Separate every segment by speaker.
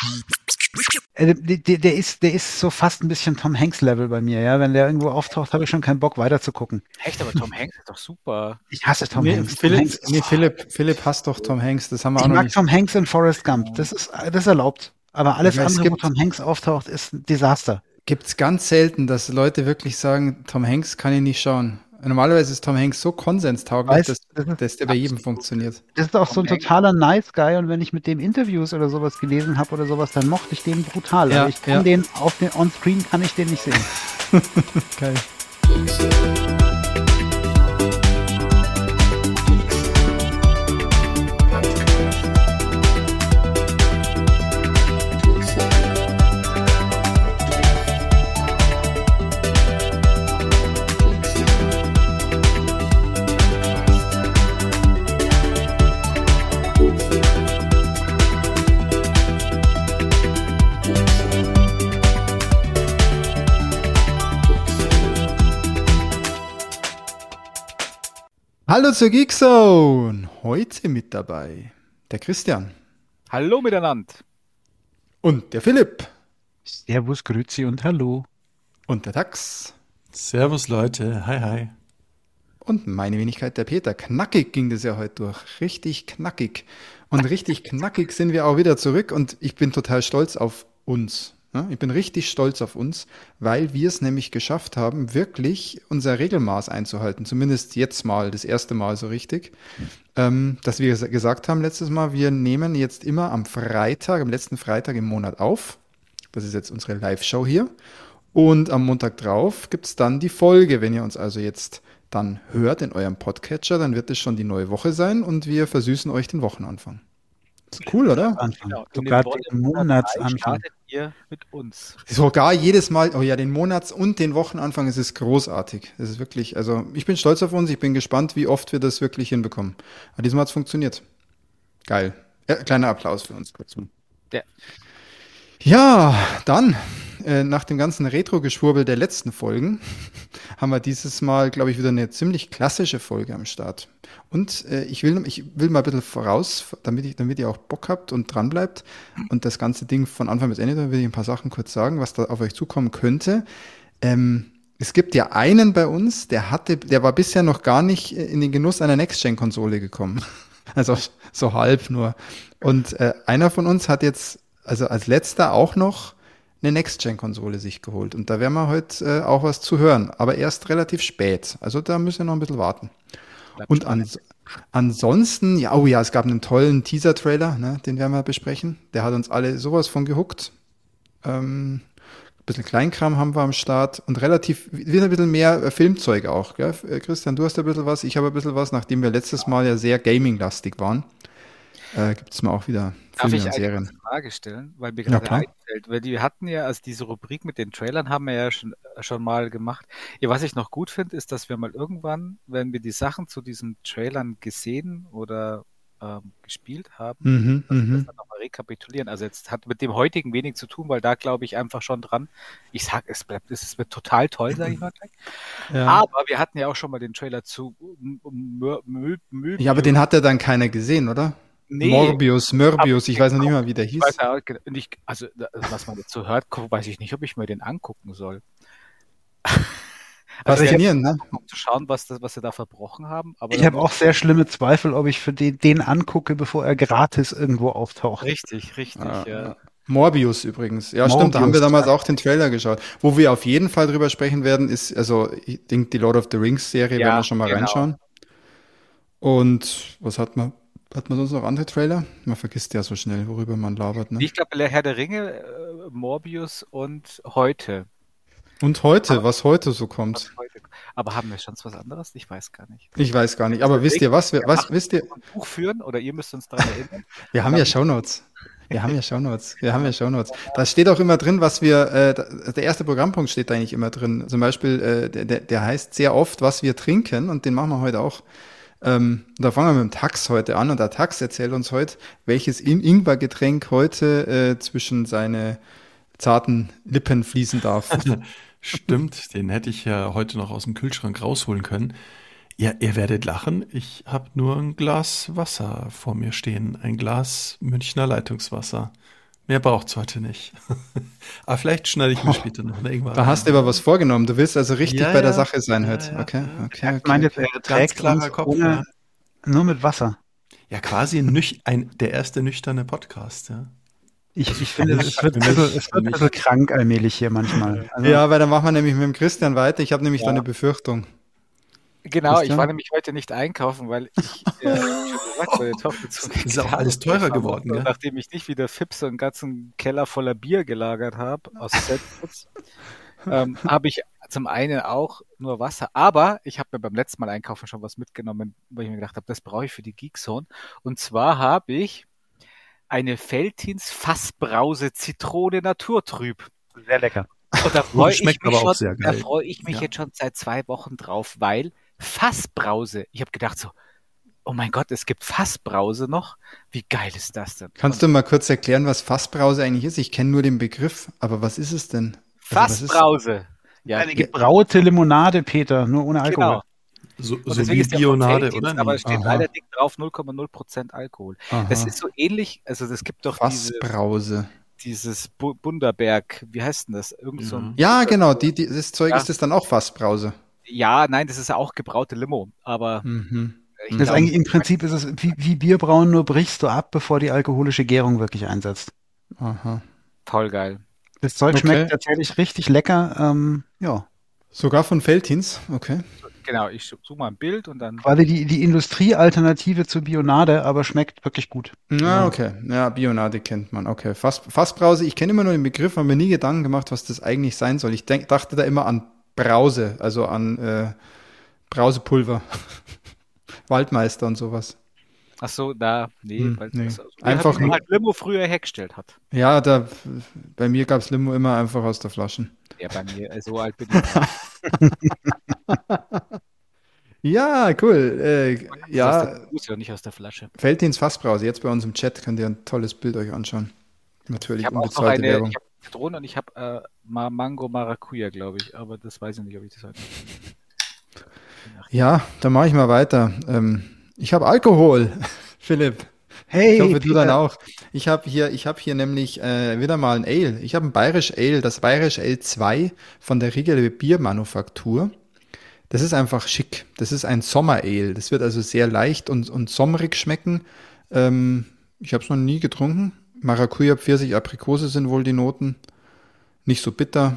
Speaker 1: Der ist so fast ein bisschen Tom Hanks-Level bei mir, ja. Wenn der irgendwo auftaucht, habe ich schon keinen Bock weiter zu gucken.
Speaker 2: Echt, aber Tom Hanks ist doch super.
Speaker 1: Ich hasse Tom Hanks.
Speaker 3: Philipp hasst doch Tom Hanks, das haben wir auch noch nicht.
Speaker 1: Ich mag Tom Hanks in Forrest Gump, das ist erlaubt. Aber alles andere, wo Tom Hanks auftaucht, ist ein Desaster.
Speaker 3: Gibt's ganz selten, dass Leute wirklich sagen, Tom Hanks kann ich nicht schauen. Normalerweise ist Tom Hanks so konsenstauglich, dass der bei jedem funktioniert.
Speaker 1: Das ist auch so ein totaler Nice Guy und wenn ich mit dem Interviews oder sowas gelesen habe oder sowas, dann mochte ich den brutal.
Speaker 3: Ja,
Speaker 1: aber ich kann den on-screen kann ich den nicht sehen.
Speaker 3: Geil. Hallo zur Geekzone! Heute mit dabei der Christian.
Speaker 2: Hallo miteinander.
Speaker 3: Und der Philipp.
Speaker 1: Servus, Grüezi und Hallo.
Speaker 3: Und der Tax.
Speaker 4: Servus Leute, hi hi.
Speaker 3: Und meine Wenigkeit, der Peter. Knackig ging das ja heute durch. Richtig knackig. Und richtig knackig sind wir auch wieder zurück und ich bin total stolz auf uns. Ja, ich bin richtig stolz auf uns, weil wir es nämlich geschafft haben, wirklich unser Regelmaß einzuhalten. Zumindest jetzt mal, das erste Mal so richtig. Dass wir gesagt haben letztes Mal, wir nehmen jetzt immer am letzten Freitag im Monat auf. Das ist jetzt unsere Live-Show hier. Und am Montag drauf gibt es dann die Folge. Wenn ihr uns also jetzt dann hört in eurem Podcatcher, dann wird es schon die neue Woche sein und wir versüßen euch den Wochenanfang. Ist cool, oder?
Speaker 2: Genau.
Speaker 1: Sogar den Monatsanfang.
Speaker 2: Startet ihr mit uns.
Speaker 3: Sogar jedes Mal, oh ja, den Monats- und den Wochenanfang, es ist großartig. Es ist wirklich, also ich bin stolz auf uns, ich bin gespannt, wie oft wir das wirklich hinbekommen. Aber diesmal hat es funktioniert. Geil. Kleiner Applaus für uns kurz. Ja, dann, nach dem ganzen Retro-Geschwurbel der letzten Folgen, haben wir dieses Mal, glaube ich, wieder eine ziemlich klassische Folge am Start. Und ich will mal ein bisschen voraus, damit ihr auch Bock habt und dran bleibt und das ganze Ding von Anfang bis Ende, dann will ich ein paar Sachen kurz sagen, was da auf euch zukommen könnte. Es gibt ja einen bei uns, der war bisher noch gar nicht in den Genuss einer Next-Gen-Konsole gekommen. Also so halb nur. Und einer von uns hat jetzt also als letzter auch noch eine Next-Gen-Konsole sich geholt. Und da werden wir heute auch was zu hören, aber erst relativ spät. Also da müssen wir noch ein bisschen warten. Und ansonsten, es gab einen tollen Teaser-Trailer, ne, den werden wir besprechen. Der hat uns alle sowas von gehuckt. Ein bisschen Kleinkram haben wir am Start und wieder ein bisschen mehr Filmzeug auch. Gell? Christian, du hast ein bisschen was, ich habe ein bisschen was, nachdem wir letztes Mal ja sehr gaming-lastig waren. Gibt es mal auch wieder Filme und Serien.
Speaker 2: Darf ich eine Frage stellen? Weil mir gerade einfällt, weil wir hatten ja, also diese Rubrik mit den Trailern haben wir ja schon mal gemacht. Ja, was ich noch gut finde, ist, dass wir mal irgendwann, wenn wir die Sachen zu diesen Trailern gesehen oder gespielt haben, dass wir das dann nochmal rekapitulieren. Also jetzt hat mit dem heutigen wenig zu tun, weil da glaube ich einfach schon dran. Ich sag, es wird total toll, sage ich mal gleich. Ja. Aber wir hatten ja auch schon mal den Trailer zu Möbius.
Speaker 3: Ja, aber den hat ja dann keiner gesehen, oder? Nee, Morbius, ich weiß noch nicht mal, wie der hieß.
Speaker 2: Also, was man dazu hört, weiß ich nicht, ob ich mir den angucken soll.
Speaker 3: Also ne?
Speaker 2: Um zu schauen, was sie da verbrochen haben. Aber
Speaker 1: ich habe auch sehr schlimme Zweifel, ob ich für den angucke, bevor er gratis irgendwo auftaucht.
Speaker 2: Richtig, ja.
Speaker 3: Morbius übrigens. Ja, stimmt, da haben wir damals auch den Trailer geschaut. Wo wir auf jeden Fall drüber sprechen werden, ist, also ich denke, die Lord of the Rings Serie werden wir schon mal reinschauen. Und was hat man sonst noch andere Trailer? Man vergisst ja so schnell, worüber man labert. Ne?
Speaker 2: Ich glaube, Herr der Ringe, Morbius und heute.
Speaker 3: Und heute, was heute so kommt.
Speaker 2: Aber haben wir schon was anderes? Ich weiß gar nicht.
Speaker 3: Ich weiß gar nicht. Aber wisst ihr was? Wisst ihr?
Speaker 2: Ein Buch führen oder ihr müsst uns daran erinnern.
Speaker 3: Wir haben ja Shownotes. Da steht auch immer drin, was wir, der erste Programmpunkt steht da eigentlich immer drin. Zum Beispiel, der heißt sehr oft, was wir trinken und den machen wir heute auch. Da fangen wir mit dem Tax heute an und der Tax erzählt uns heute, welches Ingwergetränk heute zwischen seine zarten Lippen fließen darf.
Speaker 4: Stimmt, den hätte ich ja heute noch aus dem Kühlschrank rausholen können. Ja, ihr werdet lachen, ich habe nur ein Glas Wasser vor mir stehen, ein Glas Münchner Leitungswasser. Mehr braucht's heute nicht. Aber vielleicht schneide ich mir später noch eine Ingwer
Speaker 3: Da hast du
Speaker 4: rein.
Speaker 3: aber was vorgenommen. Du willst also richtig
Speaker 4: Ja,
Speaker 3: bei der
Speaker 4: ja.
Speaker 3: Sache sein
Speaker 4: Ja,
Speaker 3: heute.
Speaker 4: ja,
Speaker 3: Okay,
Speaker 4: ja.
Speaker 3: okay,
Speaker 1: Ich meine,
Speaker 3: okay.
Speaker 1: er trägt
Speaker 4: klarer
Speaker 1: uns
Speaker 4: Kopf,
Speaker 1: ohne,
Speaker 4: ja.
Speaker 1: nur mit Wasser.
Speaker 4: Ja, quasi der erste nüchterne Podcast, ja.
Speaker 1: Ich
Speaker 4: Also
Speaker 1: finde,
Speaker 4: für mich-
Speaker 1: es wird
Speaker 4: für mich-
Speaker 1: ein bisschen krank allmählich hier manchmal. Also,
Speaker 3: Ja, weil dann machen wir nämlich mit dem Christian weiter. Ich habe nämlich
Speaker 2: Ja.
Speaker 3: da eine Befürchtung.
Speaker 2: Genau,
Speaker 3: Christian?
Speaker 2: ich war nämlich heute nicht einkaufen, weil ich, wie schon gesagt, meine Tochter zum
Speaker 4: Ist auch alles teurer geworden,
Speaker 2: und
Speaker 4: gell?
Speaker 2: nachdem ich nicht wieder Fips einen ganzen Keller voller Bier gelagert habe, aus Selbstschutz, habe ich zum einen auch nur Wasser, aber ich habe mir beim letzten Mal einkaufen schon was mitgenommen, wo ich mir gedacht habe, das brauche ich für die Geekzone. Und zwar habe ich eine Veltins Fassbrause Zitrone Naturtrüb.
Speaker 1: sehr lecker.
Speaker 2: Und da freue ich
Speaker 4: schmeckt
Speaker 2: mich
Speaker 4: aber auch
Speaker 2: schon,
Speaker 4: sehr
Speaker 2: da
Speaker 4: geil.
Speaker 2: freue ich mich
Speaker 4: Ja.
Speaker 2: jetzt schon seit 2 Wochen drauf, weil Fassbrause, ich habe gedacht so, oh mein Gott, es gibt Fassbrause noch? Wie geil ist das denn?
Speaker 3: Kannst du mal kurz erklären, was Fassbrause eigentlich ist? Ich kenne nur den Begriff, aber was ist es denn? Also, was ist-
Speaker 2: Fassbrause. Ja,
Speaker 1: Eine gebraute Limonade, Peter, nur ohne Alkohol.
Speaker 2: genau.
Speaker 4: So
Speaker 2: Und deswegen ist der von
Speaker 4: Bionade,
Speaker 2: Veltins,
Speaker 4: oder?
Speaker 2: aber
Speaker 4: Nee.
Speaker 2: es steht
Speaker 3: Aha.
Speaker 2: leider dick drauf 0,0% Alkohol. Das
Speaker 3: Aha.
Speaker 2: ist so ähnlich, also es gibt doch
Speaker 3: Fassbrause.
Speaker 2: dieses Bunderberg, wie heißt denn das? Irgend so ein,
Speaker 3: Ja, genau. Das Zeug
Speaker 2: Ja.
Speaker 3: ist das dann auch Fassbrause.
Speaker 2: ja, nein, das ist ja auch gebraute Limo, aber
Speaker 3: Mhm.
Speaker 2: ich
Speaker 1: Das ist
Speaker 2: glaub,
Speaker 1: eigentlich im Prinzip ist es wie Bierbrauen, nur brichst du ab, bevor die alkoholische Gärung wirklich einsetzt.
Speaker 3: Aha.
Speaker 2: voll geil.
Speaker 1: Das Zeug
Speaker 3: Okay.
Speaker 1: schmeckt tatsächlich richtig lecker. Ja,
Speaker 3: Sogar von Veltins. Okay.
Speaker 2: Genau, ich suche mal ein Bild und dann
Speaker 1: quasi die Industriealternative zur Bionade, aber schmeckt wirklich gut.
Speaker 3: Ja, okay. Ja, Bionade kennt man. Okay. Fassbrause, ich kenne immer nur den Begriff, habe mir nie Gedanken gemacht, was das eigentlich sein soll. Ich dachte da immer an Brause, also an Brausepulver. Waldmeister und sowas.
Speaker 2: ach so, nee, weil
Speaker 3: nee.
Speaker 2: das,
Speaker 3: Einfach
Speaker 2: wie
Speaker 3: nur-
Speaker 2: halt Limo früher hergestellt hat.
Speaker 3: Ja, bei mir gab's Limo immer einfach aus der Flaschen.
Speaker 2: Ja, bei mir, so alt bin ich.
Speaker 3: Ja, cool.
Speaker 2: Aus
Speaker 3: Ja,
Speaker 2: der Dose und nicht aus der Flasche.
Speaker 3: Veltins Fassbrause. Jetzt bei uns im Chat könnt ihr ein tolles Bild euch anschauen. Natürlich
Speaker 2: Ich habe auch noch
Speaker 3: unbezahlte Werbung.
Speaker 2: ich habe Zitrone und ich habe Mango Maracuja, glaube ich, aber das weiß ich nicht, ob ich das heute.
Speaker 3: Ja, dann mache ich mal weiter. Ich habe Alkohol, Philipp.
Speaker 1: Hey,
Speaker 3: Ich hoffe, du dann
Speaker 1: Peter.
Speaker 3: auch. Ich habe hier nämlich wieder mal ein Ale. Ich habe ein Bayerisch Ale, das Bayerisch Ale 2 von der Riegele Biermanufaktur. Das ist einfach schick. Das ist ein Sommer-Ale. Das wird also sehr leicht und sommerig schmecken. Ich habe es noch nie getrunken. Maracuja, Pfirsich, Aprikose sind wohl die Noten. Nicht so bitter.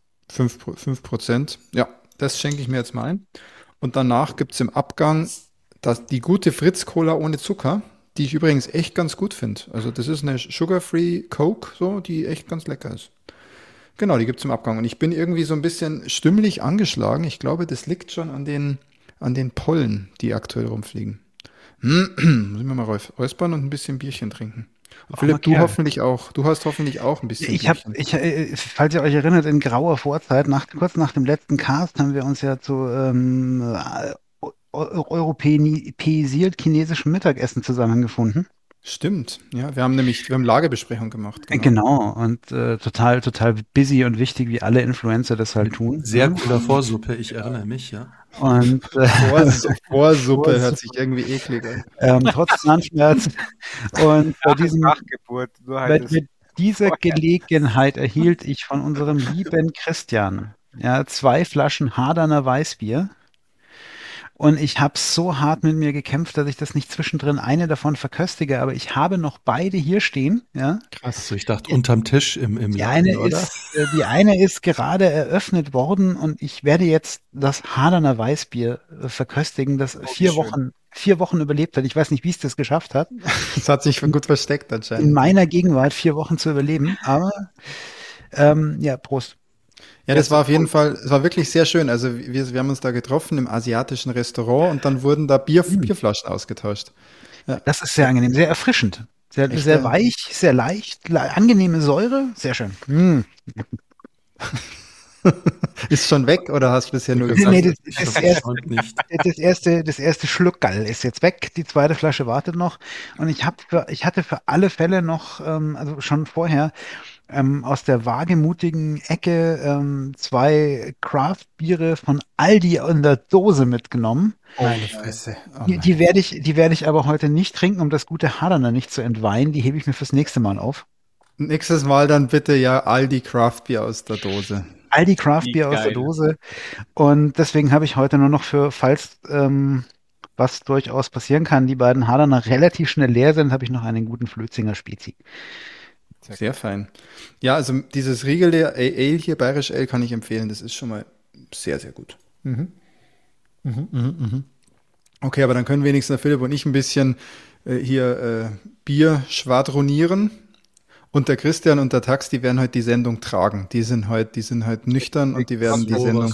Speaker 3: 5%. Ja, das schenke ich mir jetzt mal ein. Und danach gibt es im Abgang die gute Fritz-Cola ohne Zucker, die ich übrigens echt ganz gut finde. Also das ist eine Sugar-Free Coke, so, die echt ganz lecker ist. Genau, die gibt es im Abgang. Und ich bin irgendwie so ein bisschen stimmlich angeschlagen. Ich glaube, das liegt schon an den Pollen, die aktuell rumfliegen. Muss ich mir mal räuspern und ein bisschen Bierchen trinken. Und
Speaker 1: Ach,
Speaker 3: Philipp, du
Speaker 1: Kerl.
Speaker 3: hoffentlich auch. Du hast hoffentlich auch ein bisschen Bierchen.
Speaker 1: Falls ihr euch erinnert, in grauer Vorzeit, kurz nach dem letzten Cast, haben wir uns ja zu europäisiert chinesischem Mittagessen zusammengefunden.
Speaker 3: Stimmt, ja. Wir haben Lagebesprechung gemacht.
Speaker 1: Genau, und total busy und wichtig, wie alle Influencer das halt tun.
Speaker 4: Sehr cooler Vorsuppe, ich erinnere mich, ja.
Speaker 1: Und
Speaker 3: Vorsuppe hört sich irgendwie eklig an.
Speaker 1: trotz Zahnschmerz. Und
Speaker 2: Nachgeburt, nur halt
Speaker 1: bei dieser Gelegenheit erhielt ich von unserem lieben Christian 2 Flaschen Hardaner Weißbier. Und ich habe so hart mit mir gekämpft, dass ich das nicht zwischendrin eine davon verköstige, aber ich habe noch beide hier stehen. Ja.
Speaker 4: Krass, so ich dachte unterm Tisch im
Speaker 1: Die
Speaker 4: Laden,
Speaker 1: eine
Speaker 4: oder?
Speaker 1: die eine ist gerade eröffnet worden und ich werde jetzt das Hardaner Weißbier verköstigen, das 4 Wochen überlebt hat. Ich weiß nicht, wie es das geschafft hat,
Speaker 3: Das hat sich gut versteckt
Speaker 1: in
Speaker 3: anscheinend.
Speaker 1: meiner Gegenwart 4 Wochen zu überleben. Aber Prost.
Speaker 3: Ja, das war auf jeden Fall, es war wirklich sehr schön. Also wir haben uns da getroffen im asiatischen Restaurant und dann wurden da Bierflaschen ausgetauscht.
Speaker 1: Das ist sehr angenehm, sehr erfrischend. Sehr,
Speaker 3: Echt,
Speaker 1: sehr
Speaker 3: ja?
Speaker 1: weich, sehr leicht, angenehme Säure, sehr schön.
Speaker 3: Ist schon weg oder hast du bisher nur
Speaker 1: Nee,
Speaker 3: gesagt?
Speaker 1: das erste Schluckerl ist jetzt weg, die zweite Flasche wartet noch und ich hatte für alle Fälle noch, also schon vorher, aus der wagemutigen Ecke 2 Craft-Biere von Aldi in der Dose mitgenommen.
Speaker 3: Meine Fresse. Oh
Speaker 1: Die werde ich aber heute nicht trinken, um das gute Hardaner nicht zu entweihen. Die hebe ich mir fürs nächste Mal auf.
Speaker 3: Nächstes Mal dann bitte ja Aldi Craft Beer aus der Dose.
Speaker 1: Aldi Craft Beer aus der Dose. Und deswegen habe ich heute nur noch falls was durchaus passieren kann, die beiden Haderner relativ schnell leer sind, habe ich noch einen guten Flötzinger Spezi.
Speaker 3: Sehr fein. Ja, also dieses Riegel der Ale hier, Bayerisch Ale, kann ich empfehlen. Das ist schon mal sehr, sehr gut. Okay, aber dann können wenigstens der Philipp und ich ein bisschen hier Bier schwadronieren. Und der Christian und der Tax, die werden heute die Sendung tragen. Die sind heute nüchtern und die werden die Sendung,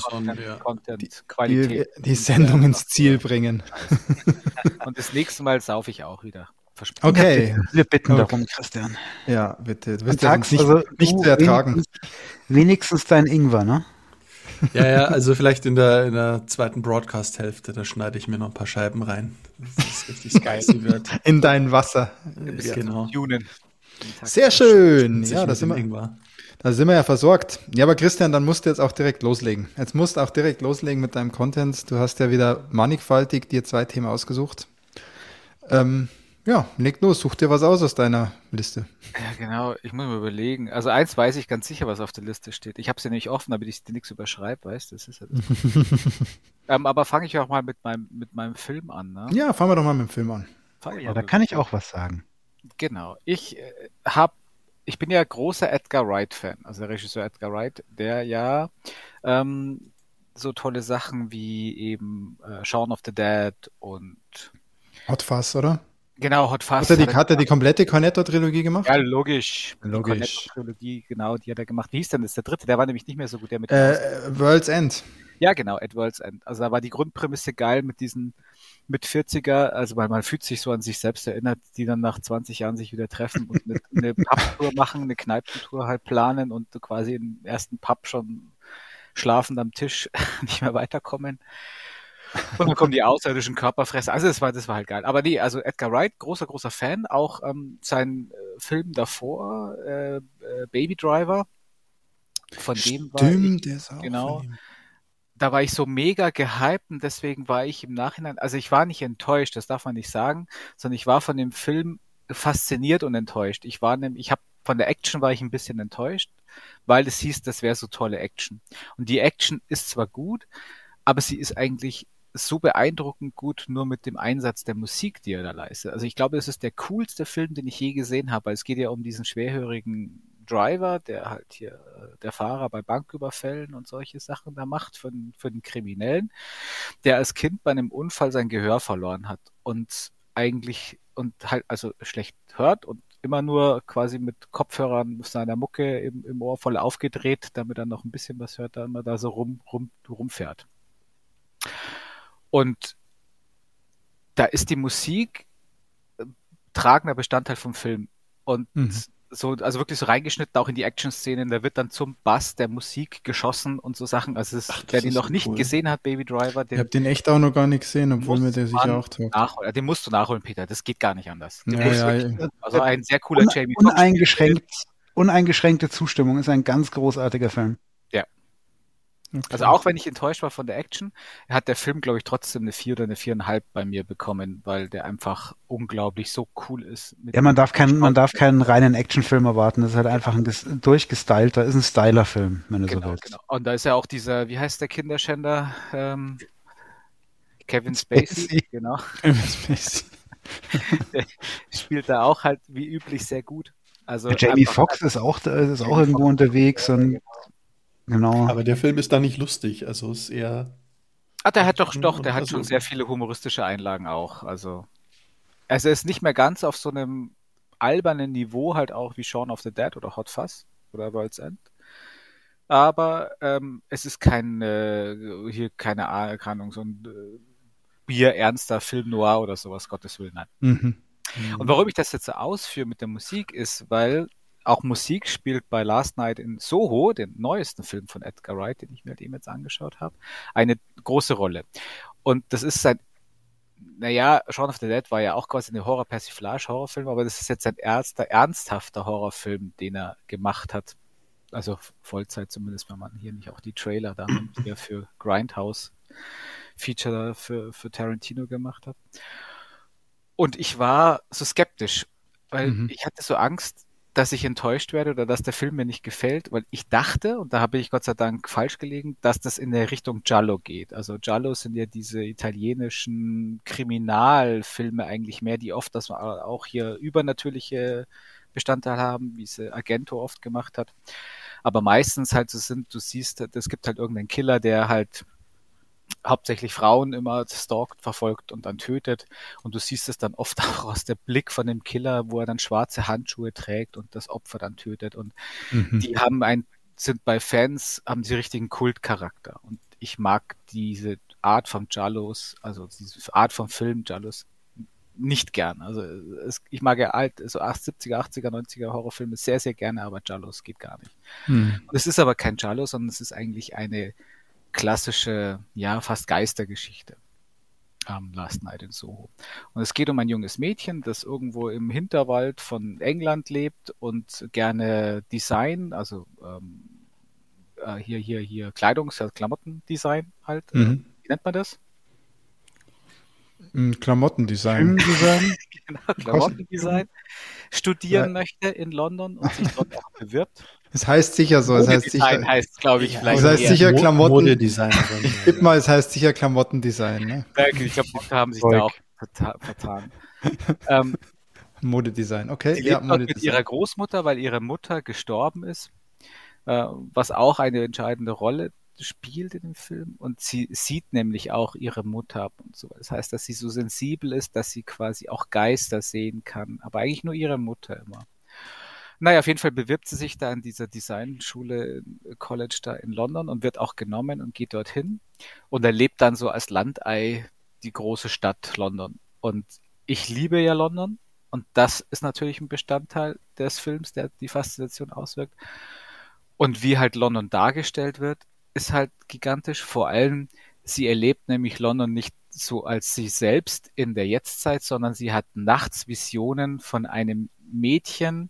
Speaker 3: die Sendung ins Ziel bringen.
Speaker 2: Und das nächste Mal saufe ich auch wieder.
Speaker 3: Versprochen. Okay.
Speaker 1: Wir bitten darum, Christian.
Speaker 3: Ja, bitte. Du
Speaker 1: wirst ja nicht zu ertragen. Wenigstens dein Ingwer, ne?
Speaker 4: Ja, also vielleicht in der zweiten Broadcast-Hälfte, da schneide ich mir noch ein paar Scheiben rein, dass es richtig spicy wird.
Speaker 3: In dein Wasser.
Speaker 2: Ja, genau.
Speaker 3: Sehr schön. Ja, da sind wir ja versorgt. Ja, aber Christian, dann musst du jetzt auch direkt loslegen. Jetzt musst du auch direkt loslegen mit deinem Content. Du hast ja wieder mannigfaltig dir 2 Themen ausgesucht. Ja, leg los, such dir was aus deiner Liste.
Speaker 2: Ja, genau, ich muss mir überlegen. Also eins weiß ich ganz sicher, was auf der Liste steht. Ich habe sie nämlich offen, damit ich dir nichts überschreibe, weißt du? Das ist ja das. Aber fange ich auch mal mit meinem Film an, ne?
Speaker 3: Ja, fangen wir doch mal mit dem Film an.
Speaker 1: Da kann ich auch was sagen.
Speaker 2: Genau, ich bin ja großer Edgar Wright-Fan, also der Regisseur Edgar Wright, der ja so tolle Sachen wie eben Shaun of the Dead und
Speaker 3: Hot Fuzz, oder?
Speaker 2: Genau, Hot Fuzz.
Speaker 3: Hat er die komplette Cornetto-Trilogie gemacht?
Speaker 2: Ja, logisch. Die Cornetto-Trilogie, genau, die hat er gemacht. Wie hieß denn das? Der dritte, der war nämlich nicht mehr so gut. Der mit
Speaker 3: World's End.
Speaker 2: Ja, genau, at World's End. Also da war die Grundprämisse geil mit diesen mit 40er, also weil man fühlt sich so an sich selbst erinnert, die dann nach 20 Jahren sich wieder treffen und eine Pub-Tour machen, eine Kneipentour halt planen und quasi im ersten Pub schon schlafend am Tisch nicht mehr weiterkommen. Und dann kommen die außerirdischen Körperfresser. Also das war halt geil. Aber nee, also Edgar Wright, großer Fan. Auch sein Film davor, Baby Driver. Von dem war ich,
Speaker 3: der ist auch
Speaker 2: genau. Da war ich so mega gehypt und deswegen war ich im Nachhinein, also ich war nicht enttäuscht, das darf man nicht sagen, sondern ich war von dem Film fasziniert und enttäuscht. Von der Action war ich ein bisschen enttäuscht, weil es hieß, das wäre so tolle Action. Und die Action ist zwar gut, aber sie ist eigentlich so beeindruckend gut nur mit dem Einsatz der Musik, die er da leistet. Also ich glaube, es ist der coolste Film, den ich je gesehen habe, weil es geht ja um diesen schwerhörigen Driver, der halt hier der Fahrer bei Banküberfällen und solche Sachen da macht für den Kriminellen, der als Kind bei einem Unfall sein Gehör verloren hat und halt also schlecht hört und immer nur quasi mit Kopfhörern seiner Mucke im Ohr voll aufgedreht, damit er noch ein bisschen was hört, da immer da so rumfährt. Und da ist die Musik tragender Bestandteil vom Film. Und so, also wirklich so reingeschnitten auch in die Action-Szenen, da wird dann zum Bass der Musik geschossen und so Sachen. Also wer den noch nicht gesehen hat, Baby Driver,
Speaker 3: ich habe den echt auch noch gar nicht gesehen, obwohl mir der sicher auch taugt.
Speaker 2: Den musst du nachholen, Peter, das geht gar nicht anders.
Speaker 3: Ja.
Speaker 2: Also ein sehr cooler Jamie
Speaker 1: Foxx. Uneingeschränkte Zustimmung, ist ein ganz großartiger Film.
Speaker 2: Ja. Okay. Also auch wenn ich enttäuscht war von der Action, hat der Film, glaube ich, trotzdem eine 4 oder eine 4,5 bei mir bekommen, weil der einfach unglaublich so cool ist.
Speaker 1: Ja, man darf keinen reinen Actionfilm erwarten. Das ist halt einfach ein durchgestylter, ist ein Styler-Film, wenn du so willst. Genau.
Speaker 2: Und da ist ja auch dieser, wie heißt der Kinderschänder? Kevin Spacey. Genau. Kevin Spacey. Der spielt da auch halt wie üblich sehr gut. Also
Speaker 1: Jamie Foxx ist auch irgendwo unterwegs und genau.
Speaker 4: Aber der Film ist da nicht lustig, also ist eher.
Speaker 2: Der hat schon sehr viele humoristische Einlagen auch. Also er ist nicht mehr ganz auf so einem albernen Niveau, halt auch wie Shaun of the Dead oder Hot Fuzz oder World's End. Aber es ist keine Ahnung, so ein bierernster Film noir oder sowas, Gottes Willen, nein. Und warum ich das jetzt so ausführe mit der Musik ist, weil auch Musik spielt bei Last Night in Soho, dem neuesten Film von Edgar Wright, den ich mir eben jetzt angeschaut habe, eine große Rolle. Und das ist Shaun of the Dead war ja auch quasi eine Horror-Persiflage-Horrorfilm, aber das ist jetzt sein erster ernsthafter Horrorfilm, den er gemacht hat. Also Vollzeit zumindest, wenn man hier nicht auch die Trailer da nimmt, die er für Grindhouse Feature für Tarantino gemacht hat. Und ich war so skeptisch, weil ich hatte so Angst, dass ich enttäuscht werde oder dass der Film mir nicht gefällt, weil ich dachte, und da habe ich Gott sei Dank falsch gelegen, dass das in der Richtung Giallo geht. Also Giallo sind ja diese italienischen Kriminalfilme eigentlich mehr, die oft das auch hier übernatürliche Bestandteile haben, wie es Argento oft gemacht hat. Aber meistens halt so sind, du siehst, es gibt halt irgendeinen Killer, der halt hauptsächlich Frauen immer stalkt, verfolgt und dann tötet. Und du siehst es dann oft auch aus der Blick von dem Killer, wo er dann schwarze Handschuhe trägt und das Opfer dann tötet. Und die sind bei Fans, haben sie richtigen Kultcharakter. Und ich mag diese Art von Giallos, also diese Art von Film Giallos nicht gern. Also ich mag ja so 70er, 80er, 90er Horrorfilme sehr, sehr gerne, aber Giallos geht gar nicht. Und es ist aber kein Giallo, sondern es ist eigentlich eine klassische, ja, fast Geistergeschichte. Last Night in Soho. Und es geht um ein junges Mädchen, das irgendwo im Hinterwald von England lebt und gerne Design, also hier Klamottendesign halt. Wie nennt man das?
Speaker 3: Klamottendesign.
Speaker 2: Genau, Klamottendesign. Studieren möchte in London und sich dort auch bewirbt.
Speaker 3: Es heißt sicher so. Es heißt sicher,
Speaker 2: heißt, glaube ich, vielleicht.
Speaker 3: Es heißt sicher
Speaker 4: Modedesign.
Speaker 3: Ich tippe mal, es heißt sicher Klamottendesign. Ne?
Speaker 2: Ich glaube, die haben sich da auch vertan.
Speaker 3: Modedesign, okay.
Speaker 2: Sie lebt dort mit ihrer Großmutter, weil ihre Mutter gestorben ist, was auch eine entscheidende Rolle spielt in dem Film. Und sie sieht nämlich auch ihre Mutter und so. Das heißt, dass sie so sensibel ist, dass sie quasi auch Geister sehen kann, aber eigentlich nur ihre Mutter immer. Naja, auf jeden Fall bewirbt sie sich da in dieser Designschule, College da in London und wird auch genommen und geht dorthin und erlebt dann so als Landei die große Stadt London. Und ich liebe ja London und das ist natürlich ein Bestandteil des Films, der die Faszination auswirkt. Und wie halt London dargestellt wird, ist halt gigantisch. Vor allem, sie erlebt nämlich London nicht so als sie selbst in der Jetztzeit, sondern sie hat nachts Visionen von einem Mädchen,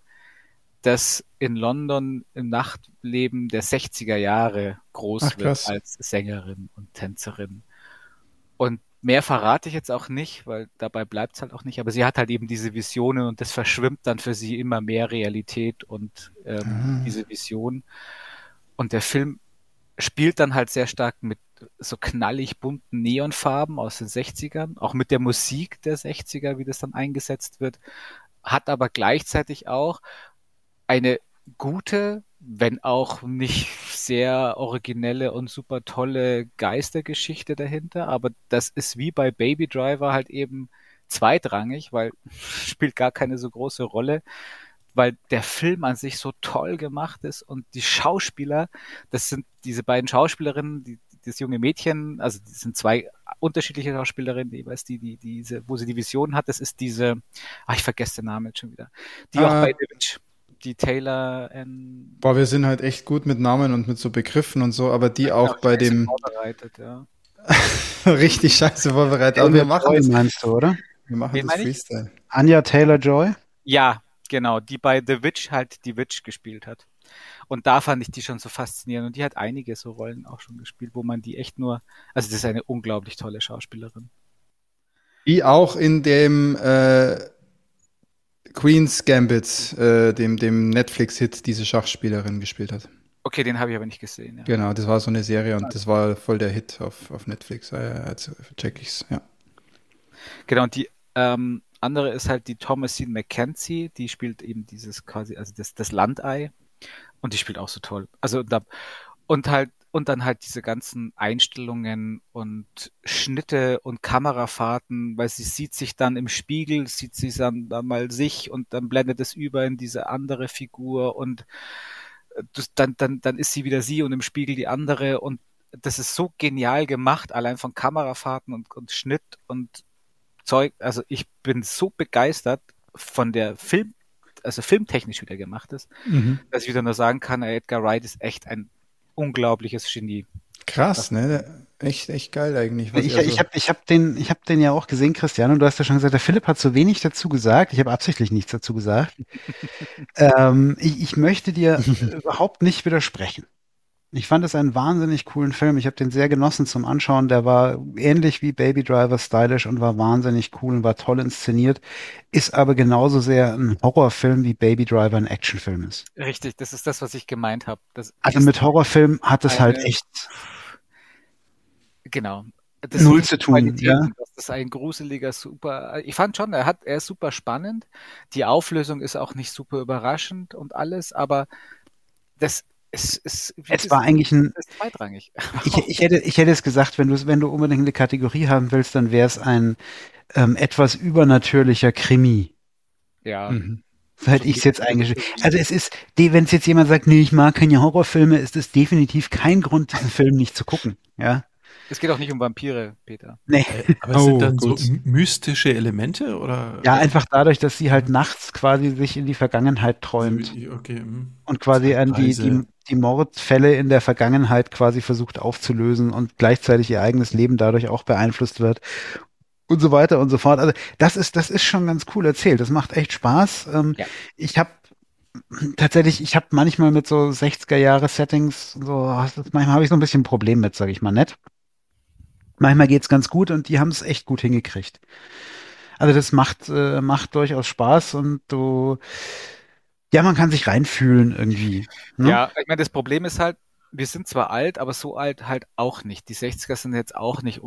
Speaker 2: das in London im Nachtleben der 60er Jahre groß wird als Sängerin und Tänzerin. Und mehr verrate ich jetzt auch nicht, weil dabei bleibt es halt auch nicht. Aber sie hat halt eben diese Visionen und das verschwimmt dann für sie immer mehr Realität und diese Vision. Und der Film spielt dann halt sehr stark mit so knallig bunten Neonfarben aus den 60ern, auch mit der Musik der 60er, wie das dann eingesetzt wird, hat aber gleichzeitig auch eine gute, wenn auch nicht sehr originelle und super tolle Geistergeschichte dahinter, aber das ist wie bei Baby Driver halt eben zweitrangig, weil spielt gar keine so große Rolle, weil der Film an sich so toll gemacht ist und die Schauspieler, das sind diese beiden Schauspielerinnen, das junge Mädchen, also das sind zwei unterschiedliche Schauspielerinnen, jeweils diese, wo sie die Vision hat, das ist diese, ich vergesse den Namen jetzt schon wieder, die auch bei The Witch, die Taylor
Speaker 3: Boah, wir sind halt echt gut mit Namen und mit so Begriffen und so, aber die auch bei dem
Speaker 2: vorbereitet, ja.
Speaker 3: richtig scheiße vorbereitet. Aber wir machen das,
Speaker 1: meinst du, oder?
Speaker 3: Wir machen das Freestyle.
Speaker 1: Anya Taylor-Joy?
Speaker 2: Ja, genau, die bei The Witch halt die Witch gespielt hat. Und da fand ich die schon so faszinierend. Und die hat einige so Rollen auch schon gespielt, wo man die echt nur, also das ist eine unglaublich tolle Schauspielerin.
Speaker 3: Die auch in dem Queen's Gambit, dem Netflix-Hit, diese Schachspielerin gespielt hat.
Speaker 2: Okay, den habe ich aber nicht gesehen. Ja.
Speaker 3: Genau, das war so eine Serie und das war voll der Hit auf Netflix. Jetzt check ich's, ja.
Speaker 2: Genau, und die andere ist halt die Thomasine McKenzie, die spielt eben dieses quasi, also das Landei und die spielt auch so toll. Also und dann halt diese ganzen Einstellungen und Schnitte und Kamerafahrten, weil sie sieht sich dann im Spiegel, sieht sie dann mal sich und dann blendet es über in diese andere Figur und dann ist sie wieder sie und im Spiegel die andere und das ist so genial gemacht, allein von Kamerafahrten und Schnitt und Zeug. Also ich bin so begeistert von der filmtechnisch wieder gemacht ist, dass ich wieder nur sagen kann, Edgar Wright ist echt ein unglaubliches Genie.
Speaker 3: Krass, ne? Echt geil eigentlich.
Speaker 1: Ich hab den ja auch gesehen, Christian, und du hast ja schon gesagt, der Philipp hat so wenig dazu gesagt. Ich habe absichtlich nichts dazu gesagt. Ich möchte dir überhaupt nicht widersprechen. Ich fand es einen wahnsinnig coolen Film. Ich habe den sehr genossen zum Anschauen. Der war ähnlich wie Baby Driver stylisch und war wahnsinnig cool und war toll inszeniert. Ist aber genauso sehr ein Horrorfilm wie Baby Driver ein Actionfilm ist.
Speaker 2: Richtig, das ist das, was ich gemeint habe. Das
Speaker 1: Also
Speaker 2: ist
Speaker 1: mit Horrorfilm hat es halt
Speaker 2: eine,
Speaker 1: echt
Speaker 2: genau. Das sind
Speaker 1: null
Speaker 2: die
Speaker 1: zu tun, ja.
Speaker 2: Qualitäten. Das ist ein gruseliger, super. Ich fand schon, er ist super spannend. Die Auflösung ist auch nicht super überraschend und alles, aber das ist, wie
Speaker 1: Es war
Speaker 2: gesagt,
Speaker 1: eigentlich ein,
Speaker 2: das ist zweitrangig.
Speaker 1: ich hätte es gesagt, wenn du unbedingt eine Kategorie haben willst, dann wäre es ein etwas übernatürlicher Krimi.
Speaker 2: Ja,
Speaker 3: Mhm.
Speaker 1: So hätte
Speaker 2: so
Speaker 1: ich es jetzt eingeschrieben.
Speaker 2: Mystery.
Speaker 1: Also es ist, wenn es jetzt jemand sagt, nee, ich mag keine Horrorfilme, ist es definitiv kein Grund, diesen Film nicht zu gucken. Ja,
Speaker 2: Es geht auch nicht um Vampire, Peter.
Speaker 1: nee.
Speaker 4: Aber es sind
Speaker 3: Oh,
Speaker 4: dann so
Speaker 3: gut.
Speaker 4: mystische Elemente oder?
Speaker 1: Ja, einfach dadurch, dass sie halt nachts quasi sich in die Vergangenheit
Speaker 4: Also,
Speaker 1: träumt
Speaker 4: okay,
Speaker 1: und quasi an
Speaker 4: Zeitreise.
Speaker 1: die Mordfälle in der Vergangenheit quasi versucht aufzulösen und gleichzeitig ihr eigenes Leben dadurch auch beeinflusst wird und so weiter und so fort. Also das ist schon ganz cool erzählt. Das macht echt Spaß.
Speaker 2: Ja.
Speaker 1: Ich habe tatsächlich, ich habe manchmal mit so 60er Jahre Settings, so, manchmal habe ich so ein bisschen ein Problem mit, sage ich mal nett. Manchmal geht's ganz gut und die haben es echt gut hingekriegt. Also das macht durchaus Spaß und du, ja, man kann sich reinfühlen irgendwie. Ne?
Speaker 2: Ja, ich meine, das Problem ist halt, wir sind zwar alt, aber so alt halt auch nicht. Die 60er sind jetzt auch nicht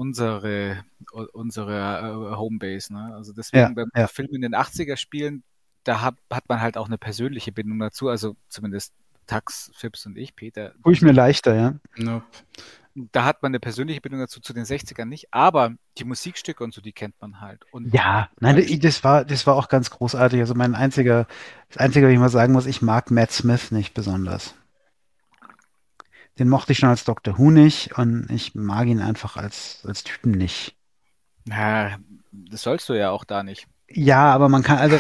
Speaker 2: unsere Homebase, ne? Also
Speaker 1: Ja,
Speaker 2: deswegen beim
Speaker 1: ja.
Speaker 2: Film in den 80er spielen, hat man halt auch eine persönliche Bindung dazu, also zumindest Tax, Fips und ich, Peter,
Speaker 1: Tue ich mir leichter, ja.
Speaker 3: Nope.
Speaker 2: da hat man eine persönliche Bindung dazu, zu den 60ern nicht, aber die Musikstücke und so, die kennt man halt. Und
Speaker 1: Ja, nein, das war auch ganz großartig. Also das Einzige, was ich mal sagen muss, ich mag Matt Smith nicht besonders. Den mochte ich schon als Doctor Who nicht und ich mag ihn einfach als Typen nicht.
Speaker 2: na, das sollst du ja auch da nicht.
Speaker 1: Ja, aber man kann,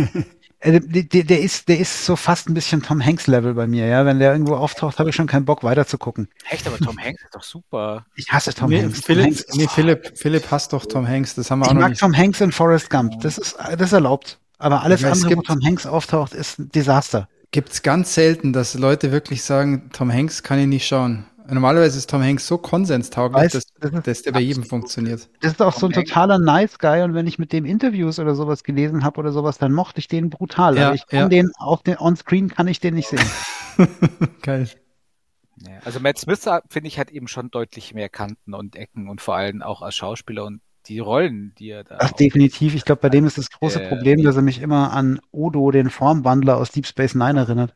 Speaker 1: der ist so fast ein bisschen Tom Hanks Level bei mir, ja. Wenn der irgendwo auftaucht, habe ich schon keinen Bock weiter zu gucken.
Speaker 2: Echt, aber Tom Hanks ist doch super.
Speaker 1: Ich hasse Tom
Speaker 3: Nee,
Speaker 1: Hanks. Tom Hanks
Speaker 3: Philipp hasst doch Tom Hanks, das haben wir
Speaker 1: ich
Speaker 3: auch noch
Speaker 1: mag
Speaker 3: nicht.
Speaker 1: Tom Hanks in Forrest Gump. Das ist erlaubt. Aber alles
Speaker 3: Ja, es
Speaker 1: andere, wo
Speaker 3: gibt,
Speaker 1: Tom Hanks auftaucht, ist ein Desaster.
Speaker 3: gibt's ganz selten, dass Leute wirklich sagen, Tom Hanks kann ich nicht schauen. Normalerweise ist Tom Hanks so konsenstauglich,
Speaker 1: Weißt,
Speaker 3: dass der bei jedem funktioniert.
Speaker 1: das ist auch so
Speaker 2: Tom
Speaker 1: ein
Speaker 2: Hanks,
Speaker 1: totaler Nice Guy und wenn ich mit dem Interviews oder sowas gelesen habe oder sowas, dann mochte ich den brutal. Aber
Speaker 3: Ja,
Speaker 1: ich kann
Speaker 3: ja.
Speaker 1: den auf den On-Screen kann ich den nicht sehen.
Speaker 3: Geil.
Speaker 2: ja. Also Matt Smith, finde ich, hat eben schon deutlich mehr Kanten und Ecken und vor allem auch als Schauspieler und die Rollen, die er da
Speaker 1: Das
Speaker 2: auch
Speaker 1: definitiv. Ich glaube, bei dem ist das große
Speaker 2: äh,
Speaker 1: Problem, dass er mich immer an Odo, den Formwandler aus Deep Space Nine erinnert.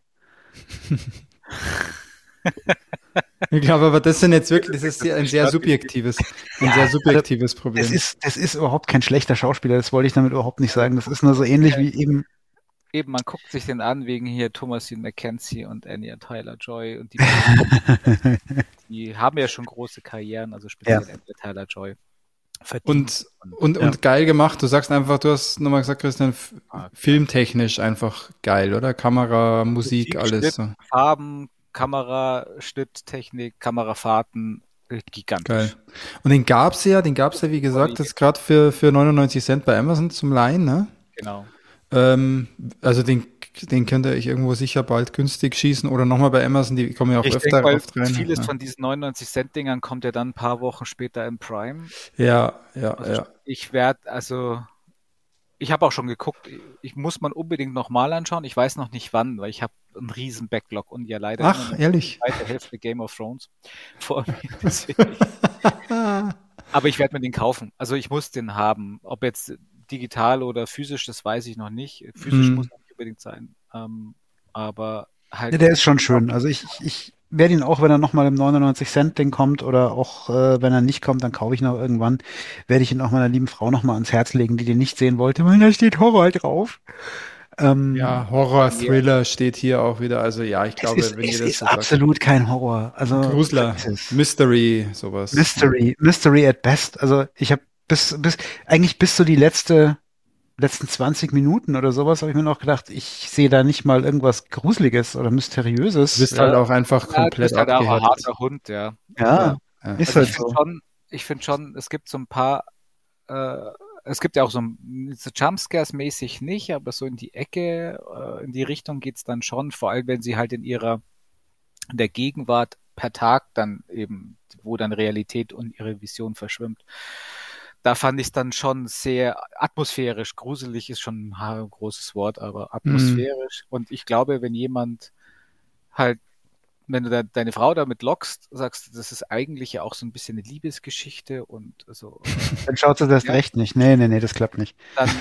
Speaker 3: Ich glaube aber, das sind jetzt wirklich, das ist ein sehr subjektives Problem.
Speaker 1: Das ist überhaupt kein schlechter Schauspieler, das wollte ich damit überhaupt nicht sagen. Das ist nur so ähnlich wie eben,
Speaker 2: eben, man guckt sich den an wegen hier Thomasin McKenzie und Anya Taylor-Joy und die haben ja schon große Karrieren, also speziell
Speaker 1: ja,
Speaker 2: Anya Taylor-Joy verdient.
Speaker 3: Und geil gemacht. Du sagst einfach, du hast nochmal gesagt, Christian, filmtechnisch einfach geil, oder? Kamera, Musik,
Speaker 2: Musik,
Speaker 3: alles
Speaker 2: Schnitt,
Speaker 3: so.
Speaker 2: Farben, Kamera, Schnitttechnik, Kamerafahrten, gigantisch.
Speaker 3: Geil. Und den gab's ja, wie gesagt, jetzt gerade für 99 Cent bei Amazon zum Leihen, ne?
Speaker 2: Genau.
Speaker 3: Also den könnt ihr euch irgendwo sicher bald günstig schießen oder nochmal bei Amazon, die kommen ja auch
Speaker 2: Ich
Speaker 3: öfter
Speaker 2: denke, weil
Speaker 3: oft rein.
Speaker 2: vieles
Speaker 3: Ja,
Speaker 2: von diesen 99-Cent-Dingern kommt ja dann ein paar Wochen später im Prime.
Speaker 3: ja.
Speaker 2: Also ich habe auch schon geguckt, ich muss man unbedingt nochmal anschauen. Ich weiß noch nicht wann, weil ich habe einen riesen Backlog und ja leider immer
Speaker 3: Ach,
Speaker 2: noch
Speaker 3: ehrlich?
Speaker 2: die zweite Hälfte Game of Thrones vor mir. Deswegen. Aber ich werde mir den kaufen. Also ich muss den haben. Ob jetzt digital oder physisch, das weiß ich noch nicht. Physisch muss er nicht unbedingt sein. Aber
Speaker 1: ja,
Speaker 2: halt,
Speaker 1: der ist schon schön. Also ich werde ihn auch, wenn er nochmal im 99 Cent Ding kommt oder auch wenn er nicht kommt, dann kaufe ich noch irgendwann, werde ich ihn auch meiner lieben Frau nochmal ans Herz legen, die den nicht sehen wollte, weil da steht Horror drauf.
Speaker 3: Ja, Horror, Thriller steht hier auch wieder. Also ja, ich glaube, wenn
Speaker 1: Es
Speaker 3: ihr das
Speaker 1: ist
Speaker 3: so sagt.
Speaker 1: absolut kein Horror. Also
Speaker 3: Grusler,
Speaker 1: vergiss es.
Speaker 3: Mystery, sowas.
Speaker 1: Mystery at best. Also ich habe eigentlich bis so die letzten 20 Minuten oder sowas habe ich mir noch gedacht, ich sehe da nicht mal irgendwas Gruseliges oder
Speaker 3: Du
Speaker 1: Mysteriöses.
Speaker 3: bist halt auch einfach
Speaker 2: ja, du
Speaker 3: komplett
Speaker 2: bist halt auch ein
Speaker 3: abgehärtet.
Speaker 2: harter Hund, ja.
Speaker 1: Ja,
Speaker 3: Ja.
Speaker 1: ist
Speaker 2: Also
Speaker 1: halt so.
Speaker 2: ich finde schon, es gibt so ein paar, es gibt ja auch so Jumpscares mäßig nicht, aber so in die Ecke, in die Richtung geht's dann schon, vor allem wenn sie halt in der Gegenwart per Tag dann eben, wo dann Realität und ihre Vision verschwimmt. Da fand ich es dann schon sehr atmosphärisch. Gruselig ist schon ein großes Wort, aber atmosphärisch. Und ich glaube, wenn jemand halt, wenn du deine Frau damit lockst, sagst du, das ist eigentlich ja auch so ein bisschen eine Liebesgeschichte und so.
Speaker 1: Dann schaut sie das recht nicht. Nee, das klappt nicht.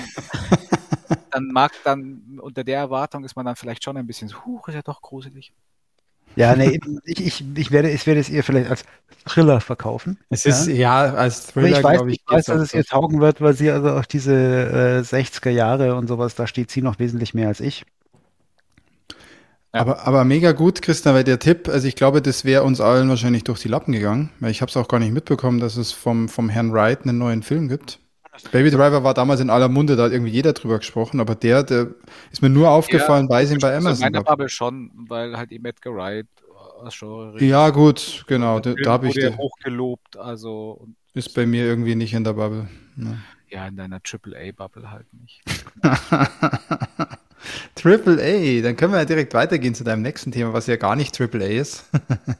Speaker 2: Dann unter der Erwartung ist man dann vielleicht schon ein bisschen so, ist ja doch gruselig.
Speaker 1: Ja, nee, ich werde es ihr vielleicht als Thriller verkaufen.
Speaker 3: Es ist als Thriller,
Speaker 1: glaube ich, weiß, dass es ihr taugen wird, weil sie also auch diese 60er Jahre und sowas, da steht sie noch wesentlich mehr als ich.
Speaker 3: Ja. Aber mega gut, Christian, weil der Tipp, also ich glaube, das wäre uns allen wahrscheinlich durch die Lappen gegangen, weil ich habe es auch gar nicht mitbekommen, dass es vom Herrn Wright einen neuen Film gibt. Baby Driver war damals in aller Munde, da hat irgendwie jeder drüber gesprochen, aber der ist mir nur aufgefallen, weil es ihn bei Amazon
Speaker 2: gab. In meiner Bubble schon, weil halt eben Edgar Wright
Speaker 3: ja, gut, genau.
Speaker 2: Da habe ich den hochgelobt, also
Speaker 3: ist bei mir irgendwie nicht in der Bubble. Ne?
Speaker 2: Ja, in deiner AAA-Bubble halt nicht.
Speaker 3: AAA, dann können wir ja direkt weitergehen zu deinem nächsten Thema, was ja gar nicht AAA ist.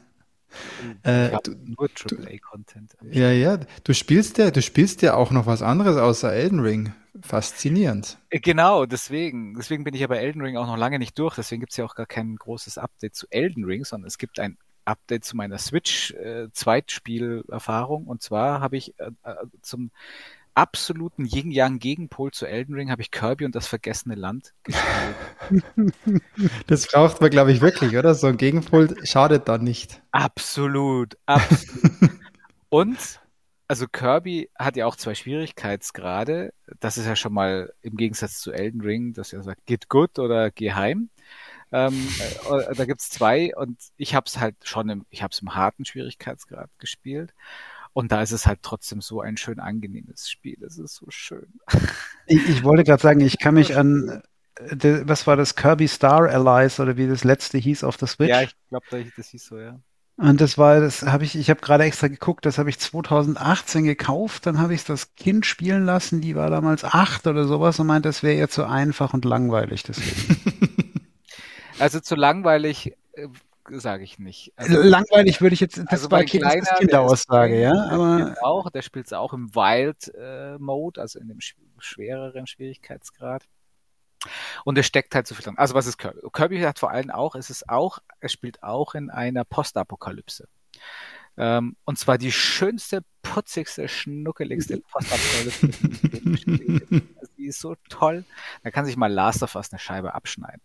Speaker 2: Nur AAA-Content.
Speaker 3: Ja, du spielst ja auch noch was anderes außer Elden Ring. Faszinierend.
Speaker 2: Genau, deswegen bin ich ja bei Elden Ring auch noch lange nicht durch, deswegen gibt es ja auch gar kein großes Update zu Elden Ring, sondern es gibt ein Update zu meiner Switch-Zweitspielerfahrung, und zwar habe ich zum absoluten Yin-Yang-Gegenpol zu Elden Ring habe ich Kirby und das vergessene Land gespielt.
Speaker 3: Das braucht man, glaube ich, wirklich, oder? So ein Gegenpol schadet dann nicht.
Speaker 2: Absolut. Und also Kirby hat ja auch 2 Schwierigkeitsgrade. Das ist ja schon mal im Gegensatz zu Elden Ring, dass er sagt, geht gut oder geh heim. Da gibt's 2 und ich habe es halt ich habe es im harten Schwierigkeitsgrad gespielt. Und da ist es halt trotzdem so ein schön angenehmes Spiel. Es ist so schön.
Speaker 1: Ich wollte gerade sagen, ich kann mich an, was war das, Kirby Star Allies oder wie das letzte hieß auf der Switch?
Speaker 2: Ja, ich glaube, das hieß so, ja.
Speaker 1: Und ich habe gerade extra geguckt, das habe ich 2018 gekauft, dann habe ich das Kind spielen lassen, die war damals 8 oder sowas und meinte, das wäre ihr zu einfach und langweilig, deswegen.
Speaker 2: Also zu langweilig sage ich nicht.
Speaker 1: Also, langweilig würde ich jetzt,
Speaker 2: das war
Speaker 1: Kinderaussage, ja,
Speaker 2: aber der spielt es auch im Wild-Mode, also in dem schwereren Schwierigkeitsgrad. Und es steckt halt so viel drin. Also was ist Kirby? Kirby hat vor allem auch, er spielt auch in einer Postapokalypse. Und zwar die schönste, putzigste, schnuckeligste Postapokalypse, die ich gespielt habe. Also die ist so toll. Da kann sich mal Last of Us eine Scheibe abschneiden.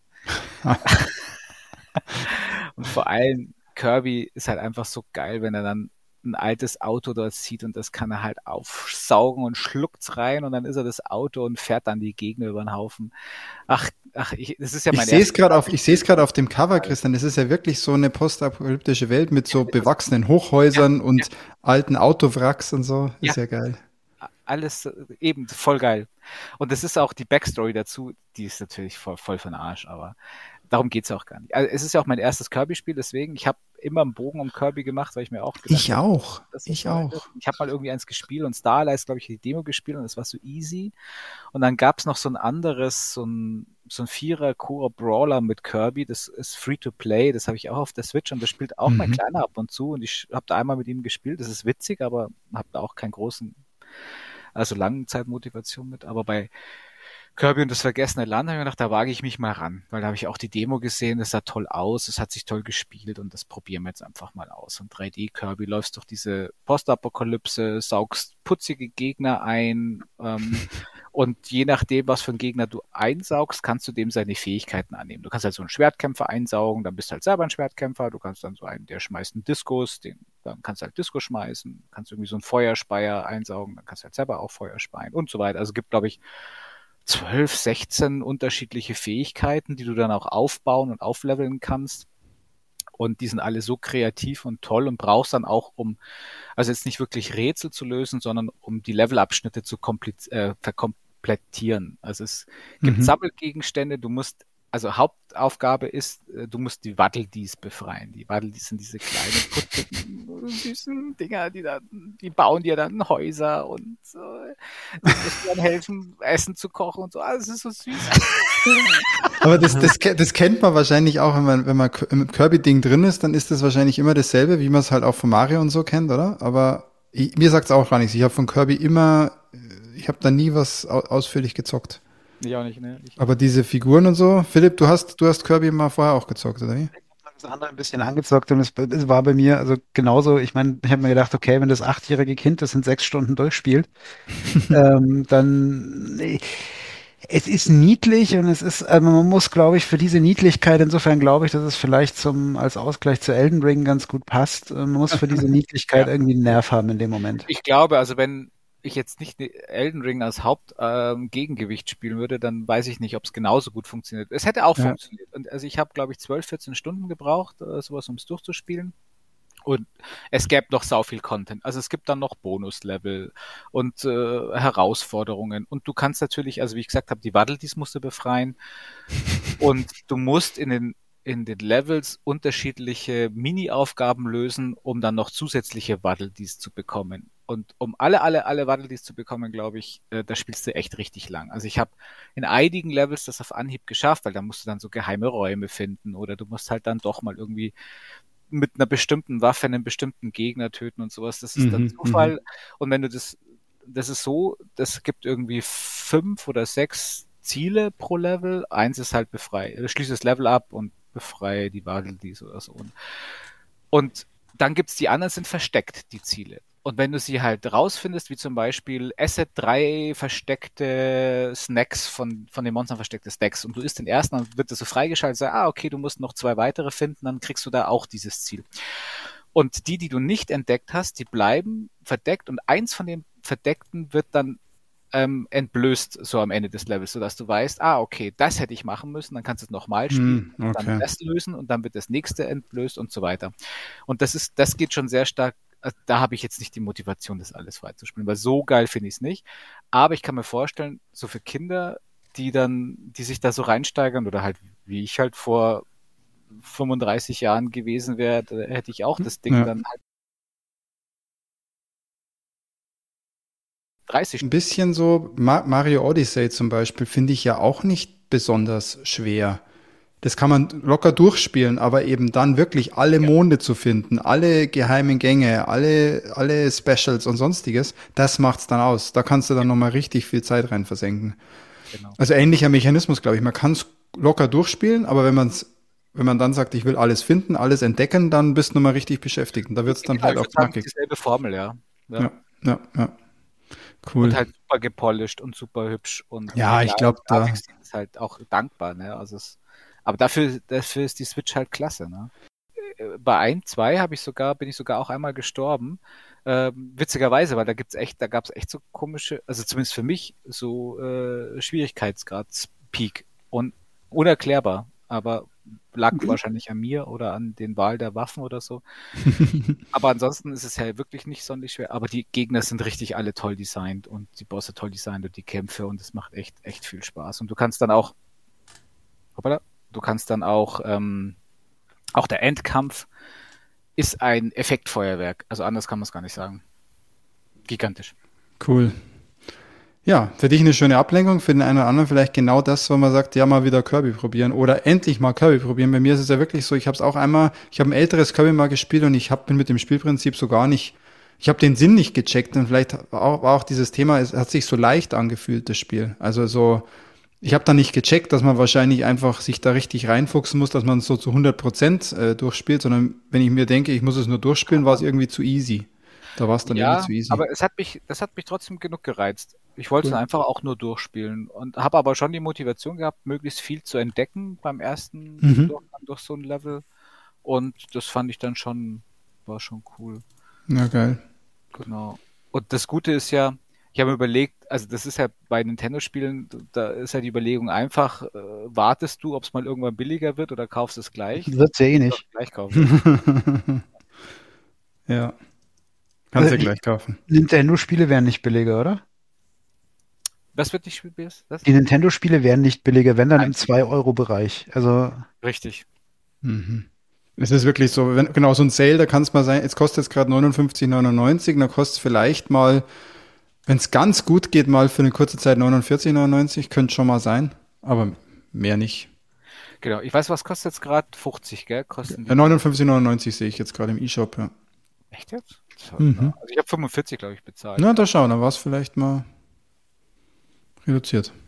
Speaker 2: Und vor allem Kirby ist halt einfach so geil, wenn er dann ein altes Auto dort sieht und das kann er halt aufsaugen und schluckt's rein und dann ist er das Auto und fährt dann die Gegner über den Haufen. Das ist ja mein
Speaker 3: Ich sehe es gerade auf dem Cover, Christian. Das ist ja wirklich so eine postapokalyptische Welt mit so bewachsenen Hochhäusern und alten Autowracks und so. Ist ja geil.
Speaker 2: Alles eben voll geil. Und das ist auch die Backstory dazu, die ist natürlich voll für den Arsch, aber darum geht's auch gar nicht. Also es ist ja auch mein erstes Kirby-Spiel, deswegen, ich habe immer einen Bogen um Kirby gemacht, weil ich mir auch gedacht
Speaker 3: habe. Ich auch.
Speaker 2: Ich habe mal irgendwie eins gespielt und Starlight, glaube ich, die Demo gespielt und es war so easy. Und dann gab's noch so ein anderes, so ein Vierer-Koop-Brawler mit Kirby, das ist Free-to-Play, das habe ich auch auf der Switch und das spielt auch mein Kleiner ab und zu und ich habe da einmal mit ihm gespielt, das ist witzig, aber habe da auch keinen Langzeitmotivation mit, aber bei Kirby und das vergessene Land habe ich mir gedacht, da wage ich mich mal ran, weil da habe ich auch die Demo gesehen, das sah toll aus, es hat sich toll gespielt und das probieren wir jetzt einfach mal aus. Und 3D-Kirby läufst durch diese Postapokalypse, saugst putzige Gegner ein und je nachdem, was für einen Gegner du einsaugst, kannst du dem seine Fähigkeiten annehmen. Du kannst halt so einen Schwertkämpfer einsaugen, dann bist du halt selber ein Schwertkämpfer, du kannst dann so einen, der schmeißt einen Diskus, dann kannst du halt Diskus schmeißen, kannst irgendwie so einen Feuerspeier einsaugen, dann kannst du halt selber auch Feuer speien und so weiter. Also es gibt, glaube ich, 12, 16 unterschiedliche Fähigkeiten, die du dann auch aufbauen und aufleveln kannst. Und die sind alle so kreativ und toll und brauchst dann auch, also jetzt nicht wirklich Rätsel zu lösen, sondern um die Levelabschnitte zu verkomplettieren. Also es gibt Sammelgegenstände, du musst also Hauptaufgabe ist, du musst die Waddle-Dees befreien. Die Waddle-Dees sind diese kleinen, putzigen, süßen Dinger, die bauen dir dann Häuser und du musst dann helfen, Essen zu kochen und so. Also es ist so süß.
Speaker 3: Aber das kennt man wahrscheinlich auch, wenn man im Kirby-Ding drin ist, dann ist das wahrscheinlich immer dasselbe, wie man es halt auch von Mario und so kennt, oder? Aber mir sagt es auch gar nichts. Ich habe von Kirby ich habe da nie was ausführlich gezockt.
Speaker 2: Ich auch nicht, ne?
Speaker 3: Aber diese Figuren und so, Philipp, du hast Kirby mal vorher auch gezockt, oder wie?
Speaker 1: Das andere ein bisschen angezockt und es war bei mir also genauso. Ich meine, ich habe mir gedacht, okay, wenn das 8-jährige Kind das in 6 Stunden durchspielt, dann es ist niedlich und man muss, glaube ich, für diese Niedlichkeit, insofern glaube ich, dass es vielleicht als Ausgleich zu Elden Ring ganz gut passt. Man muss für diese Niedlichkeit
Speaker 2: Ja.
Speaker 1: irgendwie einen Nerv haben in dem Moment.
Speaker 2: Ich glaube, also wenn ich jetzt nicht Elden Ring als Hauptgegengewicht spielen würde, dann weiß ich nicht, ob es genauso gut funktioniert. Es hätte auch funktioniert. Und also ich habe, glaube ich, 12, 14 Stunden gebraucht, sowas, um es durchzuspielen. Und es gäbe noch sau viel Content. Also es gibt dann noch Bonuslevel und Herausforderungen. Und du kannst natürlich, also wie ich gesagt habe, die Waddle-Dees musst du befreien. Und du musst in den Levels unterschiedliche Mini-Aufgaben lösen, um dann noch zusätzliche Waddle-Dees zu bekommen. Und um alle Waddle-Dees zu bekommen, glaube ich, da spielst du echt richtig lang. Also ich habe in einigen Levels das auf Anhieb geschafft, weil da musst du dann so geheime Räume finden oder du musst halt dann doch mal irgendwie mit einer bestimmten Waffe einen bestimmten Gegner töten und sowas. Das ist dann Zufall. Und wenn du das ist so, das gibt irgendwie 5 oder 6 Ziele pro Level. Eins ist halt schließe das Level ab und befreie die Waddle-Dees oder so. Und dann gibt's die anderen, sind versteckt, die Ziele. Und wenn du sie halt rausfindest, wie zum Beispiel esse 3 versteckte Snacks von den Monstern versteckte Snacks und du isst den ersten, dann wird das so freigeschaltet, okay, du musst noch 2 weitere finden, dann kriegst du da auch dieses Ziel. Und die du nicht entdeckt hast, die bleiben verdeckt und eins von den Verdeckten wird dann entblößt so am Ende des Levels, sodass du weißt, okay, das hätte ich machen müssen, dann kannst du es nochmal spielen, dann das lösen und dann wird das nächste entblößt und so weiter. Und das geht schon sehr stark. Da habe ich jetzt nicht die Motivation, das alles freizuspielen, weil so geil finde ich es nicht. Aber ich kann mir vorstellen, so für Kinder, die sich da so reinsteigern oder halt, wie ich halt vor 35 Jahren gewesen wäre, da hätte ich auch das Ding dann halt 30.
Speaker 3: Ein bisschen so, Mario Odyssey zum Beispiel, finde ich ja auch nicht besonders schwer. Das kann man locker durchspielen, aber eben dann wirklich alle Monde zu finden, alle geheimen Gänge, alle Specials und sonstiges, das macht's dann aus. Da kannst du dann nochmal richtig viel Zeit rein versenken. Genau. Also ähnlicher Mechanismus, glaube ich. Man kann es locker durchspielen, aber wenn man dann sagt, ich will alles finden, alles entdecken, dann bist du nochmal richtig beschäftigt. Und da wird's dann halt auch knackig.
Speaker 2: Dieselbe Formel, ja.
Speaker 3: Ja. Cool.
Speaker 2: Und halt super gepolished und super hübsch. Und
Speaker 3: ja, ich glaube, da
Speaker 2: ist halt auch dankbar, ne? Also aber dafür ist die Switch halt klasse, ne? Bei 1, 2 bin ich sogar auch einmal gestorben. Witzigerweise, weil da gab's echt so komische, also zumindest für mich, so Schwierigkeitsgrads-Peak und unerklärbar, aber lag wahrscheinlich an mir oder an den Wahl der Waffen oder so. Aber ansonsten ist es ja wirklich nicht sonderlich schwer. Aber die Gegner sind richtig alle toll designt und die Bosse toll designt und die Kämpfe und es macht echt, echt viel Spaß. Und du kannst dann auch auch der Endkampf ist ein Effektfeuerwerk. Also anders kann man es gar nicht sagen. Gigantisch.
Speaker 3: Cool. Ja, für dich eine schöne Ablenkung, für den einen oder anderen vielleicht genau das, wo man sagt, ja, mal wieder Kirby probieren oder endlich mal Kirby probieren. Bei mir ist es ja wirklich so, ich habe ein älteres Kirby mal gespielt und bin mit dem Spielprinzip so gar nicht, ich habe den Sinn nicht gecheckt und vielleicht war auch dieses Thema, es hat sich so leicht angefühlt, das Spiel. Also so, ich habe da nicht gecheckt, dass man wahrscheinlich einfach sich da richtig reinfuchsen muss, dass man es so zu 100% durchspielt, sondern wenn ich mir denke, ich muss es nur durchspielen, war es irgendwie zu easy. Da war es dann irgendwie zu easy.
Speaker 2: Aber das hat mich trotzdem genug gereizt. Ich wollte es einfach auch nur durchspielen und habe aber schon die Motivation gehabt, möglichst viel zu entdecken beim ersten Durchgang durch so ein Level. Und das fand ich dann war schon cool.
Speaker 3: Na geil.
Speaker 2: Genau. Und das Gute ist ja, ich habe mir überlegt, also das ist ja bei Nintendo-Spielen, da ist ja die Überlegung einfach, wartest du, ob es mal irgendwann billiger wird oder kaufst es gleich?
Speaker 1: Wird's ja eh nicht.
Speaker 2: Gleich kaufen.
Speaker 3: Ja. Kannst du gleich kaufen.
Speaker 1: Nintendo-Spiele wären nicht billiger, oder?
Speaker 2: Was wird nicht billiger?
Speaker 1: Die Nintendo-Spiele wären nicht billiger, wenn dann im 2-Euro-Bereich. Also
Speaker 2: Richtig.
Speaker 3: Mhm. Es ist wirklich so, genau, so ein Sale, da kann es mal sein, es kostet jetzt gerade 59,99, dann kostet es vielleicht mal, wenn es ganz gut geht, mal für eine kurze Zeit 49,99, könnte schon mal sein, aber mehr nicht.
Speaker 2: Genau. Ich weiß, was kostet jetzt gerade? 50, gell? Kosten die.
Speaker 3: 59,99 sehe ich jetzt gerade im E-Shop, ja.
Speaker 2: Echt jetzt?
Speaker 3: Mhm.
Speaker 2: Also ich habe 45, glaube ich, bezahlt.
Speaker 3: Na, da schauen, dann war es vielleicht mal reduziert.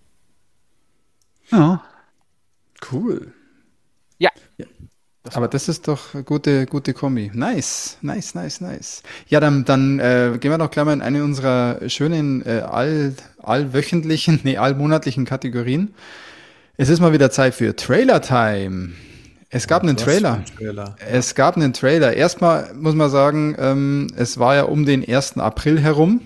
Speaker 1: ja.
Speaker 3: Cool.
Speaker 2: Ja.
Speaker 3: Aber das ist doch eine gute Kombi. Nice. Ja, dann gehen wir doch gleich mal in eine unserer schönen allmonatlichen Kategorien. Es ist mal wieder Zeit für Trailer Time. Es gab einen Trailer. Es gab einen Trailer. Erstmal muss man sagen, es war ja um den 1. April herum.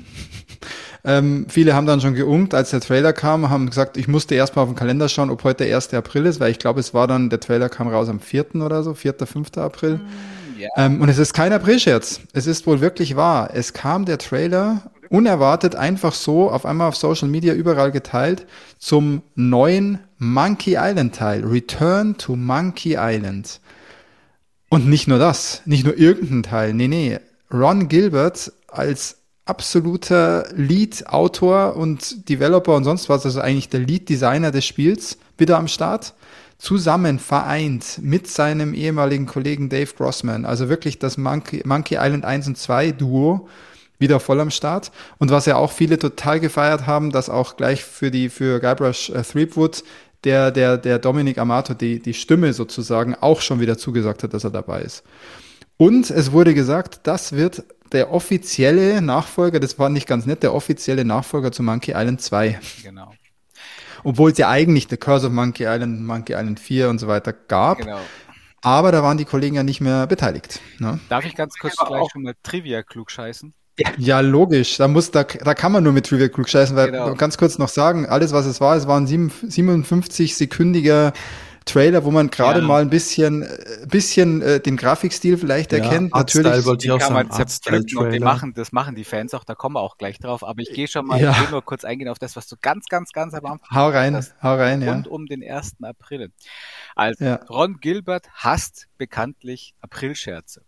Speaker 3: Viele haben dann schon geungt, als der Trailer kam, haben gesagt, ich musste erstmal auf den Kalender schauen, ob heute der 1. April ist, weil ich glaube, es war dann, der Trailer kam raus am 4. oder so, 4., 5. April.
Speaker 2: Ja.
Speaker 3: Und es ist kein Aprilscherz. Es ist wohl wirklich wahr. Es kam der Trailer unerwartet einfach so, auf einmal auf Social Media überall geteilt, zum neuen Monkey Island Teil. Return to Monkey Island. Und nicht nur das, nicht nur irgendein Teil, nee. Ron Gilbert als absoluter Lead-Autor und Developer und sonst was, also eigentlich der Lead-Designer des Spiels, wieder am Start, zusammen vereint mit seinem ehemaligen Kollegen Dave Grossman, also wirklich das Monkey Island 1 und 2 Duo, wieder voll am Start. Und was ja auch viele total gefeiert haben, dass auch gleich für Guybrush Threepwood der Dominic Amato, die Stimme sozusagen, auch schon wieder zugesagt hat, dass er dabei ist. Und es wurde gesagt, das wird der offizielle Nachfolger, das war nicht ganz nett, der offizielle Nachfolger zu Monkey Island 2.
Speaker 2: Genau.
Speaker 3: Obwohl es ja eigentlich The Curse of Monkey Island 4 und so weiter gab.
Speaker 2: Genau.
Speaker 3: Aber da waren die Kollegen ja nicht mehr beteiligt. Ne?
Speaker 2: Darf ich ganz kurz gleich schon mal Trivia klugscheißen?
Speaker 3: Ja, logisch. Da kann man nur mit Trivia klugscheißen, weil
Speaker 2: Genau.
Speaker 3: ganz kurz noch sagen, alles was es war ein 57-sekündiger Trailer, wo man gerade mal ein bisschen den Grafikstil vielleicht erkennt.
Speaker 4: Natürlich. Wollte ich auch
Speaker 2: kann man
Speaker 4: sagen,
Speaker 2: zerpflücken und das machen die Fans auch, da kommen wir auch gleich drauf. Aber ich gehe schon mal, ich will nur kurz eingehen auf das, was du ganz am Anfang
Speaker 3: Hau rein,
Speaker 2: rund um den 1. April. Also Ron Gilbert hasst bekanntlich Aprilscherze.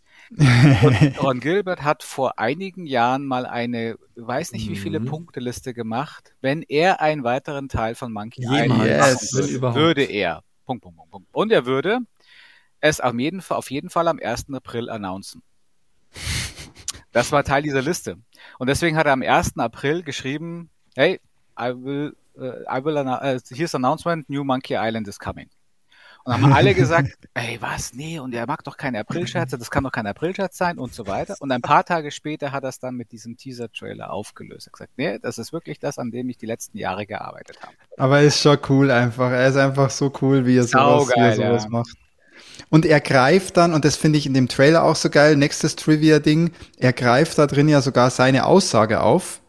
Speaker 2: Und Ron Gilbert hat vor einigen Jahren mal eine, weiß nicht wie viele Punkteliste gemacht, wenn er einen weiteren Teil von Monkey Island machen würde er. Punkt. Und er würde es auf jeden Fall am 1. April announcen. Das war Teil dieser Liste. Und deswegen hat er am 1. April geschrieben, hey, here's announcement, New Monkey Island is coming. Und haben alle gesagt, ey, was? Nee, und er mag doch keine Aprilscherze, das kann doch kein Aprilscherz sein und so weiter. Und ein paar Tage später hat er es dann mit diesem Teaser-Trailer aufgelöst. Er hat gesagt, nee, das ist wirklich das, an dem ich die letzten Jahre gearbeitet habe.
Speaker 3: Aber er ist schon cool einfach. Er ist einfach so cool, wie er sowas macht. Und er greift dann, und das finde ich in dem Trailer auch so geil, nächstes Trivia-Ding, er greift da drin ja sogar seine Aussage auf,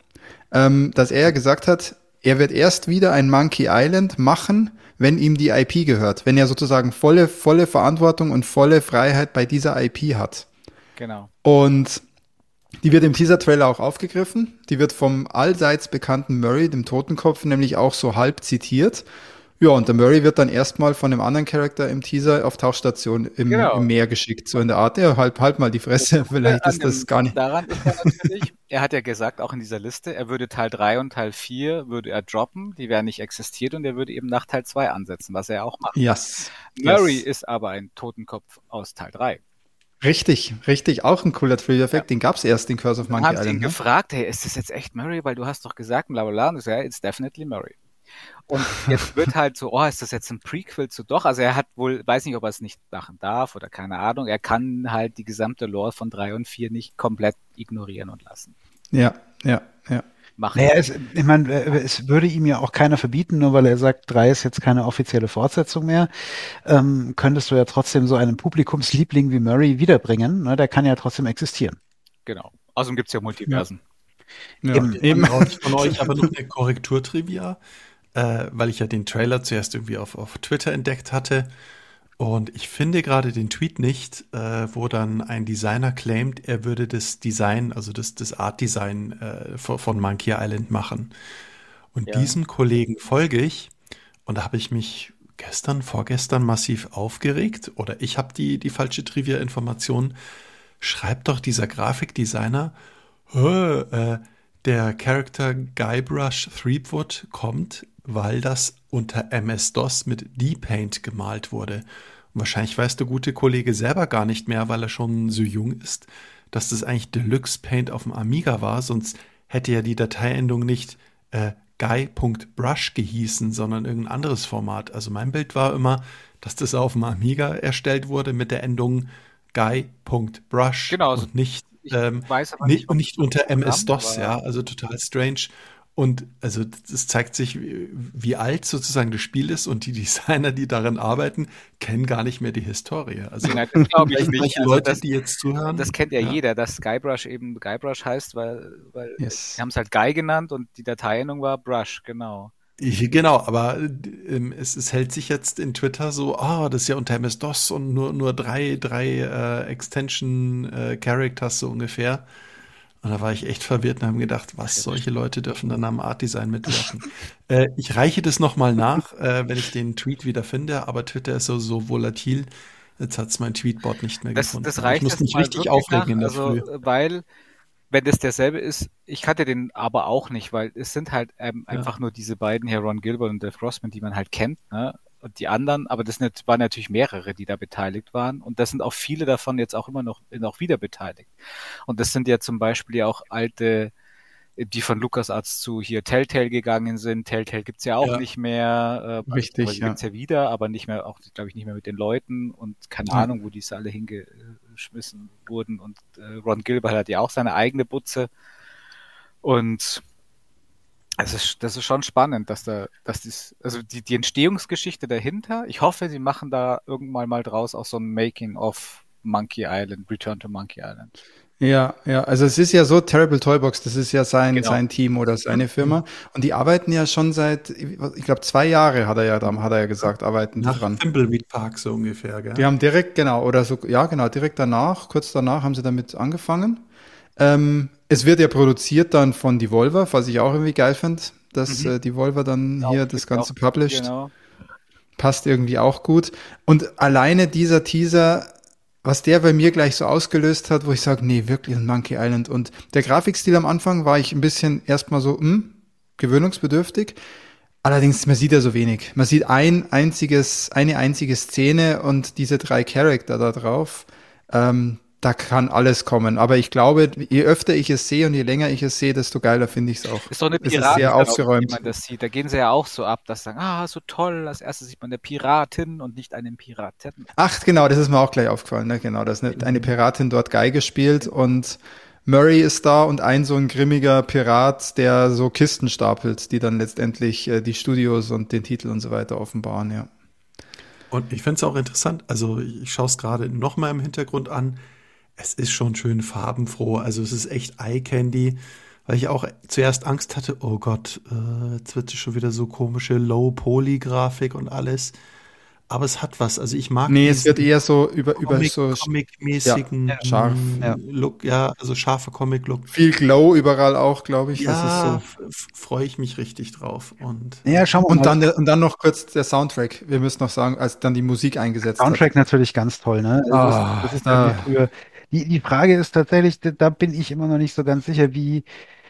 Speaker 3: dass er gesagt hat, er wird erst wieder ein Monkey Island machen, wenn ihm die IP gehört, wenn er sozusagen volle Verantwortung und volle Freiheit bei dieser IP hat.
Speaker 2: Genau.
Speaker 3: Und die wird im Teaser-Trailer auch aufgegriffen. Die wird vom allseits bekannten Murray, dem Totenkopf, nämlich auch so halb zitiert. Ja, und der Murray wird dann erstmal von einem anderen Charakter im Teaser auf Tauchstation im Meer geschickt. So in der Art, ja, halt mal die Fresse, vielleicht ist das gar nicht.
Speaker 2: Daran ist er natürlich, er hat ja gesagt, auch in dieser Liste, er würde Teil 3 und Teil 4 würde er droppen, die wären nicht existiert und er würde eben nach Teil 2 ansetzen, was er auch macht.
Speaker 3: Yes.
Speaker 2: Murray ist aber ein Totenkopf aus Teil 3.
Speaker 3: Richtig, auch ein cooler Trivia-Effekt, den gab's erst in Curse of Monkey Island.
Speaker 2: Haben sie ihn gefragt, hey, ist das jetzt echt Murray, weil du hast doch gesagt, blablabla, und ich so, ja, it's definitely Murray. Und jetzt wird halt so, ist das jetzt ein Prequel zu doch? Also er hat wohl, weiß nicht, ob er es nicht machen darf oder keine Ahnung, er kann halt die gesamte Lore von 3 und 4 nicht komplett ignorieren und lassen.
Speaker 3: Ja.
Speaker 2: Machen.
Speaker 1: Naja, ich meine, es würde ihm ja auch keiner verbieten, nur weil er sagt, 3 ist jetzt keine offizielle Fortsetzung mehr, könntest du ja trotzdem so einen Publikumsliebling wie Murray wiederbringen, ne? Der kann ja trotzdem existieren.
Speaker 2: Genau. Außerdem gibt's ja Multiversen.
Speaker 3: Ja.
Speaker 4: Eben. Von euch aber noch eine Korrektur-Trivia, weil ich ja den Trailer zuerst irgendwie auf Twitter entdeckt hatte. Und ich finde gerade den Tweet nicht, wo dann ein Designer claimt, er würde das Design, also das Art-Design von Monkey Island machen. Und diesem Kollegen folge ich und da habe ich mich vorgestern massiv aufgeregt oder ich habe die falsche Trivia-Information. Schreibt doch dieser Grafikdesigner, der Charakter Guybrush Threepwood kommt, weil das unter MS-DOS mit D-Paint gemalt wurde. Und wahrscheinlich weiß der gute Kollege selber gar nicht mehr, weil er schon so jung ist, dass das eigentlich Deluxe Paint auf dem Amiga war, sonst hätte ja die Dateiendung nicht guy.brush gehießen, sondern irgendein anderes Format. Also mein Bild war immer, dass das auf dem Amiga erstellt wurde mit der Endung guy.brush
Speaker 2: Genau,
Speaker 4: und nicht,
Speaker 2: weiß aber nicht,
Speaker 4: und nicht unter
Speaker 2: Programm
Speaker 4: MS-DOS,
Speaker 2: war.
Speaker 4: ja, also total strange. Und also das zeigt sich, wie alt sozusagen das Spiel ist und die Designer, die daran arbeiten, kennen gar nicht mehr die Historie. Also
Speaker 2: Nein, das glaube ich
Speaker 4: vielleicht
Speaker 2: nicht.
Speaker 4: manche
Speaker 2: Also
Speaker 4: Leute,
Speaker 2: das,
Speaker 4: die jetzt zuhören.
Speaker 2: das kennt ja
Speaker 4: ja.
Speaker 2: jeder, dass Guybrush eben Guybrush heißt, weil
Speaker 3: Yes.
Speaker 2: sie haben es halt Guy genannt und die Dateiendung war Brush, genau.
Speaker 4: Genau, aber es hält sich jetzt in Twitter so, das ist ja unter MS-DOS und nur drei Extension Characters so ungefähr. Und da war ich echt verwirrt und habe gedacht, was, solche Leute dürfen dann am Art Design mitwirken. Ich reiche das nochmal nach, wenn ich den Tweet wieder finde, aber Twitter ist so volatil. Jetzt hat es mein Tweetbot nicht mehr gefunden.
Speaker 2: Das reicht
Speaker 4: ich muss
Speaker 2: jetzt
Speaker 4: mich
Speaker 2: mal
Speaker 4: richtig
Speaker 2: wirklich
Speaker 4: aufregen in der
Speaker 2: also,
Speaker 4: Früh.
Speaker 2: weil, wenn das derselbe ist, ich kannte den aber auch nicht, weil es sind halt einfach nur diese beiden hier, Ron Gilbert und Dave Grossman, die man halt kennt, ne? Und die anderen, aber waren natürlich mehrere, die da beteiligt waren. Und das sind auch viele davon jetzt auch immer noch wieder beteiligt. Und das sind ja zum Beispiel ja auch alte, die von LucasArts zu hier Telltale gegangen sind. Telltale gibt's ja auch
Speaker 4: Ja.
Speaker 2: nicht mehr.
Speaker 3: Richtig, ja.
Speaker 2: Gibt's ja wieder, aber nicht mehr, auch, glaube ich, nicht mehr mit den Leuten. Und keine Ahnung, wo die alle hingeschmissen wurden. Und Ron Gilbert hat ja auch seine eigene Butze. Und das ist schon spannend, also die Entstehungsgeschichte dahinter. Ich hoffe, sie machen da irgendwann mal draus auch so ein Making of Monkey Island, Return to Monkey Island.
Speaker 3: Ja, also es ist ja so, Terrible Toybox, das ist ja
Speaker 2: Genau.
Speaker 3: sein Team oder seine Firma. Und die arbeiten ja schon seit, ich glaube, 2 Jahre hat er ja gesagt, arbeiten die
Speaker 4: Nach
Speaker 3: dran.
Speaker 4: Thimbleweed Park so ungefähr, gell?
Speaker 3: Die haben direkt, direkt danach, kurz danach haben sie damit angefangen. Es wird ja produziert dann von Devolver, was ich auch irgendwie geil finde, dass Devolver dann hier das Ganze published.
Speaker 2: Genau.
Speaker 3: Passt irgendwie auch gut. Und alleine dieser Teaser, was der bei mir gleich so ausgelöst hat, wo ich sage, nee, wirklich ein Monkey Island. Und der Grafikstil am Anfang war ich ein bisschen erstmal so, gewöhnungsbedürftig. Allerdings, man sieht ja so wenig. Man sieht eine einzige Szene und diese 3 Charakter da drauf. Da kann alles kommen. Aber ich glaube, je öfter ich es sehe und je länger ich es sehe, desto geiler finde ich es auch.
Speaker 2: Ist doch eine
Speaker 3: Es ist
Speaker 2: Piratin,
Speaker 3: sehr aufgeräumt.
Speaker 2: wie man das sieht. Da gehen sie ja auch so ab, dass sie sagen, so toll, als erstes sieht man eine Piratin und nicht einen Piraten.
Speaker 3: Ach, genau, das ist mir auch gleich aufgefallen. Ne? Genau, da ist eine Piratin dort Geige spielt und Murray ist da und ein so ein grimmiger Pirat, der so Kisten stapelt, die dann letztendlich die Studios und den Titel und so weiter offenbaren, ja.
Speaker 4: Und ich finde es auch interessant, also ich schaue es gerade noch mal im Hintergrund an. Es ist schon schön farbenfroh, also es ist echt Eye-Candy, weil ich auch zuerst Angst hatte, oh Gott, jetzt wird es schon wieder so komische Low-Poly-Grafik und alles. Aber es hat was, also ich mag
Speaker 3: Nee, es wird eher so über so
Speaker 4: Comic-mäßigen
Speaker 3: scharf,
Speaker 4: Look, ja, also scharfer Comic-Look.
Speaker 3: Viel Glow überall auch, glaube ich.
Speaker 4: Ja,
Speaker 3: das ist so.
Speaker 4: freue ich mich richtig drauf. Und
Speaker 1: Ja, schauen wir mal.
Speaker 3: Und dann noch kurz der Soundtrack. Wir müssen noch sagen, als dann die Musik eingesetzt
Speaker 1: Soundtrack natürlich ganz toll, ne? Also das ist ja wie früher. Die Frage ist tatsächlich, da bin ich immer noch nicht so ganz sicher, wie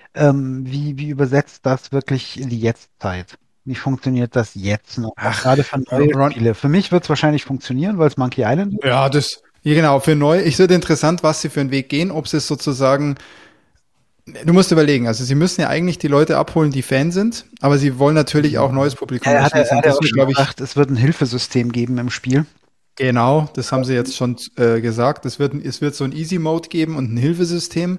Speaker 1: übersetzt das wirklich in die Jetztzeit? Wie funktioniert das jetzt noch? Gerade für neue Spiele. Für mich wird es wahrscheinlich funktionieren, weil es Monkey Island ist.
Speaker 3: Ja, genau, für neu. Ich würde interessant, was sie für einen Weg gehen, ob sie es sozusagen. Du musst überlegen, also sie müssen ja eigentlich die Leute abholen, die Fan sind, aber sie wollen natürlich auch neues Publikum
Speaker 1: erschließen. Er hat auch schon gesagt, es wird ein Hilfesystem geben im Spiel.
Speaker 3: Genau, das haben sie jetzt schon gesagt. Es wird so ein Easy Mode geben und ein Hilfesystem.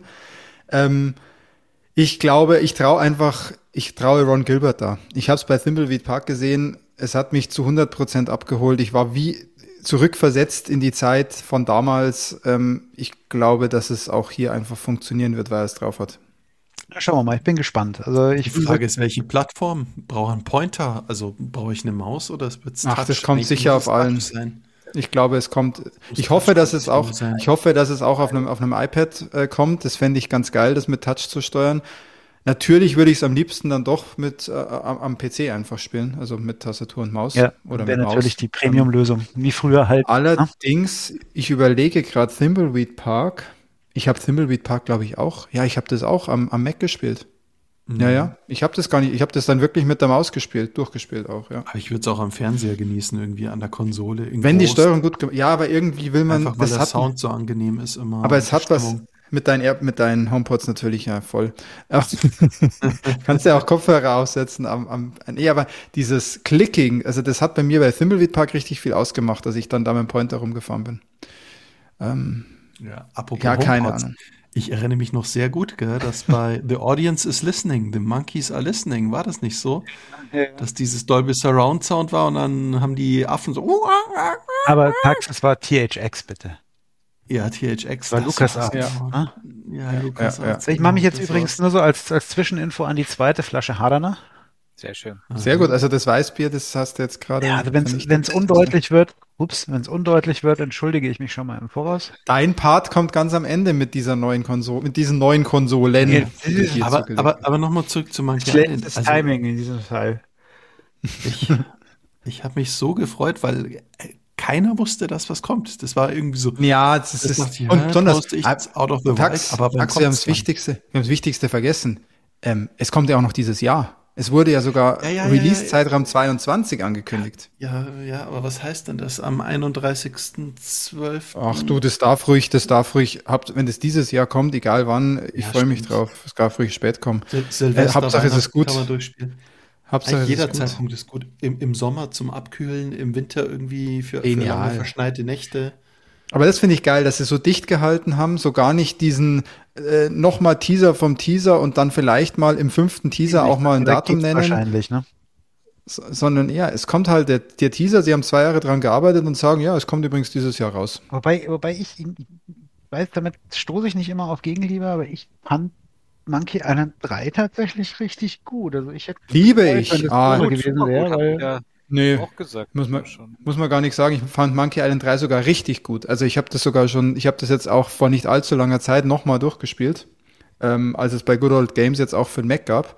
Speaker 3: Ich glaube, ich traue Ron Gilbert da. Ich habe es bei Thimbleweed Park gesehen. Es hat mich zu 100% abgeholt. Ich war wie zurückversetzt in die Zeit von damals. Ich glaube, dass es auch hier einfach funktionieren wird, weil er es drauf hat.
Speaker 1: Schauen wir mal, ich bin gespannt. Also
Speaker 4: die Frage ist, welche Plattform? Brauche ich einen Pointer? Also brauche ich eine Maus oder es wird
Speaker 3: Ach, das kommt sicher auf allen.
Speaker 4: Sein.
Speaker 3: Ich glaube, es kommt. Ich hoffe, dass es auch auf einem iPad kommt. Das fände ich ganz geil, das mit Touch zu steuern. Natürlich würde ich es am liebsten dann doch mit am PC einfach spielen, also mit Tastatur und Maus
Speaker 1: Ja,
Speaker 3: oder
Speaker 1: wäre
Speaker 3: mit
Speaker 1: natürlich
Speaker 3: Maus.
Speaker 1: die Premium-Lösung, wie früher halt. Ne?
Speaker 3: Allerdings, ich überlege gerade Thimbleweed Park. Ich habe Thimbleweed Park, glaube ich, auch. Ja, ich habe das auch am Mac gespielt. Ja, ja. Ich habe das gar nicht. Ich habe das dann wirklich mit der Maus gespielt, durchgespielt auch, ja.
Speaker 4: Aber ich würde es auch am Fernseher genießen, irgendwie an der Konsole.
Speaker 3: Wenn die Steuerung gut gemacht. Ja, aber irgendwie will man.
Speaker 4: Einfach weil der Sound so angenehm ist immer.
Speaker 3: Aber es hat was
Speaker 4: Stimmung.
Speaker 3: mit deinen HomePods natürlich ja voll. Ach, kannst ja auch Kopfhörer aufsetzen nee, aber dieses Clicking, also das hat bei mir bei Thimbleweed Park richtig viel ausgemacht, dass ich dann da mit dem Pointer rumgefahren bin.
Speaker 4: Ja, apropos
Speaker 3: Ja, keine
Speaker 4: HomePods.
Speaker 3: Ahnung.
Speaker 4: Ich erinnere mich noch sehr gut, gell, dass bei The Audience is Listening, The Monkeys are Listening, war das nicht so? Dass dieses Dolby Surround Sound war und dann haben die Affen so.
Speaker 1: Aber Tax, es war THX, bitte.
Speaker 4: Ja, THX.
Speaker 1: War
Speaker 4: das
Speaker 1: LucasArts.
Speaker 4: war's,
Speaker 1: Ja.
Speaker 4: genau. Ja, LucasArts.
Speaker 1: Ich mache mich jetzt
Speaker 4: genau, das
Speaker 1: übrigens nur so als Zwischeninfo an die zweite Flasche Hardener.
Speaker 2: Sehr schön.
Speaker 3: Sehr gut, also das Weißbier, das hast du jetzt gerade.
Speaker 1: Ja, also wenn es undeutlich wird, entschuldige ich mich schon mal im Voraus.
Speaker 3: Dein Part kommt ganz am Ende mit dieser neuen Konsole, mit diesen neuen Konsolen.
Speaker 1: Ja,
Speaker 3: die du hier zugelegt hast.
Speaker 4: Aber nochmal zurück zu Monkey Island.
Speaker 1: Schlechtes Timing in diesem Fall.
Speaker 4: Ich habe mich so gefreut, weil keiner wusste, dass was kommt. Das war irgendwie so.
Speaker 3: Ja, das ist
Speaker 4: dachte ich,
Speaker 3: und besonders
Speaker 4: poste ich jetzt out of the
Speaker 3: Tax,
Speaker 4: wild, aber wann
Speaker 3: Tax, wir haben
Speaker 4: kommt's
Speaker 3: das Wichtigste vergessen. Es kommt ja auch noch dieses Jahr. Es wurde ja sogar
Speaker 4: Ja,
Speaker 3: Release-Zeitraum 22 angekündigt.
Speaker 4: Ja, aber was heißt denn das am 31.12.?
Speaker 3: Ach du, das darf ruhig, wenn das dieses Jahr kommt, egal wann, ich freue mich
Speaker 4: stimmt.
Speaker 3: drauf. Es darf ruhig spät kommen.
Speaker 4: Silvester,
Speaker 3: Hauptsache es ist gut.
Speaker 4: Kann man durchspielen.
Speaker 3: Hauptsache es
Speaker 4: Jeder
Speaker 3: ist gut.
Speaker 4: Zeitpunkt ist gut. Im Sommer zum Abkühlen, im Winter irgendwie für
Speaker 3: Genial.
Speaker 4: lange verschneite Nächte.
Speaker 3: Aber das finde ich geil, dass sie so dicht gehalten haben, so gar nicht diesen nochmal Teaser vom Teaser und dann vielleicht mal im 5. Teaser auch mal ein Datum nennen.
Speaker 1: Wahrscheinlich, ne?
Speaker 3: Sondern ja, es kommt halt der Teaser, sie haben 2 Jahre dran gearbeitet und sagen, ja, es kommt übrigens dieses Jahr raus.
Speaker 1: Wobei ich weiß, damit stoße ich nicht immer auf Gegenliebe, aber ich fand Monkey Island 3 tatsächlich richtig gut. Also ich hätte
Speaker 3: Liebe
Speaker 1: gefreut,
Speaker 3: ich.
Speaker 1: wenn das
Speaker 3: Ah,
Speaker 1: cooler
Speaker 2: Gut,
Speaker 1: gewesen
Speaker 2: super
Speaker 1: wäre,
Speaker 2: gut,
Speaker 1: weil
Speaker 2: habt ihr
Speaker 3: Nö,
Speaker 2: auch gesagt.
Speaker 3: muss man,
Speaker 2: schon.
Speaker 3: muss man gar nicht sagen. Ich fand Monkey Island 3 sogar richtig gut. Also ich habe das jetzt auch vor nicht allzu langer Zeit nochmal durchgespielt, als es bei Good Old Games jetzt auch für den Mac gab.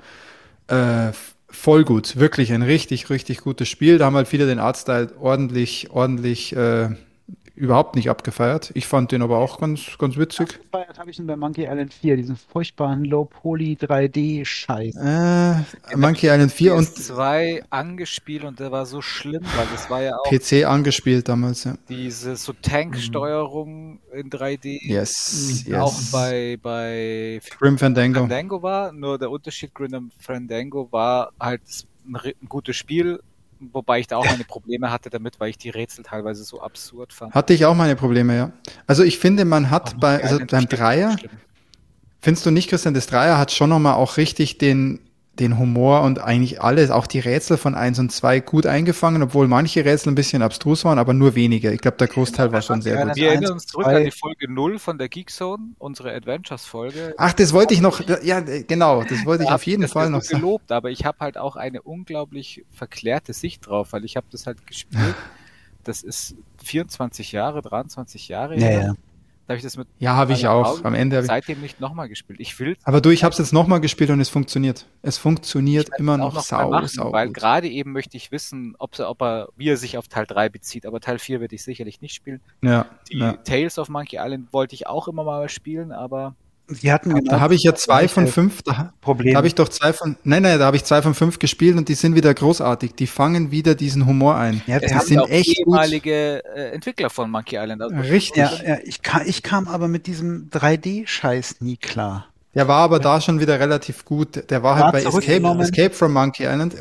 Speaker 3: Voll gut, wirklich ein richtig, richtig gutes Spiel. Da haben halt viele den Artstyle ordentlich überhaupt nicht abgefeiert. Ich fand den aber auch ganz, ganz witzig.
Speaker 1: abgefeiert habe ich ihn bei Monkey Island 4, diesen furchtbaren Low-Poly 3D-Scheiß.
Speaker 3: Monkey Island 4 und
Speaker 2: PS2 angespielt und der war so schlimm, weil das war ja auch
Speaker 3: PC angespielt damals, ja.
Speaker 2: diese so Tanksteuerung in 3D.
Speaker 3: Yes,
Speaker 2: Auch
Speaker 3: yes.
Speaker 2: bei
Speaker 3: Grim Fandango.
Speaker 2: Fandango war, nur der Unterschied Grim Fandango war halt ein gutes Spiel, wobei ich da auch meine Probleme hatte damit, weil ich die Rätsel teilweise so absurd fand.
Speaker 3: Hatte ich auch meine Probleme, ja. Also ich finde, man hat
Speaker 2: Auch
Speaker 3: beim
Speaker 2: Island bestimmt
Speaker 3: Dreier,
Speaker 2: schlimm.
Speaker 3: findest du nicht, Christian, das Dreier hat schon nochmal auch richtig den Humor und eigentlich alles, auch die Rätsel von 1 und 2 gut eingefangen, obwohl manche Rätsel ein bisschen abstrus waren, aber nur wenige. Ich glaube, der Großteil war schon sehr gut.
Speaker 2: Wir erinnern uns zurück an die
Speaker 1: 2.
Speaker 2: Folge 0 von der Geekzone, unsere Adventures-Folge.
Speaker 3: Ach, das wollte ich noch, ja, genau, das wollte ich
Speaker 2: Da
Speaker 3: auf jeden
Speaker 2: hab ich
Speaker 3: Fall
Speaker 2: das
Speaker 3: noch
Speaker 2: so
Speaker 3: sagen.
Speaker 2: gelobt, aber ich habe halt auch eine unglaublich verklärte Sicht drauf, weil ich habe das halt gespielt. Das ist 24 Jahre, 23 Jahre
Speaker 1: Ja,
Speaker 2: her.
Speaker 1: ja.
Speaker 2: Da habe ich das mit
Speaker 3: Ja, habe ich
Speaker 2: meiner
Speaker 3: auch.
Speaker 2: Frau
Speaker 3: Am Ende habe ich.
Speaker 2: seitdem nicht nochmal gespielt. Ich will
Speaker 3: Aber du, ich habe es jetzt nochmal gespielt und es funktioniert. Es funktioniert immer
Speaker 2: auch
Speaker 3: noch
Speaker 2: mal machen,
Speaker 3: sau
Speaker 2: weil
Speaker 3: gut.
Speaker 2: gerade eben möchte ich wissen, wie er sich auf Teil 3 bezieht. Aber Teil 4 werde ich sicherlich nicht spielen.
Speaker 3: Ja,
Speaker 2: Die
Speaker 3: ja.
Speaker 2: Tales of Monkey Island wollte ich auch immer mal spielen, aber
Speaker 1: Sie hatten genau
Speaker 3: Da habe ich ja
Speaker 1: das
Speaker 3: 2 von
Speaker 1: gleiche
Speaker 3: 5. Da
Speaker 1: Problem.
Speaker 3: habe ich doch 2 von. Nein, da habe ich 2 von 5 gespielt und die sind wieder großartig. Die fangen wieder diesen Humor ein.
Speaker 1: Ja,
Speaker 3: Die
Speaker 1: wir haben
Speaker 3: sind
Speaker 2: auch
Speaker 3: echt gut.
Speaker 2: ehemalige Entwickler von Monkey Island. Also
Speaker 3: Richtig.
Speaker 1: ja, ich kam aber mit diesem 3D-Scheiß nie klar.
Speaker 3: Der war aber da schon wieder relativ gut. Der war halt bei
Speaker 1: zurückgenommen.
Speaker 3: Escape from Monkey Island,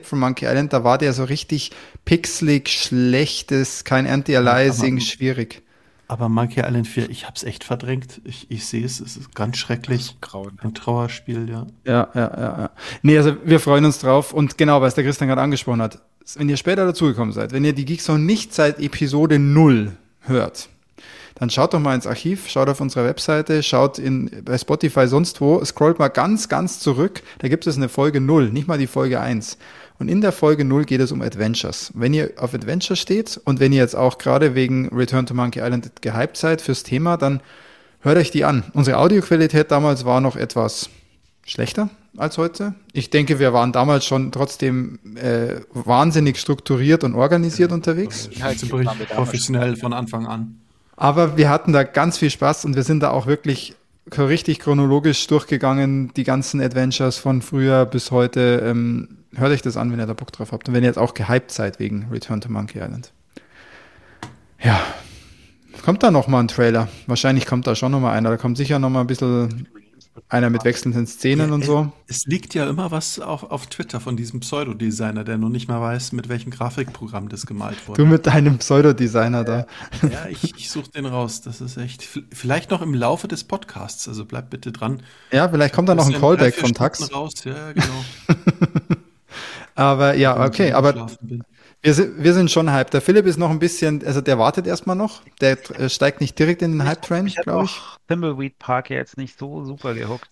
Speaker 3: da war der so richtig pixelig, schlechtes, kein Anti-Aliasing, schwierig.
Speaker 4: Aber Monkey Island 4, ich hab's echt verdrängt. Ich sehe es ist ganz schrecklich.
Speaker 2: grauen.
Speaker 4: Ein Trauerspiel, ja.
Speaker 3: Ja. Nee, also wir freuen uns drauf. Und genau, was der Christian gerade angesprochen hat, wenn ihr später dazugekommen seid, wenn ihr die Geekzone nicht seit Episode 0 hört, dann schaut doch mal ins Archiv, schaut auf unserer Webseite, schaut bei Spotify sonst wo, scrollt mal ganz, ganz zurück. Da gibt es eine Folge 0, nicht mal die Folge 1. Und in der Folge 0 geht es um Adventures. Wenn ihr auf Adventures steht und wenn ihr jetzt auch gerade wegen Return to Monkey Island gehypt seid fürs Thema, dann hört euch die an. Unsere Audioqualität damals war noch etwas schlechter als heute. Ich denke, wir waren damals schon trotzdem wahnsinnig strukturiert und organisiert unterwegs.
Speaker 4: Ziemlich professionell von Anfang an.
Speaker 3: Aber wir hatten da ganz viel Spaß und wir sind da auch wirklich richtig chronologisch durchgegangen, die ganzen Adventures von früher bis heute. Hört euch das an, wenn ihr da Bock drauf habt und wenn ihr jetzt auch gehypt seid wegen Return to Monkey Island. Ja, kommt da noch mal ein Trailer? Wahrscheinlich kommt da schon noch mal einer. Da kommt sicher noch mal ein bisschen einer mit wechselnden Szenen und so.
Speaker 4: Es liegt ja immer was auf Twitter von diesem Pseudodesigner, der noch nicht mal weiß, mit welchem Grafikprogramm das gemalt wurde.
Speaker 3: Du mit deinem Pseudodesigner da.
Speaker 4: Ja, ich suche den raus. Das ist echt. Vielleicht noch im Laufe des Podcasts. Also bleibt bitte dran.
Speaker 3: Ja, vielleicht kommt da noch ein Callback vom Tax.
Speaker 4: Raus. Ja, genau.
Speaker 3: Aber ja, okay. Aber wir sind schon hyped. Der Philipp ist noch ein bisschen, also der wartet erstmal noch. Der steigt nicht direkt in den Hype-Train, glaube ich.
Speaker 1: Thimbleweed Park ja jetzt nicht so super gehuckt.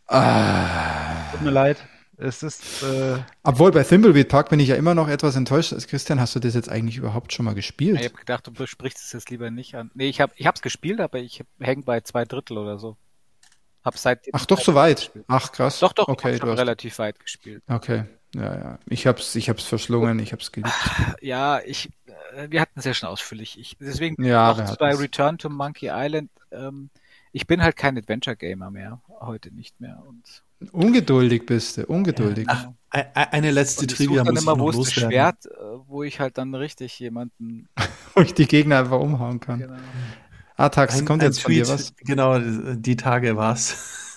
Speaker 1: Tut mir leid. Es ist.
Speaker 3: Obwohl bei Thimbleweed Park bin ich ja immer noch etwas enttäuscht. Christian, hast du das jetzt eigentlich überhaupt schon mal gespielt?
Speaker 2: Ich habe gedacht, du besprichst es jetzt lieber nicht an. Nee, ich hab's gespielt, aber ich hänge bei 2/3 oder so.
Speaker 3: Ach, doch so weit. Ach, krass.
Speaker 2: Doch,
Speaker 3: okay,
Speaker 2: ich habe relativ weit gespielt.
Speaker 3: Okay. Ja. Ich hab's verschlungen, ich hab's geliebt.
Speaker 2: Ja, wir hatten es ja schon ausführlich. Deswegen
Speaker 3: auch
Speaker 2: bei Return to Monkey Island, ich bin halt kein Adventure-Gamer mehr, heute nicht mehr. Und
Speaker 3: ungeduldig bist du, ungeduldig.
Speaker 2: Ja,
Speaker 4: eine letzte Trivia muss ich noch loswerden.
Speaker 2: Wo ist das Schwert, wo ich halt dann richtig jemanden...
Speaker 3: wo ich die Gegner einfach umhauen kann. Genau. Tax, kommt jetzt von dir was?
Speaker 4: Genau, die Tage war's.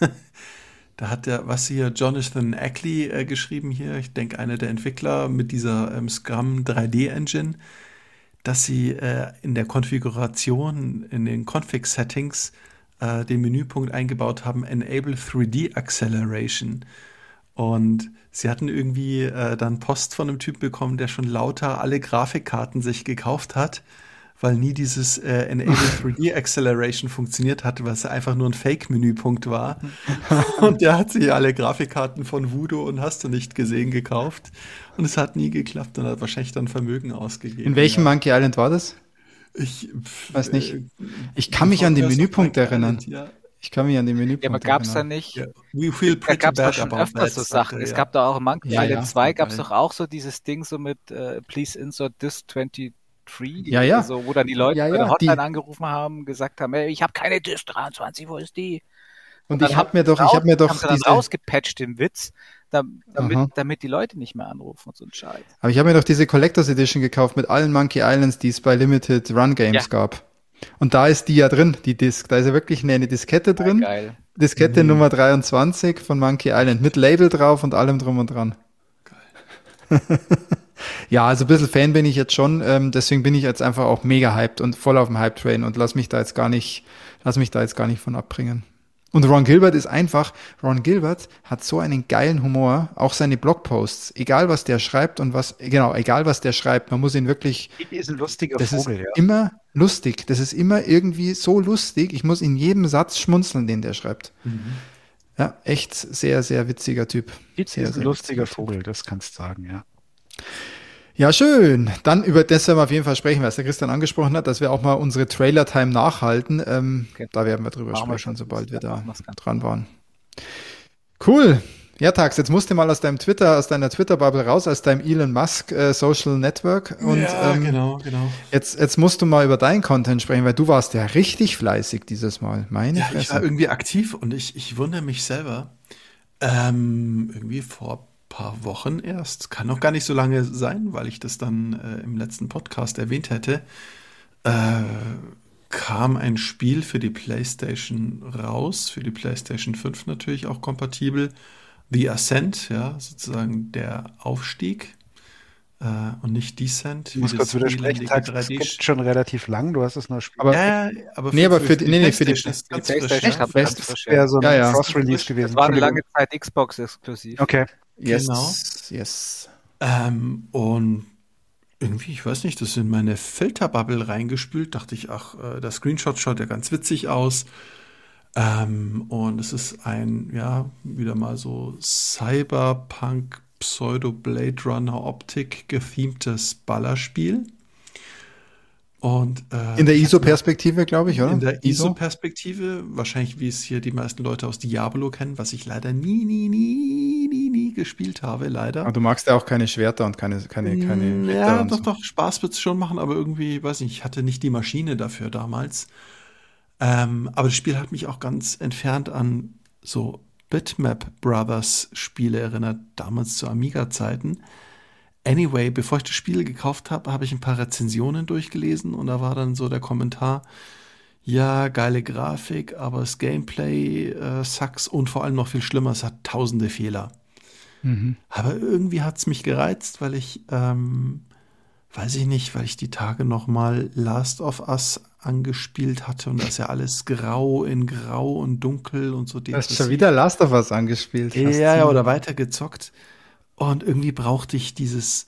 Speaker 4: Da hat Jonathan Ackley geschrieben hier, ich denke einer der Entwickler mit dieser Scrum 3D Engine, dass sie in der Konfiguration, in den Config-Settings den Menüpunkt eingebaut haben, Enable 3D Acceleration. Und sie hatten irgendwie dann Post von einem Typ bekommen, der schon lauter alle Grafikkarten sich gekauft hat, weil nie dieses Enable 3D Acceleration funktioniert hatte, weil es einfach nur ein Fake-Menüpunkt war. Und der hat sich alle Grafikkarten von Voodoo und hast du nicht gesehen gekauft. Und es hat nie geklappt und hat wahrscheinlich dann Vermögen ausgegeben.
Speaker 3: In welchem Monkey Island war das?
Speaker 4: Ich
Speaker 3: weiß nicht. Ich kann mich an den Menüpunkt erinnern. Ich kann mich an den Menüpunkt
Speaker 2: erinnern. Ja, aber gab's da nicht?
Speaker 4: Yeah. We feel
Speaker 2: da gab's doch schon öfters so Sachen. Es gab da auch in Monkey Island 2 gab's doch auch so dieses Ding so mit Please insert this 23, so, wo dann die Leute bei der Hotline angerufen haben, gesagt haben, hey, ich habe keine Disk 23, wo ist die?
Speaker 3: Und ich habe mir doch diese
Speaker 2: rausgepatcht, den Witz, damit die Leute nicht mehr anrufen und so ein Scheiß.
Speaker 3: Aber ich habe mir doch diese Collectors Edition gekauft mit allen Monkey Islands, die es bei Limited Run Games gab. Und da ist die ja drin, die Disk. Da ist ja wirklich eine Diskette drin.
Speaker 2: Geil.
Speaker 3: Diskette Nummer 23 von Monkey Island mit Label drauf und allem drum und dran. Geil. Ja, also ein bisschen Fan bin ich jetzt schon, deswegen bin ich jetzt einfach auch mega hyped und voll auf dem Hype-Train und lass mich da jetzt gar nicht von abbringen. Und Ron Gilbert hat so einen geilen Humor, auch seine Blogposts, egal was der schreibt, man muss ihn wirklich...
Speaker 1: Das ist ein lustiger
Speaker 3: Vogel, ist immer lustig, das ist immer irgendwie so lustig, ich muss in jedem Satz schmunzeln, den der schreibt. Mhm. Ja, echt sehr, sehr witziger Typ.
Speaker 1: Ist ein lustiger Vogel, das kannst du sagen, ja.
Speaker 3: Ja, schön. Dann über das werden wir auf jeden Fall sprechen, was der Christian angesprochen hat, dass wir auch mal unsere Trailer-Time nachhalten. Da werden wir drüber sprechen, sobald wir da dran waren. Cool. Ja, Tax, jetzt musst du mal aus deiner Twitter-Bubble raus, aus deinem Elon Musk Social Network. Und,
Speaker 4: genau.
Speaker 3: Jetzt musst du mal über deinen Content sprechen, weil du warst ja richtig fleißig dieses Mal. Meine Fresse.
Speaker 4: Ich war irgendwie aktiv und ich wundere mich selber. Irgendwie vor paar Wochen erst, kann noch gar nicht so lange sein, weil ich das dann im letzten Podcast erwähnt hätte, kam ein Spiel für die PlayStation raus, für die PlayStation 5 natürlich auch kompatibel, The Ascent, ja, sozusagen der Aufstieg und nicht Descent.
Speaker 1: Ich muss kurz widersprechen, das gibt schon relativ lang, du hast es nur gespielt.
Speaker 3: Aber für die PlayStation
Speaker 1: wäre so ein Cross-Release gewesen.
Speaker 2: Das war eine lange Zeit Xbox-exklusiv.
Speaker 1: Okay.
Speaker 3: Yes.
Speaker 4: Und irgendwie, ich weiß nicht, das in meine Filterbubble reingespült, dachte ich, der Screenshot schaut ja ganz witzig aus. Und es ist ein, wieder mal so Cyberpunk, Pseudo-Blade Runner Optik gethemtes Ballerspiel. Und
Speaker 3: in der ISO-Perspektive, glaube ich, oder?
Speaker 4: In der ISO-Perspektive, wahrscheinlich wie es hier die meisten Leute aus Diablo kennen, was ich leider nie gespielt habe, leider.
Speaker 3: Aber du magst ja auch keine Schwerter und keine
Speaker 4: Ja, doch, Spaß wird es schon machen, aber irgendwie, weiß nicht, ich hatte nicht die Maschine dafür damals. Aber das Spiel hat mich auch ganz entfernt an so Bitmap Brothers Spiele erinnert, damals zu Amiga-Zeiten. Anyway, bevor ich das Spiel gekauft habe, habe ich ein paar Rezensionen durchgelesen und da war dann so der Kommentar, ja, geile Grafik, aber das Gameplay sucks und vor allem noch viel schlimmer, es hat tausende Fehler. Aber irgendwie hat es mich gereizt, weil ich, weiß ich nicht, weil ich die Tage noch mal Last of Us angespielt hatte und da ist ja alles grau in grau und dunkel und so.
Speaker 3: Du hast schon wieder Last of Us angespielt.
Speaker 4: Ja, oder weitergezockt. Und irgendwie brauchte ich dieses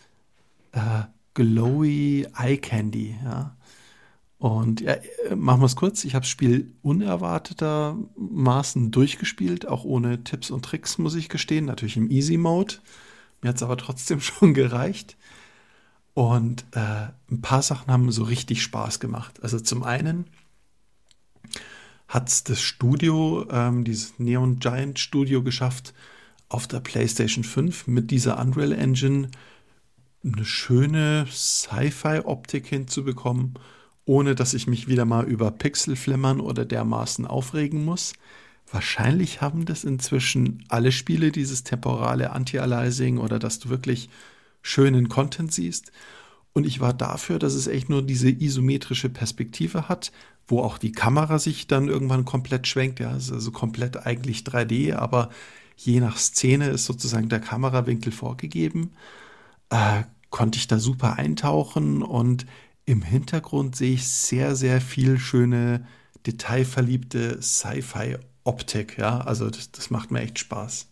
Speaker 4: glowy Eye Candy, ja. Und ja, machen wir es kurz. Ich habe das Spiel unerwartetermaßen durchgespielt, auch ohne Tipps und Tricks, muss ich gestehen. Natürlich im Easy Mode. Mir hat es aber trotzdem schon gereicht. Und ein paar Sachen haben so richtig Spaß gemacht. Also zum einen hat es das Studio, dieses Neon Giant Studio geschafft, auf der PlayStation 5 mit dieser Unreal Engine eine schöne Sci-Fi-Optik hinzubekommen, ohne dass ich mich wieder mal über Pixelflimmern oder dermaßen aufregen muss. Wahrscheinlich haben das inzwischen alle Spiele, dieses temporale Anti-Aliasing oder dass du wirklich schönen Content siehst. Und ich war dafür, dass es echt nur diese isometrische Perspektive hat, wo auch die Kamera sich dann irgendwann komplett schwenkt. Ja, es ist also komplett eigentlich 3D, aber je nach Szene ist sozusagen der Kamerawinkel vorgegeben. Konnte ich da super eintauchen und im Hintergrund sehe ich sehr, sehr viel schöne, detailverliebte Sci-Fi-Optik. Ja, also das macht mir echt Spaß.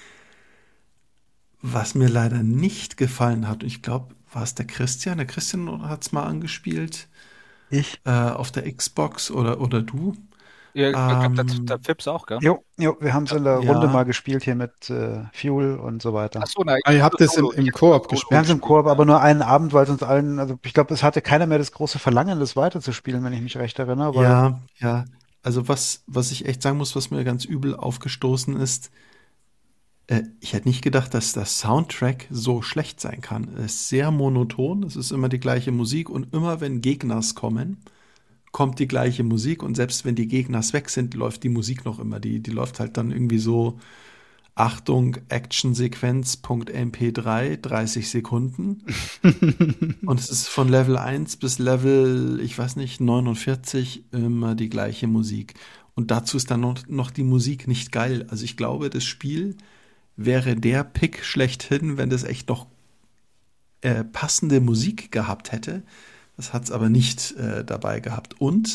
Speaker 4: Was mir leider nicht gefallen hat, und ich glaube, war es der Christian? Der Christian hat es mal angespielt.
Speaker 1: Ich?
Speaker 4: Auf der Xbox oder du?
Speaker 2: Ja, ich glaube, der Fips auch, gell?
Speaker 1: Jo, wir haben es in der Runde
Speaker 4: Ja.
Speaker 1: mal gespielt hier mit Fuel und so weiter.
Speaker 2: Achso, nein.
Speaker 3: Ihr habt es im Koop gespielt.
Speaker 1: Wir haben es im Koop, aber nur einen Abend, weil es uns allen, also ich glaube, es hatte keiner mehr das große Verlangen, das weiterzuspielen, wenn ich mich recht erinnere. Weil
Speaker 4: Ja. Also was ich echt sagen muss, was mir ganz übel aufgestoßen ist, ich hätte nicht gedacht, dass der Soundtrack so schlecht sein kann. Er ist sehr monoton, es ist immer die gleiche Musik und immer wenn Gegners kommen, kommt die gleiche Musik und selbst wenn die Gegners weg sind, läuft die Musik noch immer. Die läuft halt dann irgendwie so, Achtung, Actionsequenz.mp3, 30 Sekunden. Und es ist von Level 1 bis Level, ich weiß nicht, 49 immer die gleiche Musik. Und dazu ist dann noch die Musik nicht geil. Also ich glaube, das Spiel wäre der Pick schlechthin, wenn das echt noch passende Musik gehabt hätte. Das hat es aber nicht dabei gehabt. Und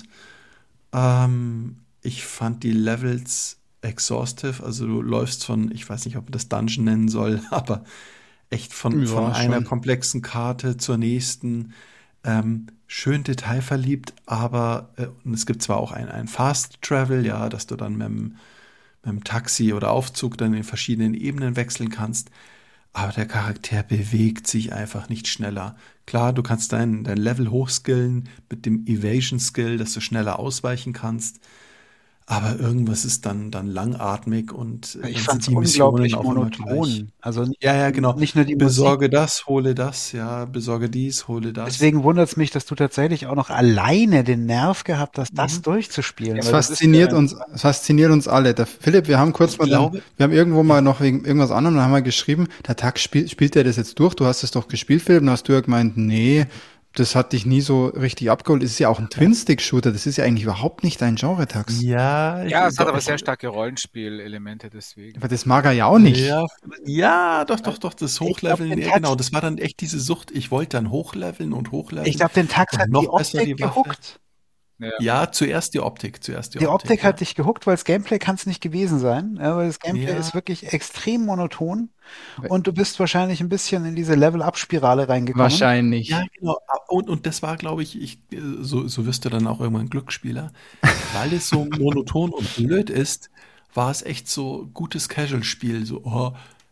Speaker 4: ich fand die Levels exhaustive. Also du läufst von, ich weiß nicht, ob man das Dungeon nennen soll, aber echt von einer komplexen Karte zur nächsten. Schön detailverliebt, aber und es gibt zwar auch ein Fast Travel, ja, dass du dann mit dem Taxi oder Aufzug dann in verschiedenen Ebenen wechseln kannst, aber der Charakter bewegt sich einfach nicht schneller. Klar, du kannst dein Level hochskillen mit dem Evasion Skill, dass du schneller ausweichen kannst, aber irgendwas ist dann langatmig und
Speaker 1: ich
Speaker 4: dann
Speaker 1: fand es
Speaker 4: sind die Missionen
Speaker 1: unglaublich
Speaker 4: auch immer gleich.
Speaker 1: monoton. Also
Speaker 4: Ja, genau.
Speaker 1: nicht nur die Musik.
Speaker 4: Besorge das, hole das, ja, besorge dies, hole das.
Speaker 1: Deswegen wundert es mich, dass du tatsächlich auch noch alleine den Nerv gehabt hast, das durchzuspielen.
Speaker 3: Es
Speaker 1: weil das
Speaker 3: fasziniert
Speaker 1: ist ja-
Speaker 3: es fasziniert uns alle. Der Philipp, wir haben kurz wir haben irgendwo mal noch wegen irgendwas anderem, da haben wir geschrieben, der Tag spielt der das jetzt durch? Du hast es doch gespielt, Philipp, und hast du ja gemeint, nee, das hat dich nie so richtig abgeholt. Es ist ja auch ein Twin-Stick-Shooter, das ist ja eigentlich überhaupt nicht dein Genre, Tax.
Speaker 4: Ja,
Speaker 2: Es hat aber sehr starke Rollenspielelemente deswegen.
Speaker 3: Aber das mag er ja auch nicht.
Speaker 4: Ja, doch, das Hochleveln, ja genau, das war dann echt diese Sucht, ich wollte dann hochleveln.
Speaker 1: Ich glaube, den Tax hat die Optik gehuckt.
Speaker 4: Ja, zuerst die Optik.
Speaker 1: Die Optik hat dich gehuckt, weil das Gameplay kann es nicht gewesen sein. Ja, weil das Gameplay ist wirklich extrem monoton und du bist wahrscheinlich ein bisschen in diese Level-Up-Spirale reingekommen.
Speaker 3: Wahrscheinlich.
Speaker 4: Ja, genau. Und das war, glaube ich, so wirst du dann auch irgendwann Glücksspieler. Weil es so monoton und blöd ist, war es echt so gutes Casual-Spiel. So,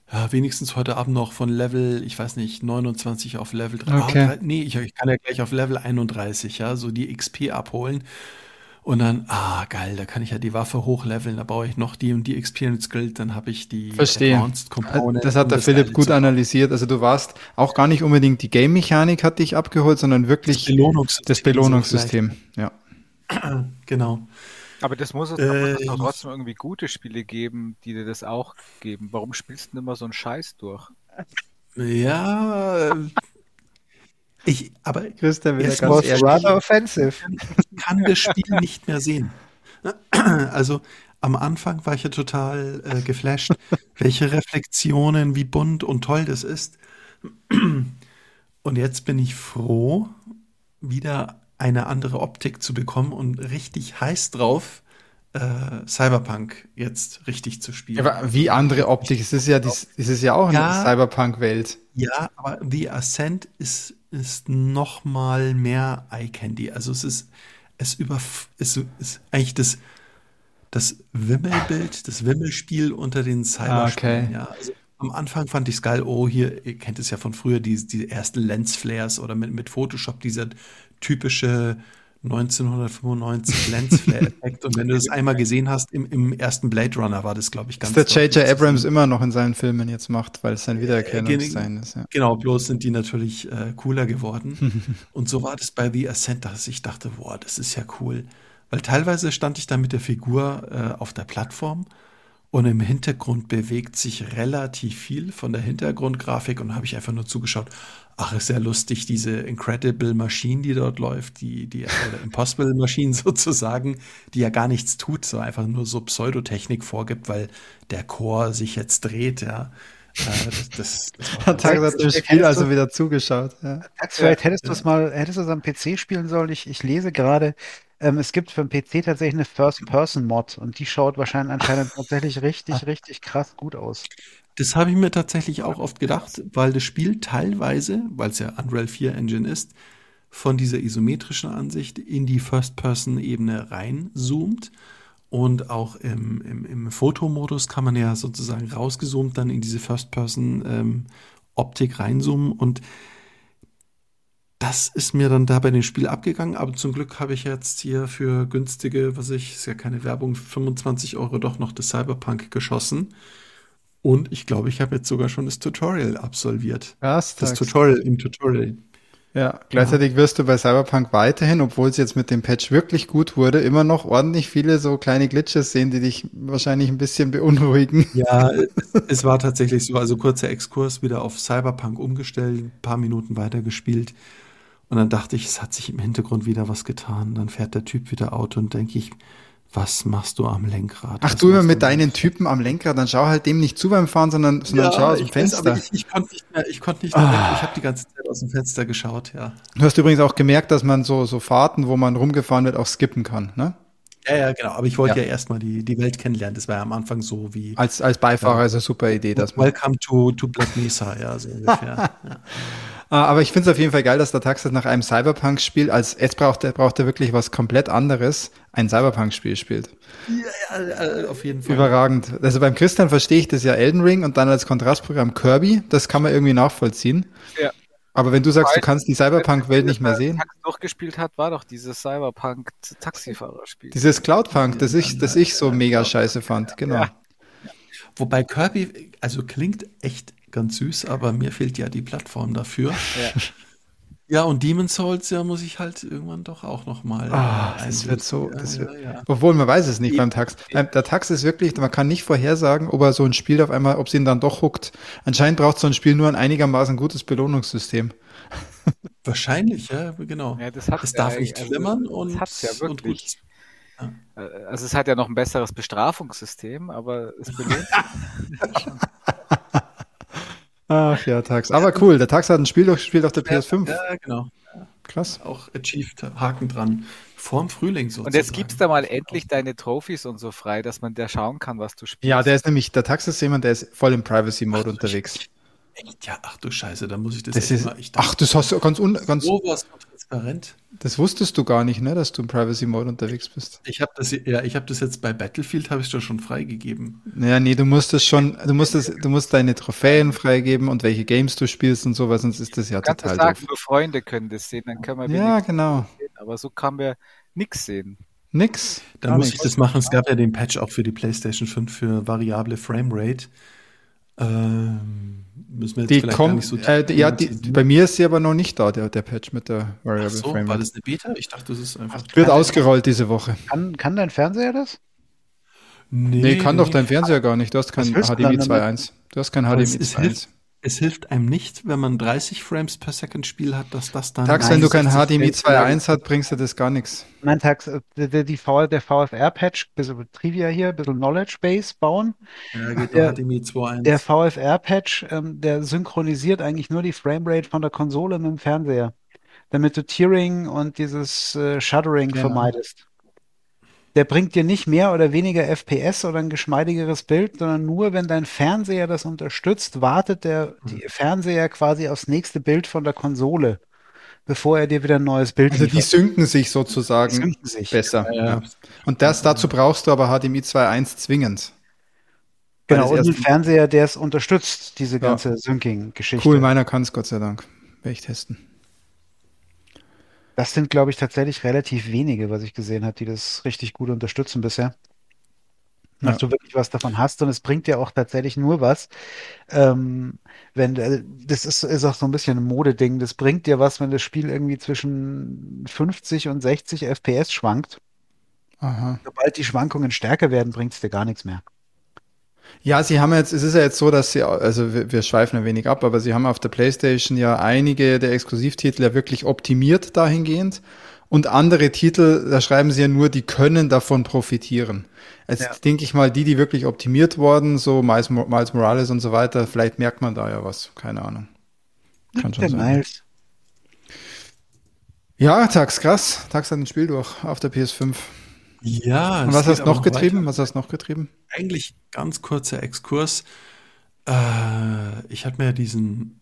Speaker 4: ja, wenigstens heute Abend noch von Level, ich weiß nicht, 29 auf Level 3.
Speaker 3: Okay.
Speaker 4: Nee, ich kann ja gleich auf Level 31, ja, so die XP abholen. Und dann, geil, da kann ich ja die Waffe hochleveln, da baue ich noch die und die Experience Guild, dann habe ich die
Speaker 3: Verstehe.
Speaker 4: Advanced Component.
Speaker 3: Das hat der Philipp gut analysiert. Also du warst auch gar nicht unbedingt die Game-Mechanik hat dich abgeholt, sondern wirklich das Belohnungssystem. Ja.
Speaker 4: Genau.
Speaker 2: Aber da muss es doch trotzdem irgendwie gute Spiele geben, die dir das auch geben. Warum spielst du denn immer so einen Scheiß durch?
Speaker 4: Ja, aber
Speaker 3: Christian wieder
Speaker 4: jetzt
Speaker 3: ganz
Speaker 1: Was
Speaker 3: ehrlich.
Speaker 1: rather offensive.
Speaker 4: ich kann das Spiel nicht mehr sehen. Also am Anfang war ich ja total geflasht, welche Reflexionen, wie bunt und toll das ist. Und jetzt bin ich froh, wieder eine andere Optik zu bekommen und richtig heiß drauf, Cyberpunk jetzt richtig zu spielen.
Speaker 3: Aber wie andere Optik? Es ist ja auch eine
Speaker 4: Ja.
Speaker 3: Cyberpunk-Welt.
Speaker 4: Ja, aber The Ascent ist noch mal mehr Eye Candy. Also es ist eigentlich das Wimmelbild, das Wimmelspiel unter den Cyberspielen.
Speaker 3: Okay.
Speaker 4: Ja, also am Anfang fand ich es geil. Oh, hier, ihr kennt es ja von früher, die ersten Lensflares oder mit Photoshop, dieser typische 1995 Lensflare-Effekt. Und wenn du das einmal gesehen hast, im ersten Blade Runner war das, glaube ich, ganz
Speaker 3: Das der
Speaker 4: deutlich
Speaker 3: J.J.
Speaker 4: zu
Speaker 3: Abrams
Speaker 4: sehen.
Speaker 3: immer noch in seinen Filmen jetzt macht, weil es sein Wiedererkennungszeichen ist. Ja.
Speaker 4: Genau, bloß sind die natürlich cooler geworden. Und so war das bei The Ascent, dass ich dachte, boah, das ist ja cool. Weil teilweise stand ich da mit der Figur auf der Plattform und im Hintergrund bewegt sich relativ viel von der Hintergrundgrafik und habe ich einfach nur zugeschaut. Ach, ist ja lustig, diese Incredible Machine, die dort läuft, oder Impossible Machine sozusagen, die ja gar nichts tut, so einfach nur so Pseudotechnik vorgibt, weil der Chor sich jetzt dreht, ja. Das
Speaker 3: Hat Tags dem Spiel also wieder zugeschaut. Ja.
Speaker 1: Tags, vielleicht hättest du es am PC spielen sollen. Ich lese gerade, es gibt für den PC tatsächlich eine First-Person-Mod und die schaut anscheinend tatsächlich richtig krass gut aus.
Speaker 4: Das habe ich mir tatsächlich auch oft gedacht, weil das Spiel teilweise, weil es ja Unreal 4 Engine ist, von dieser isometrischen Ansicht in die First-Person-Ebene reinzoomt. Und auch im Fotomodus kann man ja sozusagen rausgezoomt dann in diese First-Person-Optik reinzoomen. Und das ist mir dann da bei dem Spiel abgegangen. Aber zum Glück habe ich jetzt hier für günstige, ist ja keine Werbung, 25 € doch noch das Cyberpunk geschossen. Und ich glaube, ich habe jetzt sogar schon das Tutorial absolviert.
Speaker 3: Das
Speaker 4: Tutorial im Tutorial.
Speaker 3: Ja, gleichzeitig wirst du bei Cyberpunk weiterhin, obwohl es jetzt mit dem Patch wirklich gut wurde, immer noch ordentlich viele so kleine Glitches sehen, die dich wahrscheinlich ein bisschen beunruhigen.
Speaker 4: Ja, es war tatsächlich so. Also kurzer Exkurs, wieder auf Cyberpunk umgestellt, ein paar Minuten weitergespielt. Und dann dachte ich, es hat sich im Hintergrund wieder was getan. Dann fährt der Typ wieder Auto und denke ich, was machst du am Lenkrad?
Speaker 3: Ach, du immer mit deinen Typen am Lenkrad, dann schau halt dem nicht zu beim Fahren, sondern schau aus dem Fenster.
Speaker 4: Aber ich konnte nicht mehr weg. Ich habe die ganze Zeit aus dem Fenster geschaut, ja.
Speaker 3: Du hast übrigens auch gemerkt, dass man so Fahrten, wo man rumgefahren wird, auch skippen kann, ne?
Speaker 4: Ja, genau. Aber ich wollte ja erstmal die Welt kennenlernen. Das war ja am Anfang so wie...
Speaker 3: Als Beifahrer ist eine super Idee. Dass man
Speaker 4: Welcome to Black Mesa, ja, so ungefähr. Ja.
Speaker 3: Aber ich finde es auf jeden Fall geil, dass der Taxis nach einem Cyberpunk-Spiel, jetzt braucht er wirklich was komplett anderes, ein Cyberpunk-Spiel spielt.
Speaker 4: Ja, auf jeden Fall.
Speaker 3: Überragend. Also beim Christian verstehe ich das ja Elden Ring und dann als Kontrastprogramm Kirby, das kann man irgendwie nachvollziehen. Ja. Aber wenn du sagst, du kannst die Cyberpunk-Welt nicht mehr sehen.
Speaker 2: Tax durchgespielt hat, war doch dieses Cyberpunk-Taxifahrerspiel.
Speaker 3: Dieses Cloudpunk, das ich so mega scheiße fand, genau. Ja.
Speaker 4: Wobei Kirby, also klingt echt ganz süß, aber mir fehlt ja die Plattform dafür. Ja. Ja, und Demon's Souls, ja, muss ich halt irgendwann doch auch nochmal.
Speaker 3: Das wird so. Obwohl, man weiß es nicht beim Tax. Der Tax ist wirklich, man kann nicht vorhersagen, ob er so ein Spiel auf einmal, ob es ihn dann doch huckt. Anscheinend braucht so ein Spiel nur ein einigermaßen gutes Belohnungssystem.
Speaker 4: Wahrscheinlich, ja, genau.
Speaker 2: Ja, es
Speaker 4: darf nicht flimmern
Speaker 2: und hat's ja wirklich.
Speaker 4: Und gut.
Speaker 2: Ja. Also es hat ja noch ein besseres Bestrafungssystem, aber es belohnt schon.
Speaker 3: Ach ja, Tax. Aber cool, der Tax hat ein Spiel durchgespielt auf der PS5.
Speaker 4: Ja, genau.
Speaker 3: Krass.
Speaker 4: Auch achieved, Haken dran. Vorm Frühling sozusagen.
Speaker 2: Und jetzt gibt's da mal endlich deine Trophys und so frei, dass man da schauen kann, was du spielst.
Speaker 3: Ja, der Tax ist jemand, der ist voll im Privacy-Mode unterwegs.
Speaker 4: Echt? Ja, ach du Scheiße, da muss ich das
Speaker 3: ist, mal. Das hast du ganz
Speaker 4: sowas transparent.
Speaker 3: Das wusstest du gar nicht, ne, dass du im Privacy Mode unterwegs bist.
Speaker 4: Ich habe das jetzt bei Battlefield habe ich das schon freigegeben.
Speaker 3: Ja, nee, du musst deine Trophäen freigeben und welche Games du spielst und sowas, sonst ist das ja
Speaker 2: Du kannst
Speaker 3: total
Speaker 2: sagen,
Speaker 3: doof.
Speaker 2: nur Freunde können das sehen, dann können wir
Speaker 3: Ja,
Speaker 2: wenigstens
Speaker 3: genau.
Speaker 2: sehen. Aber so kann man nichts sehen.
Speaker 3: Nix.
Speaker 4: Dann
Speaker 3: Gar
Speaker 4: muss ich
Speaker 3: nichts.
Speaker 4: das machen. Es gab ja den Patch auch für die PlayStation 5 für variable Framerate. Müssen wir jetzt
Speaker 3: Die
Speaker 4: vielleicht gar
Speaker 3: kommt,
Speaker 4: nicht so
Speaker 3: bei mir ist sie aber noch nicht da, der Patch mit der
Speaker 4: Ach
Speaker 3: Variable
Speaker 4: so,
Speaker 3: Frame
Speaker 4: war
Speaker 3: Rate.
Speaker 4: das eine Beta? Ich dachte, das ist einfach.
Speaker 3: Wird ausgerollt diese Woche.
Speaker 1: Kann dein Fernseher das?
Speaker 3: Nee, kann doch dein Fernseher gar nicht. Du hast kein
Speaker 1: Was willst du
Speaker 3: HDMI
Speaker 1: dann damit?
Speaker 3: 2.1. Du hast kein
Speaker 4: Aber
Speaker 3: HDMI 2.1.
Speaker 4: es hilft einem nicht, wenn man 30 Frames per Second Spiel hat, dass das dann.
Speaker 3: Tags, wenn du kein
Speaker 4: 60
Speaker 3: HDMI
Speaker 4: Frames
Speaker 3: 2.1 hast, bringst du das gar nichts.
Speaker 1: Nein, Tax, der VFR-Patch, bisschen Trivia hier, bisschen Knowledge Base bauen.
Speaker 4: Ja, geht
Speaker 1: Der-
Speaker 4: doch HDMI 2.1.
Speaker 1: Der VFR-Patch, der synchronisiert eigentlich nur die Framerate von der Konsole mit dem Fernseher, damit du Tearing und dieses Shuddering
Speaker 3: Genau.
Speaker 1: vermeidest. Der bringt dir nicht mehr oder weniger FPS oder ein geschmeidigeres Bild, sondern nur, wenn dein Fernseher das unterstützt, wartet die Fernseher quasi aufs nächste Bild von der Konsole, bevor er dir wieder ein neues Bild
Speaker 3: Also die
Speaker 1: liefert.
Speaker 3: synken sich
Speaker 1: Die
Speaker 3: sozusagen
Speaker 1: synken sich.
Speaker 3: besser.
Speaker 4: Ja, ja.
Speaker 3: Ja. Und dazu brauchst du aber HDMI 2.1 zwingend. Weil
Speaker 1: Genau,
Speaker 3: das
Speaker 1: und
Speaker 3: erst-
Speaker 1: ein Fernseher, der es unterstützt, diese
Speaker 3: Ja.
Speaker 1: ganze Syncing-Geschichte.
Speaker 3: Cool, meiner kann es Gott sei Dank. Werde ich testen.
Speaker 1: Das sind, glaube ich, tatsächlich relativ wenige, was ich gesehen habe, die das richtig gut unterstützen bisher.
Speaker 3: Ja.
Speaker 1: Dass du wirklich was davon hast und es bringt dir auch tatsächlich nur was, das ist auch so ein bisschen ein Modeding, das bringt dir was, wenn das Spiel irgendwie zwischen 50 und 60 FPS schwankt.
Speaker 3: Aha.
Speaker 1: Sobald die Schwankungen stärker werden, bringt es dir gar nichts mehr.
Speaker 3: Ja, es ist ja jetzt so, dass wir schweifen ein wenig ab, aber sie haben auf der PlayStation ja einige der Exklusivtitel ja wirklich optimiert dahingehend und andere Titel, da schreiben sie ja nur, die können davon profitieren. Jetzt
Speaker 1: Ja.
Speaker 3: denke ich mal, die wirklich optimiert wurden, so Miles Morales und so weiter, vielleicht merkt man da ja was, keine Ahnung. Kann schon
Speaker 1: Der
Speaker 3: sein.
Speaker 1: Miles.
Speaker 3: Ja, Tax, krass. Tax hat ein Spiel durch auf der PS5.
Speaker 4: Ja,
Speaker 3: Und
Speaker 4: es
Speaker 3: was
Speaker 4: geht
Speaker 3: hast du
Speaker 4: aber
Speaker 3: noch getrieben?
Speaker 4: weiter.
Speaker 3: Was hast du noch getrieben?
Speaker 4: Eigentlich ganz kurzer Exkurs. Ich hatte mir diesen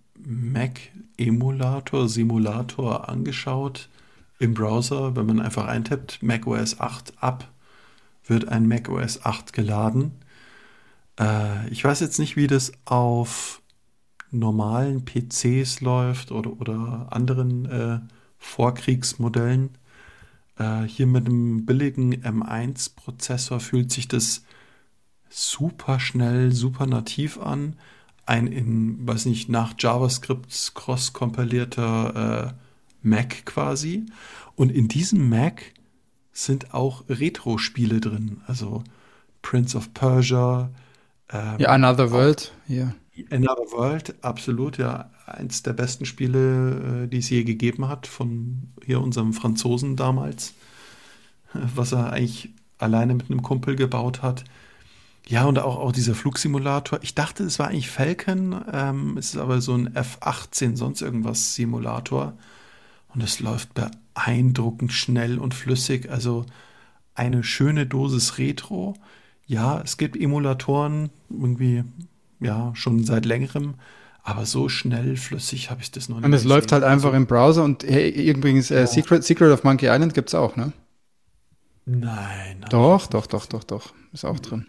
Speaker 4: Simulator angeschaut im Browser. Wenn man einfach eintippt, macOS 8 ab, wird ein macOS 8 geladen. Ich weiß jetzt nicht, wie das auf normalen PCs läuft oder anderen Vorkriegsmodellen. Hier mit einem billigen M1-Prozessor fühlt sich das super schnell, super nativ an. Ein weiß nicht, nach JavaScript cross-kompilierter Mac quasi. Und in diesem Mac sind auch Retro-Spiele drin. Also Prince of Persia.
Speaker 3: Ja, Another World. Hier.
Speaker 4: Another World, absolut, ja. Eins der besten Spiele, die es je gegeben hat, von hier unserem Franzosen damals, was er eigentlich alleine mit einem Kumpel gebaut hat. Ja, und auch dieser Flugsimulator. Ich dachte, es war eigentlich Falcon, es ist aber so ein F-18, sonst irgendwas Simulator. Und es läuft beeindruckend schnell und flüssig. Also eine schöne Dosis Retro. Ja, es gibt Emulatoren irgendwie, ja, schon seit längerem. Aber so schnell, flüssig habe ich das noch nicht
Speaker 3: Und es läuft
Speaker 4: gesehen.
Speaker 3: halt einfach im Browser und hey, übrigens, Secret of Monkey Island gibt's auch, ne?
Speaker 4: Nein.
Speaker 3: Doch. Ist auch drin.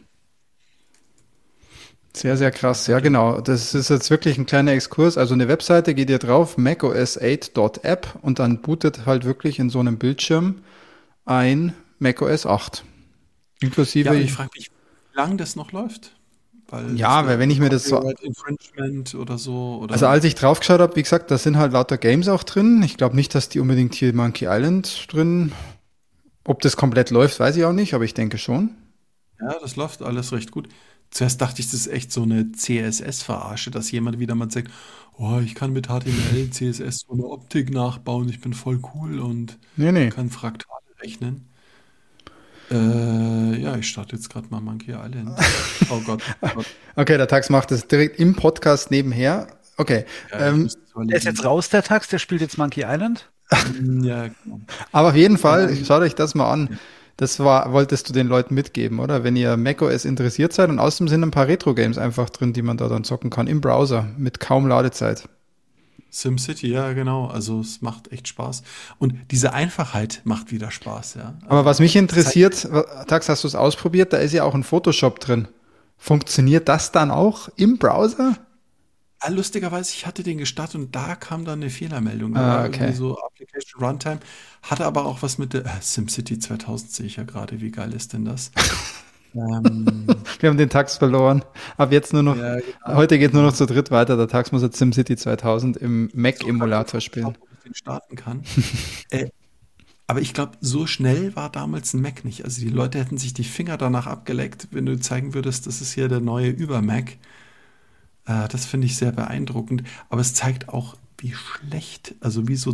Speaker 3: Sehr, sehr krass. Ja, genau. Das ist jetzt wirklich ein kleiner Exkurs. Also eine Webseite, geht ihr drauf, macOS8.app und dann bootet halt wirklich in so einem Bildschirm ein macOS 8. Inklusive.
Speaker 4: Ja, und ich frage mich, wie lange das noch läuft. Weil
Speaker 3: Ja,
Speaker 4: das
Speaker 3: weil wenn ich mir das so-
Speaker 4: Copyright Infringement oder so. Oder
Speaker 3: Also als ich drauf geschaut habe, wie gesagt, da sind halt lauter Games auch drin. Ich glaube nicht, dass die unbedingt hier Monkey Island drin. Ob das komplett läuft, weiß ich auch nicht, aber ich denke schon.
Speaker 4: Ja, das läuft alles recht gut. Zuerst dachte ich, das ist echt so eine CSS-Verarsche, dass jemand wieder mal sagt, oh, ich kann mit HTML, CSS so eine Optik nachbauen, ich bin voll cool und
Speaker 3: Nee.
Speaker 4: kann Fraktale rechnen. Ja, ich starte jetzt gerade mal Monkey Island. Oh Gott. Oh Gott.
Speaker 3: Okay, der Tax macht das direkt im Podcast nebenher. Okay.
Speaker 4: Ja, ich muss das
Speaker 1: Der ist jetzt raus, der Tax, der spielt jetzt Monkey Island.
Speaker 4: Ja, genau.
Speaker 3: Aber auf jeden Fall, schaut euch das mal an. Wolltest du den Leuten mitgeben, oder? Wenn ihr macOS interessiert seid und außerdem sind ein paar Retro-Games einfach drin, die man da dann zocken kann im Browser mit kaum Ladezeit.
Speaker 4: SimCity, ja, genau. Also es macht echt Spaß. Und diese Einfachheit macht wieder Spaß, ja.
Speaker 3: Aber was mich interessiert, Tax, hast du es ausprobiert? Da ist ja auch ein Photoshop drin. Funktioniert das dann auch im Browser?
Speaker 4: Lustigerweise, ich hatte den gestartet und da kam dann eine Fehlermeldung. Da war
Speaker 3: Okay.
Speaker 4: irgendwie so Application Runtime. Hatte aber auch was mit der SimCity 2000 sehe ich ja gerade. Wie geil ist denn das?
Speaker 3: Wir haben den Tax verloren. Ab jetzt nur noch,
Speaker 4: Ja, genau.
Speaker 3: heute geht nur noch zu dritt weiter. Der Tax muss jetzt SimCity 2000 im Mac-Emulator spielen.
Speaker 4: Ob ich den starten kann. Aber ich glaube, so schnell war damals ein Mac nicht. Also die Leute hätten sich die Finger danach abgeleckt, wenn du zeigen würdest, das ist hier der neue Über-Mac. Das finde ich sehr beeindruckend. Aber es zeigt auch, wie schlecht, also wie so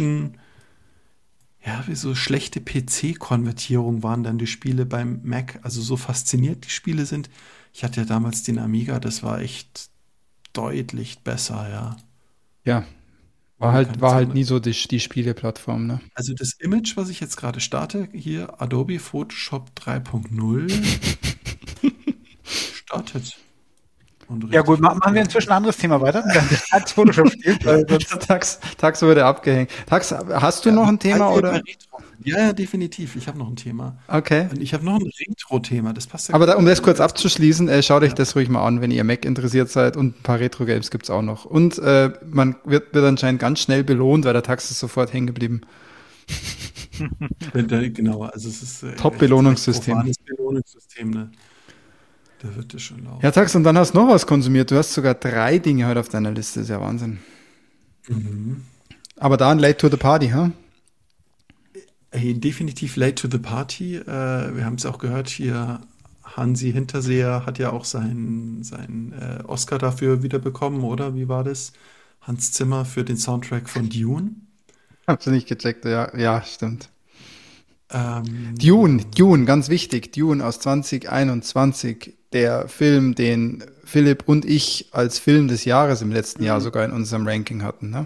Speaker 4: wie so schlechte PC-Konvertierung waren dann die Spiele beim Mac. Also so fasziniert die Spiele sind. Ich hatte ja damals den Amiga, das war echt deutlich besser, ja.
Speaker 3: Ja, war halt nie so die Spieleplattform, ne?
Speaker 4: Also das Image, was ich jetzt gerade starte, hier Adobe Photoshop 3.0 startet. Und
Speaker 1: Ja gut,
Speaker 4: richtig
Speaker 1: machen wir inzwischen ein anderes Thema weiter. Als Photoshop spielt, weil sonst
Speaker 3: Tax wurde abgehängt. Tax, hast du noch ein Thema oder?
Speaker 4: Ja, definitiv. Ich habe noch ein Thema.
Speaker 3: Okay.
Speaker 4: Und ich habe noch ein Retro-Thema. Das passt ja
Speaker 3: Aber um das kurz abzuschließen, schaut euch das ruhig mal an, wenn ihr Mac interessiert seid. Und ein paar Retro-Games gibt's auch noch. Und man wird anscheinend ganz schnell belohnt, weil der Tax ist sofort hängen geblieben.
Speaker 4: Genau, also es ist
Speaker 3: Top-Belohnungssystem.
Speaker 4: Belohnungssystem, ne? Da wird es schon laufen.
Speaker 3: Ja, Tax, und dann hast du noch was konsumiert. Du hast sogar 3 Dinge heute auf deiner Liste. Das ist ja Wahnsinn.
Speaker 4: Mhm.
Speaker 3: Aber dann late to the party, ha?
Speaker 4: Hey, definitiv late to the party. Wir haben es auch gehört hier. Hansi Hinterseher hat ja auch seinen Oscar dafür wiederbekommen, oder? Wie war das? Hans Zimmer für den Soundtrack von Dune.
Speaker 3: Hab's nicht gecheckt, ja, stimmt. Dune, ganz wichtig. Dune aus 2021. Der Film, den Philipp und ich als Film des Jahres im letzten Jahr sogar in unserem Ranking hatten, ne?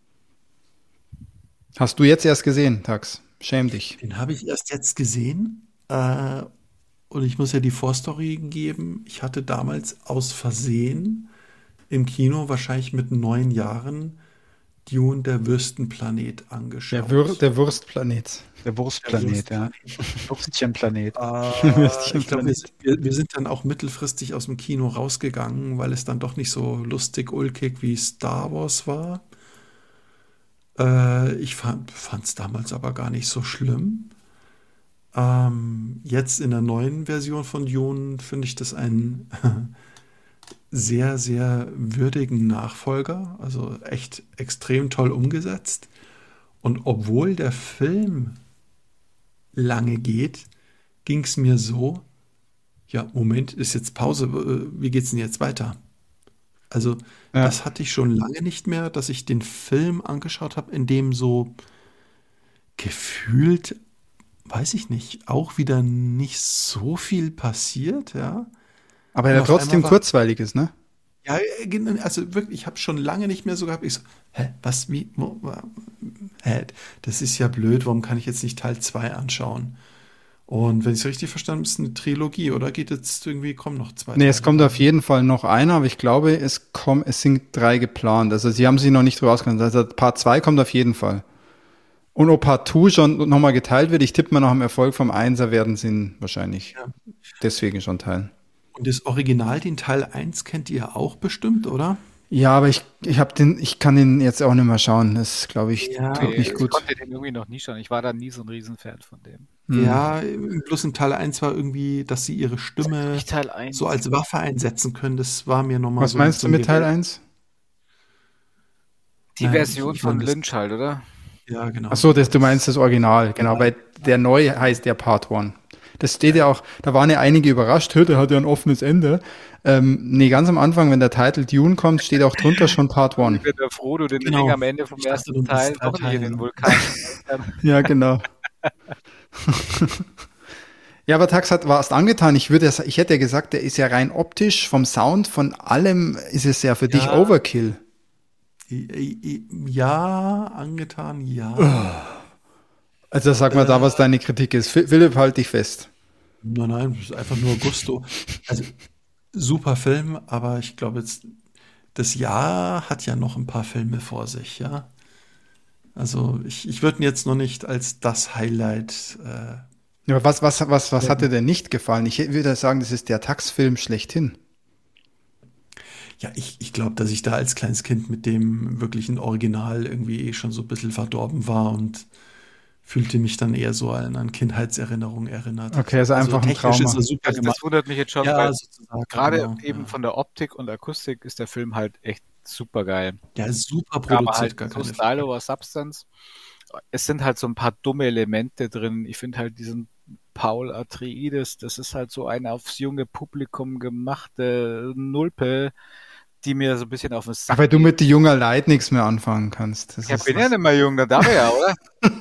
Speaker 3: Hast du jetzt erst gesehen, Tax? Schäm dich.
Speaker 4: Den habe ich erst jetzt gesehen. Und ich muss ja die Vorstory geben. Ich hatte damals aus Versehen im Kino, wahrscheinlich mit 9 Jahren, Dune, der Würstenplanet angeschaut.
Speaker 3: Der Wurstplanet.
Speaker 1: der Wurstplanet, ja. Würstchenplanet.
Speaker 4: Ich glaube, wir sind dann auch mittelfristig aus dem Kino rausgegangen, weil es dann doch nicht so lustig, ulkig wie Star Wars war. Ich fand es damals aber gar nicht so schlimm. Jetzt in der neuen Version von Dune finde ich das einen sehr, sehr würdigen Nachfolger. Also echt extrem toll umgesetzt. Und obwohl der Film lange geht, ging es mir so, ja, Moment, ist jetzt Pause, wie geht's denn jetzt weiter? Also, das hatte ich schon lange nicht mehr, dass ich den Film angeschaut habe, in dem so gefühlt, weiß ich nicht, auch wieder nicht so viel passiert, ja.
Speaker 3: Aber der trotzdem kurzweilig ist, ne?
Speaker 4: Ja, also wirklich, ich habe schon lange nicht mehr so gehabt. Ich so, was, wie, wo, das ist ja blöd, warum kann ich jetzt nicht Teil 2 anschauen? Und wenn ich es richtig verstanden habe, ist es eine Trilogie, oder geht jetzt irgendwie, kommen noch 2
Speaker 3: Nee, es kommt auf jeden Fall noch einer, aber ich glaube, es sind 3 geplant. Also sie haben sich noch nicht drüber ausgekannt. Also Part 2 kommt auf jeden Fall. Und ob Part 2 schon nochmal geteilt wird, ich tippe mal nach dem Erfolg vom 1er werden sie ihn wahrscheinlich deswegen schon teilen.
Speaker 4: Und das Original, den Teil 1, kennt ihr auch bestimmt, oder?
Speaker 3: Ja, aber ich kann den jetzt auch nicht mehr schauen. Das glaube ich tut nicht gut.
Speaker 2: Ich konnte den irgendwie noch nie schauen. Ich war da nie so ein Riesenfan von dem.
Speaker 4: Ja, bloß in Teil 1 war irgendwie, dass sie ihre Stimme
Speaker 2: Nicht Teil 1.
Speaker 4: so als Waffe einsetzen können. Das war mir nochmal
Speaker 3: Was
Speaker 4: so.
Speaker 3: meinst du mit Teil 1?
Speaker 2: Die Version von Lynch halt, oder?
Speaker 4: Ja, genau.
Speaker 3: Achso, du meinst das Original, genau, weil der neue heißt ja Part 1. Das steht ja auch, da waren ja einige überrascht, der hat ja ein offenes Ende. Nee, ganz am Anfang, wenn der Titel Dune kommt, steht auch drunter schon Part 1.
Speaker 2: Ich bin der Frodo, den
Speaker 4: Genau.
Speaker 2: Ring am Ende vom ersten Teil doch nicht in den Vulkan.
Speaker 3: Ja, genau. Ja, aber Tax warst angetan. Ich hätte ja gesagt, der ist ja rein optisch, vom Sound, von allem ist es ja für dich Overkill.
Speaker 4: Ja, angetan, ja.
Speaker 3: Also sag mal da, was deine Kritik ist. Philipp, halt dich fest.
Speaker 4: Nein, das ist einfach nur Gusto. Also super Film, aber ich glaube jetzt, das Jahr hat ja noch ein paar Filme vor sich, ja. Also ich würde ihn jetzt noch nicht als das Highlight.
Speaker 3: Ja, aber was hat dir denn nicht gefallen? Ich würde sagen, das ist der Tax-Film schlechthin.
Speaker 4: Ja, ich glaube, dass ich da als kleines Kind mit dem wirklichen Original irgendwie schon so ein bisschen verdorben war und fühlte mich dann eher so an Kindheitserinnerungen erinnert.
Speaker 3: Okay, also einfach ein
Speaker 4: technisch ist
Speaker 3: Trauma.
Speaker 4: er super
Speaker 2: Also
Speaker 4: gemacht.
Speaker 2: das wundert mich jetzt schon,
Speaker 4: Ja,
Speaker 2: weil
Speaker 4: sozusagen,
Speaker 2: gerade
Speaker 4: genau,
Speaker 2: eben
Speaker 4: ja.
Speaker 2: von der Optik und Akustik ist der Film halt echt super geil.
Speaker 4: Ja, ist super
Speaker 2: Aber
Speaker 4: produziert,
Speaker 2: halt
Speaker 4: gar
Speaker 2: so
Speaker 4: keine
Speaker 2: Style
Speaker 4: Frage.
Speaker 2: over Substance. Es sind halt so ein paar dumme Elemente drin. Ich finde halt diesen Paul Atreides, das ist halt so eine aufs junge Publikum gemachte Nulpe, die mir so ein bisschen auf den Sack
Speaker 3: Weil du
Speaker 2: geht.
Speaker 3: mit die junger Leid nichts mehr anfangen kannst. Das
Speaker 2: Ich
Speaker 3: ist
Speaker 2: bin ja nicht mehr jung, da darf er ja, oder?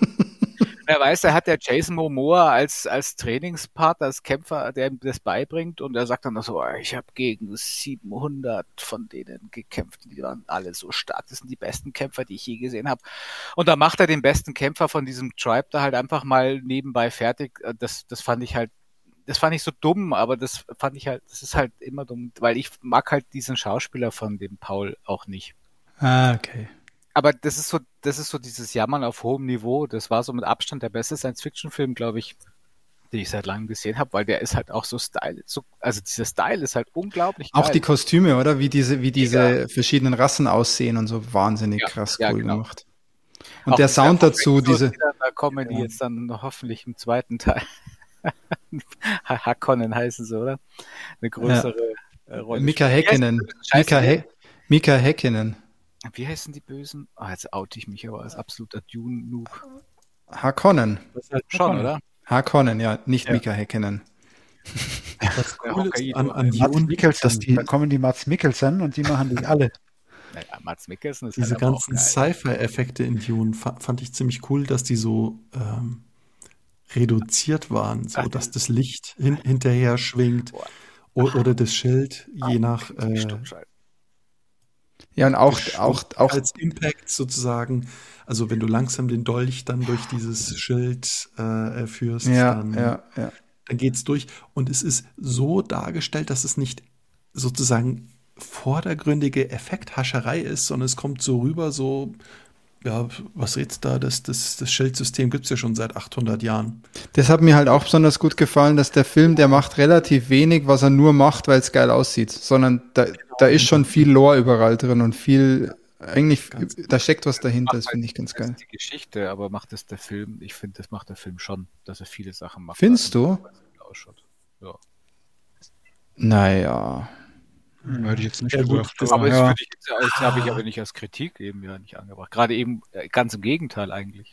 Speaker 2: Er weiß, er hat der Jason Momoa als Trainingspartner, als Kämpfer, der ihm das beibringt und er sagt dann noch so, ich habe gegen 700 von denen gekämpft, die waren alle so stark, das sind die besten Kämpfer, die ich je gesehen habe. Und da macht er den besten Kämpfer von diesem Tribe da halt einfach mal nebenbei fertig. Das fand ich halt, das fand ich so dumm, aber das fand ich halt, das ist halt immer dumm, weil ich mag halt diesen Schauspieler von dem Paul auch nicht.
Speaker 3: Ah, okay.
Speaker 2: Aber das ist so dieses Jammern auf hohem Niveau. Das war so mit Abstand der beste Science-Fiction-Film, glaube ich, den ich seit langem gesehen habe, weil der ist halt auch so also dieser Style ist halt unglaublich
Speaker 3: Auch
Speaker 2: geil.
Speaker 3: die Kostüme, oder? Wie diese
Speaker 2: Mega.
Speaker 3: verschiedenen Rassen aussehen und so wahnsinnig
Speaker 2: Ja,
Speaker 3: krass
Speaker 2: ja,
Speaker 3: cool
Speaker 2: genau.
Speaker 3: gemacht. Und
Speaker 2: Auch
Speaker 3: der
Speaker 2: diese
Speaker 3: Sound dazu,
Speaker 2: Effekte,
Speaker 3: diese.
Speaker 2: da kommen die
Speaker 3: Ja.
Speaker 2: jetzt dann hoffentlich im zweiten Teil. Hakonnen heißen sie, oder? Eine größere Rolle.
Speaker 3: Mika
Speaker 2: spielen.
Speaker 3: Häkkinen.
Speaker 2: Scheiße,
Speaker 3: Mika Häkkinen.
Speaker 2: wie heißen die Bösen? Jetzt oute ich mich aber als absoluter Dune-Noob.
Speaker 3: Harkonnen.
Speaker 2: Schon, oder?
Speaker 3: Harkonnen, ja, nicht
Speaker 1: Ja.
Speaker 3: Mika Häkkinen.
Speaker 4: Was cool ist
Speaker 2: Hokkaido.
Speaker 4: an
Speaker 1: Mats
Speaker 4: Dune, dass
Speaker 1: Mikkelsen.
Speaker 4: die
Speaker 1: Da kommen die Mats Mikkelsen und die machen die alle.
Speaker 2: Naja, Mads Mikkelsen ist
Speaker 4: diese
Speaker 2: halt aber auch
Speaker 4: ganzen
Speaker 2: geil.
Speaker 4: Sci-Fi-Effekte in Dune fand ich ziemlich cool, dass die so reduziert waren, so
Speaker 2: Ach,
Speaker 4: dass das Licht hinterher schwingt
Speaker 2: Boah.
Speaker 4: oder das Schild, je nach
Speaker 2: Stummschalten.
Speaker 3: Ja, und auch
Speaker 4: als Impact sozusagen. Also wenn du langsam den Dolch dann durch dieses Schild führst,
Speaker 3: ja,
Speaker 4: dann
Speaker 3: ja.
Speaker 4: geht's durch. Und es ist so dargestellt, dass es nicht sozusagen vordergründige Effekthascherei ist, sondern es kommt so rüber, so, ja, was redst du da? Das Schildsystem gibt's ja schon seit 800 Jahren.
Speaker 3: Das hat mir halt auch besonders gut gefallen, dass der Film, der macht relativ wenig, was er nur macht, weil es geil aussieht, sondern da ist schon viel Lore überall drin und viel, eigentlich, da steckt was dahinter, das finde ich ganz
Speaker 2: Das
Speaker 3: geil.
Speaker 2: ist die Geschichte, aber macht das der Film? Ich finde, das macht der Film schon, dass er viele Sachen macht.
Speaker 3: Findest du?
Speaker 2: Weil es gut ausschaut. Ja.
Speaker 3: Naja.
Speaker 1: Hätte ich jetzt nicht
Speaker 4: Ja, gut,
Speaker 1: gesagt.
Speaker 4: das-
Speaker 2: Aber das
Speaker 1: ja.
Speaker 2: würde ich jetzt, das habe ich aber nicht als Kritik eben ja nicht angebracht. Gerade eben ganz im Gegenteil eigentlich.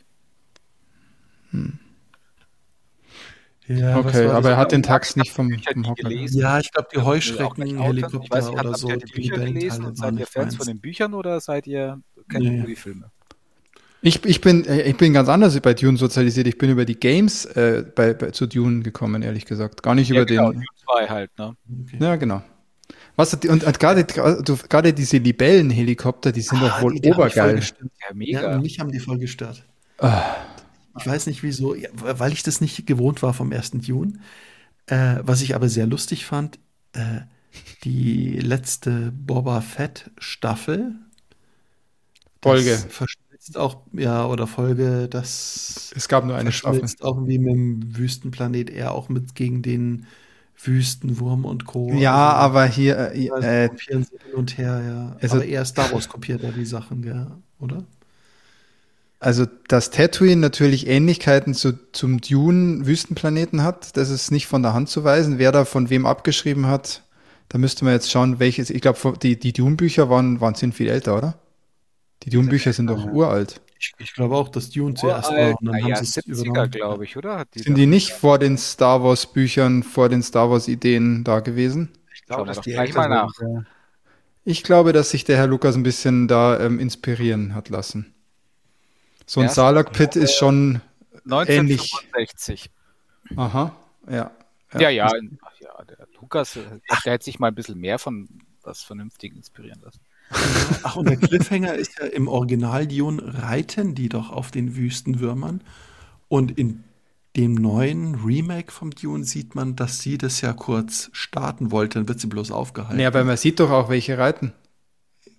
Speaker 4: Ja, was
Speaker 3: Okay,
Speaker 4: war
Speaker 3: aber
Speaker 4: das?
Speaker 3: er hat den Tax nicht vom
Speaker 2: Bücher nie
Speaker 3: Hocker.
Speaker 2: gelesen.
Speaker 4: Ja, ich glaube, die
Speaker 2: Auch nicht
Speaker 4: Heuschrecken-Helikopter
Speaker 2: Ich weiß nicht,
Speaker 4: oder
Speaker 2: habt
Speaker 4: so,
Speaker 2: ihr die Bücher gelesen
Speaker 4: Rebellenteile
Speaker 2: und
Speaker 4: waren
Speaker 2: seid ihr
Speaker 4: nicht
Speaker 2: Fans
Speaker 4: meins.
Speaker 2: von den Büchern oder kennt ihr
Speaker 4: Nee.
Speaker 2: nur die Filme?
Speaker 3: Ich bin ganz anders bei Dune sozialisiert. Ich bin über die Games zu Dune gekommen, ehrlich gesagt. Gar nicht über
Speaker 2: genau,
Speaker 3: den.
Speaker 2: die zwei halt, ne?
Speaker 4: Okay.
Speaker 3: Ja, genau. Und gerade diese Libellenhelikopter, die sind doch wohl
Speaker 4: die haben mich voll
Speaker 3: obergeil.
Speaker 4: gestört.
Speaker 2: Ja,
Speaker 4: Ja,
Speaker 2: mega.
Speaker 4: mich haben die voll gestört. Ich weiß nicht wieso, ja, weil ich das nicht gewohnt war vom ersten Dune. Was ich aber sehr lustig fand, die letzte Boba Fett Staffel.
Speaker 3: Folge.
Speaker 4: Das verschmilzt auch, ja, oder Folge, das
Speaker 3: Es gab nur eine Staffel.
Speaker 4: verschmilzt auch irgendwie mit dem Wüstenplanet, eher auch mit gegen den Wüstenwurm und Co.
Speaker 3: Ja,
Speaker 4: Also,
Speaker 3: aber hier,
Speaker 4: also kopieren sie hin und her, ja.
Speaker 3: also-
Speaker 4: aber eher Star Wars kopiert da die Sachen, ja, oder?
Speaker 3: also dass Tatooine natürlich Ähnlichkeiten zum Dune-Wüstenplaneten hat, das ist nicht von der Hand zu weisen. Wer da von wem abgeschrieben hat, da müsste man jetzt schauen, welches. Ich glaube, die Dune-Bücher sind viel älter, oder? Die Dune-Bücher sind doch uralt.
Speaker 4: Ich glaube auch, dass Dune zuerst war und dann haben sie es
Speaker 2: 70er,
Speaker 4: übernommen.
Speaker 2: glaube ich, oder?
Speaker 3: Sind die nicht vor den Star Wars-Büchern, vor den Star Wars-Ideen da gewesen?
Speaker 1: Ich glaube,
Speaker 2: Schauen wir
Speaker 1: dass
Speaker 2: doch
Speaker 1: die
Speaker 2: gleich
Speaker 1: älter
Speaker 2: mal
Speaker 1: sind, ja.
Speaker 3: Ich glaube, dass sich der Herr Lukas ein bisschen da inspirieren hat lassen. So ein
Speaker 2: Erst-
Speaker 3: Salak-Pit ist schon ähnlich.
Speaker 2: 1965.
Speaker 3: Aha, ja.
Speaker 2: Ja, der Lukas, der hätte sich mal ein bisschen mehr von was Vernünftigen inspirieren lassen.
Speaker 4: Ach, und der Cliffhanger ist ja im Original Dune, reiten die doch auf den Wüstenwürmern. Und in dem neuen Remake vom Dune sieht man, dass sie das ja kurz starten wollte, dann wird sie bloß aufgehalten.
Speaker 3: Nee, aber man sieht doch auch, welche reiten.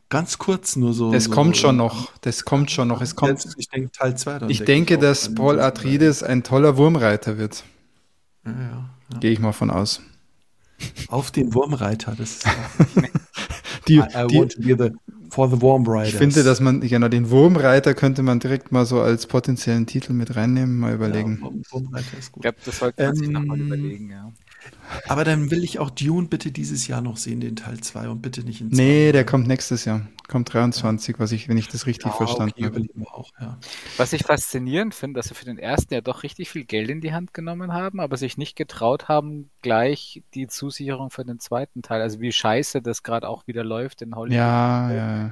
Speaker 4: ganz kurz nur so.
Speaker 3: Das kommt schon noch. Das kommt schon noch. Es kommt.
Speaker 4: Ich denke Teil 2 dann.
Speaker 3: Ich denke, dass Paul Atreides ein toller Wurmreiter wird.
Speaker 4: Ja.
Speaker 3: Gehe ich mal von aus.
Speaker 4: Auf den Wurmreiter, das ist
Speaker 3: I
Speaker 4: want to be for the Wurmriders.
Speaker 3: Ich finde, dass man, genau, den Wurmreiter könnte man direkt mal so als potenziellen Titel mit reinnehmen, mal überlegen.
Speaker 4: Ja, Wurmreiter ist gut.
Speaker 2: Ich glaube, das sollte man sich nochmal überlegen, ja.
Speaker 4: Aber dann will ich auch Dune bitte dieses Jahr noch sehen, den Teil 2 und bitte nicht in 2.
Speaker 3: Nee, der kommt nächstes Jahr. Kommt 23, wenn ich das richtig verstanden habe.
Speaker 4: Auch, ja.
Speaker 2: Was ich faszinierend finde, dass sie für den ersten ja doch richtig viel Geld in die Hand genommen haben, aber sich nicht getraut haben, gleich die Zusicherung für den zweiten Teil. Also wie scheiße das gerade auch wieder läuft in Hollywood.
Speaker 3: Ja.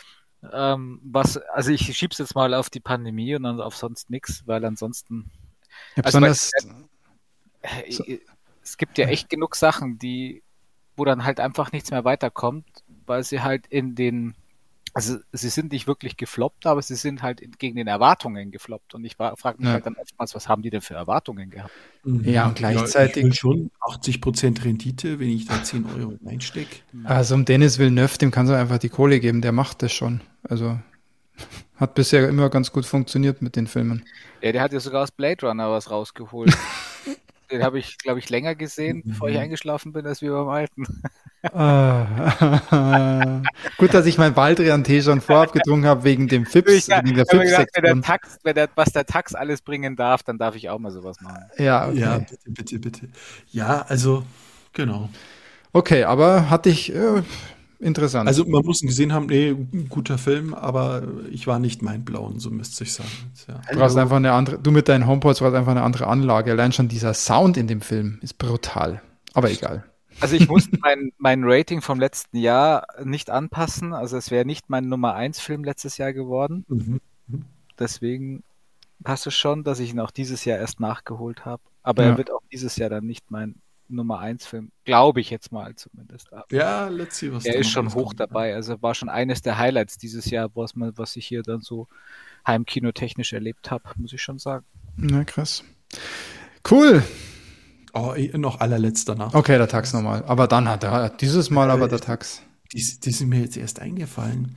Speaker 2: Also ich schieb's jetzt mal auf die Pandemie und dann auf sonst nichts, weil ansonsten.
Speaker 3: Ja, besonders.
Speaker 2: Es gibt ja echt genug Sachen, wo dann halt einfach nichts mehr weiterkommt, weil sie halt also sie sind nicht wirklich gefloppt, aber sie sind halt gegen den Erwartungen gefloppt. Und ich frage mich halt dann oftmals, was haben die denn für Erwartungen gehabt?
Speaker 3: Ja, und gleichzeitig.
Speaker 4: Ich will schon 80% Rendite, wenn ich da 10 Euro reinstecke.
Speaker 3: Also um Denis Villeneuve, dem kannst du einfach die Kohle geben, der macht das schon. Also hat bisher immer ganz gut funktioniert mit den Filmen.
Speaker 2: Ja, der hat ja sogar aus Blade Runner was rausgeholt. Den habe ich, glaube ich, länger gesehen, bevor ich eingeschlafen bin, als wir beim Alten.
Speaker 3: Gut, dass ich mein Baldrian-Tee schon vorab getrunken habe, wegen dem Fips.
Speaker 2: Wegen der Fips-Sektion. Was der Tax alles bringen darf, dann darf ich auch mal sowas machen.
Speaker 3: Ja, okay.
Speaker 4: Ja, bitte. Ja, also, genau.
Speaker 3: Okay, aber hatte ich interessant.
Speaker 4: Also man muss ihn gesehen haben, ein guter Film, aber ich war nicht mindblown, so müsste ich sagen. Ja.
Speaker 3: Du brauchst einfach du mit deinen HomePods brauchst einfach eine andere Anlage. Allein schon dieser Sound in dem Film ist brutal. Aber egal.
Speaker 2: Also ich musste mein Rating vom letzten Jahr nicht anpassen. Also es wäre nicht mein Nummer 1 Film letztes Jahr geworden. Deswegen passt es schon, dass ich ihn auch dieses Jahr erst nachgeholt habe. Aber er wird auch dieses Jahr dann nicht mein Nummer 1 Film, glaube ich jetzt mal zumindest.
Speaker 4: Ja, let's see, was
Speaker 2: er ist schon hoch dabei. Also war schon eines der Highlights dieses Jahr, was ich hier dann so heimkinotechnisch erlebt habe, muss ich schon sagen.
Speaker 3: Na, krass. Cool.
Speaker 4: Oh, noch allerletzter nach.
Speaker 3: Okay, der Tax nochmal. Aber dann hat er dieses Mal aber der Tax.
Speaker 4: Die sind mir jetzt erst eingefallen.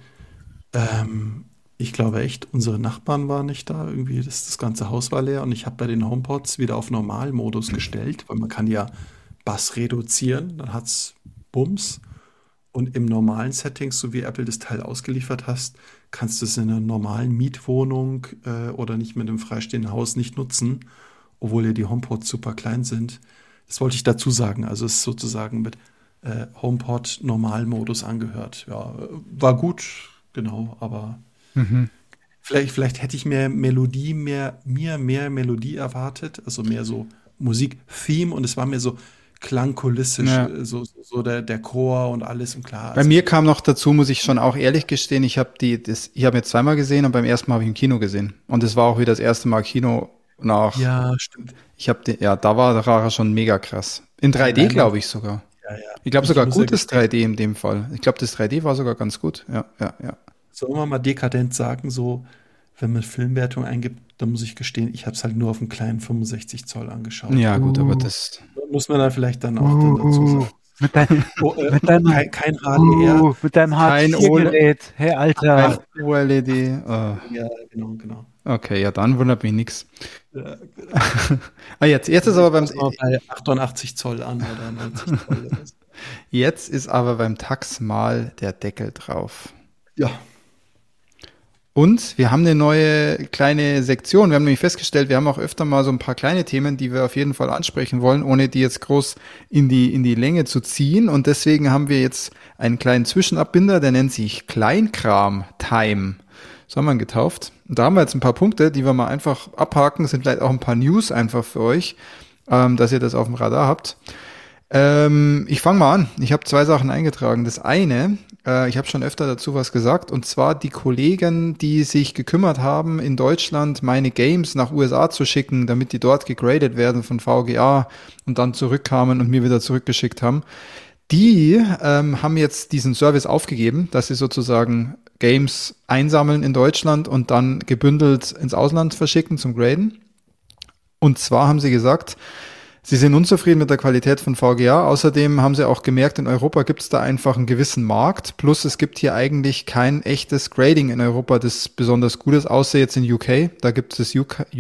Speaker 4: Ich glaube echt, unsere Nachbarn waren nicht da. Irgendwie, das ganze Haus war leer und ich habe bei den HomePods wieder auf Normalmodus gestellt, weil man kann ja Bass reduzieren, dann hat's Bums. Und im normalen Settings, so wie Apple das Teil ausgeliefert hast, kannst du es in einer normalen Mietwohnung oder nicht mit einem freistehenden Haus nicht nutzen, obwohl ja die HomePods super klein sind. Das wollte ich dazu sagen. Also es ist sozusagen mit HomePod Normalmodus angehört. Ja, war gut, genau, aber vielleicht hätte ich mehr Melodie erwartet, also mehr so Musik-Theme und es war mehr so klangkulissisch, so der Chor und alles und klar.
Speaker 3: Bei mir kam noch dazu, muss ich schon auch ehrlich gestehen, ich habe jetzt zweimal gesehen und beim ersten Mal habe ich im Kino gesehen. Und es war auch wieder das erste Mal Kino nach.
Speaker 4: Ja, stimmt.
Speaker 3: Da war er schon mega krass. In 3D, glaube ich sogar.
Speaker 4: Ja.
Speaker 3: Ich glaube sogar gutes 3D in dem Fall. Ich glaube, das 3D war sogar ganz gut. Ja.
Speaker 4: Sollen wir mal dekadent sagen, so, wenn man Filmwertung eingibt, dann muss ich gestehen, ich habe es halt nur auf einem kleinen 65 Zoll angeschaut.
Speaker 3: Ja, gut, aber das
Speaker 4: muss man da vielleicht dann auch dann dazu sagen.
Speaker 1: Mit deinem
Speaker 4: kein HDR.
Speaker 1: Mit deinem Hartz-IV-Gerät. Hey, Alter.
Speaker 3: OLED.
Speaker 4: Ja, genau.
Speaker 3: Okay, ja, dann wundert mich nichts.
Speaker 4: Ja.
Speaker 3: Jetzt ist aber beim
Speaker 4: bei 88 Zoll an oder 90 Zoll.
Speaker 3: Jetzt ist aber beim Tax mal der Deckel drauf.
Speaker 4: Ja.
Speaker 3: Und wir haben eine neue kleine Sektion. Wir haben nämlich festgestellt, wir haben auch öfter mal so ein paar kleine Themen, die wir auf jeden Fall ansprechen wollen, ohne die jetzt groß in die Länge zu ziehen. Und deswegen haben wir jetzt einen kleinen Zwischenabbinder, der nennt sich Kleinkram-Time. So haben wir ihn getauft. Und da haben wir jetzt ein paar Punkte, die wir mal einfach abhaken. Das sind vielleicht auch ein paar News einfach für euch, dass ihr das auf dem Radar habt. Ich fange mal an. Ich habe 2 Sachen eingetragen. Das eine, ich habe schon öfter dazu was gesagt, und zwar die Kollegen, die sich gekümmert haben, in Deutschland meine Games nach USA zu schicken, damit die dort gegradet werden von VGA und dann zurückkamen und mir wieder zurückgeschickt haben. Die haben jetzt diesen Service aufgegeben, dass sie sozusagen Games einsammeln in Deutschland und dann gebündelt ins Ausland verschicken zum Graden. Und zwar haben sie gesagt, Sie sind unzufrieden mit der Qualität von VGA. Außerdem haben sie auch gemerkt, in Europa gibt es da einfach einen gewissen Markt. Plus es gibt hier eigentlich kein echtes Grading in Europa, das besonders gut ist, außer jetzt in UK. Da gibt es das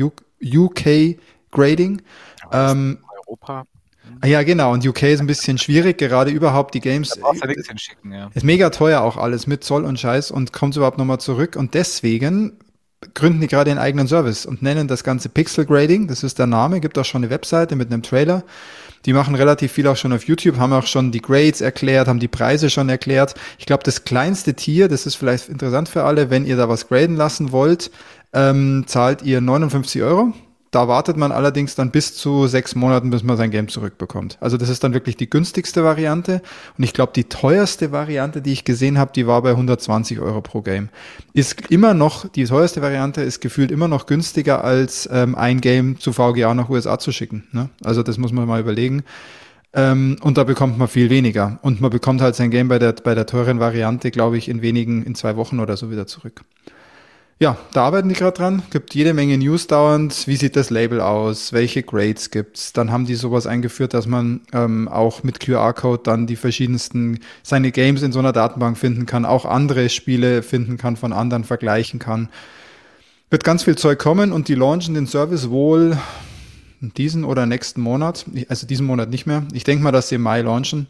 Speaker 3: UK Grading.
Speaker 2: Europa.
Speaker 3: Ja, genau. Und UK ist ein bisschen schwierig, gerade überhaupt die Games.
Speaker 2: Da brauchst du nichts hinschicken, ja.
Speaker 3: Ist mega teuer auch alles mit Zoll und Scheiß und kommt überhaupt nochmal zurück. Und deswegen gründen die gerade einen eigenen Service und nennen das Ganze Pixel Grading. Das ist der Name. Gibt auch schon eine Webseite mit einem Trailer. Die machen relativ viel auch schon auf YouTube, haben auch schon die Grades erklärt, haben die Preise schon erklärt. Ich glaube, das kleinste Tier, das ist vielleicht interessant für alle, wenn ihr da was graden lassen wollt, zahlt ihr 59 Euro. Da wartet man allerdings dann bis zu 6 Monaten, bis man sein Game zurückbekommt. Also das ist dann wirklich die günstigste Variante. Und ich glaube, die teuerste Variante, die ich gesehen habe, die war bei 120 Euro pro Game. Ist immer noch, die teuerste Variante ist gefühlt immer noch günstiger, als ein Game zu VGA nach USA zu schicken. Ne? Also das muss man mal überlegen. Und da bekommt man viel weniger. Und man bekommt halt sein Game bei der teuren Variante, glaube ich, in 2 Wochen oder so wieder zurück. Ja, da arbeiten die gerade dran. Gibt jede Menge News dauernd. Wie sieht das Label aus? Welche Grades gibt's? Dann haben die sowas eingeführt, dass man auch mit QR-Code dann die verschiedensten seine Games in so einer Datenbank finden kann, auch andere Spiele finden kann, von anderen vergleichen kann. Wird ganz viel Zeug kommen und die launchen den Service wohl diesen oder nächsten Monat. Also diesen Monat nicht mehr. Ich denke mal, dass sie im Mai launchen.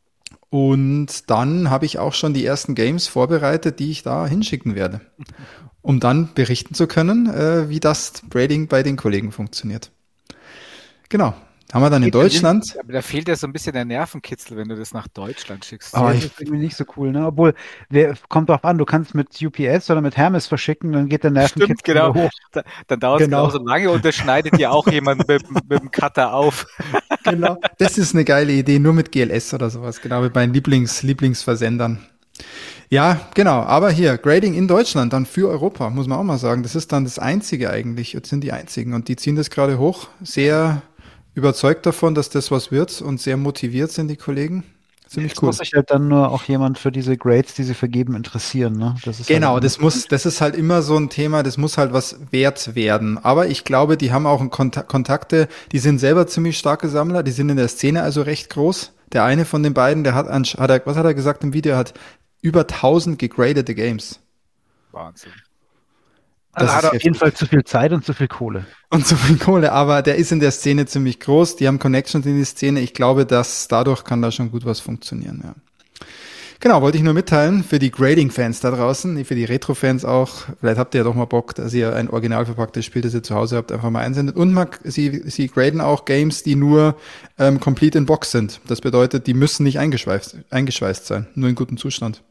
Speaker 3: Und dann habe ich auch schon die ersten Games vorbereitet, die ich da hinschicken werde, um dann berichten zu können, wie das Grading bei den Kollegen funktioniert. Genau. Haben wir dann in Deutschland.
Speaker 2: Aber da fehlt ja so ein bisschen der Nervenkitzel, wenn du das nach Deutschland schickst.
Speaker 1: Das ist irgendwie nicht so cool, ne? Obwohl, kommt drauf an, du kannst mit UPS oder mit Hermes verschicken, dann geht der Nervenkitzel
Speaker 2: genau.
Speaker 1: hoch.
Speaker 2: Dann dauert es genauso lange und das schneidet ja auch jemand mit dem Cutter auf.
Speaker 3: Genau, das ist eine geile Idee, nur mit GLS oder sowas, genau, mit meinen Lieblingsversendern. Ja, genau, aber hier, Grading in Deutschland, dann für Europa, muss man auch mal sagen, das ist dann das Einzige eigentlich, jetzt sind die Einzigen und die ziehen das gerade hoch, sehr überzeugt davon, dass das was wird und sehr motiviert sind die Kollegen. Ziemlich cool.
Speaker 1: Muss sich halt dann nur auch jemand für diese Grades, die sie vergeben, interessieren, ne? Das ist
Speaker 3: genau,
Speaker 1: halt
Speaker 3: das ist halt immer so ein Thema, das muss halt was wert werden. Aber ich glaube, die haben auch Kontakte, die sind selber ziemlich starke Sammler, die sind in der Szene also recht groß. Der eine von den beiden, der was hat er gesagt im Video, hat über 1000 gegradete Games.
Speaker 2: Wahnsinn.
Speaker 1: Also hat er auf jeden Fall zu viel Zeit und zu viel Kohle.
Speaker 3: Und zu viel Kohle, aber der ist in der Szene ziemlich groß, die haben Connections in die Szene. Ich glaube, dass dadurch kann da schon gut was funktionieren, ja. Genau, wollte ich nur mitteilen für die Grading-Fans da draußen, für die Retro-Fans auch. Vielleicht habt ihr ja doch mal Bock, dass ihr ein original verpacktes Spiel, das ihr zu Hause habt, einfach mal einsendet. Und sie graden auch Games, die nur complete in Box sind. Das bedeutet, die müssen nicht eingeschweißt sein, nur in gutem Zustand.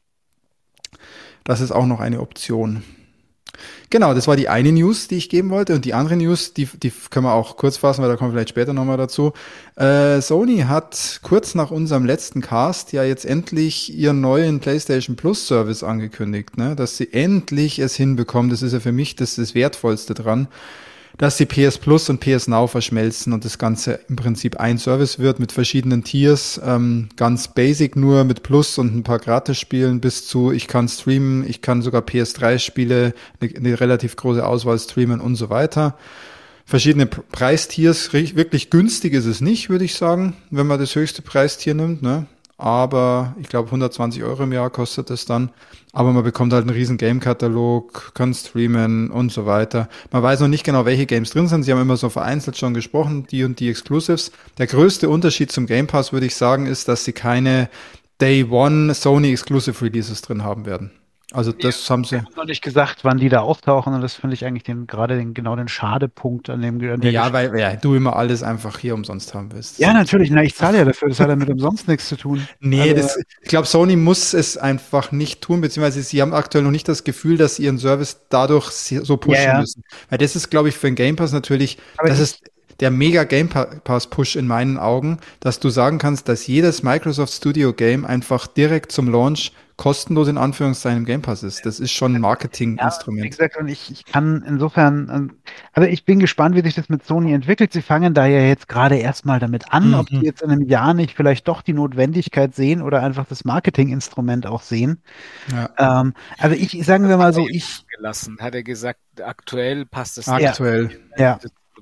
Speaker 3: Das ist auch noch eine Option. Genau, das war die eine News, die ich geben wollte. Und die andere News, die können wir auch kurz fassen, weil da kommen wir vielleicht später nochmal dazu. Sony hat kurz nach unserem letzten Cast ja jetzt endlich ihren neuen PlayStation Plus Service angekündigt, ne? Dass sie endlich es hinbekommen. Das ist ja für mich das Wertvollste dran, dass sie PS Plus und PS Now verschmelzen und das Ganze im Prinzip ein Service wird mit verschiedenen Tiers, ganz basic nur mit Plus und ein paar Gratis-Spielen bis zu, ich kann streamen, ich kann sogar PS3-Spiele, eine relativ große Auswahl streamen und so weiter. Verschiedene Preistiers, wirklich günstig ist es nicht, würde ich sagen, wenn man das höchste Preistier nimmt, ne? Aber ich glaube 120 Euro im Jahr kostet es dann. Aber man bekommt halt einen riesen Game-Katalog, kann streamen und so weiter. Man weiß noch nicht genau, welche Games drin sind. Sie haben immer so vereinzelt schon gesprochen, die und die Exclusives. Der größte Unterschied zum Game Pass, würde ich sagen, ist, dass sie keine Day One Sony Exclusive Releases drin haben werden. Also das haben sie.
Speaker 1: Ich habe noch nicht gesagt, wann die da auftauchen und das finde ich eigentlich genau den Schadepunkt an dem.
Speaker 3: Weil du immer alles einfach hier umsonst haben willst.
Speaker 1: Ja, natürlich. Na, ich zahle ja dafür. Das hat ja mit umsonst nichts zu tun.
Speaker 3: Nee, ich glaube, Sony muss es einfach nicht tun, beziehungsweise sie haben aktuell noch nicht das Gefühl, dass sie ihren Service dadurch so pushen müssen. Weil das ist, glaube ich, für den Game Pass natürlich, das ist der mega Game Pass Push in meinen Augen, dass du sagen kannst, dass jedes Microsoft Studio Game einfach direkt zum Launch kostenlos in Anführungszeichen im Game Pass ist. Das ist schon ein Marketinginstrument.
Speaker 1: Ja, wie gesagt, und ich kann insofern, also ich bin gespannt, wie sich das mit Sony entwickelt. Sie fangen da ja jetzt gerade erstmal damit an, ob die jetzt in einem Jahr nicht vielleicht doch die Notwendigkeit sehen oder einfach das Marketinginstrument auch sehen. Ja. Also sagen wir mal so,
Speaker 2: gelassen, hat er gesagt, aktuell passt es
Speaker 3: aktuell.
Speaker 2: Ja.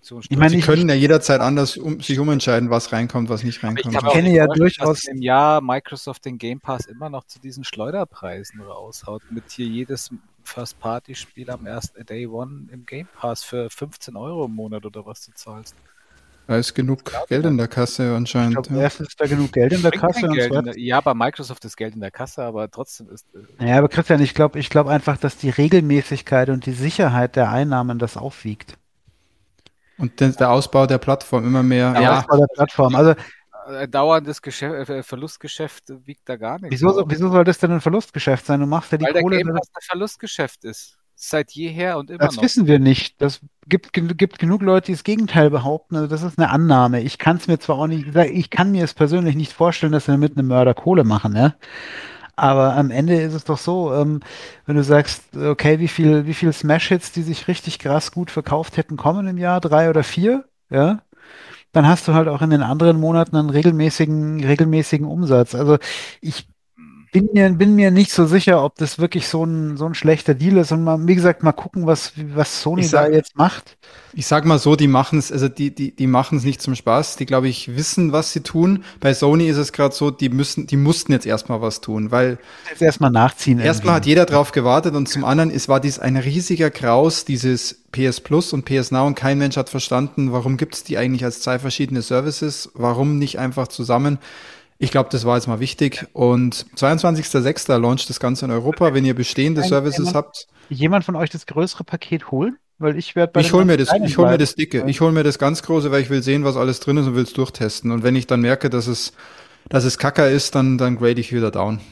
Speaker 2: Funktion
Speaker 1: Ich
Speaker 2: stört.
Speaker 1: meine,
Speaker 3: Sie
Speaker 1: ich,
Speaker 3: können ja jederzeit anders sich umentscheiden, was reinkommt, was nicht
Speaker 2: Aber ich
Speaker 3: reinkommt.
Speaker 2: kann mir auch
Speaker 1: kenne
Speaker 2: nicht
Speaker 1: ja
Speaker 2: vorstellen, dass
Speaker 1: durchaus,
Speaker 2: im Jahr Microsoft den Game Pass immer noch zu diesen Schleuderpreisen raushaut, mit hier jedes First-Party-Spiel am ersten Day One im Game Pass für 15 Euro im Monat oder was du zahlst.
Speaker 3: Da ist genug Geld in der Kasse
Speaker 1: ich
Speaker 3: anscheinend.
Speaker 1: glaube,
Speaker 3: Ja.
Speaker 1: erstens ist da genug Geld in der
Speaker 2: Bringt
Speaker 1: Kasse
Speaker 2: kein
Speaker 1: und
Speaker 2: Geld
Speaker 1: zweitens,
Speaker 2: ja, bei Microsoft ist Geld in der Kasse, aber trotzdem ist.
Speaker 1: ja, aber Christian, ich glaube einfach, dass die Regelmäßigkeit und die Sicherheit der Einnahmen das aufwiegt.
Speaker 3: Und der Ausbau der Plattform immer mehr.
Speaker 1: Der
Speaker 3: Ja,
Speaker 1: Ausbau der Plattform. Also,
Speaker 2: Dauerndes Verlustgeschäft wiegt da gar nichts auf.
Speaker 1: wieso soll das denn ein Verlustgeschäft sein? Du machst ja die
Speaker 2: Weil der
Speaker 1: Kohle.
Speaker 2: Game Pass ein Verlustgeschäft ist. Seit jeher und immer
Speaker 1: Das
Speaker 2: noch.
Speaker 1: wissen wir nicht. Das gibt genug Leute, die das Gegenteil behaupten. Also das ist eine Annahme. Ich kann es mir zwar auch nicht, ich kann mir es persönlich nicht vorstellen, dass wir mit einem Mörder Kohle machen, ja. Aber am Ende ist es doch so, wenn du sagst, okay, wie viel Smash-Hits, die sich richtig krass gut verkauft hätten, kommen im Jahr, 3 oder 4, ja, dann hast du halt auch in den anderen Monaten einen regelmäßigen Umsatz. Also ich bin mir nicht so sicher, ob das wirklich so ein schlechter Deal ist. Und mal, wie gesagt, mal gucken, was Sony
Speaker 3: ich
Speaker 1: da
Speaker 3: sag,
Speaker 1: jetzt macht.
Speaker 3: ich sag mal so, die machen es, also die machen es nicht zum Spaß. Die, glaube ich, wissen, was sie tun. Bei Sony ist es gerade so, die mussten jetzt erstmal was tun, weil
Speaker 1: Jetzt erstmal nachziehen
Speaker 3: erstmal hat
Speaker 1: irgendwie.
Speaker 3: jeder drauf gewartet und zum anderen war dies ein riesiger Kraus, dieses PS Plus und PS Now, und kein Mensch hat verstanden, warum gibt es die eigentlich als zwei verschiedene Services? Warum nicht einfach zusammen? Ich glaube, das war jetzt mal wichtig. Und 22.06. launcht das Ganze in Europa. Wenn ihr bestehende Services habt,
Speaker 1: Jemand von euch das größere Paket holen? Weil ich werde bei
Speaker 3: ich
Speaker 1: dem
Speaker 3: hole
Speaker 1: ganz
Speaker 3: mir das,
Speaker 1: kleinen
Speaker 3: ich hol mir
Speaker 1: bleiben.
Speaker 3: das dicke. Ich hole mir das ganz große, weil ich will sehen, was alles drin ist und will es durchtesten. Und wenn ich dann merke, dass es Kacker ist, dann grade ich wieder down.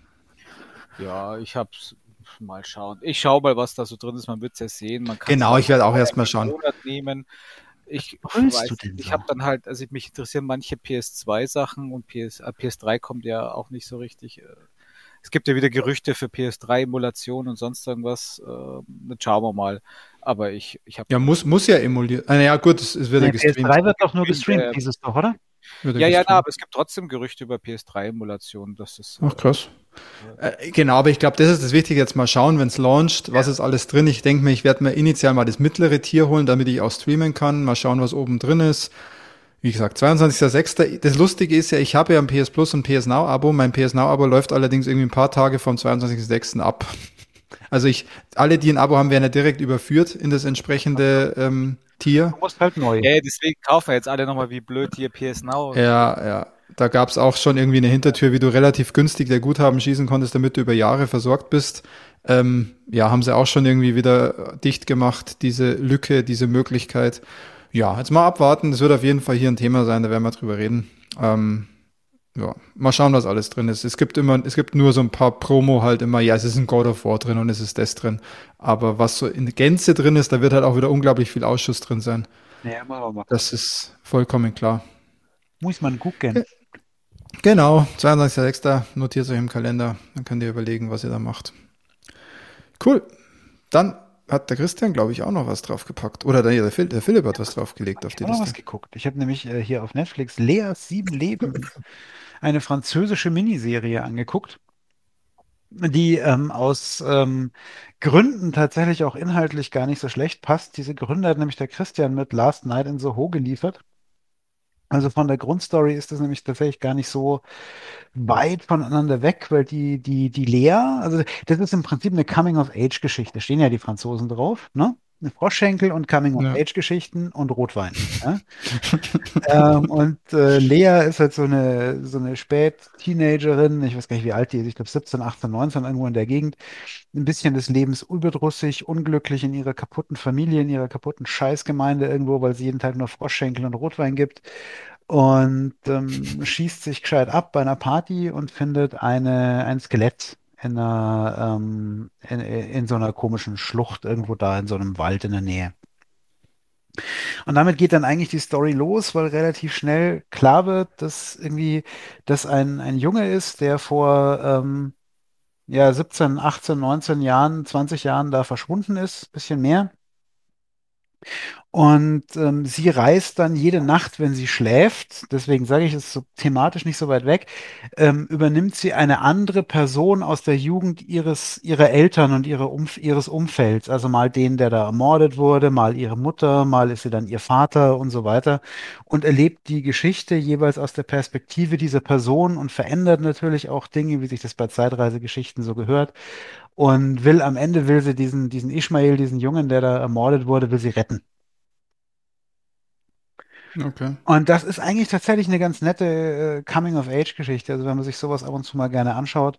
Speaker 2: Ja, ich hab's mal schauen. Ich schau mal, was da so drin ist. Man wird es ja sehen. Man kann
Speaker 3: Genau, ich werde auch erstmal
Speaker 2: einen
Speaker 3: schauen.
Speaker 2: Monat nehmen. Ich
Speaker 1: Brüllst du
Speaker 2: weiß,
Speaker 1: denn
Speaker 2: ich
Speaker 1: so?
Speaker 2: habe dann halt, also mich interessieren manche PS2-Sachen und PS3 kommt ja auch nicht so richtig. Es gibt ja wieder Gerüchte für PS3-Emulation und sonst irgendwas. Jetzt schauen wir mal. Aber ich habe
Speaker 3: Ja, muss ja emuliert. Ja, gut, es wird ja
Speaker 1: Nee,
Speaker 3: gestreamt.
Speaker 1: PS3 wird doch nur gestreamt,
Speaker 2: äh,
Speaker 1: dieses doch, oder?
Speaker 3: Wird ja
Speaker 2: ja,
Speaker 3: gestreamt.
Speaker 2: aber es gibt trotzdem Gerüchte über PS3-Emulation. Das ist
Speaker 3: Ach, krass. Genau, aber ich glaube, das ist das Wichtige. Jetzt mal schauen, wenn es launcht, was ist alles drin. Ich denke mir, ich werde mir initial mal das mittlere Tier holen, damit ich auch streamen kann. Mal schauen, was oben drin ist. Wie gesagt, 22.06. Das Lustige ist ja, ich habe ja ein PS Plus und PS Now Abo. Mein PS Now Abo läuft allerdings irgendwie ein paar Tage vom 22.06. ab. Also alle, die ein Abo haben, werden ja direkt überführt in das entsprechende Tier.
Speaker 1: Du musst halt neu.
Speaker 2: deswegen kaufen wir jetzt alle nochmal wie blöd hier PS Now.
Speaker 3: Ja, ja. Da gab es auch schon irgendwie eine Hintertür, wie du relativ günstig der Guthaben schießen konntest, damit du über Jahre versorgt bist. Ja, haben sie auch schon irgendwie wieder dicht gemacht, diese Lücke, diese Möglichkeit. Ja, jetzt mal abwarten. Das wird auf jeden Fall hier ein Thema sein, da werden wir drüber reden. Ja, mal schauen, was alles drin ist. Es gibt nur so ein paar Promo halt immer, ja, es ist ein God of War drin und es ist das drin. Aber was so in Gänze drin ist, da wird halt auch wieder unglaublich viel Ausschuss drin sein.
Speaker 1: Ja, machen wir mal.
Speaker 3: Das ist vollkommen klar.
Speaker 1: Muss man gucken.
Speaker 3: Genau, 22.06. Notiert euch im Kalender, dann könnt ihr überlegen, was ihr da macht. Cool. Dann hat der Christian, glaube ich, auch noch was draufgepackt. Oder der Philipp hat was draufgelegt auf
Speaker 1: Ich
Speaker 3: die
Speaker 1: habe noch was
Speaker 3: Liste.
Speaker 1: geguckt. Ich habe nämlich hier auf Netflix Leas 7 Leben, eine französische Miniserie angeguckt, die aus Gründen tatsächlich auch inhaltlich gar nicht so schlecht passt. Diese Gründe hat nämlich der Christian mit Last Night in Soho geliefert. Also von der Grundstory ist das nämlich tatsächlich gar nicht so weit voneinander weg, weil die Lea, also das ist im Prinzip eine Coming-of-Age-Geschichte, stehen ja die Franzosen drauf, ne? Eine Froschschenkel und
Speaker 3: Ja.
Speaker 1: Coming-of-Age-Geschichten und Rotwein. Ja? Und Lea ist halt so eine Spät-Teenagerin, ich weiß gar nicht, wie alt die ist, ich glaube 17, 18, 19, irgendwo in der Gegend, ein bisschen des Lebens überdrüssig, unglücklich in ihrer kaputten Familie, in ihrer kaputten Scheißgemeinde irgendwo, weil sie jeden Tag nur Froschschenkel und Rotwein gibt und schießt sich gescheit ab bei einer Party und findet ein Skelett in so einer komischen Schlucht irgendwo da in so einem Wald in der Nähe. Und damit geht dann eigentlich die Story los, weil relativ schnell klar wird, dass irgendwie das ein Junge ist, der vor ja, 17, 18, 19 Jahren, 20 Jahren da verschwunden ist, bisschen mehr. Und sie reist dann jede Nacht, wenn sie schläft, deswegen sage ich, es ist so thematisch nicht so weit weg, übernimmt sie eine andere Person aus der Jugend ihrer Eltern und ihres Umfelds. Also mal den, der da ermordet wurde, mal ihre Mutter, mal ist sie dann ihr Vater und so weiter. Und erlebt die Geschichte jeweils aus der Perspektive dieser Person und verändert natürlich auch Dinge, wie sich das bei Zeitreisegeschichten so gehört. Und am Ende will sie diesen Ishmael, diesen Jungen, der da ermordet wurde, will sie retten.
Speaker 3: Okay.
Speaker 1: Und das ist eigentlich tatsächlich eine ganz nette Coming-of-Age-Geschichte. Also wenn man sich sowas ab und zu mal gerne anschaut,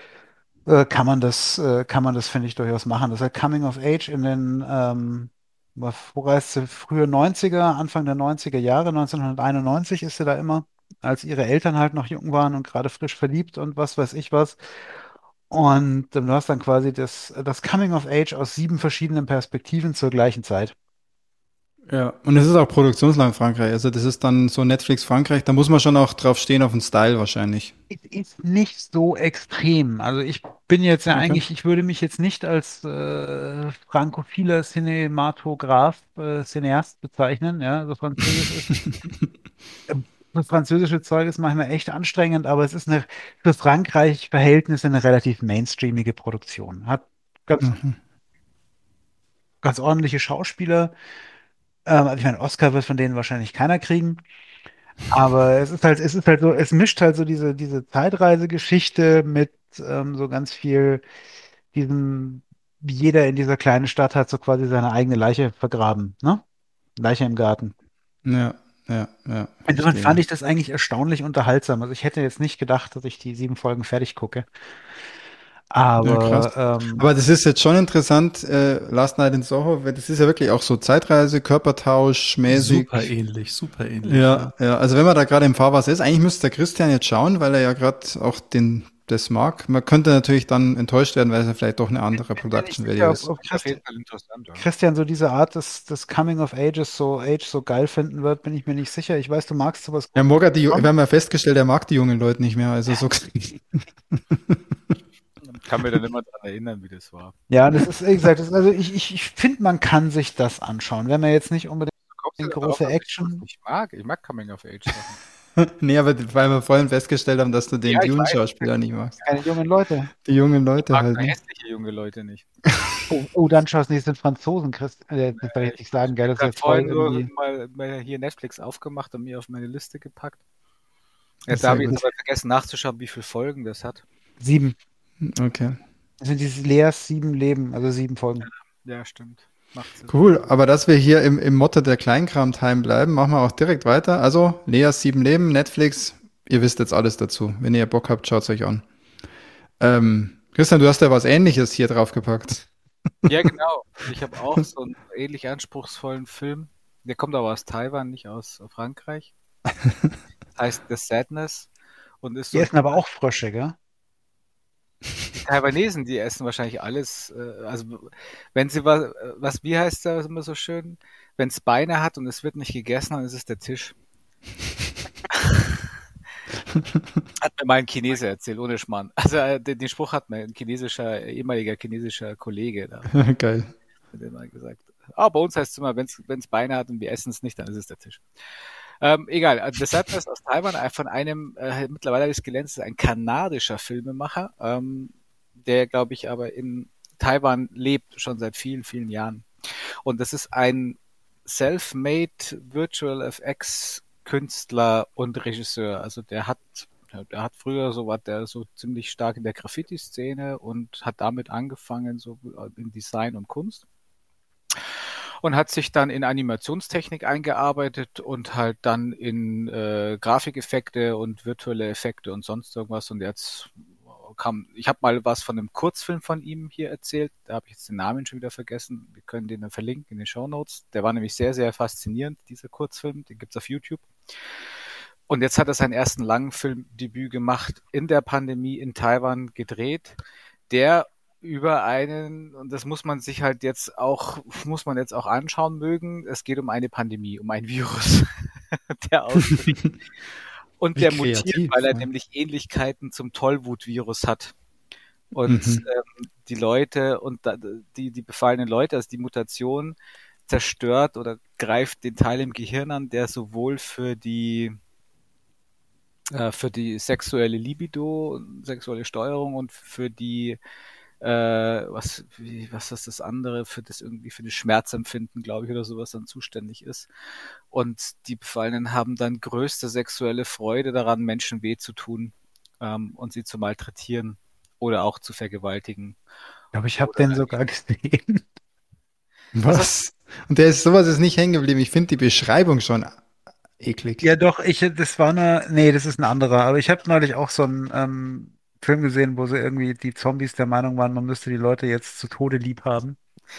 Speaker 1: kann man das, finde ich, durchaus machen. Das ist halt Coming-of-Age in den, wo reist sie? Frühe 90er, Anfang der 90er Jahre, 1991 ist sie da immer, als ihre Eltern halt noch jung waren und gerade frisch verliebt und was weiß ich was. Und du hast dann quasi das Coming-of-Age aus 7 verschiedenen Perspektiven zur gleichen Zeit.
Speaker 3: Ja, und es ist auch Produktionsland Frankreich. Also das ist dann so Netflix Frankreich. Da muss man schon auch drauf stehen auf den Style wahrscheinlich.
Speaker 1: Es ist nicht so extrem. Also ich bin jetzt ja
Speaker 3: Okay.
Speaker 1: eigentlich, ich würde mich jetzt nicht als frankophiler Cinematograph, Cineast bezeichnen. Ja, so das französische Zeug ist manchmal echt anstrengend, aber es ist für Frankreich Verhältnisse eine relativ mainstreamige Produktion. Hat ganz,
Speaker 3: Mhm.
Speaker 1: ganz ordentliche Schauspieler. Also ich meine, Oscar wird von denen wahrscheinlich keiner kriegen. Aber es ist halt so, es mischt halt so diese Zeitreisegeschichte mit so ganz viel wie jeder in dieser kleinen Stadt hat so quasi seine eigene Leiche vergraben, ne? Leiche im Garten.
Speaker 3: Ja, ja,
Speaker 1: Insofern fand
Speaker 3: verstehe.
Speaker 1: ich das eigentlich erstaunlich unterhaltsam. Also ich hätte jetzt nicht gedacht, dass ich die 7 Folgen fertig gucke.
Speaker 3: Ja, krass.
Speaker 1: Aber
Speaker 3: Aber das ist jetzt schon interessant, Last Night in Soho, weil das ist ja wirklich auch so Zeitreise, Körpertausch, mäßig.
Speaker 4: Super ähnlich,
Speaker 3: Ja,
Speaker 4: ja.
Speaker 3: ja, also wenn man da gerade im Fahrwasser ist, eigentlich müsste der Christian jetzt schauen, weil er ja gerade auch das mag. Man könnte natürlich dann enttäuscht werden, weil es ja vielleicht doch eine andere
Speaker 1: ich bin mir nicht
Speaker 3: Production
Speaker 1: sicher,
Speaker 3: Value ist.
Speaker 2: Ist auf jeden Fall interessant, ja.
Speaker 1: Christian so diese Art des Coming of Age so geil finden wird, bin ich mir nicht sicher. Ich weiß, du magst sowas
Speaker 3: Ja, Morga, wir
Speaker 1: schon.
Speaker 3: haben ja festgestellt, er mag die jungen Leute nicht mehr, also so.
Speaker 2: Kann mir dann immer daran erinnern, wie das war.
Speaker 1: Ja, das ist, wie gesagt, also ich finde, man kann sich das anschauen. Wenn man jetzt nicht unbedingt
Speaker 2: Kommst du darauf,
Speaker 1: große
Speaker 2: dass ich sowas
Speaker 1: Action.
Speaker 2: nicht mag? Ich mag Coming-of-Age-Sachen.
Speaker 3: Nee, aber weil wir vorhin festgestellt haben, dass du den
Speaker 2: Ja, ich weiß.
Speaker 3: Dune-Schauspieler nicht magst.
Speaker 1: Keine jungen Leute.
Speaker 3: Die jungen
Speaker 2: Ich
Speaker 3: Leute
Speaker 2: mag
Speaker 3: halt,
Speaker 2: nur
Speaker 3: ne?
Speaker 2: hässliche junge Leute nicht.
Speaker 1: Dann schaust du nicht, das sind Franzosen, Chris. Das soll ich jetzt
Speaker 2: Ich
Speaker 1: nicht sagen, gell?
Speaker 2: habe
Speaker 1: Das ist
Speaker 2: gerade
Speaker 1: jetzt voll
Speaker 2: vorhin nur
Speaker 1: irgendwie.
Speaker 2: mal hier Netflix aufgemacht und mir auf meine Liste gepackt. Ja, da
Speaker 3: Sehr
Speaker 2: habe ich jetzt
Speaker 3: gut.
Speaker 2: aber vergessen nachzuschauen, wie viele Folgen das hat.
Speaker 1: 7.
Speaker 3: Okay.
Speaker 1: Das sind diese Leas 7 Leben, also 7 Folgen.
Speaker 2: Ja, stimmt. Macht Sinn.
Speaker 3: Cool, aber dass wir hier im Motto der Kleinkram-Time bleiben, machen wir auch direkt weiter. Also, Leas 7 Leben, Netflix, ihr wisst jetzt alles dazu. Wenn ihr Bock habt, schaut es euch an. Christian, du hast ja was Ähnliches hier draufgepackt.
Speaker 2: Ja, genau. Ich habe auch so einen ähnlich anspruchsvollen Film. Der kommt aber aus Taiwan, nicht aus Frankreich. Heißt The Sadness und ist
Speaker 1: Die
Speaker 2: so ein
Speaker 1: essen aber auch Frösche, gell?
Speaker 2: Die Taiwanesen, die essen wahrscheinlich alles. Also wenn sie wie heißt das immer so schön? Wenn es Beine hat und es wird nicht gegessen, dann ist es der Tisch. Hat mir mal ein Chinese erzählt, ohne Schmarrn. Also den Spruch hat mir ein ehemaliger chinesischer Kollege da
Speaker 3: Geil.
Speaker 2: hat immer gesagt. Bei uns heißt es immer, wenn es Beine hat und wir essen es nicht, dann ist es der Tisch. Egal, The Sadness aus Taiwan, von einem, mittlerweile habe ich es gelernt, ist ein kanadischer Filmemacher, der, glaube ich, aber in Taiwan lebt, schon seit vielen, vielen Jahren. Und das ist ein self-made Virtual FX Künstler und Regisseur. Also der hat früher war der so ziemlich stark in der Graffiti-Szene und hat damit angefangen, so in Design und Kunst. Und hat sich dann in Animationstechnik eingearbeitet und halt dann in Grafikeffekte und virtuelle Effekte und sonst irgendwas. Und jetzt ich habe mal was von einem Kurzfilm von ihm hier erzählt. Da habe ich jetzt den Namen schon wieder vergessen. Wir können den dann verlinken in den Shownotes. Der war nämlich sehr, sehr faszinierend, dieser Kurzfilm. Den gibt's auf YouTube. Und jetzt hat er seinen ersten Langfilmdebüt gemacht, in der Pandemie in Taiwan gedreht, der über und das muss man jetzt auch anschauen mögen. Es geht um eine Pandemie, um ein Virus, der ausbricht. Und
Speaker 3: Wie
Speaker 2: der mutiert,
Speaker 3: kreativ.
Speaker 2: weil er
Speaker 3: Ja.
Speaker 2: nämlich Ähnlichkeiten zum Tollwut-Virus hat. Und die Leute und die befallenen Leute, also die Mutation, zerstört oder greift den Teil im Gehirn an, der sowohl für die sexuelle Libido, sexuelle Steuerung und für die was ist das andere, für das Schmerzempfinden, glaube ich, oder sowas dann zuständig ist. Und die Befallenen haben dann größte sexuelle Freude daran, Menschen weh zu tun und sie zu malträtieren oder auch zu vergewaltigen.
Speaker 1: Ich glaube, ich habe den sogar gesehen.
Speaker 3: Was? Und sowas ist nicht hängen geblieben. Ich finde die Beschreibung schon eklig.
Speaker 1: Ja, doch, das ist ein anderer, aber ich habe neulich auch so einen Film gesehen, wo sie irgendwie die Zombies der Meinung waren, man müsste die Leute jetzt zu Tode lieb haben.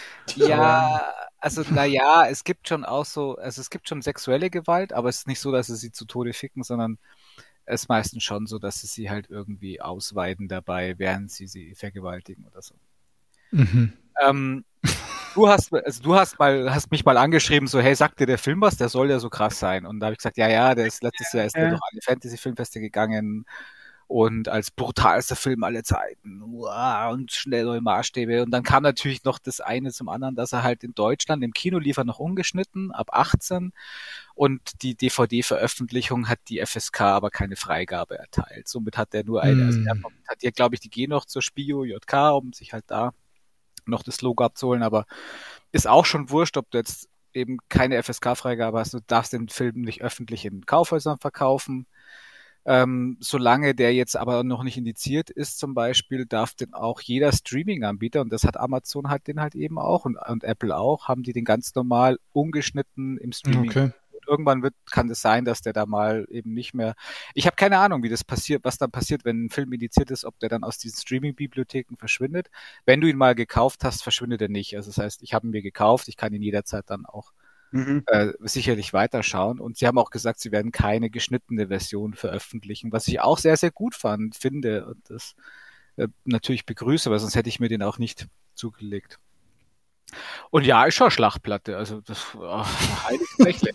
Speaker 2: Ja, also naja, es gibt schon auch so, also es gibt schon sexuelle Gewalt, aber es ist nicht so, dass sie zu Tode ficken, sondern es ist meistens schon so, dass sie halt irgendwie ausweiden dabei, während sie vergewaltigen oder so.
Speaker 3: Mhm.
Speaker 2: Du hast mich mal angeschrieben, so, hey, sagt dir der Film was? Der soll ja so krass sein. Und da habe ich gesagt, ja, letztes Jahr ist der durch alle Fantasy-Filmfeste gegangen und als brutalster Film aller Zeiten. Wow, und schnell neue Maßstäbe. Und dann kam natürlich noch das eine zum anderen, dass er halt in Deutschland im Kino lief, er noch ungeschnitten, ab 18. Und die DVD-Veröffentlichung hat die FSK aber keine Freigabe erteilt. Somit hat er nur eine, also er hat ja, glaube ich, die gehen noch zur Spio JK, um sich halt da noch das Logo abzuholen, aber ist auch schon wurscht, ob du jetzt eben keine FSK-Freigabe hast. Du darfst den Film nicht öffentlich in Kaufhäusern verkaufen. Solange der jetzt aber noch nicht indiziert ist zum Beispiel, darf den auch jeder Streaming-Anbieter, und das hat Amazon halt den halt eben auch und Apple auch, haben die den ganz normal ungeschnitten im Streaming.
Speaker 3: Okay.
Speaker 2: Irgendwann kann es sein, dass der da mal eben nicht mehr. Ich habe keine Ahnung, wie das passiert, was dann passiert, wenn ein Film indiziert ist, ob der dann aus diesen Streaming-Bibliotheken verschwindet. Wenn du ihn mal gekauft hast, verschwindet er nicht. Also das heißt, ich habe ihn mir gekauft, ich kann ihn jederzeit dann auch sicherlich weiterschauen. Und sie haben auch gesagt, sie werden keine geschnittene Version veröffentlichen, was ich auch sehr, sehr gut finde und das natürlich begrüße, weil sonst hätte ich mir den auch nicht zugelegt. Und ja, ist schon Schlachtplatte, also das heilig Blechle.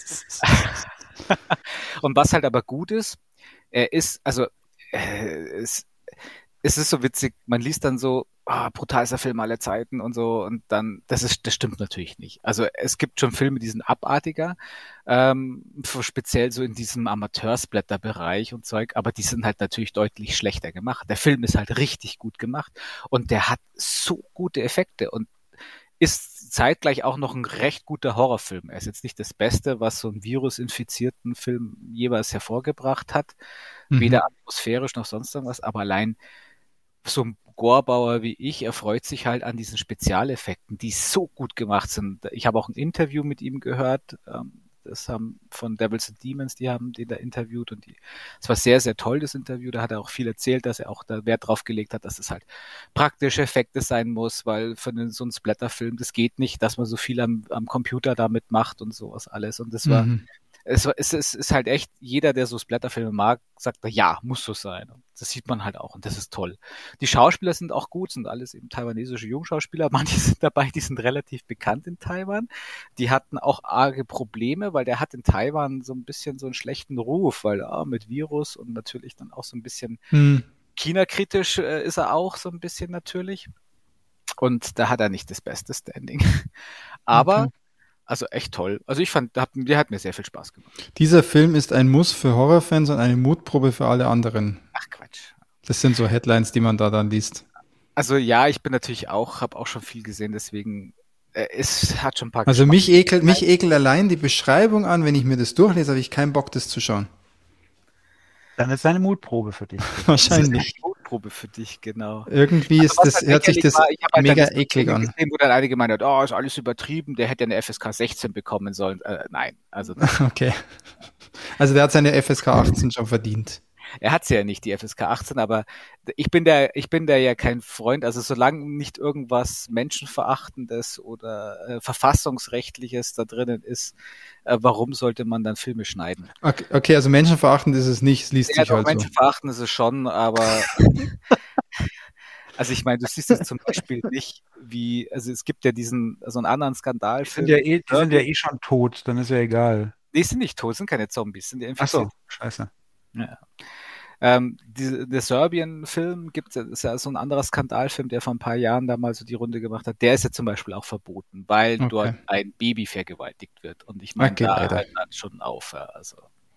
Speaker 2: Und was halt aber gut ist, es ist so witzig, man liest dann so, brutalster Film aller Zeiten und so, und dann, das stimmt natürlich nicht. Also es gibt schon Filme, die sind abartiger, speziell so in diesem Amateursblätterbereich und Zeug, aber die sind halt natürlich deutlich schlechter gemacht. Der Film ist halt richtig gut gemacht und der hat so gute Effekte und ist zeitgleich auch noch ein recht guter Horrorfilm. Er ist jetzt nicht das Beste, was so ein virusinfizierten Film jeweils hervorgebracht hat, weder atmosphärisch noch sonst irgendwas, aber allein so ein Gorebauer wie ich erfreut sich halt an diesen Spezialeffekten, die so gut gemacht sind. Ich habe auch ein Interview mit ihm gehört, das haben von Devils and Demons, die haben den da interviewt und es war sehr, sehr toll, das Interview. Da hat er auch viel erzählt, dass er auch da Wert drauf gelegt hat, dass es halt praktische Effekte sein muss, weil für so einen Splatterfilm, das geht nicht, dass man so viel am Computer damit macht und sowas alles. Und das war, es ist halt echt, jeder, der so Splatterfilme mag, sagt, ja, muss so sein. Und das sieht man halt auch und das ist toll. Die Schauspieler sind auch gut, sind alles eben taiwanesische Jungschauspieler. Manche sind dabei, die sind relativ bekannt in Taiwan. Die hatten auch arge Probleme, weil der hat in Taiwan so ein bisschen so einen schlechten Ruf, weil mit Virus und natürlich dann auch so ein bisschen China-kritisch ist er auch so ein bisschen natürlich. Und da hat er nicht das beste Standing. Aber also echt toll. Also ich fand, der hat mir sehr viel Spaß gemacht.
Speaker 3: Dieser Film ist ein Muss für Horrorfans und eine Mutprobe für alle anderen.
Speaker 2: Ach Quatsch.
Speaker 3: Das sind so Headlines, die man da dann liest.
Speaker 2: Also ja, ich bin natürlich habe auch schon viel gesehen, deswegen es hat schon ein paar.
Speaker 3: Also mich ekelt allein die Beschreibung an, wenn ich mir das durchlese, habe ich keinen Bock, das zu schauen.
Speaker 1: Dann ist es eine Mutprobe für dich.
Speaker 3: Wahrscheinlich.
Speaker 2: Das ist eine Mutprobe für dich, genau.
Speaker 3: Irgendwie ist das, hört sich das mega eklig an.
Speaker 2: Gesehen, wo dann einige gemeint hat, ist alles übertrieben, der hätte eine FSK 16 bekommen sollen. Nein, also.
Speaker 3: Okay. Also der hat seine FSK 18 schon verdient.
Speaker 2: Er hat sie ja nicht, die FSK 18, aber ich bin da ja kein Freund. Also solange nicht irgendwas Menschenverachtendes oder Verfassungsrechtliches da drinnen ist, warum sollte man dann Filme schneiden?
Speaker 3: Okay, also menschenverachtend ist es nicht, es liest sich halt so.
Speaker 2: Menschenverachtend ist es schon, aber also ich meine, du siehst es zum Beispiel nicht also es gibt ja so einen anderen Skandalfilm.
Speaker 1: Die sind ja eh schon tot, dann ist ja egal.
Speaker 2: Die sind nicht tot, sind keine Zombies, sind ja infiziert.
Speaker 1: Ach so, scheiße.
Speaker 2: Ja. Der Serbien-Film ist ja so ein anderer Skandalfilm, der vor ein paar Jahren da mal so die Runde gemacht hat. Der ist ja zum Beispiel auch verboten, weil dort ein Baby vergewaltigt wird. Und ich meine, da hört dann schon auf. Also.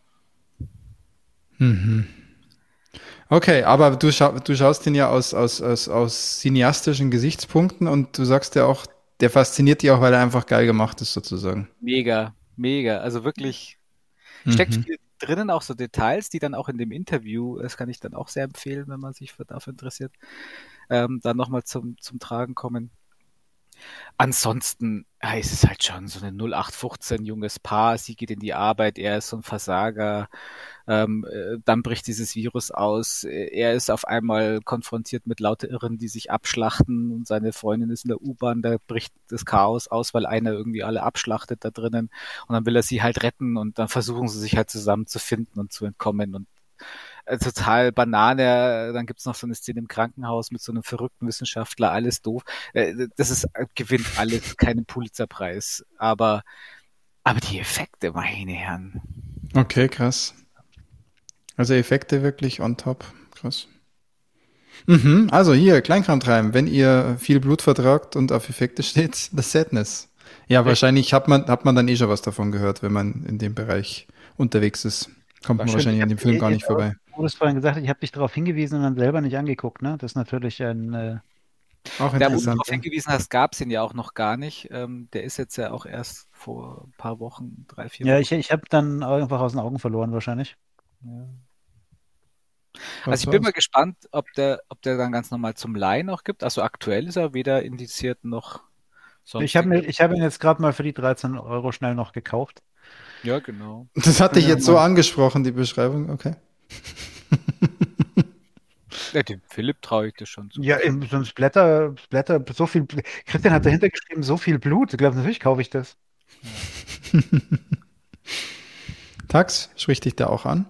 Speaker 3: Okay, aber du schaust ihn ja aus cineastischen Gesichtspunkten und du sagst ja auch, der fasziniert dich auch, weil er einfach geil gemacht ist, sozusagen.
Speaker 2: Mega, mega. Also wirklich steckt viel drinnen, auch so Details, die dann auch in dem Interview, das kann ich dann auch sehr empfehlen, wenn man sich dafür interessiert, dann nochmal zum Tragen kommen. Ansonsten ist es halt schon so ein 0815 junges Paar, sie geht in die Arbeit, er ist so ein Versager, dann bricht dieses Virus aus, er ist auf einmal konfrontiert mit lauter Irren, die sich abschlachten und seine Freundin ist in der U-Bahn, da bricht das Chaos aus, weil einer irgendwie alle abschlachtet da drinnen und dann will er sie halt retten und dann versuchen sie sich halt zusammenzufinden und zu entkommen und total Banane, dann gibt's noch so eine Szene im Krankenhaus mit so einem verrückten Wissenschaftler, alles doof. Gewinnt alles keinen Pulitzerpreis, aber die Effekte, meine Herren.
Speaker 3: Okay, krass. Also Effekte wirklich on top, krass. Also hier, Kleinkram treiben, wenn ihr viel Blut vertragt und auf Effekte steht, The Sadness. Ja, wahrscheinlich hat man dann eh schon was davon gehört, wenn man in dem Bereich unterwegs ist. Kommt man wahrscheinlich an dem Film gar nicht vorbei.
Speaker 1: Du hast vorhin gesagt, ich habe dich darauf hingewiesen und dann selber nicht angeguckt, ne? Das ist natürlich
Speaker 3: auch
Speaker 2: interessant. Da, wo du
Speaker 3: interessant.
Speaker 2: darauf hingewiesen hast, gab es ihn ja auch noch gar nicht. Der ist jetzt ja auch erst vor ein paar Wochen, 3, 4 Wochen.
Speaker 1: Ja, ich habe dann einfach aus den Augen verloren wahrscheinlich.
Speaker 2: Ja. Also ich bin mal gespannt, ob der dann ganz normal zum Leihen auch gibt. Also aktuell ist er weder indiziert noch sonst.
Speaker 1: Ich habe ihn jetzt gerade mal für die 13 Euro schnell noch gekauft.
Speaker 2: Ja, genau.
Speaker 3: Das hatte ich jetzt so angesprochen, die Beschreibung, okay.
Speaker 2: Ja, dem Philipp traue ich das schon zu.
Speaker 1: Ja, so ein Splatter, so viel. Christian hat dahinter geschrieben, so viel Blut. Ich glaube, natürlich kaufe ich das.
Speaker 3: Ja. Tax, spricht dich da auch an?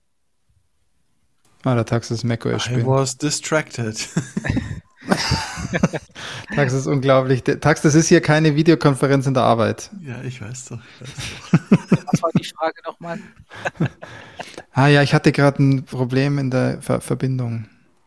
Speaker 3: Der Tax ist macOS spielen.
Speaker 4: I was distracted.
Speaker 3: Tax ist unglaublich. Tax, das ist hier keine Videokonferenz in der Arbeit.
Speaker 4: Ja, ich weiß doch.
Speaker 2: Was war die Frage nochmal?
Speaker 3: Ja, ich hatte gerade ein Problem in der Verbindung.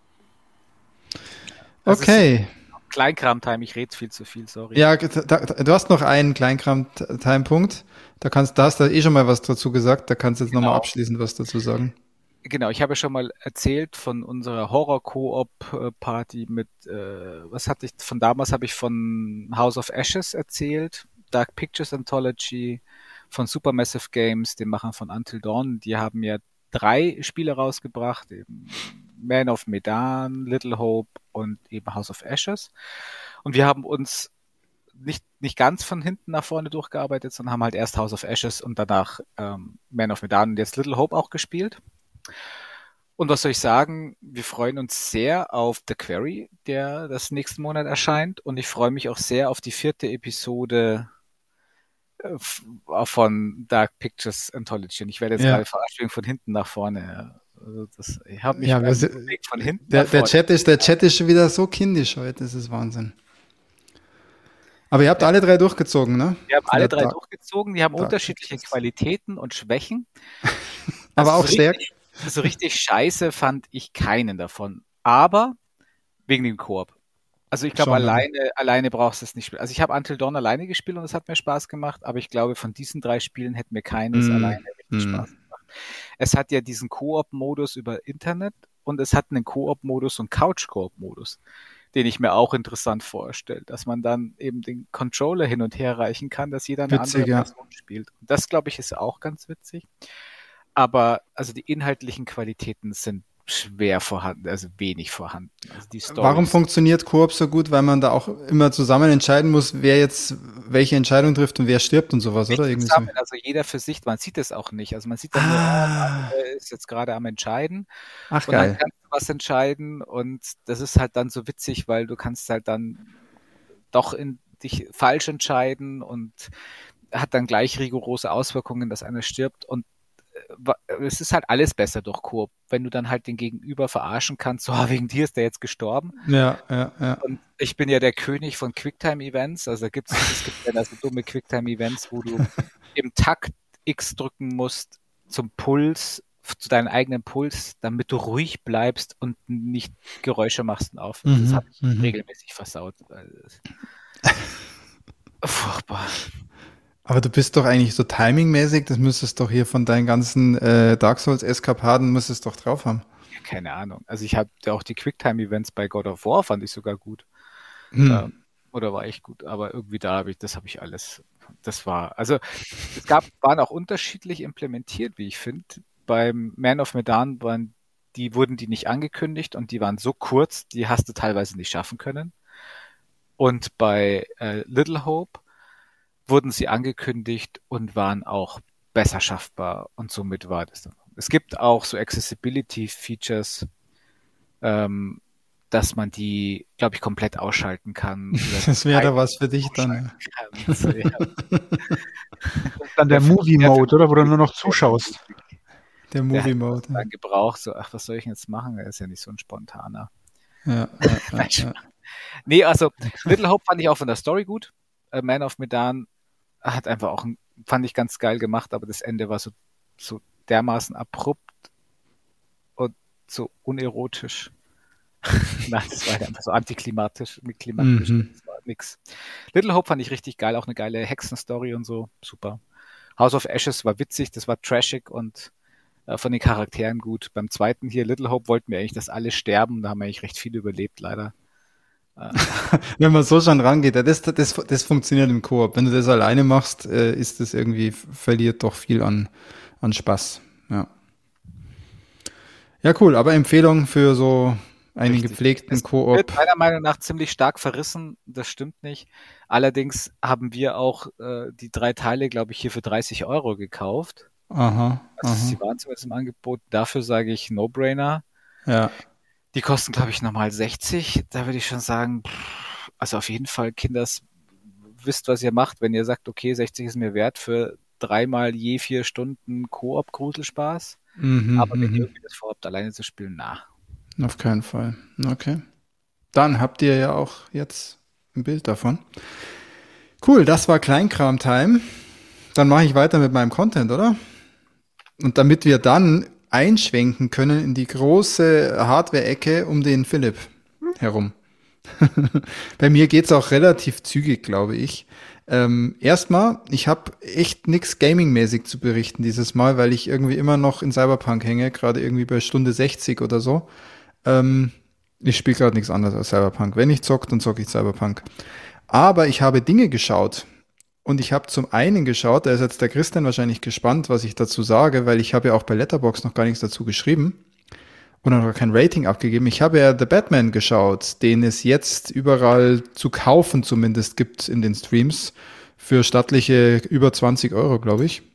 Speaker 3: Okay.
Speaker 2: Kleinkram-Time, ich rede viel zu viel, sorry.
Speaker 3: Ja, du hast noch einen Kleinkram-Time-Punkt. Da hast du eh schon mal was dazu gesagt. Da kannst du jetzt nochmal abschließend was dazu sagen.
Speaker 2: Genau, ich habe ja schon mal erzählt von unserer Horror-Koop-Party mit, von damals habe ich von House of Ashes erzählt, Dark Pictures Anthology, von Supermassive Games, den Machern von Until Dawn. Die haben ja 3 Spiele rausgebracht, eben Man of Medan, Little Hope und eben House of Ashes. Und wir haben uns nicht ganz von hinten nach vorne durchgearbeitet, sondern haben halt erst House of Ashes und danach Man of Medan und jetzt Little Hope auch gespielt. Und was soll ich sagen? Wir freuen uns sehr auf The Quarry, der das nächsten Monat erscheint. Und ich freue mich auch sehr auf die 4. Episode von Dark Pictures Anthology. Und ich werde jetzt gerade verarscht von hinten nach vorne. Also ich habe mich von hinten nach vorne.
Speaker 3: Der Chat ist schon wieder so kindisch heute. Das ist Wahnsinn. Aber ihr habt alle 3 durchgezogen, ne?
Speaker 2: Wir haben alle 3 durchgezogen. Die haben unterschiedliche Qualitäten und Schwächen.
Speaker 3: Aber auch Stärken.
Speaker 2: So richtig scheiße fand ich keinen davon. Aber wegen dem Koop. Also ich glaube, alleine brauchst du es nicht spielen. Also ich habe Until Dawn alleine gespielt und es hat mir Spaß gemacht, aber ich glaube, von diesen 3 Spielen hätte mir keines alleine richtig Spaß gemacht. Es hat ja diesen Koop-Modus über Internet und es hat einen Koop-Modus und Couch-Koop-Modus, den ich mir auch interessant vorstelle, dass man dann eben den Controller hin und her reichen kann, dass jeder eine andere Person spielt. Und das, glaube ich, ist auch ganz witzig. Aber also die inhaltlichen Qualitäten sind schwer vorhanden, also wenig vorhanden. Also die
Speaker 3: Warum funktioniert Koop so gut? Weil man da auch immer zusammen entscheiden muss, wer jetzt welche Entscheidung trifft und wer stirbt und sowas, oder? Irgendwie
Speaker 2: zusammen, so. Also jeder für sich, man sieht es auch nicht. Also man sieht dann nur, der ist jetzt gerade am Entscheiden.
Speaker 3: Ach,
Speaker 2: und
Speaker 3: geil.
Speaker 2: Dann kannst du was entscheiden und das ist halt dann so witzig, weil du kannst halt dann doch dich falsch entscheiden und hat dann gleich rigorose Auswirkungen, dass einer stirbt und es ist halt alles besser durch Koop, wenn du dann halt den Gegenüber verarschen kannst, so wegen dir ist der jetzt gestorben.
Speaker 3: Ja.
Speaker 2: Und ich bin ja der König von Quicktime-Events, also es gibt ja so dumme Quicktime-Events, wo du im Takt X drücken musst zum Puls zu deinem eigenen Puls, damit du ruhig bleibst und nicht Geräusche machst und auf. Das habe ich regelmäßig versaut. Furchtbar.
Speaker 3: Aber du bist doch eigentlich so timingmäßig, das müsstest doch hier von deinen ganzen Dark Souls-Eskapaden müsstest doch drauf haben.
Speaker 2: Ja, keine Ahnung. Also ich habe ja auch die Quicktime-Events bei God of War fand ich sogar gut. Oder war echt gut, aber irgendwie das habe ich alles. Das war, also waren auch unterschiedlich implementiert, wie ich finde. Beim Man of Medan wurden die nicht angekündigt und die waren so kurz, die hast du teilweise nicht schaffen können. Und bei Little Hope wurden sie angekündigt und waren auch besser schaffbar und somit war das dann. Es gibt auch so Accessibility-Features, dass man die, glaube ich, komplett ausschalten kann.
Speaker 3: Das wäre da was für dich dann.
Speaker 1: So, ja. Dann der Movie-Mode, oder? Wo du nur noch zuschaust.
Speaker 3: Der Movie-Mode.
Speaker 2: Dann gebraucht, so, ach, was soll ich denn jetzt machen? Er ist ja nicht so ein spontaner.
Speaker 3: Ja.
Speaker 2: Nee, also Little Hope fand ich auch von der Story gut. Man of Medan hat einfach auch, fand ich ganz geil gemacht, aber das Ende war so dermaßen abrupt und so unerotisch. Nein, das war einfach so antiklimatisch. Das war nix. Little Hope fand ich richtig geil, auch eine geile Hexenstory und so, super. House of Ashes war witzig, das war trashig und von den Charakteren gut. Beim zweiten hier, Little Hope, wollten wir eigentlich, dass alle sterben, da haben wir eigentlich recht viele überlebt, leider.
Speaker 3: Wenn man so schon rangeht, das funktioniert im Koop. Wenn du das alleine machst, ist das irgendwie, verliert doch viel an Spaß. Ja. Ja, cool, aber Empfehlung für so einen gepflegten Koop.
Speaker 2: Wird meiner Meinung nach ziemlich stark verrissen, das stimmt nicht. Allerdings haben wir auch die 3 Teile, glaube ich, hier für 30 € gekauft.
Speaker 3: Aha.
Speaker 2: Sie waren zumindest im Angebot. Dafür sage ich No-Brainer.
Speaker 3: Ja.
Speaker 2: Die kosten, glaube ich, nochmal 60. Da würde ich schon sagen, also auf jeden Fall, Kinders, wisst, was ihr macht. Wenn ihr sagt, okay, 60 ist mir wert für 3-mal je 4 Stunden Koop-Gruselspaß. Aber wenn ihr irgendwie das vorhabt, alleine zu spielen,
Speaker 3: Auf keinen Fall. Okay. Dann habt ihr ja auch jetzt ein Bild davon. Cool, das war Kleinkram-Time. Dann mache ich weiter mit meinem Content, oder? Und damit wir dann einschwenken können in die große Hardware-Ecke um den Philipp herum. Bei mir geht's auch relativ zügig, glaube ich. Erstmal, ich habe echt nix Gaming-mäßig zu berichten dieses Mal, weil ich irgendwie immer noch in Cyberpunk hänge, gerade irgendwie bei Stunde 60 oder so. Ich spiele gerade nichts anderes als Cyberpunk. Wenn ich zocke, dann zocke ich Cyberpunk. Aber ich habe Dinge geschaut. Und ich habe zum einen geschaut, da ist jetzt der Christian wahrscheinlich gespannt, was ich dazu sage, weil ich habe ja auch bei Letterboxd noch gar nichts dazu geschrieben und noch kein Rating abgegeben. Ich habe ja The Batman geschaut, den es jetzt überall zu kaufen zumindest gibt in den Streams für stattliche über 20 €, glaube ich.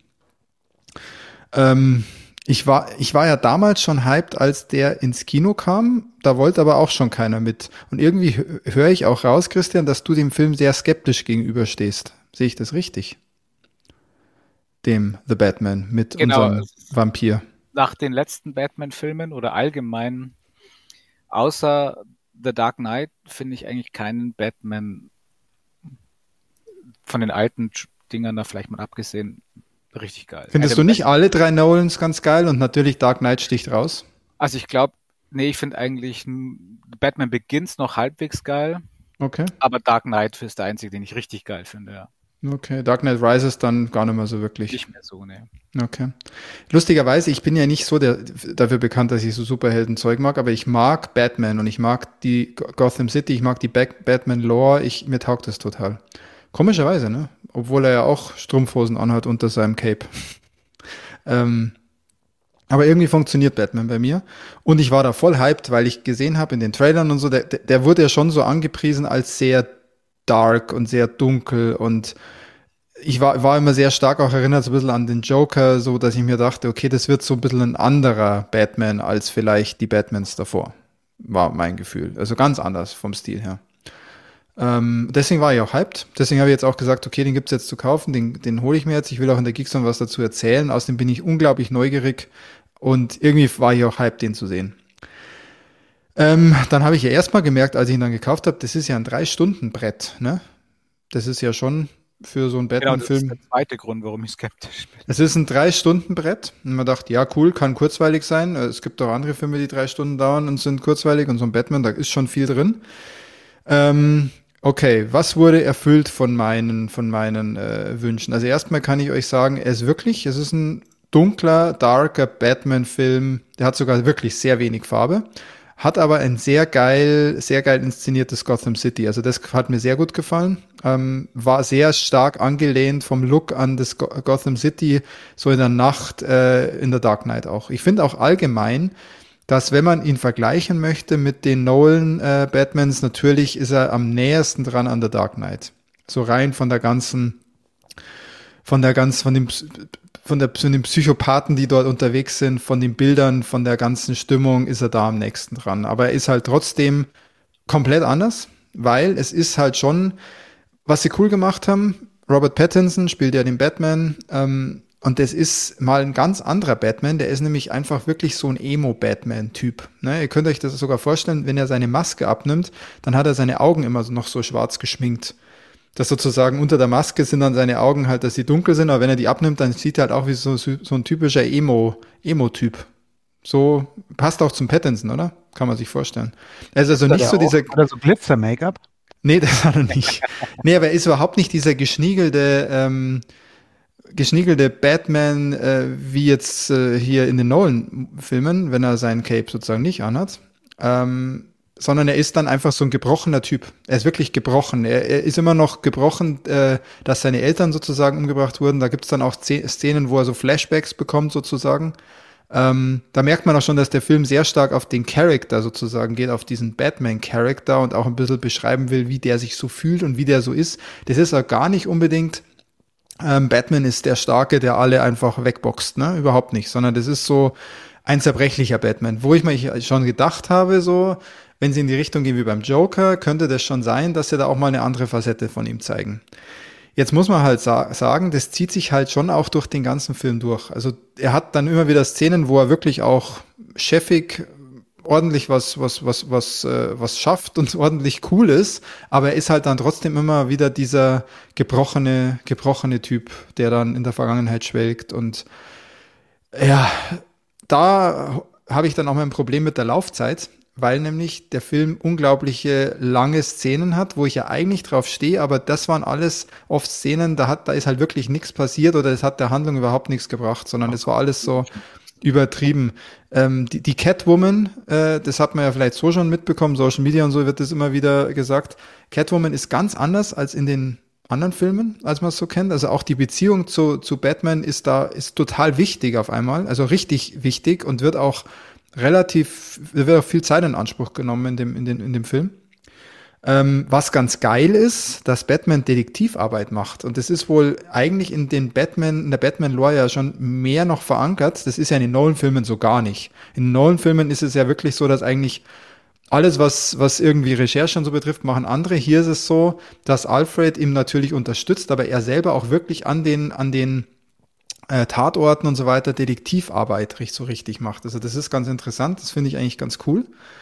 Speaker 3: Ich war ja damals schon hyped, als der ins Kino kam, da wollte aber auch schon keiner mit. Und irgendwie höre ich auch raus, Christian, dass du dem Film sehr skeptisch gegenüberstehst. Sehe ich das richtig? Dem The Batman mit unserem Vampir.
Speaker 2: Nach den letzten Batman-Filmen oder allgemein, außer The Dark Knight, finde ich eigentlich keinen Batman von den alten Dingern da vielleicht mal abgesehen richtig geil.
Speaker 3: Findest du nicht alle 3 Nolans ganz geil und natürlich Dark Knight sticht raus?
Speaker 2: Also ich glaube, ich finde eigentlich Batman Begins noch halbwegs geil.
Speaker 3: Okay.
Speaker 2: Aber Dark Knight ist der einzige, den ich richtig geil finde, ja.
Speaker 3: Okay, Dark Knight Rises dann gar nicht mehr so wirklich.
Speaker 2: Nicht mehr so, ne.
Speaker 3: Okay. Lustigerweise, ich bin ja nicht so dafür bekannt, dass ich so Superheldenzeug mag, aber ich mag Batman und ich mag die Gotham City, ich mag die Batman-Lore, mir taugt das total. Komischerweise, ne? Obwohl er ja auch Strumpfhosen anhat unter seinem Cape. Aber irgendwie funktioniert Batman bei mir. Und ich war da voll hyped, weil ich gesehen habe in den Trailern und so, der wurde ja schon so angepriesen als sehr dark und sehr dunkel und ich war immer sehr stark auch erinnert so ein bisschen an den Joker, so dass ich mir dachte, okay, das wird so ein bisschen ein anderer Batman als vielleicht die Batmans davor. War mein Gefühl. Also ganz anders vom Stil her. Deswegen war ich auch hyped. Deswegen habe ich jetzt auch gesagt, okay, den gibt's jetzt zu kaufen, den hole ich mir jetzt. Ich will auch in der Geekzone was dazu erzählen. Außerdem bin ich unglaublich neugierig und irgendwie war ich auch hyped, den zu sehen. Dann habe ich ja erstmal gemerkt, als ich ihn dann gekauft habe, das ist ja ein 3-Stunden-Brett, ne? Das ist ja schon für so einen
Speaker 2: Genau, das ist
Speaker 3: Batman-Film.
Speaker 2: der zweite Grund, warum ich skeptisch bin.
Speaker 3: Es ist ein 3-Stunden-Brett und man dachte, ja cool, kann kurzweilig sein. Es gibt auch andere Filme, die 3 Stunden dauern und sind kurzweilig und so ein Batman, da ist schon viel drin. Okay, was wurde erfüllt von meinen Wünschen? Also erstmal kann ich euch sagen, es ist ein dunkler, darker Batman-Film. Der hat sogar wirklich sehr wenig Farbe. Hat aber ein sehr geil inszeniertes Gotham City. Also das hat mir sehr gut gefallen. War sehr stark angelehnt vom Look an das Gotham City, so in der Nacht, in der Dark Knight auch. Ich finde auch allgemein, dass wenn man ihn vergleichen möchte mit den Nolan Batmans, natürlich ist er am nähersten dran an der Dark Knight. So rein von den Psychopathen, die dort unterwegs sind, von den Bildern, von der ganzen Stimmung ist er da am nächsten dran. Aber er ist halt trotzdem komplett anders, weil es ist halt schon, was sie cool gemacht haben. Robert Pattinson spielt ja den Batman, und das ist mal ein ganz anderer Batman, der ist nämlich einfach wirklich so ein Emo-Batman-Typ. Ne? Ihr könnt euch das sogar vorstellen, wenn er seine Maske abnimmt, dann hat er seine Augen immer noch so schwarz geschminkt. Das sozusagen unter der Maske sind dann seine Augen halt, dass sie dunkel sind, aber wenn er die abnimmt, dann sieht er halt auch wie so ein typischer Emo-Typ. So passt auch zum Pattinson, oder? Kann man sich vorstellen. Er ist also nicht so dieser...
Speaker 1: Oder so Glitzer-Make-up?
Speaker 3: Nee, das hat er nicht. Nee, aber er ist überhaupt nicht dieser geschniegelte Batman, wie jetzt hier in den Nolan-Filmen, wenn er seinen Cape sozusagen nicht anhat. Sondern er ist dann einfach so ein gebrochener Typ. Er ist wirklich gebrochen. Er ist immer noch gebrochen, dass seine Eltern sozusagen umgebracht wurden. Da gibt's dann auch Szenen, wo er so Flashbacks bekommt sozusagen. Da merkt man auch schon, dass der Film sehr stark auf den Charakter sozusagen geht, auf diesen Batman-Charakter und auch ein bisschen beschreiben will, wie der sich so fühlt und wie der so ist. Das ist auch gar nicht unbedingt Batman ist der Starke, der alle einfach wegboxt, ne? Überhaupt nicht. Sondern das ist so ein zerbrechlicher Batman. Wo ich mir schon gedacht habe, so, wenn sie in die Richtung gehen wie beim Joker, könnte das schon sein, dass sie da auch mal eine andere Facette von ihm zeigen. Jetzt muss man halt sagen, das zieht sich halt schon auch durch den ganzen Film durch. Also er hat dann immer wieder Szenen, wo er wirklich auch chefig ordentlich was schafft und ordentlich cool ist, aber er ist halt dann trotzdem immer wieder dieser gebrochene Typ, der dann in der Vergangenheit schwelgt und ja, da habe ich dann auch mal ein Problem mit der Laufzeit, weil nämlich der Film unglaubliche lange Szenen hat, wo ich ja eigentlich drauf stehe, aber das waren alles oft Szenen, da ist halt wirklich nichts passiert oder es hat der Handlung überhaupt nichts gebracht, sondern es war alles so übertrieben. Die Catwoman, das hat man ja vielleicht so schon mitbekommen, Social Media und so wird das immer wieder gesagt. Catwoman ist ganz anders als in den anderen Filmen, als man es so kennt. Also auch die Beziehung zu Batman ist total wichtig auf einmal, also richtig wichtig und wird auch viel Zeit in Anspruch genommen in dem Film. Was ganz geil ist, dass Batman Detektivarbeit macht. Und das ist wohl eigentlich in der Batman-Lore ja schon mehr noch verankert. Das ist ja in den Nolan-Filmen so gar nicht. In den Nolan-Filmen ist es ja wirklich so, dass eigentlich alles, was irgendwie Recherche und so betrifft, machen andere. Hier ist es so, dass Alfred ihm natürlich unterstützt, aber er selber auch wirklich an den Tatorten und so weiter Detektivarbeit so richtig macht. Also das ist ganz interessant. Das finde ich eigentlich ganz cool.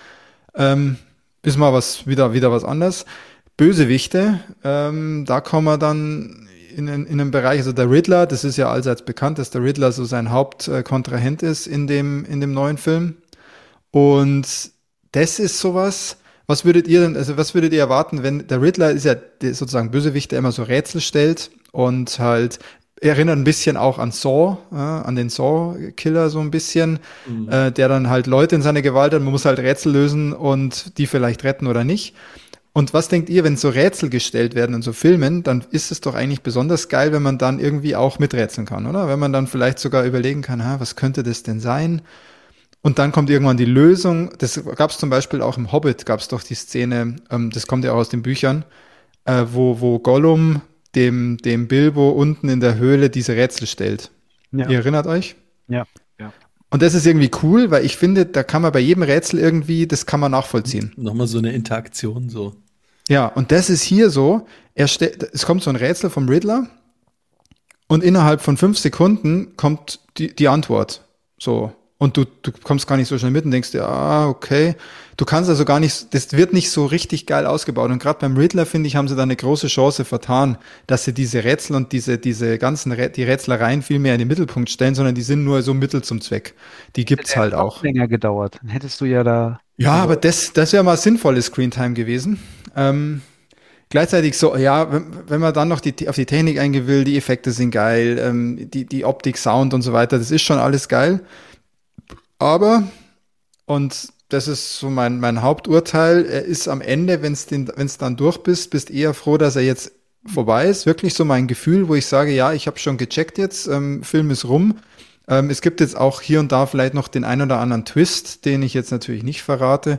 Speaker 3: Ist mal wieder was anderes. Bösewichte, da kommen wir dann in einem Bereich, also der Riddler, das ist ja allseits bekannt, dass der Riddler so sein Hauptkontrahent ist in dem neuen Film. Und das ist sowas, was würdet ihr erwarten, wenn der Riddler ist ja sozusagen Bösewicht, der immer so Rätsel stellt und halt erinnert ein bisschen auch an Saw, an den Saw-Killer so ein bisschen, der dann halt Leute in seine Gewalt hat, man muss halt Rätsel lösen und die vielleicht retten oder nicht. Und was denkt ihr, wenn so Rätsel gestellt werden in so Filmen, dann ist es doch eigentlich besonders geil, wenn man dann irgendwie auch miträtseln kann, oder? Wenn man dann vielleicht sogar überlegen kann, was könnte das denn sein? Und dann kommt irgendwann die Lösung. Das gab es zum Beispiel auch im Hobbit, gab es doch die Szene, das kommt ja auch aus den Büchern, wo Gollum dem Bilbo unten in der Höhle diese Rätsel stellt. Ja. Ihr erinnert euch?
Speaker 1: Ja.
Speaker 3: Und das ist irgendwie cool, weil ich finde, da kann man bei jedem Rätsel irgendwie, das kann man nachvollziehen.
Speaker 4: Nochmal so eine Interaktion so.
Speaker 3: Ja, und das ist hier so, es kommt so ein Rätsel vom Riddler und innerhalb von 5 Sekunden kommt die Antwort. So. Und du kommst gar nicht so schnell mit und denkst dir, okay. Du kannst also gar nicht, das wird nicht so richtig geil ausgebaut. Und gerade beim Riddler, finde ich, haben sie da eine große Chance vertan, dass sie diese Rätsel und diese ganzen die Rätslereien viel mehr in den Mittelpunkt stellen, sondern die sind nur so Mittel zum Zweck. Die gibt's halt auch.
Speaker 1: Länger gedauert. Dann hättest du ja da.
Speaker 3: Ja, aber das wäre mal sinnvolle Screentime gewesen. Gleichzeitig so, ja, wenn man dann noch auf die Technik eingehen will, die Effekte sind geil, die Optik, Sound und so weiter, das ist schon alles geil. Aber, und das ist so mein Haupturteil, er ist am Ende, wenn's dann durch bist eher froh, dass er jetzt vorbei ist. Wirklich so mein Gefühl, wo ich sage, ja, ich habe schon gecheckt jetzt, Film ist rum. Es gibt jetzt auch hier und da vielleicht noch den ein oder anderen Twist, den ich jetzt natürlich nicht verrate,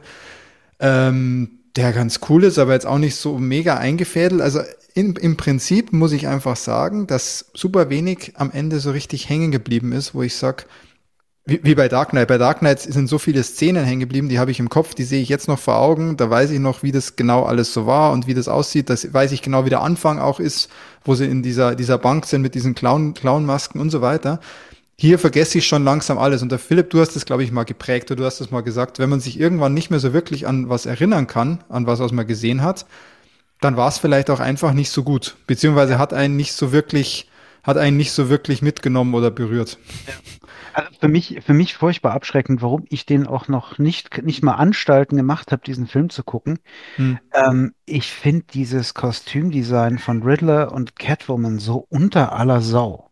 Speaker 3: der ganz cool ist, aber jetzt auch nicht so mega eingefädelt. Also im Prinzip muss ich einfach sagen, dass super wenig am Ende so richtig hängen geblieben ist, wo ich sag, wie bei Dark Knight. Bei Dark Knight sind so viele Szenen hängen geblieben, die habe ich im Kopf, die sehe ich jetzt noch vor Augen. Da weiß ich noch, wie das genau alles so war und wie das aussieht. Das weiß ich genau, wie der Anfang auch ist, wo sie in dieser Bank sind mit diesen Clown-Masken und so weiter. Hier vergesse ich schon langsam alles. Und der Philipp, du hast das, glaube ich, mal geprägt, oder du hast das mal gesagt, wenn man sich irgendwann nicht mehr so wirklich an was erinnern kann, an was man gesehen hat, dann war es vielleicht auch einfach nicht so gut. Beziehungsweise hat einen nicht so wirklich mitgenommen oder berührt.
Speaker 1: Ja. Also für mich furchtbar abschreckend, warum ich den auch noch nicht mal Anstalten gemacht habe, diesen Film zu gucken. Ich finde dieses Kostümdesign von Riddler und Catwoman so unter aller Sau.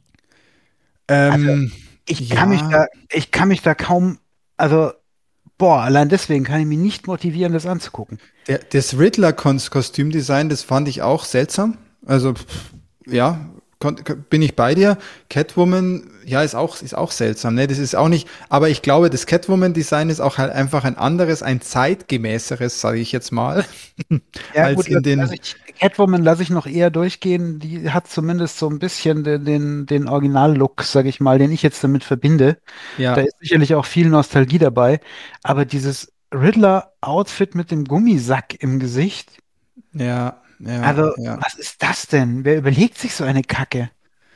Speaker 1: Also ich kann mich da kaum, also allein deswegen kann ich mich nicht motivieren, das anzugucken.
Speaker 3: Das Riddler-Kostümdesign, das fand ich auch seltsam. Also ja, bin ich bei dir. Catwoman, ja, ist auch seltsam, ne? Das ist auch nicht, aber ich glaube, das Catwoman-Design ist auch halt einfach ein anderes, ein zeitgemäßeres, sage ich jetzt mal.
Speaker 1: Ja, als gut, in den Catwoman lasse ich noch eher durchgehen. Die hat zumindest so ein bisschen den Original-Look, sage ich mal, den ich jetzt damit verbinde. Ja. Da ist sicherlich auch viel Nostalgie dabei. Aber dieses Riddler-Outfit mit dem Gummisack im Gesicht.
Speaker 3: Ja.
Speaker 1: Was ist das denn? Wer überlegt sich so eine Kacke?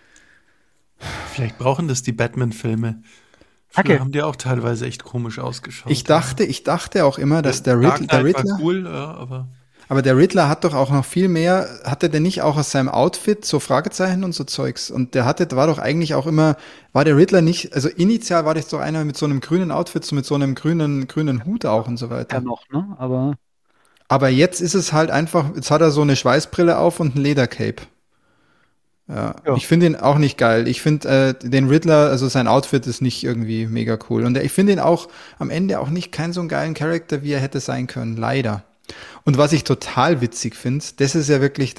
Speaker 4: Vielleicht brauchen das die Batman-Filme. Früher haben die auch teilweise echt komisch ausgeschaut.
Speaker 3: Ich dachte auch immer, dass der Riddler
Speaker 4: war cool, ja,
Speaker 3: aber der Riddler hat doch auch noch viel mehr, hatte der nicht auch aus seinem Outfit so Fragezeichen und so Zeugs? Und war doch eigentlich auch immer, war der Riddler nicht, also initial war das doch einer mit so einem grünen Outfit, so mit so einem grünen Hut auch und so weiter.
Speaker 1: Ja noch, ne?
Speaker 3: Aber jetzt ist es halt einfach, jetzt hat er so eine Schweißbrille auf und ein Ledercape. Ja. Ich finde ihn auch nicht geil. Ich finde den Riddler, also sein Outfit ist nicht irgendwie mega cool. Und ich finde ihn auch am Ende auch nicht keinen so einen geilen Charakter, wie er hätte sein können. Leider. Und was ich total witzig finde, das ist ja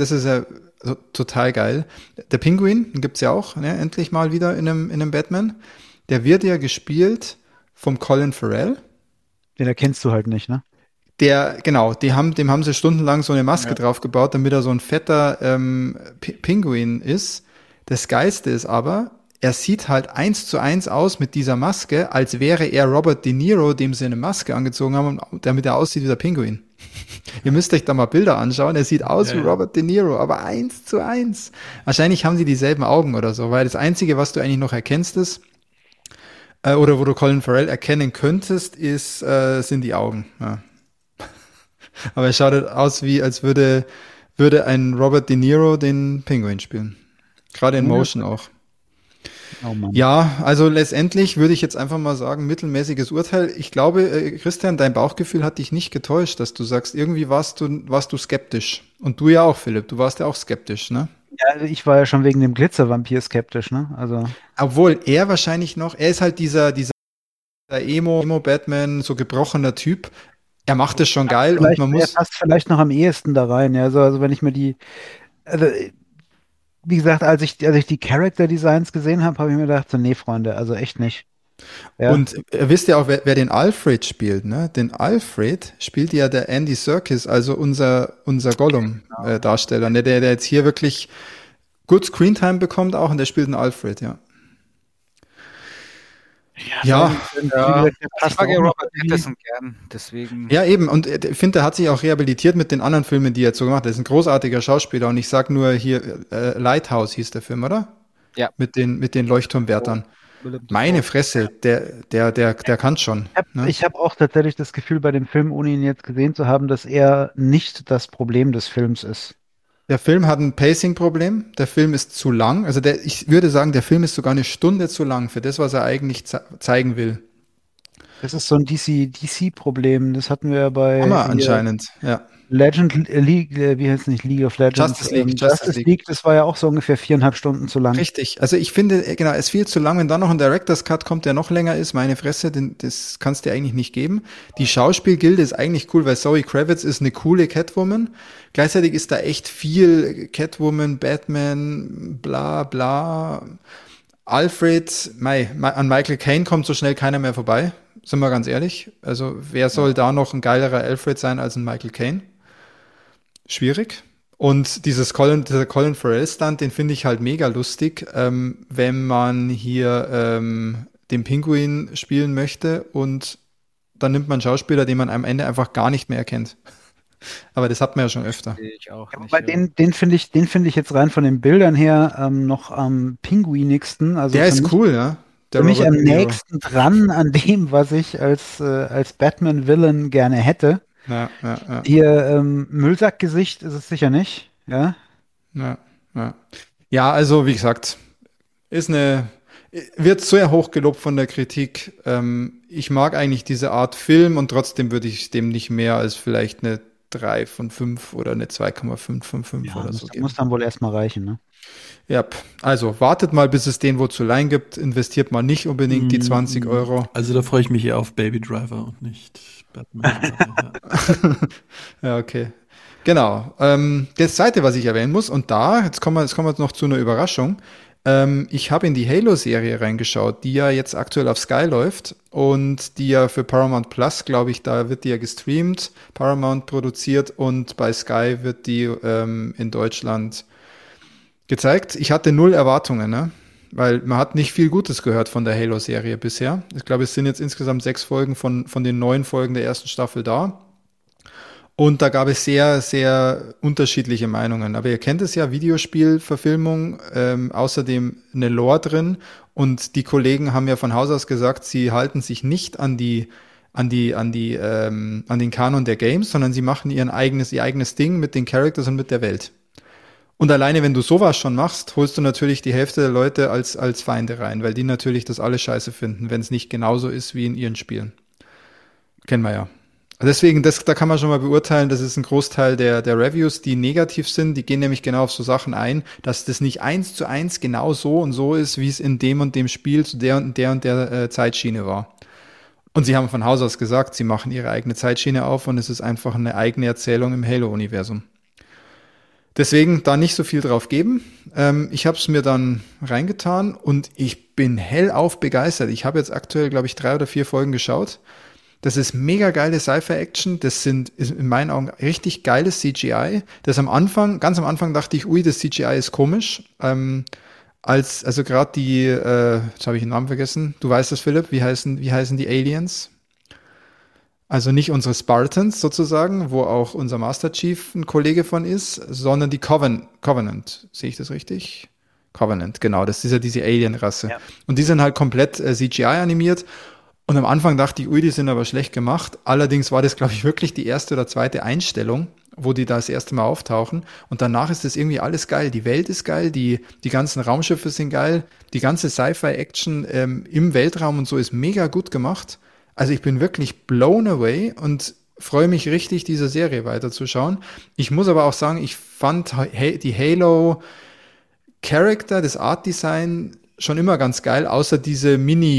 Speaker 3: so total geil. Der Pinguin, den gibt's ja auch, ne, endlich mal wieder in einem Batman. Der wird ja gespielt vom Colin Farrell.
Speaker 1: Den erkennst du halt nicht, ne?
Speaker 3: Dem haben sie stundenlang so eine Maske drauf gebaut, damit er so ein fetter Pinguin ist. Das Geilste ist aber, er sieht halt 1:1 aus mit dieser Maske, als wäre er Robert De Niro, dem sie eine Maske angezogen haben, damit er aussieht wie der Pinguin. Ihr müsst euch da mal Bilder anschauen. Er sieht aus wie Robert De Niro, aber 1:1. Wahrscheinlich haben sie dieselben Augen oder so, weil das Einzige, was du eigentlich noch erkennst, ist, oder wo du Colin Farrell erkennen könntest, sind die Augen. Ja. Aber es schaut aus wie, als würde ein Robert De Niro den Pinguin spielen. Gerade in Motion auch. Oh Mann. Ja, also letztendlich würde ich jetzt einfach mal sagen, mittelmäßiges Urteil. Ich glaube, Christian, dein Bauchgefühl hat dich nicht getäuscht, dass du sagst, irgendwie warst du skeptisch. Und du ja auch, Philipp, du warst ja auch skeptisch, ne?
Speaker 1: Ja, also ich war ja schon wegen dem Glitzervampir skeptisch, ne? Also.
Speaker 3: Obwohl er wahrscheinlich noch, er ist halt dieser Emo-Batman, so gebrochener Typ. Er macht es schon geil und man muss.
Speaker 1: Er passt vielleicht noch am ehesten da rein, ja. Also wenn ich mir wie gesagt, als ich die Character Designs gesehen habe, habe ich mir gedacht, so, nee, Freunde, also echt nicht. Ja.
Speaker 3: Und wisst ihr auch, wer den Alfred spielt, ne? Den Alfred spielt ja der Andy Serkis, also unser Gollum-Darsteller, ne? Der jetzt hier wirklich gut Screentime bekommt auch und der spielt den Alfred, ja. Ja.
Speaker 2: Ich mag ja Robert Pattinson gern, deswegen.
Speaker 3: Ja, eben. Und ich finde, der hat sich auch rehabilitiert mit den anderen Filmen, die er so gemacht hat. Er ist ein großartiger Schauspieler und ich sag nur hier, Lighthouse hieß der Film, oder?
Speaker 2: Ja.
Speaker 3: Mit den Leuchtturmwärtern. Meine Fresse, der kann schon. Ne?
Speaker 1: Ich hab auch tatsächlich das Gefühl bei dem Film, ohne ihn jetzt gesehen zu haben, dass er nicht das Problem des Films ist.
Speaker 3: Der Film hat ein Pacing-Problem. Der Film ist zu lang. Also ich würde sagen, der Film ist sogar eine Stunde zu lang für das, was er eigentlich zeigen will.
Speaker 1: Das ist so ein DC-Problem. Das hatten wir ja bei
Speaker 3: Hammer anscheinend, ja.
Speaker 1: Legend League, wie heißt es nicht, League of Legends? Justice League, das war ja auch so ungefähr 4,5 Stunden zu lang.
Speaker 3: Richtig. Also ich finde, genau, es ist viel zu lang. Wenn dann noch ein Director's Cut kommt, der noch länger ist, meine Fresse, das kannst du dir eigentlich nicht geben. Die Schauspielgilde ist eigentlich cool, weil Zoe Kravitz ist eine coole Catwoman. Gleichzeitig ist da echt viel Catwoman, Batman, bla bla. Alfred, an Michael Caine kommt so schnell keiner mehr vorbei. Sind wir ganz ehrlich. Also wer soll da noch ein geilerer Alfred sein als ein Michael Caine? Schwierig. Und dieser Colin Farrell-Stunt, den finde ich halt mega lustig, wenn man hier den Pinguin spielen möchte und dann nimmt man einen Schauspieler, den man am Ende einfach gar nicht mehr erkennt. Aber das hat man ja schon öfter.
Speaker 2: Ich auch nicht,
Speaker 1: aber den finde ich jetzt rein von den Bildern her noch am pinguinigsten. Also
Speaker 3: der ist cool, ja.
Speaker 1: Für mich am nächsten dran an dem, was ich als Batman-Villain gerne hätte.
Speaker 3: Ja.
Speaker 1: Hier Müllsackgesicht ist es sicher nicht, ja?
Speaker 3: Ja, also wie gesagt, wird sehr hoch gelobt von der Kritik. Ich mag eigentlich diese Art Film und trotzdem würde ich dem nicht mehr als vielleicht eine 3 von 5 oder eine 2,5 von 5 oder so geben.
Speaker 1: Muss dann wohl erstmal reichen, ne?
Speaker 3: Ja, also wartet mal, bis es den wo zu leihen gibt. Investiert mal nicht unbedingt die 20 Euro.
Speaker 4: Also da freue ich mich eher auf Baby Driver und nicht Batman.
Speaker 3: Ja, okay. Genau. Das Zweite, was ich erwähnen muss, und jetzt kommen wir noch zu einer Überraschung. Ich habe in die Halo-Serie reingeschaut, die ja jetzt aktuell auf Sky läuft und die ja für Paramount Plus, glaube ich, da wird die ja gestreamt, Paramount produziert und bei Sky wird die in Deutschland gezeigt. Ich hatte 0 Erwartungen, ne? Weil man hat nicht viel Gutes gehört von der Halo-Serie bisher. Ich glaube, es sind jetzt insgesamt 6 Folgen von den 9 Folgen der ersten Staffel da. Und da gab es sehr, sehr unterschiedliche Meinungen. Aber ihr kennt es ja, Videospielverfilmung, außerdem eine Lore drin. Und die Kollegen haben ja von Haus aus gesagt, sie halten sich nicht an den Kanon der Games, sondern sie machen ihr eigenes Ding mit den Characters und mit der Welt. Und alleine, wenn du sowas schon machst, holst du natürlich die Hälfte der Leute als Feinde rein, weil die natürlich das alles scheiße finden, wenn es nicht genauso ist wie in ihren Spielen. Kennen wir ja. Deswegen, da kann man schon mal beurteilen, das ist ein Großteil der Reviews, die negativ sind. Die gehen nämlich genau auf so Sachen ein, dass das nicht 1:1 genau so und so ist, wie es in dem und dem Spiel zu der und der Zeitschiene war. Und sie haben von Haus aus gesagt, sie machen ihre eigene Zeitschiene auf und es ist einfach eine eigene Erzählung im Halo-Universum. Deswegen da nicht so viel drauf geben. Ich habe es mir dann reingetan und ich bin hellauf begeistert. Ich habe jetzt aktuell, glaube ich, 3 oder 4 Folgen geschaut. Das ist mega geile Sci-Fi-Action. Das ist in meinen Augen richtig geiles CGI. Ganz am Anfang dachte ich, ui, das CGI ist komisch. Also gerade die, jetzt habe ich den Namen vergessen. Du weißt das, Philipp. Wie heißen die Aliens? Also nicht unsere Spartans sozusagen, wo auch unser Master Chief ein Kollege von ist, sondern die Covenant. Sehe ich das richtig? Covenant, genau. Das ist ja diese Alien-Rasse. Ja. Und die sind halt komplett CGI animiert. Und am Anfang dachte ich, ui, die sind aber schlecht gemacht. Allerdings war das, glaube ich, wirklich die erste oder zweite Einstellung, wo die da das erste Mal auftauchen. Und danach ist das irgendwie alles geil. Die Welt ist geil, die ganzen Raumschiffe sind geil, die ganze Sci-Fi-Action im Weltraum und so ist mega gut gemacht. Also ich bin wirklich blown away und freue mich richtig, diese Serie weiterzuschauen. Ich muss aber auch sagen, ich fand die Halo-Charakter, das Art-Design schon immer ganz geil, außer diese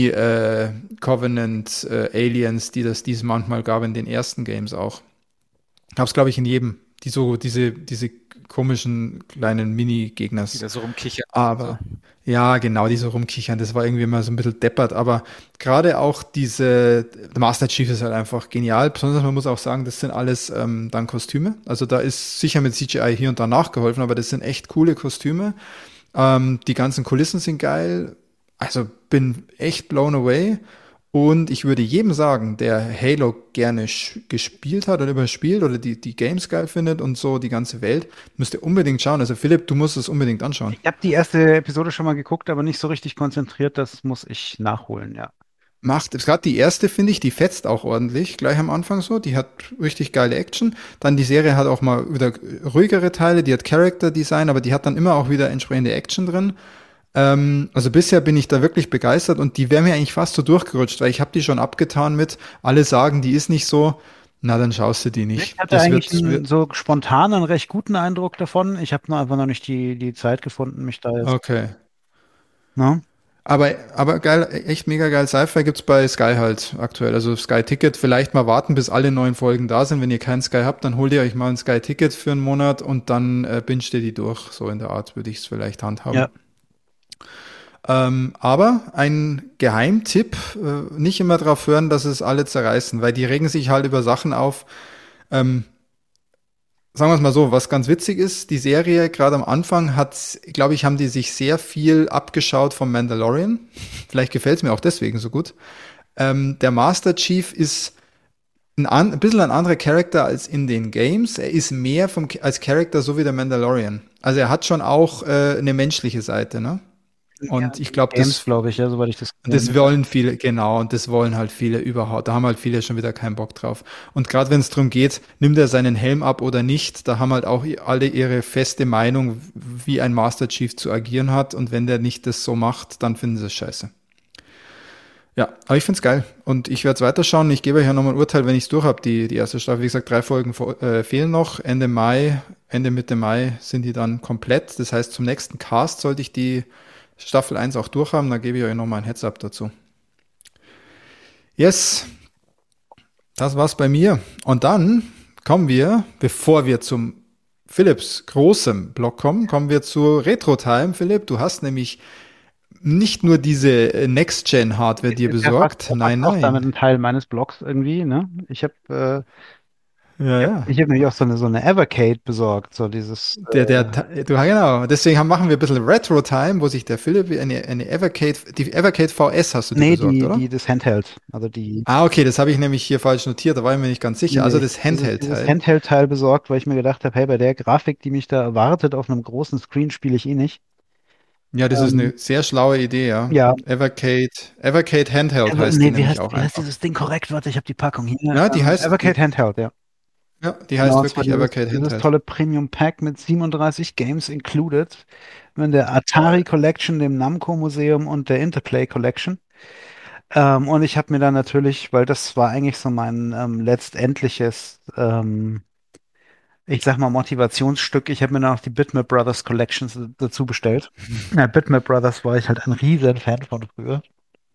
Speaker 3: Mini-Covenant-Aliens, die es manchmal gab in den ersten Games auch. Gab's, glaube ich, in jedem. Diese komischen kleinen Mini-Gegners.
Speaker 2: Die da so rumkichern.
Speaker 3: Aber ja, genau, die so rumkichern. Das war irgendwie immer so ein bisschen deppert. Aber gerade auch der Master Chief ist halt einfach genial. Besonders, man muss auch sagen, das sind alles dann Kostüme. Also da ist sicher mit CGI hier und da nachgeholfen, aber das sind echt coole Kostüme. Die ganzen Kulissen sind geil. Also bin echt blown away. Und ich würde jedem sagen, der Halo gerne gespielt hat oder überspielt oder die Games geil findet und so die ganze Welt, müsste unbedingt schauen. Also Philipp, du musst es unbedingt anschauen.
Speaker 1: Ich habe die erste Episode schon mal geguckt, aber nicht so richtig konzentriert. Das muss ich nachholen, ja.
Speaker 3: Macht, gerade die erste, finde ich, die fetzt auch ordentlich, gleich am Anfang so. Die hat richtig geile Action. Dann die Serie hat auch mal wieder ruhigere Teile, die hat Character Design, aber die hat dann immer auch wieder entsprechende Action drin. Also bisher bin ich da wirklich begeistert und die wäre mir eigentlich fast so durchgerutscht, weil ich habe die schon abgetan mit, alle sagen, die ist nicht so, na dann schaust du die nicht.
Speaker 1: Ich hatte
Speaker 3: Das
Speaker 1: eigentlich
Speaker 3: wird,
Speaker 1: so spontan einen recht guten Eindruck davon. Ich habe nur einfach noch nicht die Zeit gefunden, mich da jetzt.
Speaker 3: okay.
Speaker 1: Ne?
Speaker 3: Aber geil, echt mega geil. Sci-Fi gibt's bei Sky halt aktuell. Also Sky Ticket, vielleicht mal warten, bis alle neuen Folgen da sind. Wenn ihr kein Sky habt, dann holt ihr euch mal ein Sky Ticket für einen Monat und dann binget ihr die durch. So in der Art würde ich es vielleicht handhaben.
Speaker 1: Ja.
Speaker 3: Aber ein Geheimtipp, nicht immer darauf hören, dass es alle zerreißen, weil die regen sich halt über Sachen auf. Ähm, Sagen wir es mal so, was ganz witzig ist, die Serie gerade am Anfang hat, glaube ich, haben die sich sehr viel abgeschaut vom Mandalorian. Vielleicht gefällt es mir auch deswegen so gut. Der Master Chief ist ein bisschen ein anderer Charakter als in den Games. Er ist mehr als Charakter so wie der Mandalorian. Also er hat schon auch eine menschliche Seite, ne? Und ich glaube,
Speaker 1: Games, glaube ich, ja, soweit ich das
Speaker 3: das wollen viele, genau, und das wollen halt viele überhaupt. Da haben halt viele schon wieder keinen Bock drauf. Und gerade wenn es darum geht, nimmt er seinen Helm ab oder nicht, da haben halt auch alle ihre feste Meinung, wie ein Master Chief zu agieren hat. Und wenn der nicht das so macht, dann finden sie es scheiße. Ja, aber ich find's geil. Und ich werde es weiterschauen. Ich gebe euch ja nochmal ein Urteil, wenn ich es durch habe, die erste Staffel. Wie gesagt, 3 Folgen fehlen noch. Ende Mitte Mai sind die dann komplett. Das heißt, zum nächsten Cast sollte ich die Staffel 1 auch durchhaben. Da gebe ich euch nochmal ein Heads-up dazu. Yes, das war's bei mir. Und dann kommen wir, bevor wir zum Philipps großem Blog kommen, kommen wir zu Retro Time. Philipp, du hast nämlich nicht nur diese Next-Gen-Hardware dir besorgt. Nein,
Speaker 1: auch damit
Speaker 3: nein.
Speaker 1: ein Teil meines Blogs irgendwie, ne? Ich habe
Speaker 3: Ja, ja.
Speaker 1: ich hab nämlich auch so eine Evercade besorgt, so dieses
Speaker 3: Genau. Deswegen machen wir ein bisschen Retro-Time, wo sich der Philipp eine Evercade, die Evercade VS hast du dir
Speaker 1: nee,
Speaker 3: besorgt, oder?
Speaker 1: das Handheld, also die
Speaker 3: Ah, okay, das habe ich nämlich hier falsch notiert, da war ich mir nicht ganz sicher. Also
Speaker 1: nee,
Speaker 3: das
Speaker 1: dieses
Speaker 3: Handheld-Teil.
Speaker 1: Handheld-Teil besorgt, weil ich mir gedacht habe, hey, bei der Grafik, die mich da erwartet, auf einem großen Screen spiele ich eh nicht.
Speaker 3: Ja, das ist
Speaker 1: Ähm,
Speaker 3: eine sehr schlaue Idee, ja.
Speaker 1: ja,
Speaker 3: Evercade Handheld heißt die
Speaker 1: nee,
Speaker 3: nämlich auch
Speaker 1: wie heißt
Speaker 3: einfach.
Speaker 1: dieses Ding korrekt? Warte, ich habe die Packung hier.
Speaker 3: Ja,
Speaker 1: Evercade Handheld, ja.
Speaker 3: die heißt
Speaker 1: Genau, es war
Speaker 3: wirklich Evercade
Speaker 1: dieses
Speaker 3: Handheld.
Speaker 1: tolle Premium Pack mit 37 Games included, mit der Atari Collection, dem Namco Museum und der Interplay Collection. Und ich habe mir dann natürlich, weil das war eigentlich so mein letztendliches, ich sag mal, Motivationsstück, ich habe mir dann auch die Bitmap Brothers Collections dazu bestellt. Ja, Bitmap Brothers war ich halt ein riesen Fan von früher.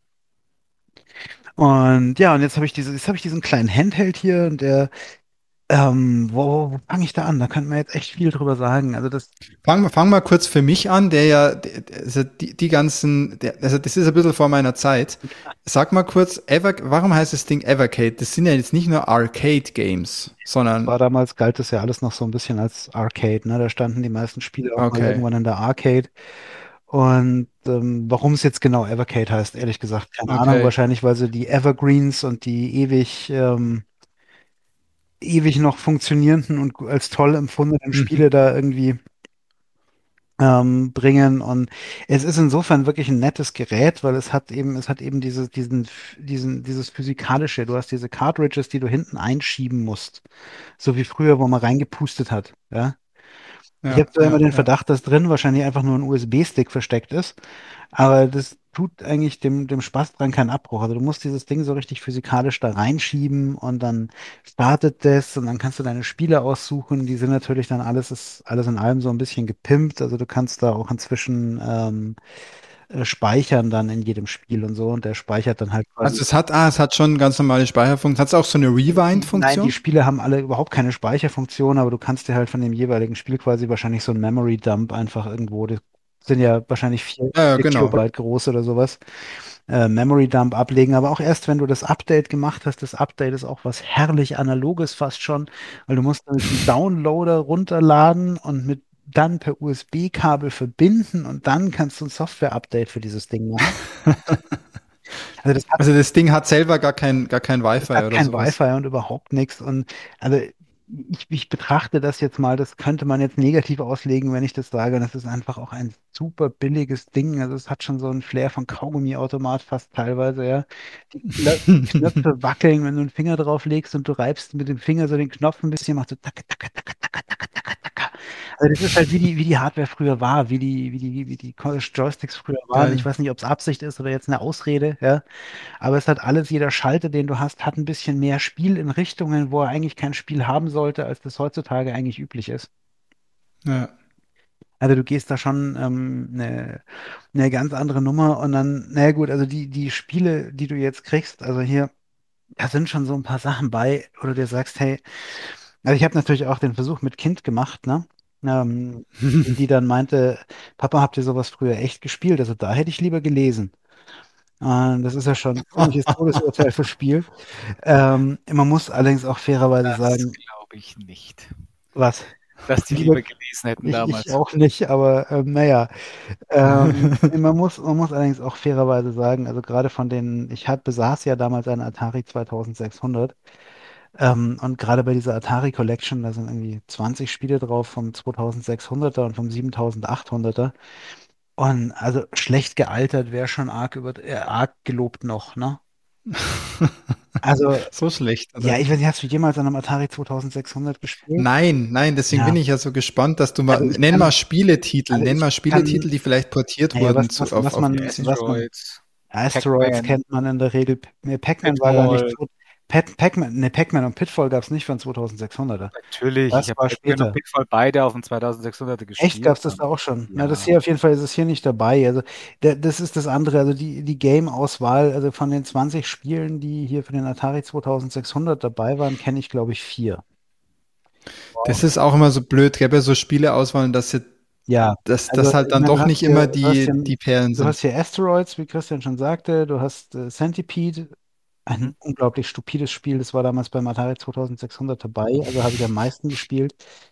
Speaker 1: Und ja, und jetzt habe ich diesen kleinen Handheld hier und der, wo fange ich da an? Da könnte man jetzt echt viel drüber sagen. Also das,
Speaker 3: Fang mal kurz für mich an, der ja, also also das ist ein bisschen vor meiner Zeit. Sag mal kurz, warum heißt das Ding Evercade? Das sind ja jetzt nicht nur Arcade-Games, sondern,
Speaker 1: war damals, galt das ja alles noch so ein bisschen als Arcade, ne? Da standen die meisten Spiele auch mal
Speaker 3: okay,
Speaker 1: irgendwann in der Arcade. Und warum es jetzt genau Evercade heißt, ehrlich gesagt, keine Ahnung.
Speaker 3: okay.
Speaker 1: Wahrscheinlich, weil sie die Evergreens und die ewig noch funktionierenden und als toll empfundenen
Speaker 3: Mhm.
Speaker 1: Spiele da irgendwie bringen. Und es ist insofern wirklich ein nettes Gerät, weil es hat eben dieses Physikalische. Du hast diese Cartridges, die du hinten einschieben musst. So wie früher, wo man reingepustet hat. Ja? Ich habe
Speaker 3: Ja,
Speaker 1: zwar immer
Speaker 3: ja,
Speaker 1: den
Speaker 3: ja.
Speaker 1: Verdacht, dass drin wahrscheinlich einfach nur ein USB-Stick versteckt ist, aber das tut eigentlich dem Spaß dran keinen Abbruch. Also du musst dieses Ding so richtig physikalisch da reinschieben und dann startet das und dann kannst du deine Spiele aussuchen. Die sind natürlich dann ist alles in allem so ein bisschen gepimpt. Also du kannst da auch inzwischen speichern dann in jedem Spiel und so und der speichert dann halt
Speaker 3: Also
Speaker 1: quasi.
Speaker 3: es hat schon ganz normale Speicherfunktion. Hat es auch so eine
Speaker 1: Nein, die
Speaker 3: Rewind-Funktion?
Speaker 1: Spiele haben alle überhaupt keine Speicherfunktion, aber du kannst dir halt von dem jeweiligen Spiel quasi wahrscheinlich so ein Memory Dump einfach irgendwo, die sind ja wahrscheinlich
Speaker 3: Ja, ja,
Speaker 1: 4
Speaker 3: genau.
Speaker 1: Kilobyte groß oder sowas, Memory Dump ablegen, aber auch erst, wenn du das Update gemacht hast. Das Update ist auch was herrlich Analoges fast schon, weil du musst dann einen Downloader runterladen und dann per USB-Kabel verbinden und dann kannst du ein Software-Update für dieses Ding machen. Also das hat,
Speaker 3: Also das Ding hat selber gar kein
Speaker 1: das
Speaker 3: Wi-Fi
Speaker 1: hat
Speaker 3: oder
Speaker 1: kein
Speaker 3: sowas.
Speaker 1: Wi-Fi und überhaupt nichts. Und also ich betrachte das jetzt mal, das könnte man jetzt negativ auslegen, wenn ich das sage. Und das ist einfach auch ein super billiges Ding. Also es hat schon so einen Flair von Kaugummiautomat fast teilweise, ja. Die Knöpfe wackeln, wenn du einen Finger drauf legst und du reibst mit dem Finger so den Knopf ein bisschen, macht so tacke, tacke, tacke, tacke, tacke, tacke, tacke. Also das ist halt wie die Hardware früher war, wie die Joysticks früher waren. Ich
Speaker 3: Geil.
Speaker 1: weiß nicht, ob es Absicht ist oder jetzt eine Ausrede, ja. Aber es hat alles, jeder Schalter, den du hast, hat ein bisschen mehr Spiel in Richtungen, wo er eigentlich kein Spiel haben sollte, als das heutzutage eigentlich üblich ist.
Speaker 3: Ja.
Speaker 1: Also du gehst da schon eine ganz andere Nummer und dann, naja gut, also die Spiele, die du jetzt kriegst, also hier, da sind schon so ein paar Sachen bei, wo du dir sagst, hey, also ich habe natürlich auch den Versuch mit Kind gemacht, ne? Die dann meinte, Papa, habt ihr sowas früher echt gespielt? Also da hätte ich lieber gelesen. Das ist ja schon ein ziemliches Todesurteil fürs Spiel. Man muss allerdings auch fairerweise
Speaker 2: Das
Speaker 1: sagen,
Speaker 2: glaube ich nicht.
Speaker 1: was?
Speaker 2: Dass die
Speaker 1: Lieber,
Speaker 2: lieber gelesen hätten
Speaker 1: ich
Speaker 2: damals.
Speaker 1: auch nicht, aber naja. Man muss allerdings auch fairerweise sagen, also gerade von den, besaß ja damals einen Atari 2600. Und gerade bei dieser Atari Collection, da sind irgendwie 20 Spiele drauf vom 2600er und vom 7800er. Und also schlecht gealtert wäre schon arg gelobt noch, ne? Also,
Speaker 3: So schlecht,
Speaker 1: ja,
Speaker 3: oder?
Speaker 1: ich weiß nicht, hast du jemals an einem Atari 2600 gespielt?
Speaker 3: Nein, deswegen bin
Speaker 1: Ja,
Speaker 3: ich ja so gespannt, dass du mal,
Speaker 1: also
Speaker 3: nenn mal
Speaker 1: ich
Speaker 3: Spieletitel,
Speaker 1: kann,
Speaker 3: die vielleicht portiert
Speaker 1: naja,
Speaker 3: wurden auf
Speaker 2: Die
Speaker 3: PC.
Speaker 2: Asteroids,
Speaker 1: Asteroids
Speaker 2: Pac-Man,
Speaker 1: kennt man in der Regel. Nee, Pac-Man war gar nicht,
Speaker 2: Pitfall.
Speaker 1: Pac-Man und Pitfall gab es nicht von 2600er.
Speaker 2: Natürlich, ich
Speaker 1: Das
Speaker 2: habe
Speaker 1: war
Speaker 2: Pac-Man und
Speaker 1: später.
Speaker 2: Pitfall beide auf dem 2600er
Speaker 1: Echt, gab
Speaker 2: gespielt.
Speaker 1: es das da auch schon? Na, das
Speaker 2: Ja,
Speaker 1: hier auf jeden Fall ist es hier nicht dabei. Also, das ist das andere. Also, die Game-Auswahl, also von den 20 Spielen, die hier für den Atari 2600 dabei waren, kenne ich, glaube ich, 4.
Speaker 3: Das ist auch immer so blöd, gäbe so Spiele auswählen,
Speaker 1: Ja,
Speaker 3: dass
Speaker 1: also
Speaker 3: das halt
Speaker 1: ich
Speaker 3: dann
Speaker 1: meine,
Speaker 3: doch nicht immer die Perlen
Speaker 1: du hast
Speaker 3: sind.
Speaker 1: hier Asteroids, wie Christian schon sagte, du hast Centipede,
Speaker 2: mhm.
Speaker 1: ein unglaublich stupides Spiel, das war damals beim Atari 2600 dabei, also habe ich am meisten gespielt.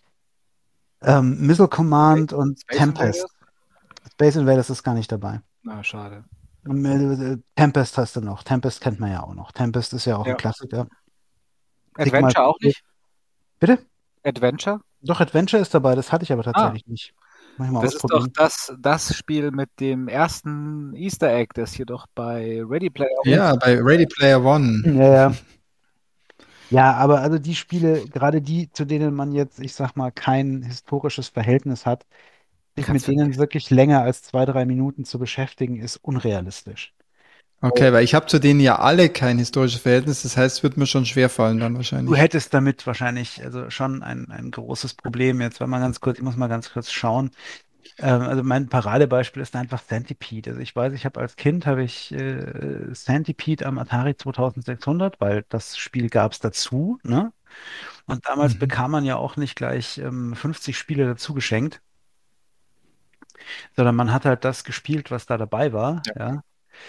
Speaker 1: Missile Command und
Speaker 2: Space
Speaker 1: Tempest.
Speaker 2: Invaders?
Speaker 1: Space Invaders ist gar nicht dabei.
Speaker 2: Na, schade.
Speaker 1: Tempest hast du noch. Tempest kennt man ja auch noch. Tempest ist ja auch ein
Speaker 2: Ja.
Speaker 1: Klassiker. Sigma,
Speaker 2: Adventure auch nicht?
Speaker 1: bitte?
Speaker 2: Adventure?
Speaker 1: Doch, Adventure ist dabei, das hatte ich aber
Speaker 2: Ah,
Speaker 1: tatsächlich nicht. Muss ich mal
Speaker 2: das ist doch
Speaker 1: ausprobieren.
Speaker 2: das Spiel mit dem ersten Easter Egg, das hier doch bei Ready Player One.
Speaker 3: Ja, bei Ready Player One.
Speaker 1: Ja, ja. Ja, aber also die Spiele, gerade die, zu denen man jetzt, ich sag mal, kein historisches Verhältnis hat, sich mit
Speaker 2: Kannst
Speaker 1: denen
Speaker 2: vergessen.
Speaker 1: wirklich länger als 2, 3 Minuten zu beschäftigen, ist unrealistisch.
Speaker 3: Okay, weil ich habe zu denen ja alle kein historisches Verhältnis, das heißt, es wird mir schon schwer fallen dann
Speaker 1: Du
Speaker 3: wahrscheinlich.
Speaker 1: hättest damit wahrscheinlich also schon ein großes Problem. Jetzt, wenn man ganz kurz, ich muss mal ganz kurz schauen. Also mein Paradebeispiel ist einfach Centipede. Also ich weiß, habe ich Centipede am Atari 2600, weil das Spiel gab es dazu, ne? Und damals
Speaker 3: Mhm.
Speaker 1: bekam man ja auch nicht gleich 50 Spiele dazu geschenkt, sondern man hat halt das gespielt, was da dabei war,
Speaker 2: Ja.
Speaker 1: ja.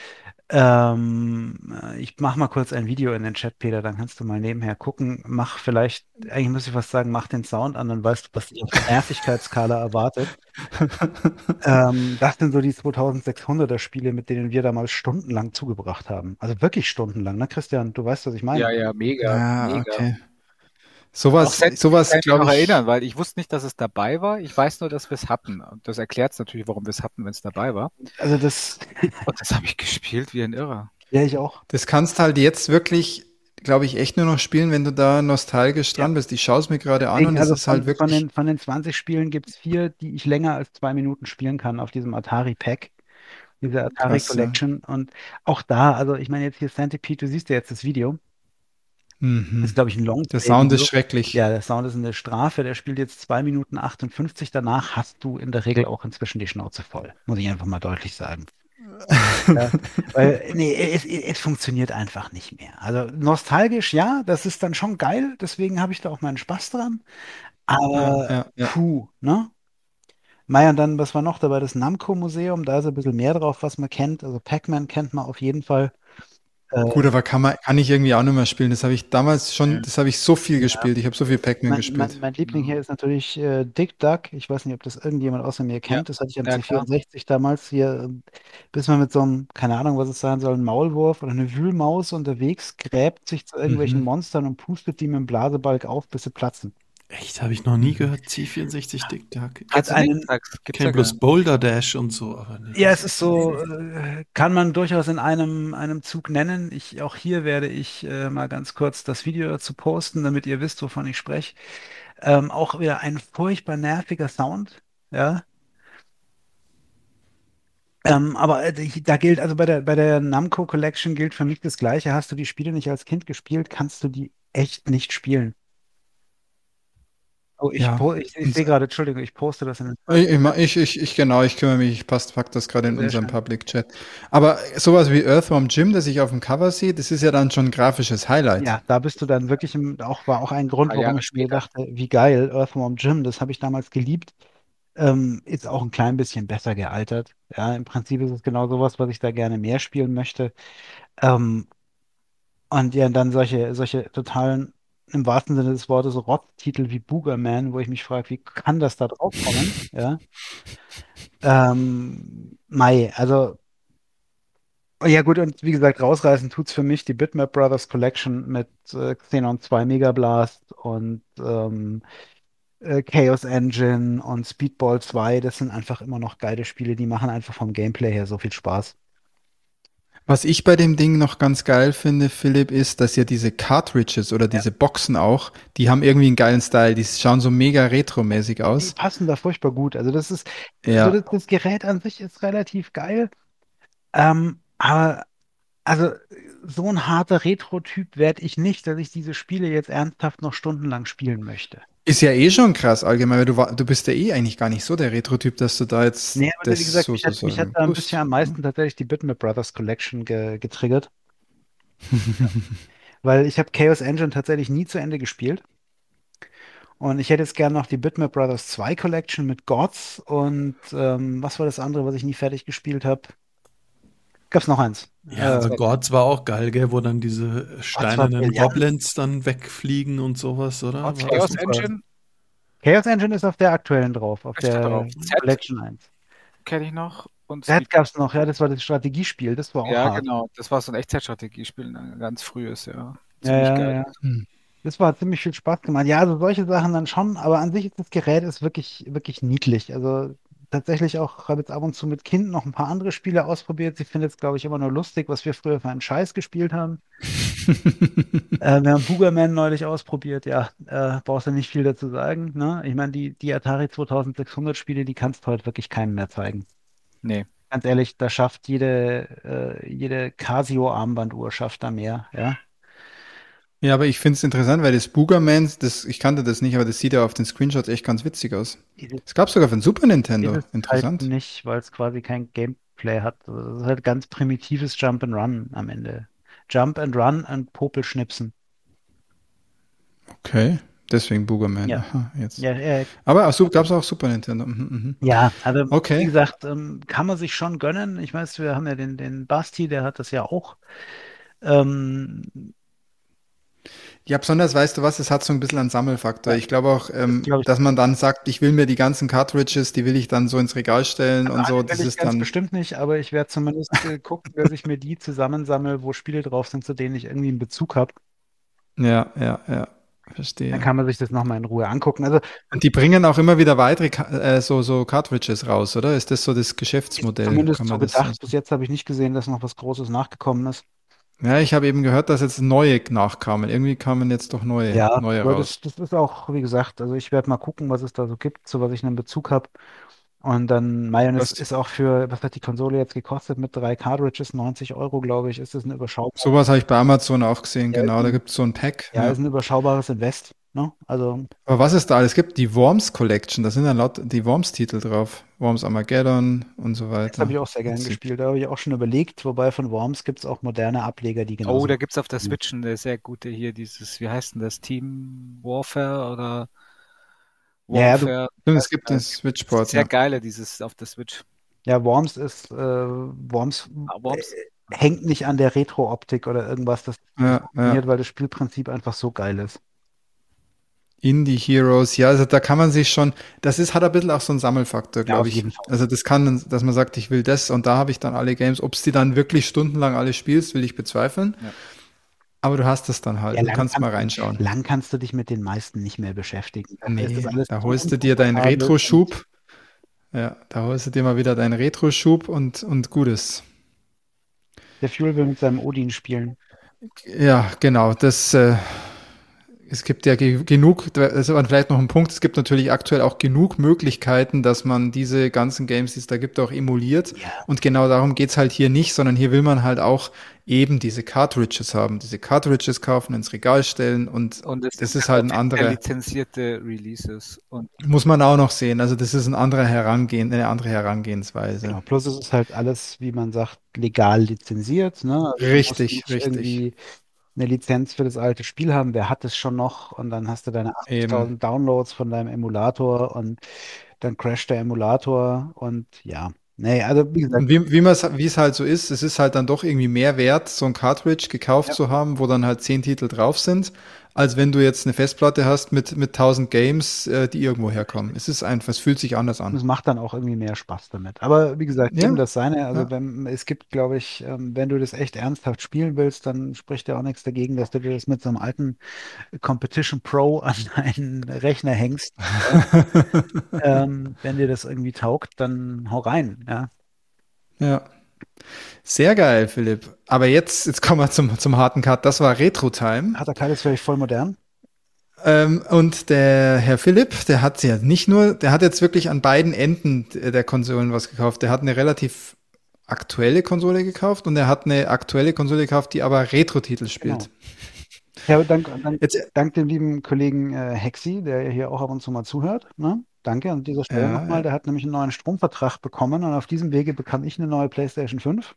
Speaker 1: Ich mache mal kurz ein Video in den Chat, Peter, dann kannst du mal nebenher gucken. Eigentlich muss ich was sagen, mach den Sound an, dann weißt du, was dich auf der Nervigkeitsskala erwartet. Das sind so die 2600er Spiele, mit denen wir damals stundenlang zugebracht haben. Also wirklich stundenlang, ne, Christian? Du weißt, was ich
Speaker 2: Ja,
Speaker 1: meine.
Speaker 2: ja, mega,
Speaker 3: Ja,
Speaker 2: mega.
Speaker 3: okay.
Speaker 2: Auch Centipede kann
Speaker 3: Sowas
Speaker 2: ich mich noch
Speaker 3: glaube
Speaker 2: erinnern,
Speaker 3: ich.
Speaker 2: weil ich wusste nicht, dass es dabei war. Ich weiß nur, dass wir es hatten. Und das erklärt es natürlich, warum wir es hatten, wenn es dabei war.
Speaker 1: Also das,
Speaker 2: Und das habe ich gespielt wie ein Irrer.
Speaker 1: ja, ich auch.
Speaker 3: Das kannst halt jetzt wirklich, glaube ich, echt nur noch spielen, wenn du da nostalgisch
Speaker 1: Ja.
Speaker 3: dran bist. Ich schaue es mir gerade an und
Speaker 1: Deswegen,
Speaker 3: es
Speaker 1: also
Speaker 3: ist halt wirklich.
Speaker 1: von den 20 Spielen gibt es 4, die ich länger als 2 Minuten spielen kann auf diesem Atari Pack, dieser Atari
Speaker 3: Krass, ja.
Speaker 1: Collection. Und auch da, also ich meine jetzt hier Centipede, du siehst ja jetzt das Video. Das ist,
Speaker 3: Mhm.
Speaker 1: glaube ich, ein
Speaker 3: Der Sound ist
Speaker 1: Longplay-Video.
Speaker 3: schrecklich.
Speaker 1: Ja, der Sound ist eine Strafe. Der spielt jetzt 2 Minuten 58. Danach hast du in der Regel auch inzwischen die Schnauze voll. Muss ich einfach mal deutlich sagen. Ja, weil, nee, es funktioniert einfach nicht mehr. Also nostalgisch, ja, das ist dann schon geil. Deswegen habe ich da auch meinen Spaß dran.
Speaker 3: Ja,
Speaker 1: Aber,
Speaker 3: ja, ja.
Speaker 1: puh, ne? Mei, und dann, was war noch dabei? Das Namco-Museum, da ist ein bisschen mehr drauf, was man kennt. Also Pac-Man kennt man auf jeden Fall.
Speaker 3: Gut, aber kann ich irgendwie auch nicht mehr spielen. Das habe ich damals schon, das habe ich so viel gespielt. Ich habe so viel Pac-Man gespielt.
Speaker 1: Mein Liebling hier ist natürlich Dick Duck. Ich weiß nicht, ob das irgendjemand außer mir
Speaker 2: Ja,
Speaker 1: kennt. Das hatte ich am
Speaker 2: ja klar.
Speaker 1: C64 damals hier, bis man mit so einem, keine Ahnung, was es sein soll, ein Maulwurf oder eine Wühlmaus unterwegs, gräbt sich zu irgendwelchen
Speaker 3: Mhm.
Speaker 1: Monstern und pustet die mit dem Blasebalg auf, bis sie platzen.
Speaker 4: Echt, habe ich noch nie
Speaker 3: Mhm.
Speaker 4: gehört. C64 Dick Duck.
Speaker 1: Hat
Speaker 2: Kennst du nicht?
Speaker 1: einen,
Speaker 2: Gibt's
Speaker 4: Kenn
Speaker 2: ja gar
Speaker 4: bloß
Speaker 2: nicht.
Speaker 4: Boulder Dash und so, aber nee,
Speaker 1: ja,
Speaker 4: das
Speaker 1: es ist
Speaker 4: ist.
Speaker 1: so, kann man durchaus in einem Zug nennen. Auch hier werde ich mal ganz kurz das Video dazu posten, damit ihr wisst, wovon ich spreche. Auch wieder ein furchtbar nerviger Sound. Ja. Aber da gilt, also bei der Namco Collection gilt für mich das Gleiche. Hast du die Spiele nicht als Kind gespielt, kannst du die echt nicht spielen. Oh,
Speaker 3: Ja.
Speaker 1: ich
Speaker 3: Und
Speaker 1: sehe gerade, Entschuldigung, ich poste das in den
Speaker 3: genau, ich kümmere mich, pack das gerade in
Speaker 1: Sehr
Speaker 3: unserem
Speaker 1: schön.
Speaker 3: Public Chat. Aber sowas wie Earthworm Jim, das ich auf dem Cover sehe, das ist ja dann schon ein grafisches Highlight.
Speaker 1: Ja, da bist du dann wirklich war auch ein
Speaker 2: Ein
Speaker 1: Grund,
Speaker 2: paar
Speaker 1: warum
Speaker 2: Jahre
Speaker 1: ich mir
Speaker 2: später.
Speaker 1: dachte, wie geil, Earthworm Jim, das habe ich damals geliebt. Ist auch ein klein bisschen besser gealtert. Ja, im Prinzip ist es genau sowas, was ich da gerne mehr spielen möchte. Ähm, und ja, dann solche totalen, im wahrsten Sinne des Wortes, Rotztitel wie Boogerman, wo ich mich frage, wie kann das da drauf kommen? Ja. Also, ja gut, und wie gesagt, rausreißen tut's für mich die Bitmap Brothers Collection mit Xenon 2 Mega Blast und Chaos Engine und Speedball 2. Das sind einfach immer noch geile Spiele, die machen einfach vom Gameplay her so viel Spaß.
Speaker 3: Was ich bei dem Ding noch ganz geil finde, Philipp, ist, dass ja diese Cartridges oder
Speaker 1: Ja.
Speaker 3: diese Boxen auch, die haben irgendwie einen geilen Style. Die schauen so mega retromäßig
Speaker 1: Die
Speaker 3: aus.
Speaker 1: passen da furchtbar gut. Also
Speaker 3: Ja.
Speaker 1: das Gerät an sich ist relativ geil. Aber also so ein harter Retro-Typ werde ich nicht, dass ich diese Spiele jetzt ernsthaft noch stundenlang spielen möchte.
Speaker 3: Ist ja eh schon krass allgemein, weil du bist ja eh eigentlich gar nicht so der Retro-Typ, dass du da jetzt
Speaker 1: Nee, aber wie
Speaker 3: das
Speaker 1: gesagt, mich hat
Speaker 3: sozusagen
Speaker 1: da ein bisschen
Speaker 3: tust.
Speaker 1: am meisten tatsächlich die Bitmap Brothers Collection getriggert, weil ich habe Chaos Engine tatsächlich nie zu Ende gespielt. Und ich hätte jetzt gerne noch die Bitmap Brothers 2 Collection mit Gods und was war das andere, was ich nie fertig gespielt habe? Gab's noch eins?
Speaker 4: Ja, also
Speaker 2: Zwei.
Speaker 4: Gods war auch geil, gell, wo dann diese
Speaker 1: Gods war
Speaker 4: steinernen
Speaker 1: brillant.
Speaker 4: Goblins dann wegfliegen und sowas, oder?
Speaker 1: Gods
Speaker 4: War
Speaker 1: war
Speaker 4: das
Speaker 2: Chaos
Speaker 4: nicht?
Speaker 1: super.
Speaker 2: Engine
Speaker 1: Chaos Engine ist auf der aktuellen drauf, auf
Speaker 2: ist da drauf.
Speaker 1: der
Speaker 2: Z
Speaker 1: Collection 1.
Speaker 2: kenne ich noch und
Speaker 1: Z
Speaker 2: Speed.
Speaker 1: gab's noch, ja, das war das Strategiespiel, das war auch
Speaker 2: Ja,
Speaker 1: hart.
Speaker 2: genau. Das war so ein Echtzeitstrategiespiel, ein ganz frühes, ja.
Speaker 1: Ja,
Speaker 2: Ziemlich
Speaker 1: ja,
Speaker 2: geil.
Speaker 1: ja.
Speaker 3: Hm.
Speaker 1: Das war ziemlich viel Spaß gemacht. Ja, also solche Sachen dann schon, aber an sich ist das Gerät ist wirklich, wirklich niedlich. Also tatsächlich auch, habe jetzt ab und zu mit Kind noch ein paar andere Spiele ausprobiert. Sie findet es, glaube ich, immer nur lustig, was wir früher für einen Scheiß gespielt haben. Wir haben Boogerman neulich ausprobiert, ja, brauchst du nicht viel dazu sagen, ne? Ich meine, die Atari 2600 Spiele, die kannst du heute wirklich keinem mehr zeigen.
Speaker 2: Nee.
Speaker 1: Ganz ehrlich, da schafft jede Casio-Armbanduhr schafft da mehr, ja.
Speaker 3: Ja, aber ich finde es interessant, weil das Boogerman, ich kannte das nicht, aber das sieht ja auf den Screenshots echt ganz witzig aus. Es gab sogar für den Super
Speaker 1: Ist
Speaker 3: Nintendo.
Speaker 1: es halt
Speaker 3: Interessant.
Speaker 1: nicht, weil es quasi kein Gameplay hat. Also es ist halt ganz primitives Jump and Run am Ende. Jump and Run und Popelschnipsen.
Speaker 3: Okay. Deswegen Boogerman.
Speaker 1: Ja.
Speaker 3: Aha, jetzt.
Speaker 1: Ja,
Speaker 3: Aber gab es auch Super Nintendo. Mhm, mhm.
Speaker 1: ja, also wie
Speaker 3: Okay.
Speaker 1: gesagt, kann man sich schon gönnen. Ich weiß, wir haben ja den Basti, der hat das ja auch. Ähm,
Speaker 3: Ja, besonders weißt du was, es hat so ein bisschen einen Sammelfaktor.
Speaker 1: ja,
Speaker 3: Ich glaube auch,
Speaker 1: das glaube ich.
Speaker 3: dass man dann sagt, ich will mir die ganzen Cartridges, die will ich dann so ins Regal stellen
Speaker 1: Also
Speaker 3: und
Speaker 1: alle
Speaker 3: so.
Speaker 1: will
Speaker 3: Das
Speaker 1: ich
Speaker 3: ist
Speaker 1: ganz
Speaker 3: dann,
Speaker 1: bestimmt nicht, aber ich werde zumindest gucken, dass ich mir die zusammensammle, wo Spiele drauf sind, zu denen ich irgendwie einen Bezug habe.
Speaker 3: ja, ja, ja,
Speaker 1: Dann
Speaker 3: verstehe.
Speaker 1: kann man sich das nochmal in Ruhe angucken. Also
Speaker 3: Und die bringen auch immer wieder weitere so Cartridges raus, oder? Ist das so das
Speaker 1: ist
Speaker 3: Geschäftsmodell?
Speaker 1: zumindest
Speaker 3: Kann
Speaker 1: so
Speaker 3: man das so
Speaker 1: gedacht. Bis
Speaker 3: sagen?
Speaker 1: jetzt habe ich nicht gesehen, dass noch was Großes nachgekommen ist.
Speaker 3: Ja, ich habe eben gehört, dass jetzt neue nachkamen. Irgendwie kamen jetzt doch
Speaker 1: Ja,
Speaker 3: neue
Speaker 1: aber
Speaker 3: raus.
Speaker 1: das ist auch, wie gesagt, also ich werde mal gucken, was es da so gibt, zu was ich einen Bezug habe. Und dann, Mayonnaise
Speaker 3: Was,
Speaker 1: ist auch für, was hat die Konsole jetzt gekostet? Mit 3 Cartridges, 90 Euro, glaube ich, ist es ein
Speaker 3: sowas habe ich bei Amazon auch gesehen,
Speaker 1: ja,
Speaker 3: genau. Da gibt es so ein Pack.
Speaker 1: ja,
Speaker 3: Ja.
Speaker 1: ist ein überschaubares Invest. Ne? Also,
Speaker 3: Aber was es da alles gibt, die Worms Collection, da sind dann laut die Worms-Titel drauf. Worms Armageddon und so
Speaker 1: das habe
Speaker 3: weiter.
Speaker 1: ich auch sehr gern
Speaker 3: Witzig.
Speaker 1: gespielt. Da habe ich auch schon überlegt, wobei von Worms gibt es auch moderne Ableger, die
Speaker 2: Oh,
Speaker 1: genauso
Speaker 2: da
Speaker 1: gut
Speaker 2: gibt's auf der
Speaker 1: funktionieren.
Speaker 2: Switch eine sehr gute hier, dieses, wie heißt denn das? Team Warfare oder
Speaker 1: Ja, ja,
Speaker 2: Warfare?
Speaker 3: Stimmt, es
Speaker 2: Weiß
Speaker 3: gibt
Speaker 2: gar
Speaker 3: den
Speaker 2: nicht. Das ist
Speaker 3: Switchport,
Speaker 2: sehr
Speaker 3: ja.
Speaker 2: geile, dieses auf der Switch.
Speaker 1: ja, Worms ist, Worms
Speaker 2: Ah, Worms?
Speaker 1: hängt nicht an der Retro-Optik oder irgendwas, das nicht
Speaker 3: Ja, ja.
Speaker 1: funktioniert, weil das Spielprinzip einfach so geil ist.
Speaker 3: Indie Heroes, ja, also da kann man sich schon, hat ein bisschen auch so einen Sammelfaktor,
Speaker 1: Ja, auf
Speaker 3: glaube ich.
Speaker 1: jeden Fall.
Speaker 3: Also das kann, dass man sagt, ich will das und da habe ich dann alle Games. Ob du die dann wirklich stundenlang alle spielst, will ich bezweifeln.
Speaker 2: Ja.
Speaker 3: Aber du hast es dann halt,
Speaker 1: Ja,
Speaker 3: du kannst mal reinschauen.
Speaker 1: lang kannst du dich mit den meisten nicht mehr beschäftigen. Dafür ist das
Speaker 3: Nee,
Speaker 1: alles
Speaker 3: da
Speaker 1: zu
Speaker 3: holst du dir deinen
Speaker 1: unkomfortabel.
Speaker 3: Retro-Schub. Ja, da holst du dir mal wieder deinen Retro-Schub und Gutes.
Speaker 1: Der Fuel will mit seinem Odin spielen.
Speaker 3: Ja, genau, es gibt ja genug, das ist vielleicht noch ein Punkt, es gibt natürlich aktuell auch genug Möglichkeiten, dass man diese ganzen Games, die es da gibt, auch emuliert.
Speaker 1: Ja.
Speaker 3: Und genau darum geht's halt hier nicht, sondern hier will man halt auch eben diese Cartridges haben, diese Cartridges kaufen, ins Regal stellen und
Speaker 2: es
Speaker 3: das
Speaker 2: sind
Speaker 3: ist halt ein
Speaker 2: perfekte
Speaker 3: anderer,
Speaker 2: lizenzierte Releases. Und
Speaker 3: muss man auch noch sehen. Also das ist eine andere Herangehensweise.
Speaker 1: Genau, plus es ist halt alles, wie man sagt, legal lizenziert. Ne? Also du musst
Speaker 3: Richtig,
Speaker 1: nicht
Speaker 3: richtig.
Speaker 1: irgendwie eine Lizenz für das alte Spiel haben. Wer hat es schon noch? Und dann hast du deine
Speaker 3: Eben.
Speaker 1: 80.000 Downloads von deinem Emulator und dann crasht der Emulator und ja. Nee, also wie gesagt,
Speaker 3: Und wie es halt so ist, es ist halt dann doch irgendwie mehr wert, so ein Cartridge gekauft
Speaker 1: ja,
Speaker 3: zu haben, wo dann halt 10 Titel drauf sind, als wenn du jetzt eine Festplatte hast mit 1000 Games, die irgendwo herkommen. Es ist einfach, es fühlt sich anders an.
Speaker 1: es macht dann auch irgendwie mehr Spaß damit. Aber wie gesagt, jedem
Speaker 3: Ja,
Speaker 1: das seine. Also
Speaker 3: ja.
Speaker 1: es gibt, glaube ich, wenn du das echt ernsthaft spielen willst, dann spricht ja auch nichts dagegen, dass du dir das mit so einem alten Competition Pro an einen Rechner hängst. Ja. Wenn dir das irgendwie taugt, dann hau rein. Ja.
Speaker 3: Ja. Sehr geil, Philipp. Aber jetzt kommen wir zum harten Cut. Das war Retro-Time.
Speaker 1: Hataka ist vielleicht voll modern.
Speaker 3: Und der Herr Philipp, der hat ja nicht nur, der hat jetzt wirklich an beiden Enden der Konsolen was gekauft. Der hat eine relativ aktuelle Konsole gekauft und er hat eine aktuelle Konsole gekauft, die aber Retro-Titel
Speaker 1: Genau.
Speaker 3: spielt.
Speaker 1: Ja,
Speaker 3: Jetzt,
Speaker 1: dank dem lieben Kollegen Hexi, der ja hier auch ab und zu mal zuhört. Ne? Danke an dieser Stelle
Speaker 3: ja,
Speaker 1: nochmal.
Speaker 3: ja.
Speaker 1: Der hat nämlich einen neuen Stromvertrag bekommen und auf diesem Wege bekam ich eine neue PlayStation 5.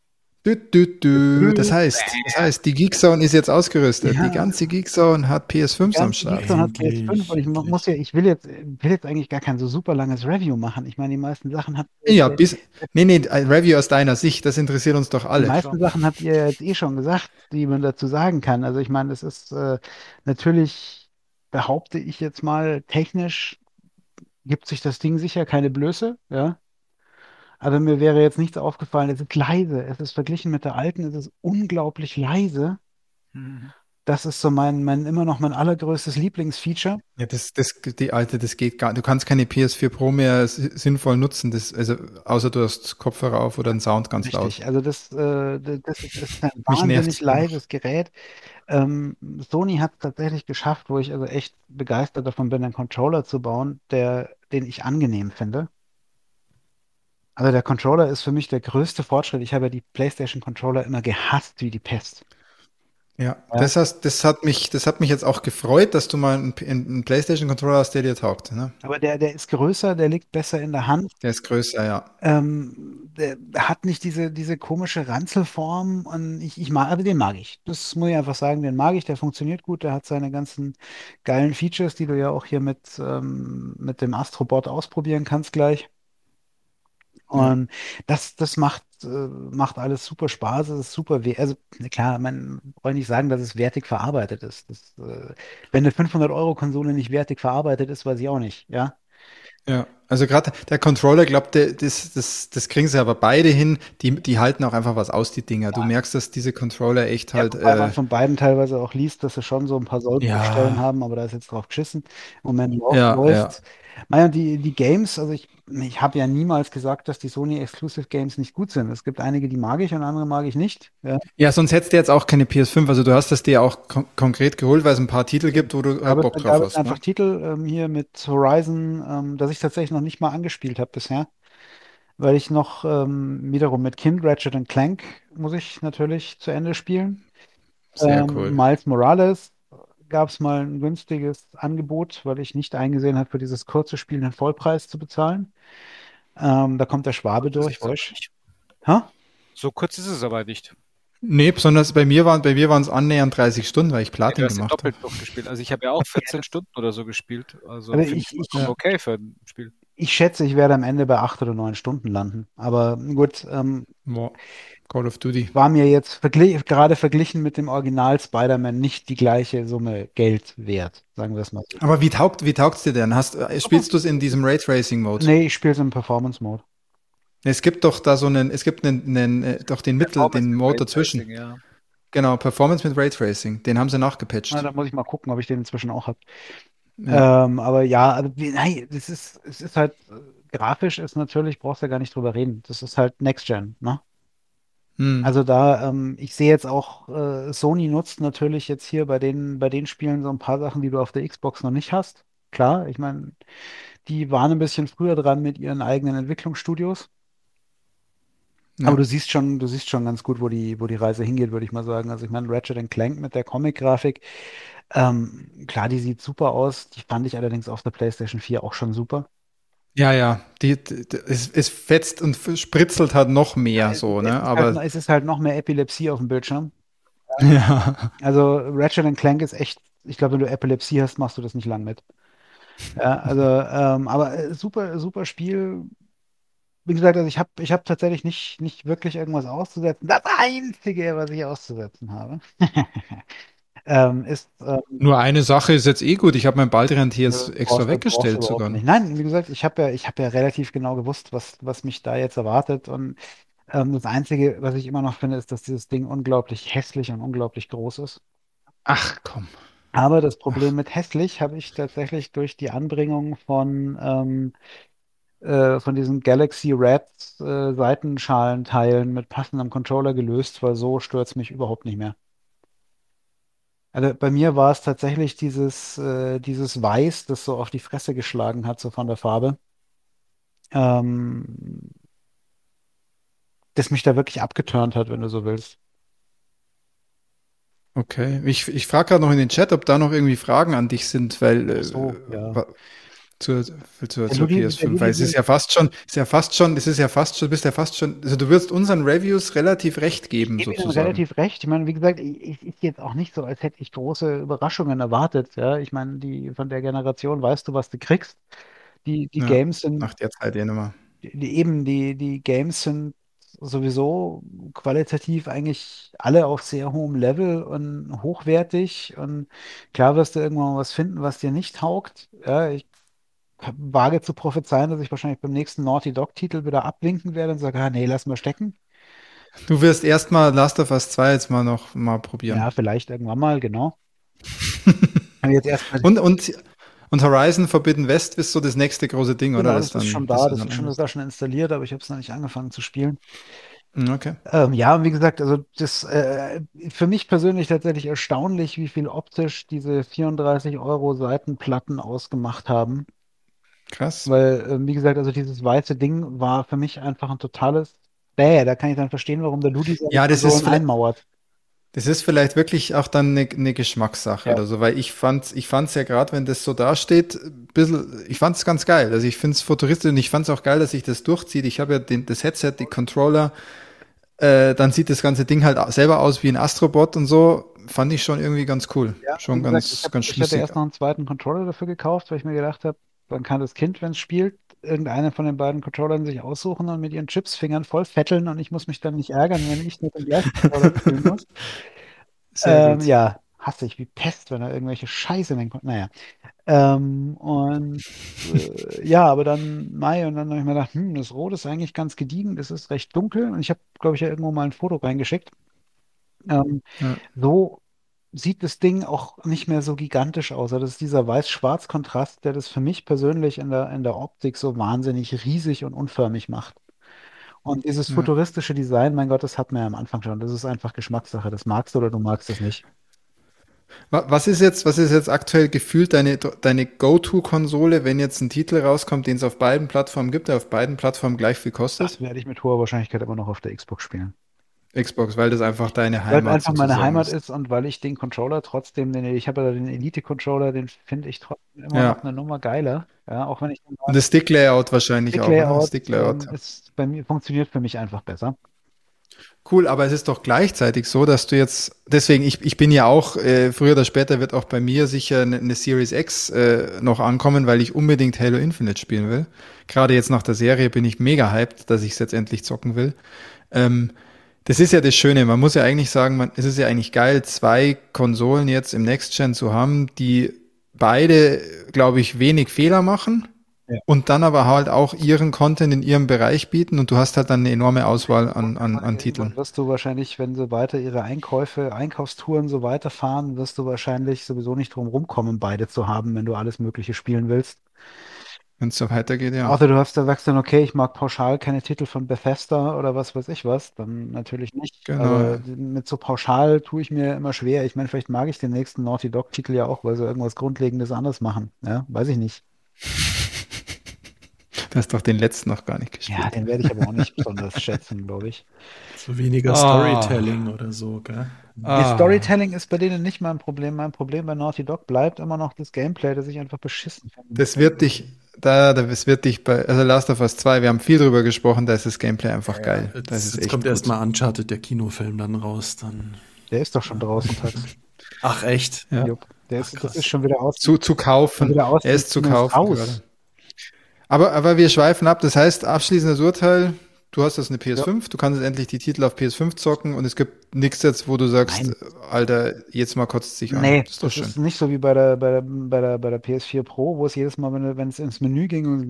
Speaker 3: Das heißt, die Geekzone ist jetzt ausgerüstet. Die
Speaker 1: Ja,
Speaker 3: ganze Geekzone hat PS5s am
Speaker 1: ganz
Speaker 3: Start.
Speaker 1: Geekzone hat PS5 und ich will jetzt eigentlich gar kein so super langes Review machen. Ich meine,
Speaker 3: Ja, nee, Review aus deiner Sicht, das interessiert uns doch
Speaker 1: die
Speaker 3: alle.
Speaker 1: meisten Sachen habt ihr jetzt eh schon gesagt, die man dazu sagen kann. Also ich meine, es ist natürlich, behaupte ich jetzt mal, technisch gibt sich das Ding sicher keine Blöße, ja. Aber mir wäre jetzt nichts aufgefallen. Es ist leise. Es ist verglichen mit der alten, es ist unglaublich leise.
Speaker 2: Mhm.
Speaker 1: Das ist so immer noch mein allergrößtes Lieblingsfeature.
Speaker 3: Ja, die alte, das geht gar nicht. Du kannst keine PS4 Pro mehr sinnvoll nutzen, also, außer du hast Kopfhörer auf oder einen Sound ganz laut.
Speaker 1: Richtig. Also das ist ein
Speaker 3: Mich
Speaker 1: wahnsinnig
Speaker 3: nervt's immer noch.
Speaker 1: leises Gerät. Sony hat es tatsächlich geschafft, wo ich also echt begeistert davon bin, einen Controller zu bauen, den ich angenehm finde. Also der Controller ist für mich der größte Fortschritt. Ich habe ja die PlayStation Controller immer gehasst wie die Pest.
Speaker 3: Ja,
Speaker 1: Ja.
Speaker 3: das hat mich jetzt auch gefreut, dass du mal einen PlayStation-Controller hast, der dir taugt, ne?
Speaker 1: Aber der ist größer, der liegt besser in der Hand.
Speaker 3: Der ist größer, ja.
Speaker 1: Der hat nicht diese komische Ranzelform und also den mag ich. Das muss ich einfach sagen, den mag ich, der funktioniert gut, der hat seine ganzen geilen Features, die du ja auch hier mit dem Astrobot ausprobieren kannst gleich.
Speaker 3: Ja.
Speaker 1: Und das macht alles super Spaß, es ist super, also klar, man braucht nicht sagen, dass es wertig verarbeitet ist. Wenn eine 500-Euro-Konsole nicht wertig verarbeitet ist, weiß ich auch nicht, ja.
Speaker 3: Ja, also gerade der Controller, glaubt, das kriegen sie aber beide hin. Die halten auch einfach was aus, die Dinger. Du merkst, dass diese Controller echt
Speaker 1: Ja,
Speaker 3: halt,
Speaker 1: wobei man von beiden teilweise auch liest, dass sie schon so ein paar Sollbruchstellen
Speaker 3: ja,
Speaker 1: haben, aber da ist jetzt drauf geschissen. Im Moment
Speaker 3: ja, ja.
Speaker 1: läuft. Naja, die Games, also ich habe ja niemals gesagt, dass die Sony Exclusive Games nicht gut sind. Es gibt einige, die mag ich und andere mag ich nicht. Ja.
Speaker 3: Ja, sonst hättest du jetzt auch keine PS5. Also du hast das dir auch konkret geholt, weil es ein paar Titel gibt, wo du Bock
Speaker 1: Da
Speaker 3: drauf
Speaker 1: gab es
Speaker 3: hast,
Speaker 1: einfach
Speaker 3: ne?
Speaker 1: Titel hier mit Horizon, das ich tatsächlich noch nicht mal angespielt habe bisher, weil ich noch wiederum mit Kind Ratchet und Clank muss ich natürlich zu Ende spielen.
Speaker 3: Sehr cool.
Speaker 1: Miles Morales gab es mal ein günstiges Angebot, weil ich nicht eingesehen habe, für dieses kurze Spiel den Vollpreis zu bezahlen. Da kommt der Schwabe
Speaker 2: Das
Speaker 1: durch.
Speaker 2: ist aber nicht.
Speaker 1: Ha?
Speaker 2: So kurz ist es aber nicht.
Speaker 3: Nee, besonders bei mir waren es annähernd 30 Stunden, weil ich
Speaker 2: Ja, du
Speaker 3: Platin
Speaker 2: hast ja
Speaker 3: gemacht habe.
Speaker 2: doppelt durchgespielt. Also ich habe ja auch 14 Stunden oder so gespielt. Also
Speaker 1: Aber
Speaker 2: finde ich vollkommen
Speaker 3: Ja.
Speaker 2: okay für ein Spiel.
Speaker 1: Ich schätze, ich werde am Ende bei 8 oder 9 Stunden landen. Aber gut,
Speaker 3: Boah, Call of Duty.
Speaker 1: war mir jetzt gerade verglichen mit dem Original Spider-Man nicht die gleiche Summe Geld wert, sagen wir es mal so.
Speaker 3: Aber wie taugt's dir denn? Spielst du es in diesem Raytracing-Mode?
Speaker 1: Nee, ich spiele es im Performance-Mode.
Speaker 3: Es gibt doch da doch
Speaker 2: Performance
Speaker 3: den
Speaker 2: mit
Speaker 3: Mode
Speaker 2: Raytracing,
Speaker 3: dazwischen.
Speaker 2: ja.
Speaker 3: Genau, Performance mit Raytracing. Den haben sie
Speaker 1: Na,
Speaker 3: nachgepatcht.
Speaker 1: da muss ich mal gucken, ob ich den inzwischen auch habe.
Speaker 3: Ja.
Speaker 1: Aber ja, also, nein, es ist halt, grafisch ist natürlich, brauchst du ja gar nicht drüber reden. Das ist halt Next Gen, ne?
Speaker 3: Hm.
Speaker 1: Also da, ich sehe jetzt auch, Sony nutzt natürlich jetzt hier bei den Spielen so ein paar Sachen, die du auf der Xbox noch nicht hast. Klar, ich meine, die waren ein bisschen früher dran mit ihren eigenen Entwicklungsstudios. Aber
Speaker 3: Ja.
Speaker 1: du siehst schon ganz gut, wo die Reise hingeht, würde ich mal sagen. Also ich meine, Ratchet Clank mit der Comic-Grafik, klar, die sieht super aus. Die fand ich allerdings auf der PlayStation 4 auch schon super.
Speaker 3: Ja, ja. Es fetzt und spritzelt halt noch
Speaker 1: Ja,
Speaker 3: mehr so, ne? Aber
Speaker 1: es ist halt noch mehr Epilepsie auf dem Bildschirm.
Speaker 3: ja.
Speaker 1: Also Ratchet Clank ist echt, ich glaube, wenn du Epilepsie hast, machst du das nicht lang mit. Ja, also, aber super, super Spiel. Wie gesagt, also ich hab tatsächlich nicht wirklich irgendwas auszusetzen. Das Einzige, was ich auszusetzen habe, ist,
Speaker 3: Nur eine Sache ist jetzt eh gut. Ich habe mein Baldrian hier jetzt extra
Speaker 1: brauchst du
Speaker 3: weggestellt
Speaker 1: überhaupt
Speaker 3: sogar
Speaker 1: nicht.
Speaker 3: noch.
Speaker 1: Nein, wie gesagt, ich hab ja relativ genau gewusst, was mich da jetzt erwartet. Und das Einzige, was ich immer noch finde, ist, dass dieses Ding unglaublich hässlich und unglaublich groß ist.
Speaker 3: Ach komm.
Speaker 1: Aber das Problem
Speaker 3: Ach.
Speaker 1: mit hässlich habe ich tatsächlich durch die Anbringung von diesen Galaxy Red Seitenschalenteilen mit passendem Controller gelöst, weil so stört es mich überhaupt nicht mehr. Also bei mir war es tatsächlich dieses Weiß, das so auf die Fresse geschlagen hat, so von der Farbe, ähm, das mich da wirklich abgeturnt hat, wenn du so willst.
Speaker 3: Okay. Ich frage gerade noch in den Chat, ob da noch irgendwie Fragen an dich sind, weil
Speaker 1: Ach so, ja.
Speaker 3: zur,
Speaker 1: Wenn du
Speaker 3: zur PS5, weil es ist
Speaker 1: die,
Speaker 3: ja fast schon, du bist ja fast schon, also du wirst unseren Reviews relativ recht
Speaker 1: Ich
Speaker 3: geben,
Speaker 1: gebe Ihnen
Speaker 3: sozusagen.
Speaker 1: relativ recht. Ich meine, wie gesagt, ich ist jetzt auch nicht so, als hätte ich große Überraschungen erwartet. Ja, ich meine, die von der Generation weißt du, was du kriegst. Die
Speaker 3: Ja,
Speaker 1: Games sind,
Speaker 3: nach der Zeit eh nochmal.
Speaker 1: die Games sind sowieso qualitativ eigentlich alle auf sehr hohem Level und hochwertig. Und klar wirst du irgendwann mal was finden, was dir nicht taugt. Ja, ich wage zu prophezeien, dass ich wahrscheinlich beim nächsten Naughty Dog-Titel wieder abwinken werde und sage, ah, nee, lass mal stecken.
Speaker 3: Du wirst erstmal Last of Us 2 jetzt mal noch mal probieren.
Speaker 1: Ja, vielleicht irgendwann mal, genau. Aber jetzt erstmal,
Speaker 3: Und, und, und Horizon Forbidden West ist so das nächste große Ding, oder?
Speaker 1: genau, das ist schon
Speaker 3: Das
Speaker 1: da,
Speaker 3: ist dann
Speaker 1: das
Speaker 3: anders.
Speaker 1: ist da schon installiert, aber ich habe es noch nicht angefangen zu spielen.
Speaker 3: Okay,
Speaker 1: Ja, und wie gesagt, also das für mich persönlich tatsächlich erstaunlich, wie viel optisch diese 34 € Seitenplatten ausgemacht haben.
Speaker 3: krass.
Speaker 1: Weil, wie gesagt, also dieses weiße Ding war für mich einfach ein totales Bäh. Da kann ich dann verstehen, warum der Ludi seine
Speaker 3: Ja,
Speaker 1: Konsolen einmauert.
Speaker 3: das ist vielleicht wirklich auch dann eine Geschmackssache
Speaker 1: Ja.
Speaker 3: oder so, weil ich fand's ja gerade, wenn das so dasteht, ein bisschen, ich fand's ganz geil. Also ich find's futuristisch und ich fand's auch geil, dass sich das durchzieht. Ich habe ja das Headset, die Controller, dann sieht das ganze Ding halt selber aus wie ein Astrobot und so. Fand ich schon irgendwie ganz cool.
Speaker 1: Ja, wie
Speaker 3: Schon
Speaker 1: gesagt,
Speaker 3: ganz
Speaker 1: ich hatte
Speaker 3: schlüssig.
Speaker 1: erst noch einen zweiten Controller dafür gekauft, weil ich mir gedacht habe, dann kann das Kind, wenn es spielt, irgendeinen von den beiden Controllern sich aussuchen und mit ihren Chipsfingern voll fetteln und ich muss mich dann nicht ärgern, wenn ich mit dem gleichen Controller spielen muss.
Speaker 3: Sehr gut.
Speaker 1: Ja, hasse ich wie Pest, wenn da irgendwelche Scheiße in den Naja. Und ja, aber dann Mai und dann habe ich mir gedacht, das Rot ist eigentlich ganz gediegen, das ist recht dunkel und ich habe, glaube ich, ja irgendwo mal ein Foto reingeschickt. Ähm,
Speaker 3: Ja,
Speaker 1: so sieht das Ding auch nicht mehr so gigantisch aus. Also das ist dieser Weiß-Schwarz-Kontrast, der das für mich persönlich in der Optik so wahnsinnig riesig und unförmig macht. Und dieses
Speaker 3: ja.
Speaker 1: futuristische Design, mein Gott, das hat man ja am Anfang schon. Das ist einfach Geschmackssache. Das magst du oder du magst es nicht.
Speaker 3: Was ist jetzt aktuell gefühlt deine Go-To-Konsole, wenn jetzt ein Titel rauskommt, den es auf beiden Plattformen gibt, der auf beiden Plattformen gleich viel
Speaker 1: Das
Speaker 3: kostet?
Speaker 1: werde ich mit hoher Wahrscheinlichkeit immer noch auf der Xbox spielen.
Speaker 3: Xbox, weil das einfach deine
Speaker 1: Weil es
Speaker 3: Heimat
Speaker 1: einfach meine
Speaker 3: sozusagen
Speaker 1: Heimat
Speaker 3: ist.
Speaker 1: ist und weil ich den Controller trotzdem, ich habe ja den Elite-Controller, den finde ich trotzdem immer noch
Speaker 3: Ja.
Speaker 1: eine Nummer geiler. Ja, auch wenn ich den
Speaker 3: Und das Stick-Layout wahrscheinlich auch, oder?
Speaker 1: Stick-Layout
Speaker 3: Stick-Layout.
Speaker 1: ist bei mir, funktioniert für mich einfach besser.
Speaker 3: Cool, aber es ist doch gleichzeitig so, dass du jetzt, deswegen, ich bin ja auch, früher oder später wird auch bei mir sicher eine Series X noch ankommen, weil ich unbedingt Halo Infinite spielen will. Gerade jetzt nach der Serie bin ich mega hyped, dass ich es jetzt endlich zocken will. Ähm, Das ist ja das Schöne, man muss ja eigentlich sagen, es ist ja eigentlich geil, zwei Konsolen jetzt im Next Gen zu haben, die beide, glaube ich, wenig Fehler machen
Speaker 1: Ja.
Speaker 3: und dann aber halt auch ihren Content in ihrem Bereich bieten und du hast halt dann eine enorme Auswahl an Titeln.
Speaker 1: Irgendwann wirst du wahrscheinlich, wenn sie weiter ihre Einkaufstouren so weiterfahren, wirst du wahrscheinlich sowieso nicht drum rumkommen, beide zu haben, wenn du alles Mögliche spielen willst.
Speaker 3: Wenn es so weitergeht, ja.
Speaker 1: Außer du hast da sagst dann, okay, ich mag pauschal keine Titel von Bethesda oder was weiß ich was, dann natürlich nicht.
Speaker 3: Genau,
Speaker 1: Aber
Speaker 3: ja.
Speaker 1: mit so pauschal tue ich mir immer schwer. Ich meine, vielleicht mag ich den nächsten Naughty Dog-Titel ja auch, weil sie irgendwas Grundlegendes anders machen. Ja, weiß ich nicht.
Speaker 3: Du hast doch den letzten noch gar nicht
Speaker 1: Ja,
Speaker 3: gespielt.
Speaker 1: den werde ich aber auch nicht besonders schätzen, glaube ich.
Speaker 4: So weniger
Speaker 3: Ah,
Speaker 4: Storytelling oder so, gell?
Speaker 1: Die
Speaker 3: ah.
Speaker 1: Storytelling ist bei denen nicht mein Problem. Mein Problem bei Naughty Dog bleibt immer noch das Gameplay, das ich einfach beschissen finde.
Speaker 3: Das wird dich, das wird dich also Last of Us 2, wir haben viel drüber gesprochen, da ist das Gameplay einfach
Speaker 4: Ja, ja.
Speaker 3: geil. Das ist
Speaker 4: Jetzt
Speaker 3: echt
Speaker 4: kommt
Speaker 3: gut.
Speaker 4: erstmal Uncharted, der Kinofilm, dann raus, dann.
Speaker 1: Der ist doch schon draußen, Tax.
Speaker 4: Ach, echt?
Speaker 3: Ja.
Speaker 1: Jupp.
Speaker 4: Ach,
Speaker 1: Das ist
Speaker 4: krass.
Speaker 3: Zu
Speaker 1: schon
Speaker 3: kaufen.
Speaker 1: wieder aus
Speaker 3: Er
Speaker 1: den
Speaker 3: ist zu
Speaker 1: Kinos
Speaker 3: kaufen gerade.
Speaker 1: raus.
Speaker 3: Aber wir schweifen ab. Das heißt, abschließendes Urteil, du hast jetzt eine
Speaker 1: Ja.
Speaker 3: PS5, du kannst jetzt endlich die Titel auf PS5 zocken und es gibt nichts jetzt, wo du sagst,
Speaker 1: Nein.
Speaker 3: Alter, jetzt mal kotzt sich an.
Speaker 1: Nee,
Speaker 3: Das ist doch
Speaker 1: das
Speaker 3: schön.
Speaker 1: ist nicht so wie bei der PS4 Pro, wo es jedes Mal, wenn es ins Menü ging und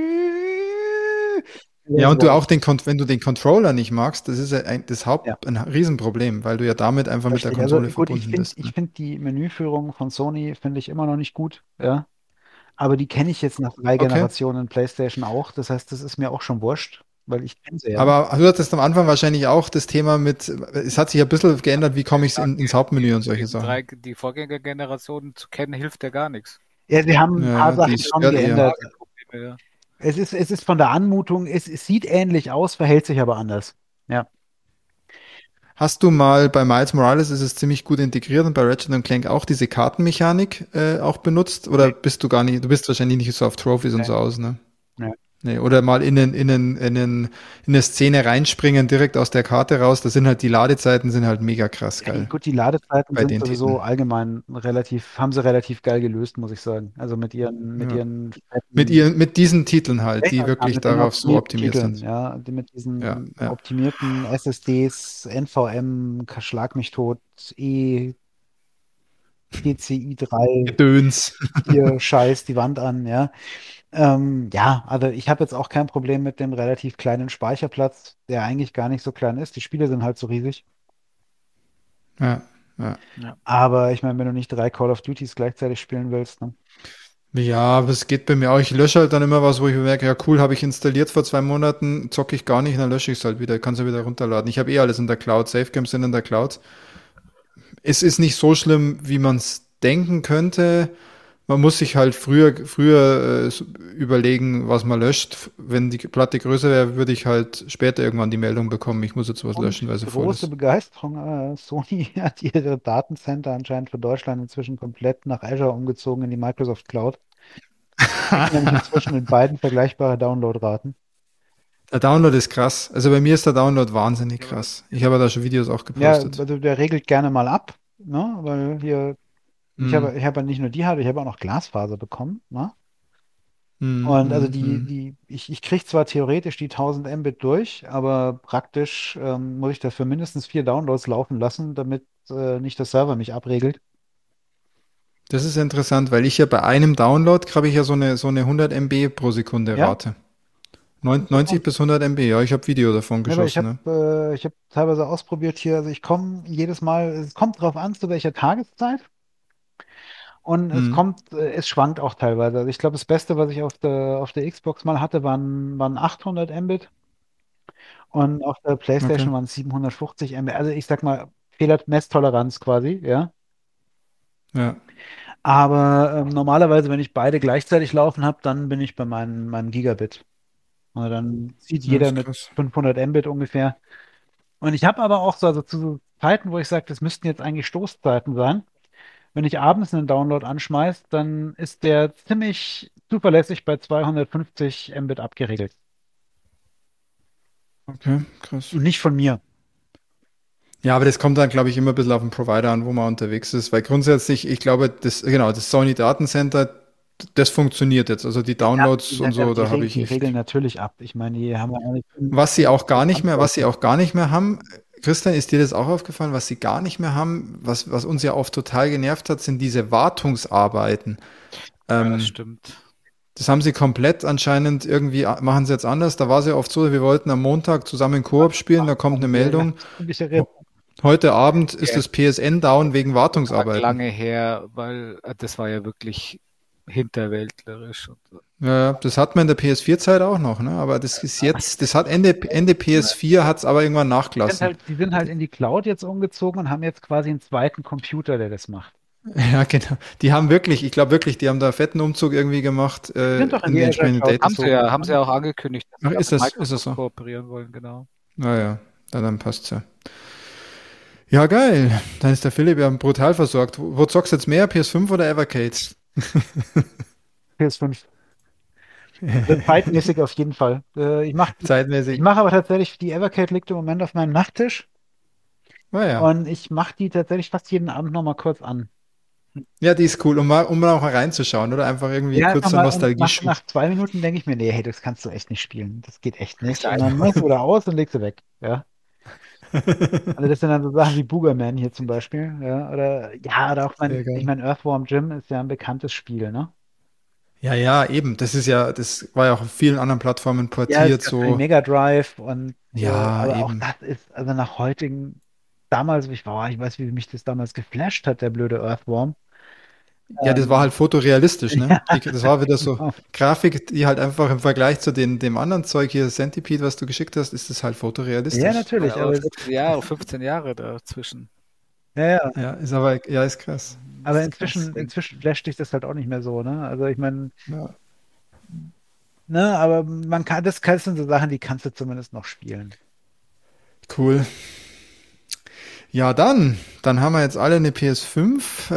Speaker 3: Ja,
Speaker 1: das
Speaker 3: und du
Speaker 1: war
Speaker 3: auch
Speaker 1: echt,
Speaker 3: wenn du den Controller nicht magst, das ist ja
Speaker 1: ja,
Speaker 3: ein Riesenproblem, weil du ja damit einfach mit der
Speaker 1: richtig. Also
Speaker 3: Konsole
Speaker 1: gut,
Speaker 3: verbunden bist.
Speaker 1: ich
Speaker 3: Ne?
Speaker 1: finde die Menüführung von Sony finde ich immer noch nicht gut, ja. Aber die kenne ich jetzt nach 3
Speaker 3: Okay.
Speaker 1: Generationen PlayStation auch. Das heißt, das ist mir auch schon wurscht, weil ich kenne sie ja.
Speaker 3: Aber du hattest am Anfang wahrscheinlich auch das Thema mit, es hat sich ein bisschen geändert, wie komme ich ins Hauptmenü und solche Sachen.
Speaker 2: Die Vorgängergenerationen zu kennen, hilft ja gar nichts.
Speaker 1: Ja, sie haben ein paar
Speaker 3: Ja, die
Speaker 1: Sachen schon
Speaker 3: stört eher.
Speaker 1: geändert.
Speaker 2: Probleme, ja.
Speaker 1: Es ist von der Anmutung, es sieht ähnlich aus, verhält sich aber anders. Ja.
Speaker 3: Hast du mal bei Miles Morales ist es ziemlich gut integriert und bei Ratchet Clank auch diese Kartenmechanik auch benutzt? Oder
Speaker 1: Nee,
Speaker 3: bist du gar nicht, du bist wahrscheinlich nicht so auf Trophies und
Speaker 1: nee,
Speaker 3: so aus, ne?
Speaker 1: nee.
Speaker 3: Nee, oder mal in eine Szene reinspringen, direkt aus der Karte raus. Da sind halt die Ladezeiten sind halt mega krass
Speaker 1: Ja,
Speaker 3: geil
Speaker 1: gut, die Ladezeiten
Speaker 3: bei
Speaker 1: sind
Speaker 3: den
Speaker 1: sowieso
Speaker 3: Titeln.
Speaker 1: allgemein haben sie relativ geil gelöst, muss ich sagen. Also mit
Speaker 3: Ja.
Speaker 1: ihren fetten,
Speaker 3: Mit diesen Titeln halt, die
Speaker 1: ja,
Speaker 3: wirklich
Speaker 1: mit den
Speaker 3: darauf so
Speaker 1: optimierten
Speaker 3: optimiert
Speaker 1: Titeln,
Speaker 3: sind.
Speaker 1: ja, mit
Speaker 3: Ja,
Speaker 1: diesen
Speaker 3: ja.
Speaker 1: optimierten SSDs, NVM, Schlag mich tot, PCI 3,
Speaker 3: Gedöns.
Speaker 1: hier scheiß die Wand an, ja. Ja, also ich habe jetzt auch kein Problem mit dem relativ kleinen Speicherplatz, der eigentlich gar nicht so klein ist. Die Spiele sind halt so riesig.
Speaker 3: Ja, ja.
Speaker 2: Ja.
Speaker 1: Aber ich meine, wenn du nicht 3 Call of Duties gleichzeitig spielen willst, ne?
Speaker 3: Ja, aber es geht bei mir auch. Ich lösche halt dann immer was, wo ich mir merke, ja cool, habe ich installiert vor 2 Monaten, zocke ich gar nicht, dann lösche ich es halt wieder, kann es ja wieder runterladen. Ich habe eh alles in der Cloud, Safegames sind in der Cloud. Es ist nicht so schlimm, wie man es denken könnte. Man muss sich halt früher überlegen, was man löscht. Wenn die Platte größer wäre, würde ich halt später irgendwann die Meldung bekommen, ich muss jetzt was löschen,
Speaker 1: Und
Speaker 3: weil sie voll
Speaker 1: große
Speaker 3: ist.
Speaker 1: Begeisterung. Sony hat ihre Datencenter anscheinend für Deutschland inzwischen komplett nach Azure umgezogen in die Microsoft Cloud. Kriegen nämlich inzwischen mit beiden vergleichbare Downloadraten.
Speaker 3: Der Download ist krass. Also bei mir ist der Download wahnsinnig krass. Ich habe da schon Videos auch
Speaker 1: Ja,
Speaker 3: gepostet.
Speaker 1: also der regelt gerne mal ab, ne? Weil hier,
Speaker 3: Hm.
Speaker 1: ich habe ja nicht nur die Hardware, ich habe auch noch Glasfaser bekommen, ne?
Speaker 3: Hm,
Speaker 1: Und also
Speaker 3: hm, hm.
Speaker 1: ich kriege zwar theoretisch die 1000 Mbit durch, aber praktisch muss ich dafür mindestens 4 Downloads laufen lassen, damit nicht der Server mich abregelt.
Speaker 3: Das ist interessant, weil ich ja bei einem Download habe ich ja so eine 100 MB pro Sekunde
Speaker 1: Ja,
Speaker 3: Rate.
Speaker 1: das ist
Speaker 3: 90
Speaker 1: super.
Speaker 3: bis 100 MB, ja, ich habe Video davon
Speaker 1: Ja, aber
Speaker 3: geschossen, ne?
Speaker 1: ich hab teilweise ausprobiert hier, also ich komme jedes Mal, es kommt drauf an, zu welcher Tageszeit und
Speaker 3: Hm,
Speaker 1: es schwankt auch teilweise. Also ich glaube, das Beste, was ich auf der Xbox mal hatte, waren 800 Mbit und auf der
Speaker 3: okay.
Speaker 1: PlayStation waren es 750 Mbit. Also ich sag mal, Fehlermesstoleranz quasi, ja.
Speaker 3: Ja,
Speaker 1: Aber normalerweise, wenn ich beide gleichzeitig laufen habe, dann bin ich bei meinem Gigabit. Und dann zieht
Speaker 3: ja,
Speaker 1: jeder
Speaker 3: ist
Speaker 1: mit
Speaker 3: krass.
Speaker 1: 500 Mbit ungefähr. Und ich habe aber auch so, also zu so Zeiten, wo ich sage, das müssten jetzt eigentlich Stoßzeiten sein. Wenn ich abends einen Download anschmeiße, dann ist der ziemlich zuverlässig bei 250 Mbit abgeregelt.
Speaker 3: Okay, krass.
Speaker 1: Und nicht von mir.
Speaker 3: Ja, aber das kommt dann, glaube ich, immer ein bisschen auf den Provider an, wo man unterwegs ist, weil grundsätzlich, ich glaube, das Sony Datencenter, das funktioniert jetzt. Also die
Speaker 1: Ja,
Speaker 3: Downloads und so, da habe ich
Speaker 1: die regeln
Speaker 3: echt.
Speaker 1: natürlich ab. Ich meine, die haben ja auch nicht
Speaker 3: Was sie auch gar nicht mehr haben, Christian, ist dir das auch aufgefallen, was sie gar nicht mehr haben, was uns ja oft total genervt hat, sind diese Wartungsarbeiten.
Speaker 2: Ja, das
Speaker 3: Ähm,
Speaker 2: stimmt.
Speaker 3: Das haben sie komplett anscheinend irgendwie, machen sie jetzt anders. Da war es ja oft so, wir wollten am Montag zusammen Koop spielen, da kommt eine Meldung. Heute Abend ist
Speaker 2: Ja,
Speaker 3: das PSN down wegen
Speaker 2: arg
Speaker 3: Wartungsarbeiten.
Speaker 2: lange her, weil das war ja wirklich hinterwäldlerisch.
Speaker 3: Ja, ja, das hat man in der PS4-Zeit auch noch, ne? Aber das ist jetzt, das hat Ende PS4 hat es aber irgendwann nachgelassen.
Speaker 1: Die sind halt in die Cloud jetzt umgezogen und haben jetzt quasi einen zweiten Computer, der das macht.
Speaker 3: Ja, genau. Die haben wirklich, ich glaube wirklich, die haben da einen fetten Umzug irgendwie gemacht,
Speaker 1: Die sind doch in
Speaker 3: in die
Speaker 1: die Azure
Speaker 3: entsprechenden
Speaker 1: Cloud
Speaker 3: Datas.
Speaker 1: gezogen.
Speaker 2: Haben sie ja auch angekündigt, dass
Speaker 3: Ach,
Speaker 2: sie mit
Speaker 3: ist es
Speaker 2: Microsoft
Speaker 3: so?
Speaker 2: kooperieren wollen, genau.
Speaker 3: Naja, dann passt's ja. Ja, geil. Dann ist der Philipp ja brutal versorgt. Wo zockst du jetzt mehr? PS5 oder Evercade?
Speaker 1: PS5. Also zeitmäßig auf jeden Fall. Ich
Speaker 3: Zeitmäßig.
Speaker 1: mache aber tatsächlich, die Evercade liegt im Moment auf meinem Nachttisch
Speaker 3: Naja.
Speaker 1: und ich mache die tatsächlich fast jeden Abend nochmal kurz an.
Speaker 3: Ja, die ist cool, um mal auch mal reinzuschauen, oder? Einfach irgendwie
Speaker 1: Ja,
Speaker 3: kurz so
Speaker 1: nochmal, und
Speaker 3: Nostalgie-Schub.
Speaker 1: nach 2 Minuten denke ich mir, nee, hey, das kannst du echt nicht spielen. Das geht echt
Speaker 2: Ist
Speaker 1: nicht.
Speaker 2: ja
Speaker 1: Und dann machst du wieder aus und legst sie weg. Ja. Also das sind dann so Sachen wie Boogerman hier zum Beispiel. Oder auch
Speaker 3: Sehr
Speaker 1: ich
Speaker 3: geil.
Speaker 1: meine, Earthworm Jim ist ja ein bekanntes Spiel, ne?
Speaker 3: Ja, ja, eben. Das war ja auch auf vielen anderen Plattformen
Speaker 1: Ja, es
Speaker 3: portiert,
Speaker 1: gab für die
Speaker 3: so.
Speaker 1: Mega Drive und
Speaker 3: Ja,
Speaker 1: aber auch
Speaker 3: eben.
Speaker 1: das ist, also nach heutigen, damals, ich weiß, wie mich das damals geflasht hat, der blöde Earthworm.
Speaker 3: Ja, das war
Speaker 1: Ähm,
Speaker 3: halt fotorealistisch, ne?
Speaker 1: ja,
Speaker 3: Das war wieder so
Speaker 1: genau.
Speaker 3: Grafik, die halt einfach im Vergleich zu dem anderen Zeug hier, Centipede, was du geschickt hast, ist das halt
Speaker 1: Ja,
Speaker 3: fotorealistisch.
Speaker 2: aber,
Speaker 1: natürlich,
Speaker 2: aber 15 Jahre dazwischen.
Speaker 1: ja, ja,
Speaker 3: Ja, ist aber, ja, ist krass.
Speaker 1: aber
Speaker 3: Ist krass.
Speaker 1: inzwischen flasht dich das halt auch nicht mehr so, ne? Also ich meine,
Speaker 3: Ja,
Speaker 1: ne, aber das sind so Sachen, die kannst du zumindest noch spielen.
Speaker 3: cool. Ja, dann haben wir jetzt alle eine PS5.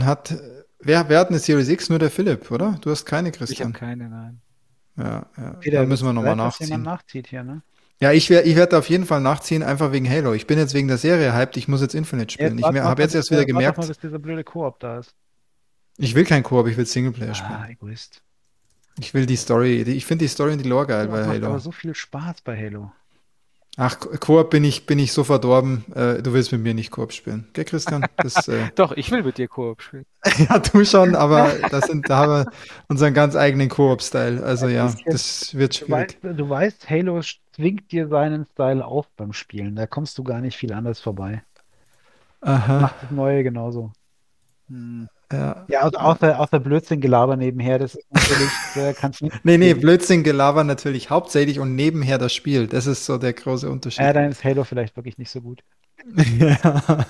Speaker 3: Wer hat eine Series X? Nur der Philipp, oder? Du hast keine,
Speaker 2: Ich habe
Speaker 3: Christian.
Speaker 2: keine, nein.
Speaker 3: Ja, ja.
Speaker 1: Peter,
Speaker 3: Dann
Speaker 1: wird
Speaker 3: müssen wir nochmal
Speaker 1: Zeit, dass jemand
Speaker 3: nachziehen.
Speaker 1: nachzieht hier, ne?
Speaker 3: Ja, ich werd auf jeden Fall nachziehen, einfach wegen Halo. Ich bin jetzt wegen der Serie hyped, ich muss jetzt Infinite spielen.
Speaker 1: Jetzt
Speaker 3: Habe jetzt erst wieder
Speaker 1: warte doch mal,
Speaker 3: gemerkt,
Speaker 1: bis dieser blöde Koop da ist.
Speaker 3: ich will kein Koop, ich will Singleplayer
Speaker 1: Ah,
Speaker 3: spielen.
Speaker 1: Egoist.
Speaker 3: Ich will die Story, ich finde die Story und die Lore geil bei
Speaker 1: Koop macht aber
Speaker 3: Halo.
Speaker 1: so viel Spaß bei Halo.
Speaker 3: Ach, Koop bin ich so verdorben, du willst mit mir nicht Koop spielen. Gell, Christian?
Speaker 2: Doch, ich will mit dir Koop spielen.
Speaker 3: Ja, du schon, aber da haben wir unseren ganz eigenen Koop-Style. Also ja,
Speaker 1: Bisschen.
Speaker 3: das wird schwierig.
Speaker 1: Du weißt, Halo zwingt dir seinen Style auf beim Spielen. Da kommst du gar nicht viel anders vorbei.
Speaker 3: Aha,
Speaker 1: Macht das Neue genauso.
Speaker 2: Hm.
Speaker 3: ja.
Speaker 1: Ja, außer Blödsinn-Gelaber nebenher, das ist natürlich, da kannst du nicht
Speaker 3: Nee,
Speaker 1: spielen.
Speaker 3: Blödsinn gelabert natürlich hauptsächlich und nebenher das Spiel. Das ist so der große
Speaker 1: Ja,
Speaker 3: Unterschied.
Speaker 1: dann ist Halo vielleicht wirklich nicht so gut.
Speaker 3: Ja.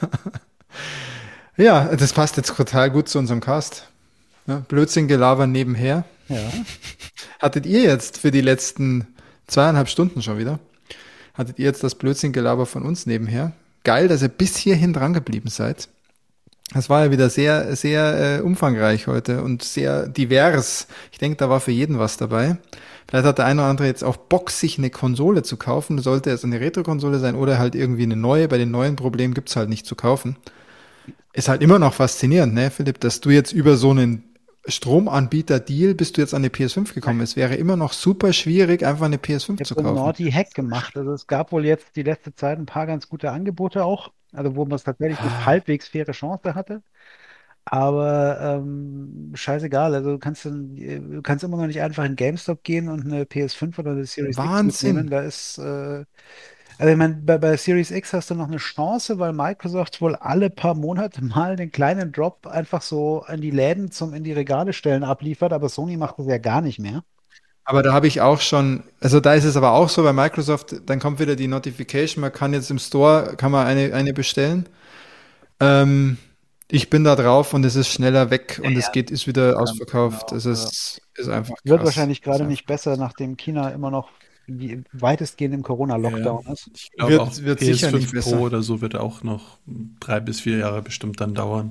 Speaker 3: Ja, das passt jetzt total gut zu unserem Cast. Ja, Blödsinn gelabert nebenher.
Speaker 1: Ja.
Speaker 3: Hattet ihr jetzt für die letzten 2,5 Stunden schon wieder? Hattet ihr jetzt das Blödsinn-Gelaber von uns nebenher? Geil, dass ihr bis hierhin dran geblieben seid. Das war ja wieder sehr, sehr umfangreich heute und sehr divers. Ich denke, da war für jeden was dabei. Vielleicht hat der eine oder andere jetzt auch Bock, sich eine Konsole zu kaufen. Sollte es eine Retro-Konsole sein oder halt irgendwie eine neue. Bei den neuen Problemen gibt's halt nicht zu kaufen. Ist halt immer noch faszinierend, ne, Philipp, dass du jetzt über so einen Stromanbieter-Deal bist du jetzt an die PS5 gekommen. Es wäre immer noch super schwierig, einfach eine PS5
Speaker 1: Ich habe
Speaker 3: zu
Speaker 1: so einen
Speaker 3: kaufen.
Speaker 1: Naughty Hack gemacht. Also es gab wohl jetzt die letzte Zeit ein paar ganz gute Angebote auch. Also wo man es tatsächlich eine
Speaker 3: Ah,
Speaker 1: halbwegs faire Chance hatte. Aber scheißegal. Also du kannst immer noch nicht einfach in GameStop gehen und eine PS5 oder eine Series X mitnehmen.
Speaker 3: Wahnsinn.
Speaker 1: Also ich meine, bei Series X hast du noch eine Chance, weil Microsoft wohl alle paar Monate mal einen kleinen Drop einfach so in die Läden zum in die Regale stellen abliefert, aber Sony macht das ja gar nicht mehr.
Speaker 3: Aber da habe ich auch schon, also da ist es aber auch so bei Microsoft, dann kommt wieder die Notification, man kann jetzt im Store, kann man eine bestellen. Ähm, Ich bin da drauf und es ist schneller weg und ist wieder
Speaker 2: Ganz
Speaker 3: ausverkauft.
Speaker 2: genau. Ja.
Speaker 3: Ist einfach
Speaker 1: Wird
Speaker 3: krass.
Speaker 1: wahrscheinlich
Speaker 3: Ist
Speaker 1: gerade
Speaker 3: einfach
Speaker 1: nicht besser, nachdem China immer noch weitestgehend im
Speaker 4: Ja,
Speaker 1: Corona-Lockdown ist.
Speaker 4: ich glaube auch
Speaker 3: wird sicher nicht
Speaker 4: PS5 Pro
Speaker 3: besser.
Speaker 4: oder so wird auch noch 3 bis 4 Jahre bestimmt dann dauern,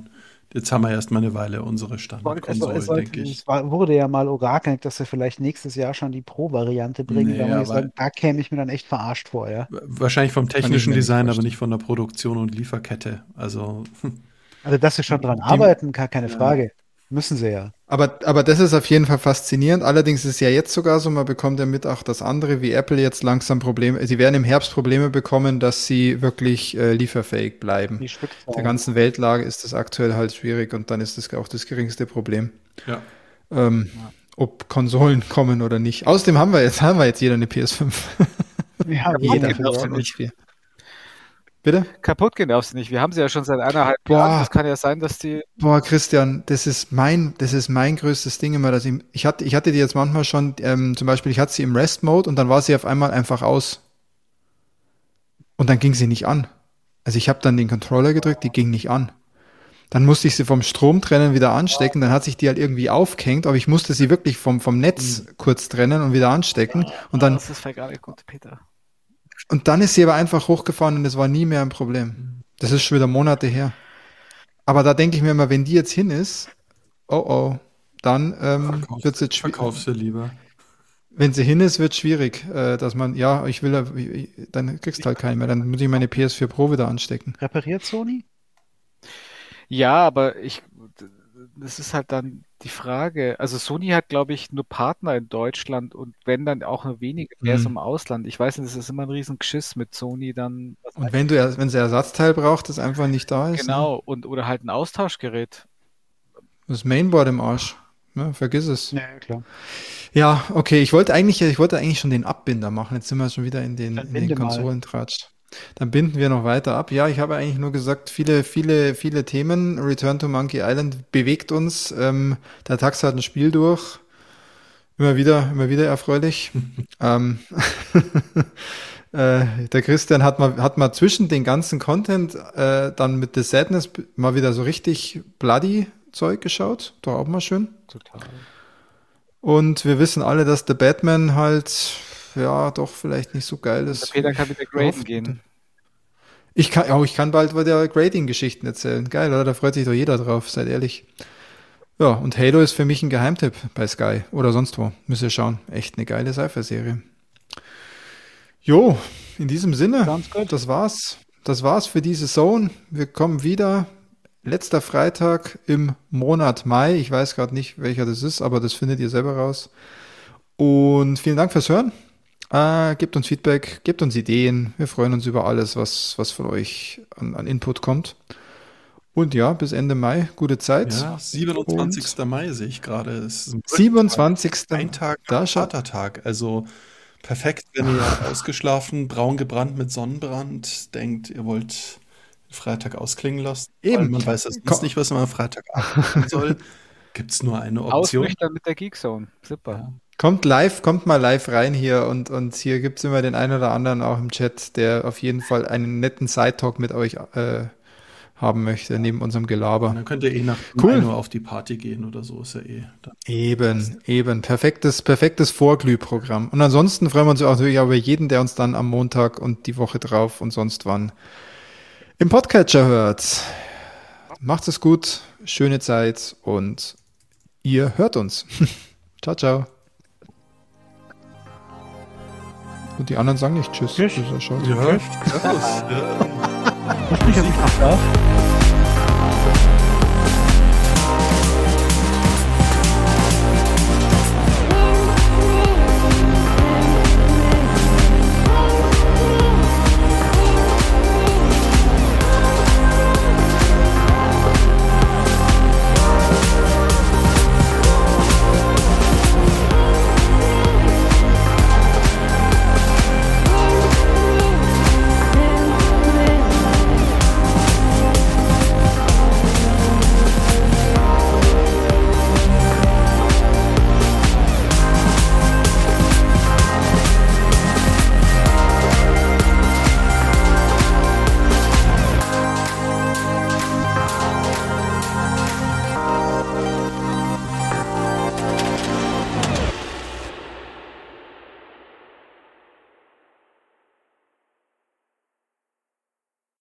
Speaker 4: Jetzt haben wir erst mal eine Weile unsere Standardkonsolen, denke ich.
Speaker 1: Wurde ja mal orakelt, dass sie vielleicht nächstes Jahr schon die Pro-Variante bringen. Da muss ich sagen, da käme ich mir dann echt verarscht vor, ja.
Speaker 4: Wahrscheinlich vom technischen Design, aber nicht von der Produktion und Lieferkette. Also
Speaker 1: dass sie schon dran arbeiten, keine Frage. Müssen sie ja.
Speaker 3: Aber das ist auf jeden Fall faszinierend. Allerdings ist es ja jetzt sogar so, man bekommt ja mit, auch das andere, wie Apple jetzt langsam Probleme, sie werden im Herbst Probleme bekommen, dass sie wirklich lieferfähig bleiben. Der ganzen Weltlage ist das aktuell halt schwierig und dann ist das auch das geringste Problem.
Speaker 4: Ja.
Speaker 3: Ob Konsolen kommen oder nicht. Außerdem haben wir jetzt jeder eine PS5.
Speaker 1: Ja,
Speaker 2: jeder von uns.
Speaker 3: Bitte?
Speaker 2: Kaputt gehen darf sie nicht. Wir haben sie ja schon seit 1,5 Jahren. Das kann ja sein, dass die...
Speaker 3: Boah, Christian, das ist mein größtes Ding immer, dass ich hatte die jetzt manchmal schon, zum Beispiel, ich hatte sie im Rest-Mode und dann war sie auf einmal einfach aus. Und dann ging sie nicht an. Also ich habe dann den Controller gedrückt, die ging nicht an. Dann musste ich sie vom Strom trennen, wieder anstecken, dann hat sich die halt irgendwie aufgehängt, aber ich musste sie wirklich vom Netz kurz trennen und wieder anstecken. Und dann...
Speaker 2: Das ist gerade gut, Peter.
Speaker 3: Und dann ist sie aber einfach hochgefahren und es war nie mehr ein Problem. Das ist schon wieder Monate her. Aber da denke ich mir immer, wenn die jetzt hin ist, dann wird es jetzt schwierig.
Speaker 4: Verkauf sie lieber.
Speaker 3: Wenn sie hin ist, wird es schwierig, dass man, dann kriegst du halt keinen mehr. Dann muss ich meine PS4 Pro wieder anstecken.
Speaker 1: Repariert Sony?
Speaker 2: Ja, aber das ist halt dann die Frage. Also Sony hat, glaube ich, nur Partner in Deutschland und wenn dann auch nur wenige mehr so im Ausland. Ich weiß nicht, das ist immer ein riesen Geschiss mit Sony dann.
Speaker 3: Und wenn sie Ersatzteil braucht, das einfach nicht da ist.
Speaker 2: Genau, ne? Oder halt ein Austauschgerät.
Speaker 3: Das Mainboard im Arsch. Ja, vergiss es.
Speaker 1: Ja, klar.
Speaker 3: Ja, okay, ich wollte eigentlich schon den Abbinder machen. Jetzt sind wir schon wieder in den Konsolentratsch. Dann binden wir noch weiter ab. Ja, ich habe eigentlich nur gesagt, viele Themen. Return to Monkey Island bewegt uns. Der Tax hat ein Spiel durch. Immer wieder erfreulich. Der Christian hat mal zwischen den ganzen Content dann mit The Sadness mal wieder so richtig bloody Zeug geschaut. Doch auch mal schön.
Speaker 2: Total.
Speaker 3: Und wir wissen alle, dass The Batman halt doch vielleicht nicht so geil ist.
Speaker 2: Der Peter kann wieder graden gehen.
Speaker 3: Ich kann bald wieder Grading-Geschichten erzählen. Geil, oder? Da freut sich doch jeder drauf, seid ehrlich. Ja, und Halo ist für mich ein Geheimtipp bei Sky oder sonst wo. Müsst ihr schauen. Echt eine geile Sci-Fi-Serie. Jo, in diesem Sinne, das war's. Das war's für diese Zone. Wir kommen wieder. Letzter Freitag im Monat Mai. Ich weiß gerade nicht, welcher das ist, aber das findet ihr selber raus. Und vielen Dank fürs Hören. Gebt uns Feedback, gebt uns Ideen. Wir freuen uns über alles, was von euch an Input kommt. Und ja, bis Ende Mai. Gute Zeit.
Speaker 4: Ja, 27. Mai sehe ich gerade.
Speaker 3: 27.
Speaker 4: Ein Tag nach Vatertag. Also perfekt, wenn ihr ausgeschlafen, braun gebrannt mit Sonnenbrand denkt, ihr wollt Freitag ausklingen lassen.
Speaker 3: Eben.
Speaker 4: Man weiß das nicht, was man am Freitag machen soll. Gibt es nur eine Option.
Speaker 2: Ausnüchtern mit der Geekzone. Super.
Speaker 3: Ja. Kommt mal live rein hier und hier gibt es immer den einen oder anderen auch im Chat, der auf jeden Fall einen netten Side-Talk mit euch haben möchte, neben unserem Gelaber.
Speaker 4: Und dann könnt ihr nach 1 Uhr auf die Party gehen oder so, ist ja
Speaker 3: Eben. Perfektes Vorglühprogramm. Und ansonsten freuen wir uns auch natürlich über jeden, der uns dann am Montag und die Woche drauf und sonst wann im Podcatcher hört. Macht es gut, schöne Zeit und ihr hört uns. Ciao, ciao. Und die anderen sagen nicht Tschüss.
Speaker 1: Tschüss.
Speaker 3: Das ist ja schon.
Speaker 4: Ja.
Speaker 1: Was mich jetzt nicht darf.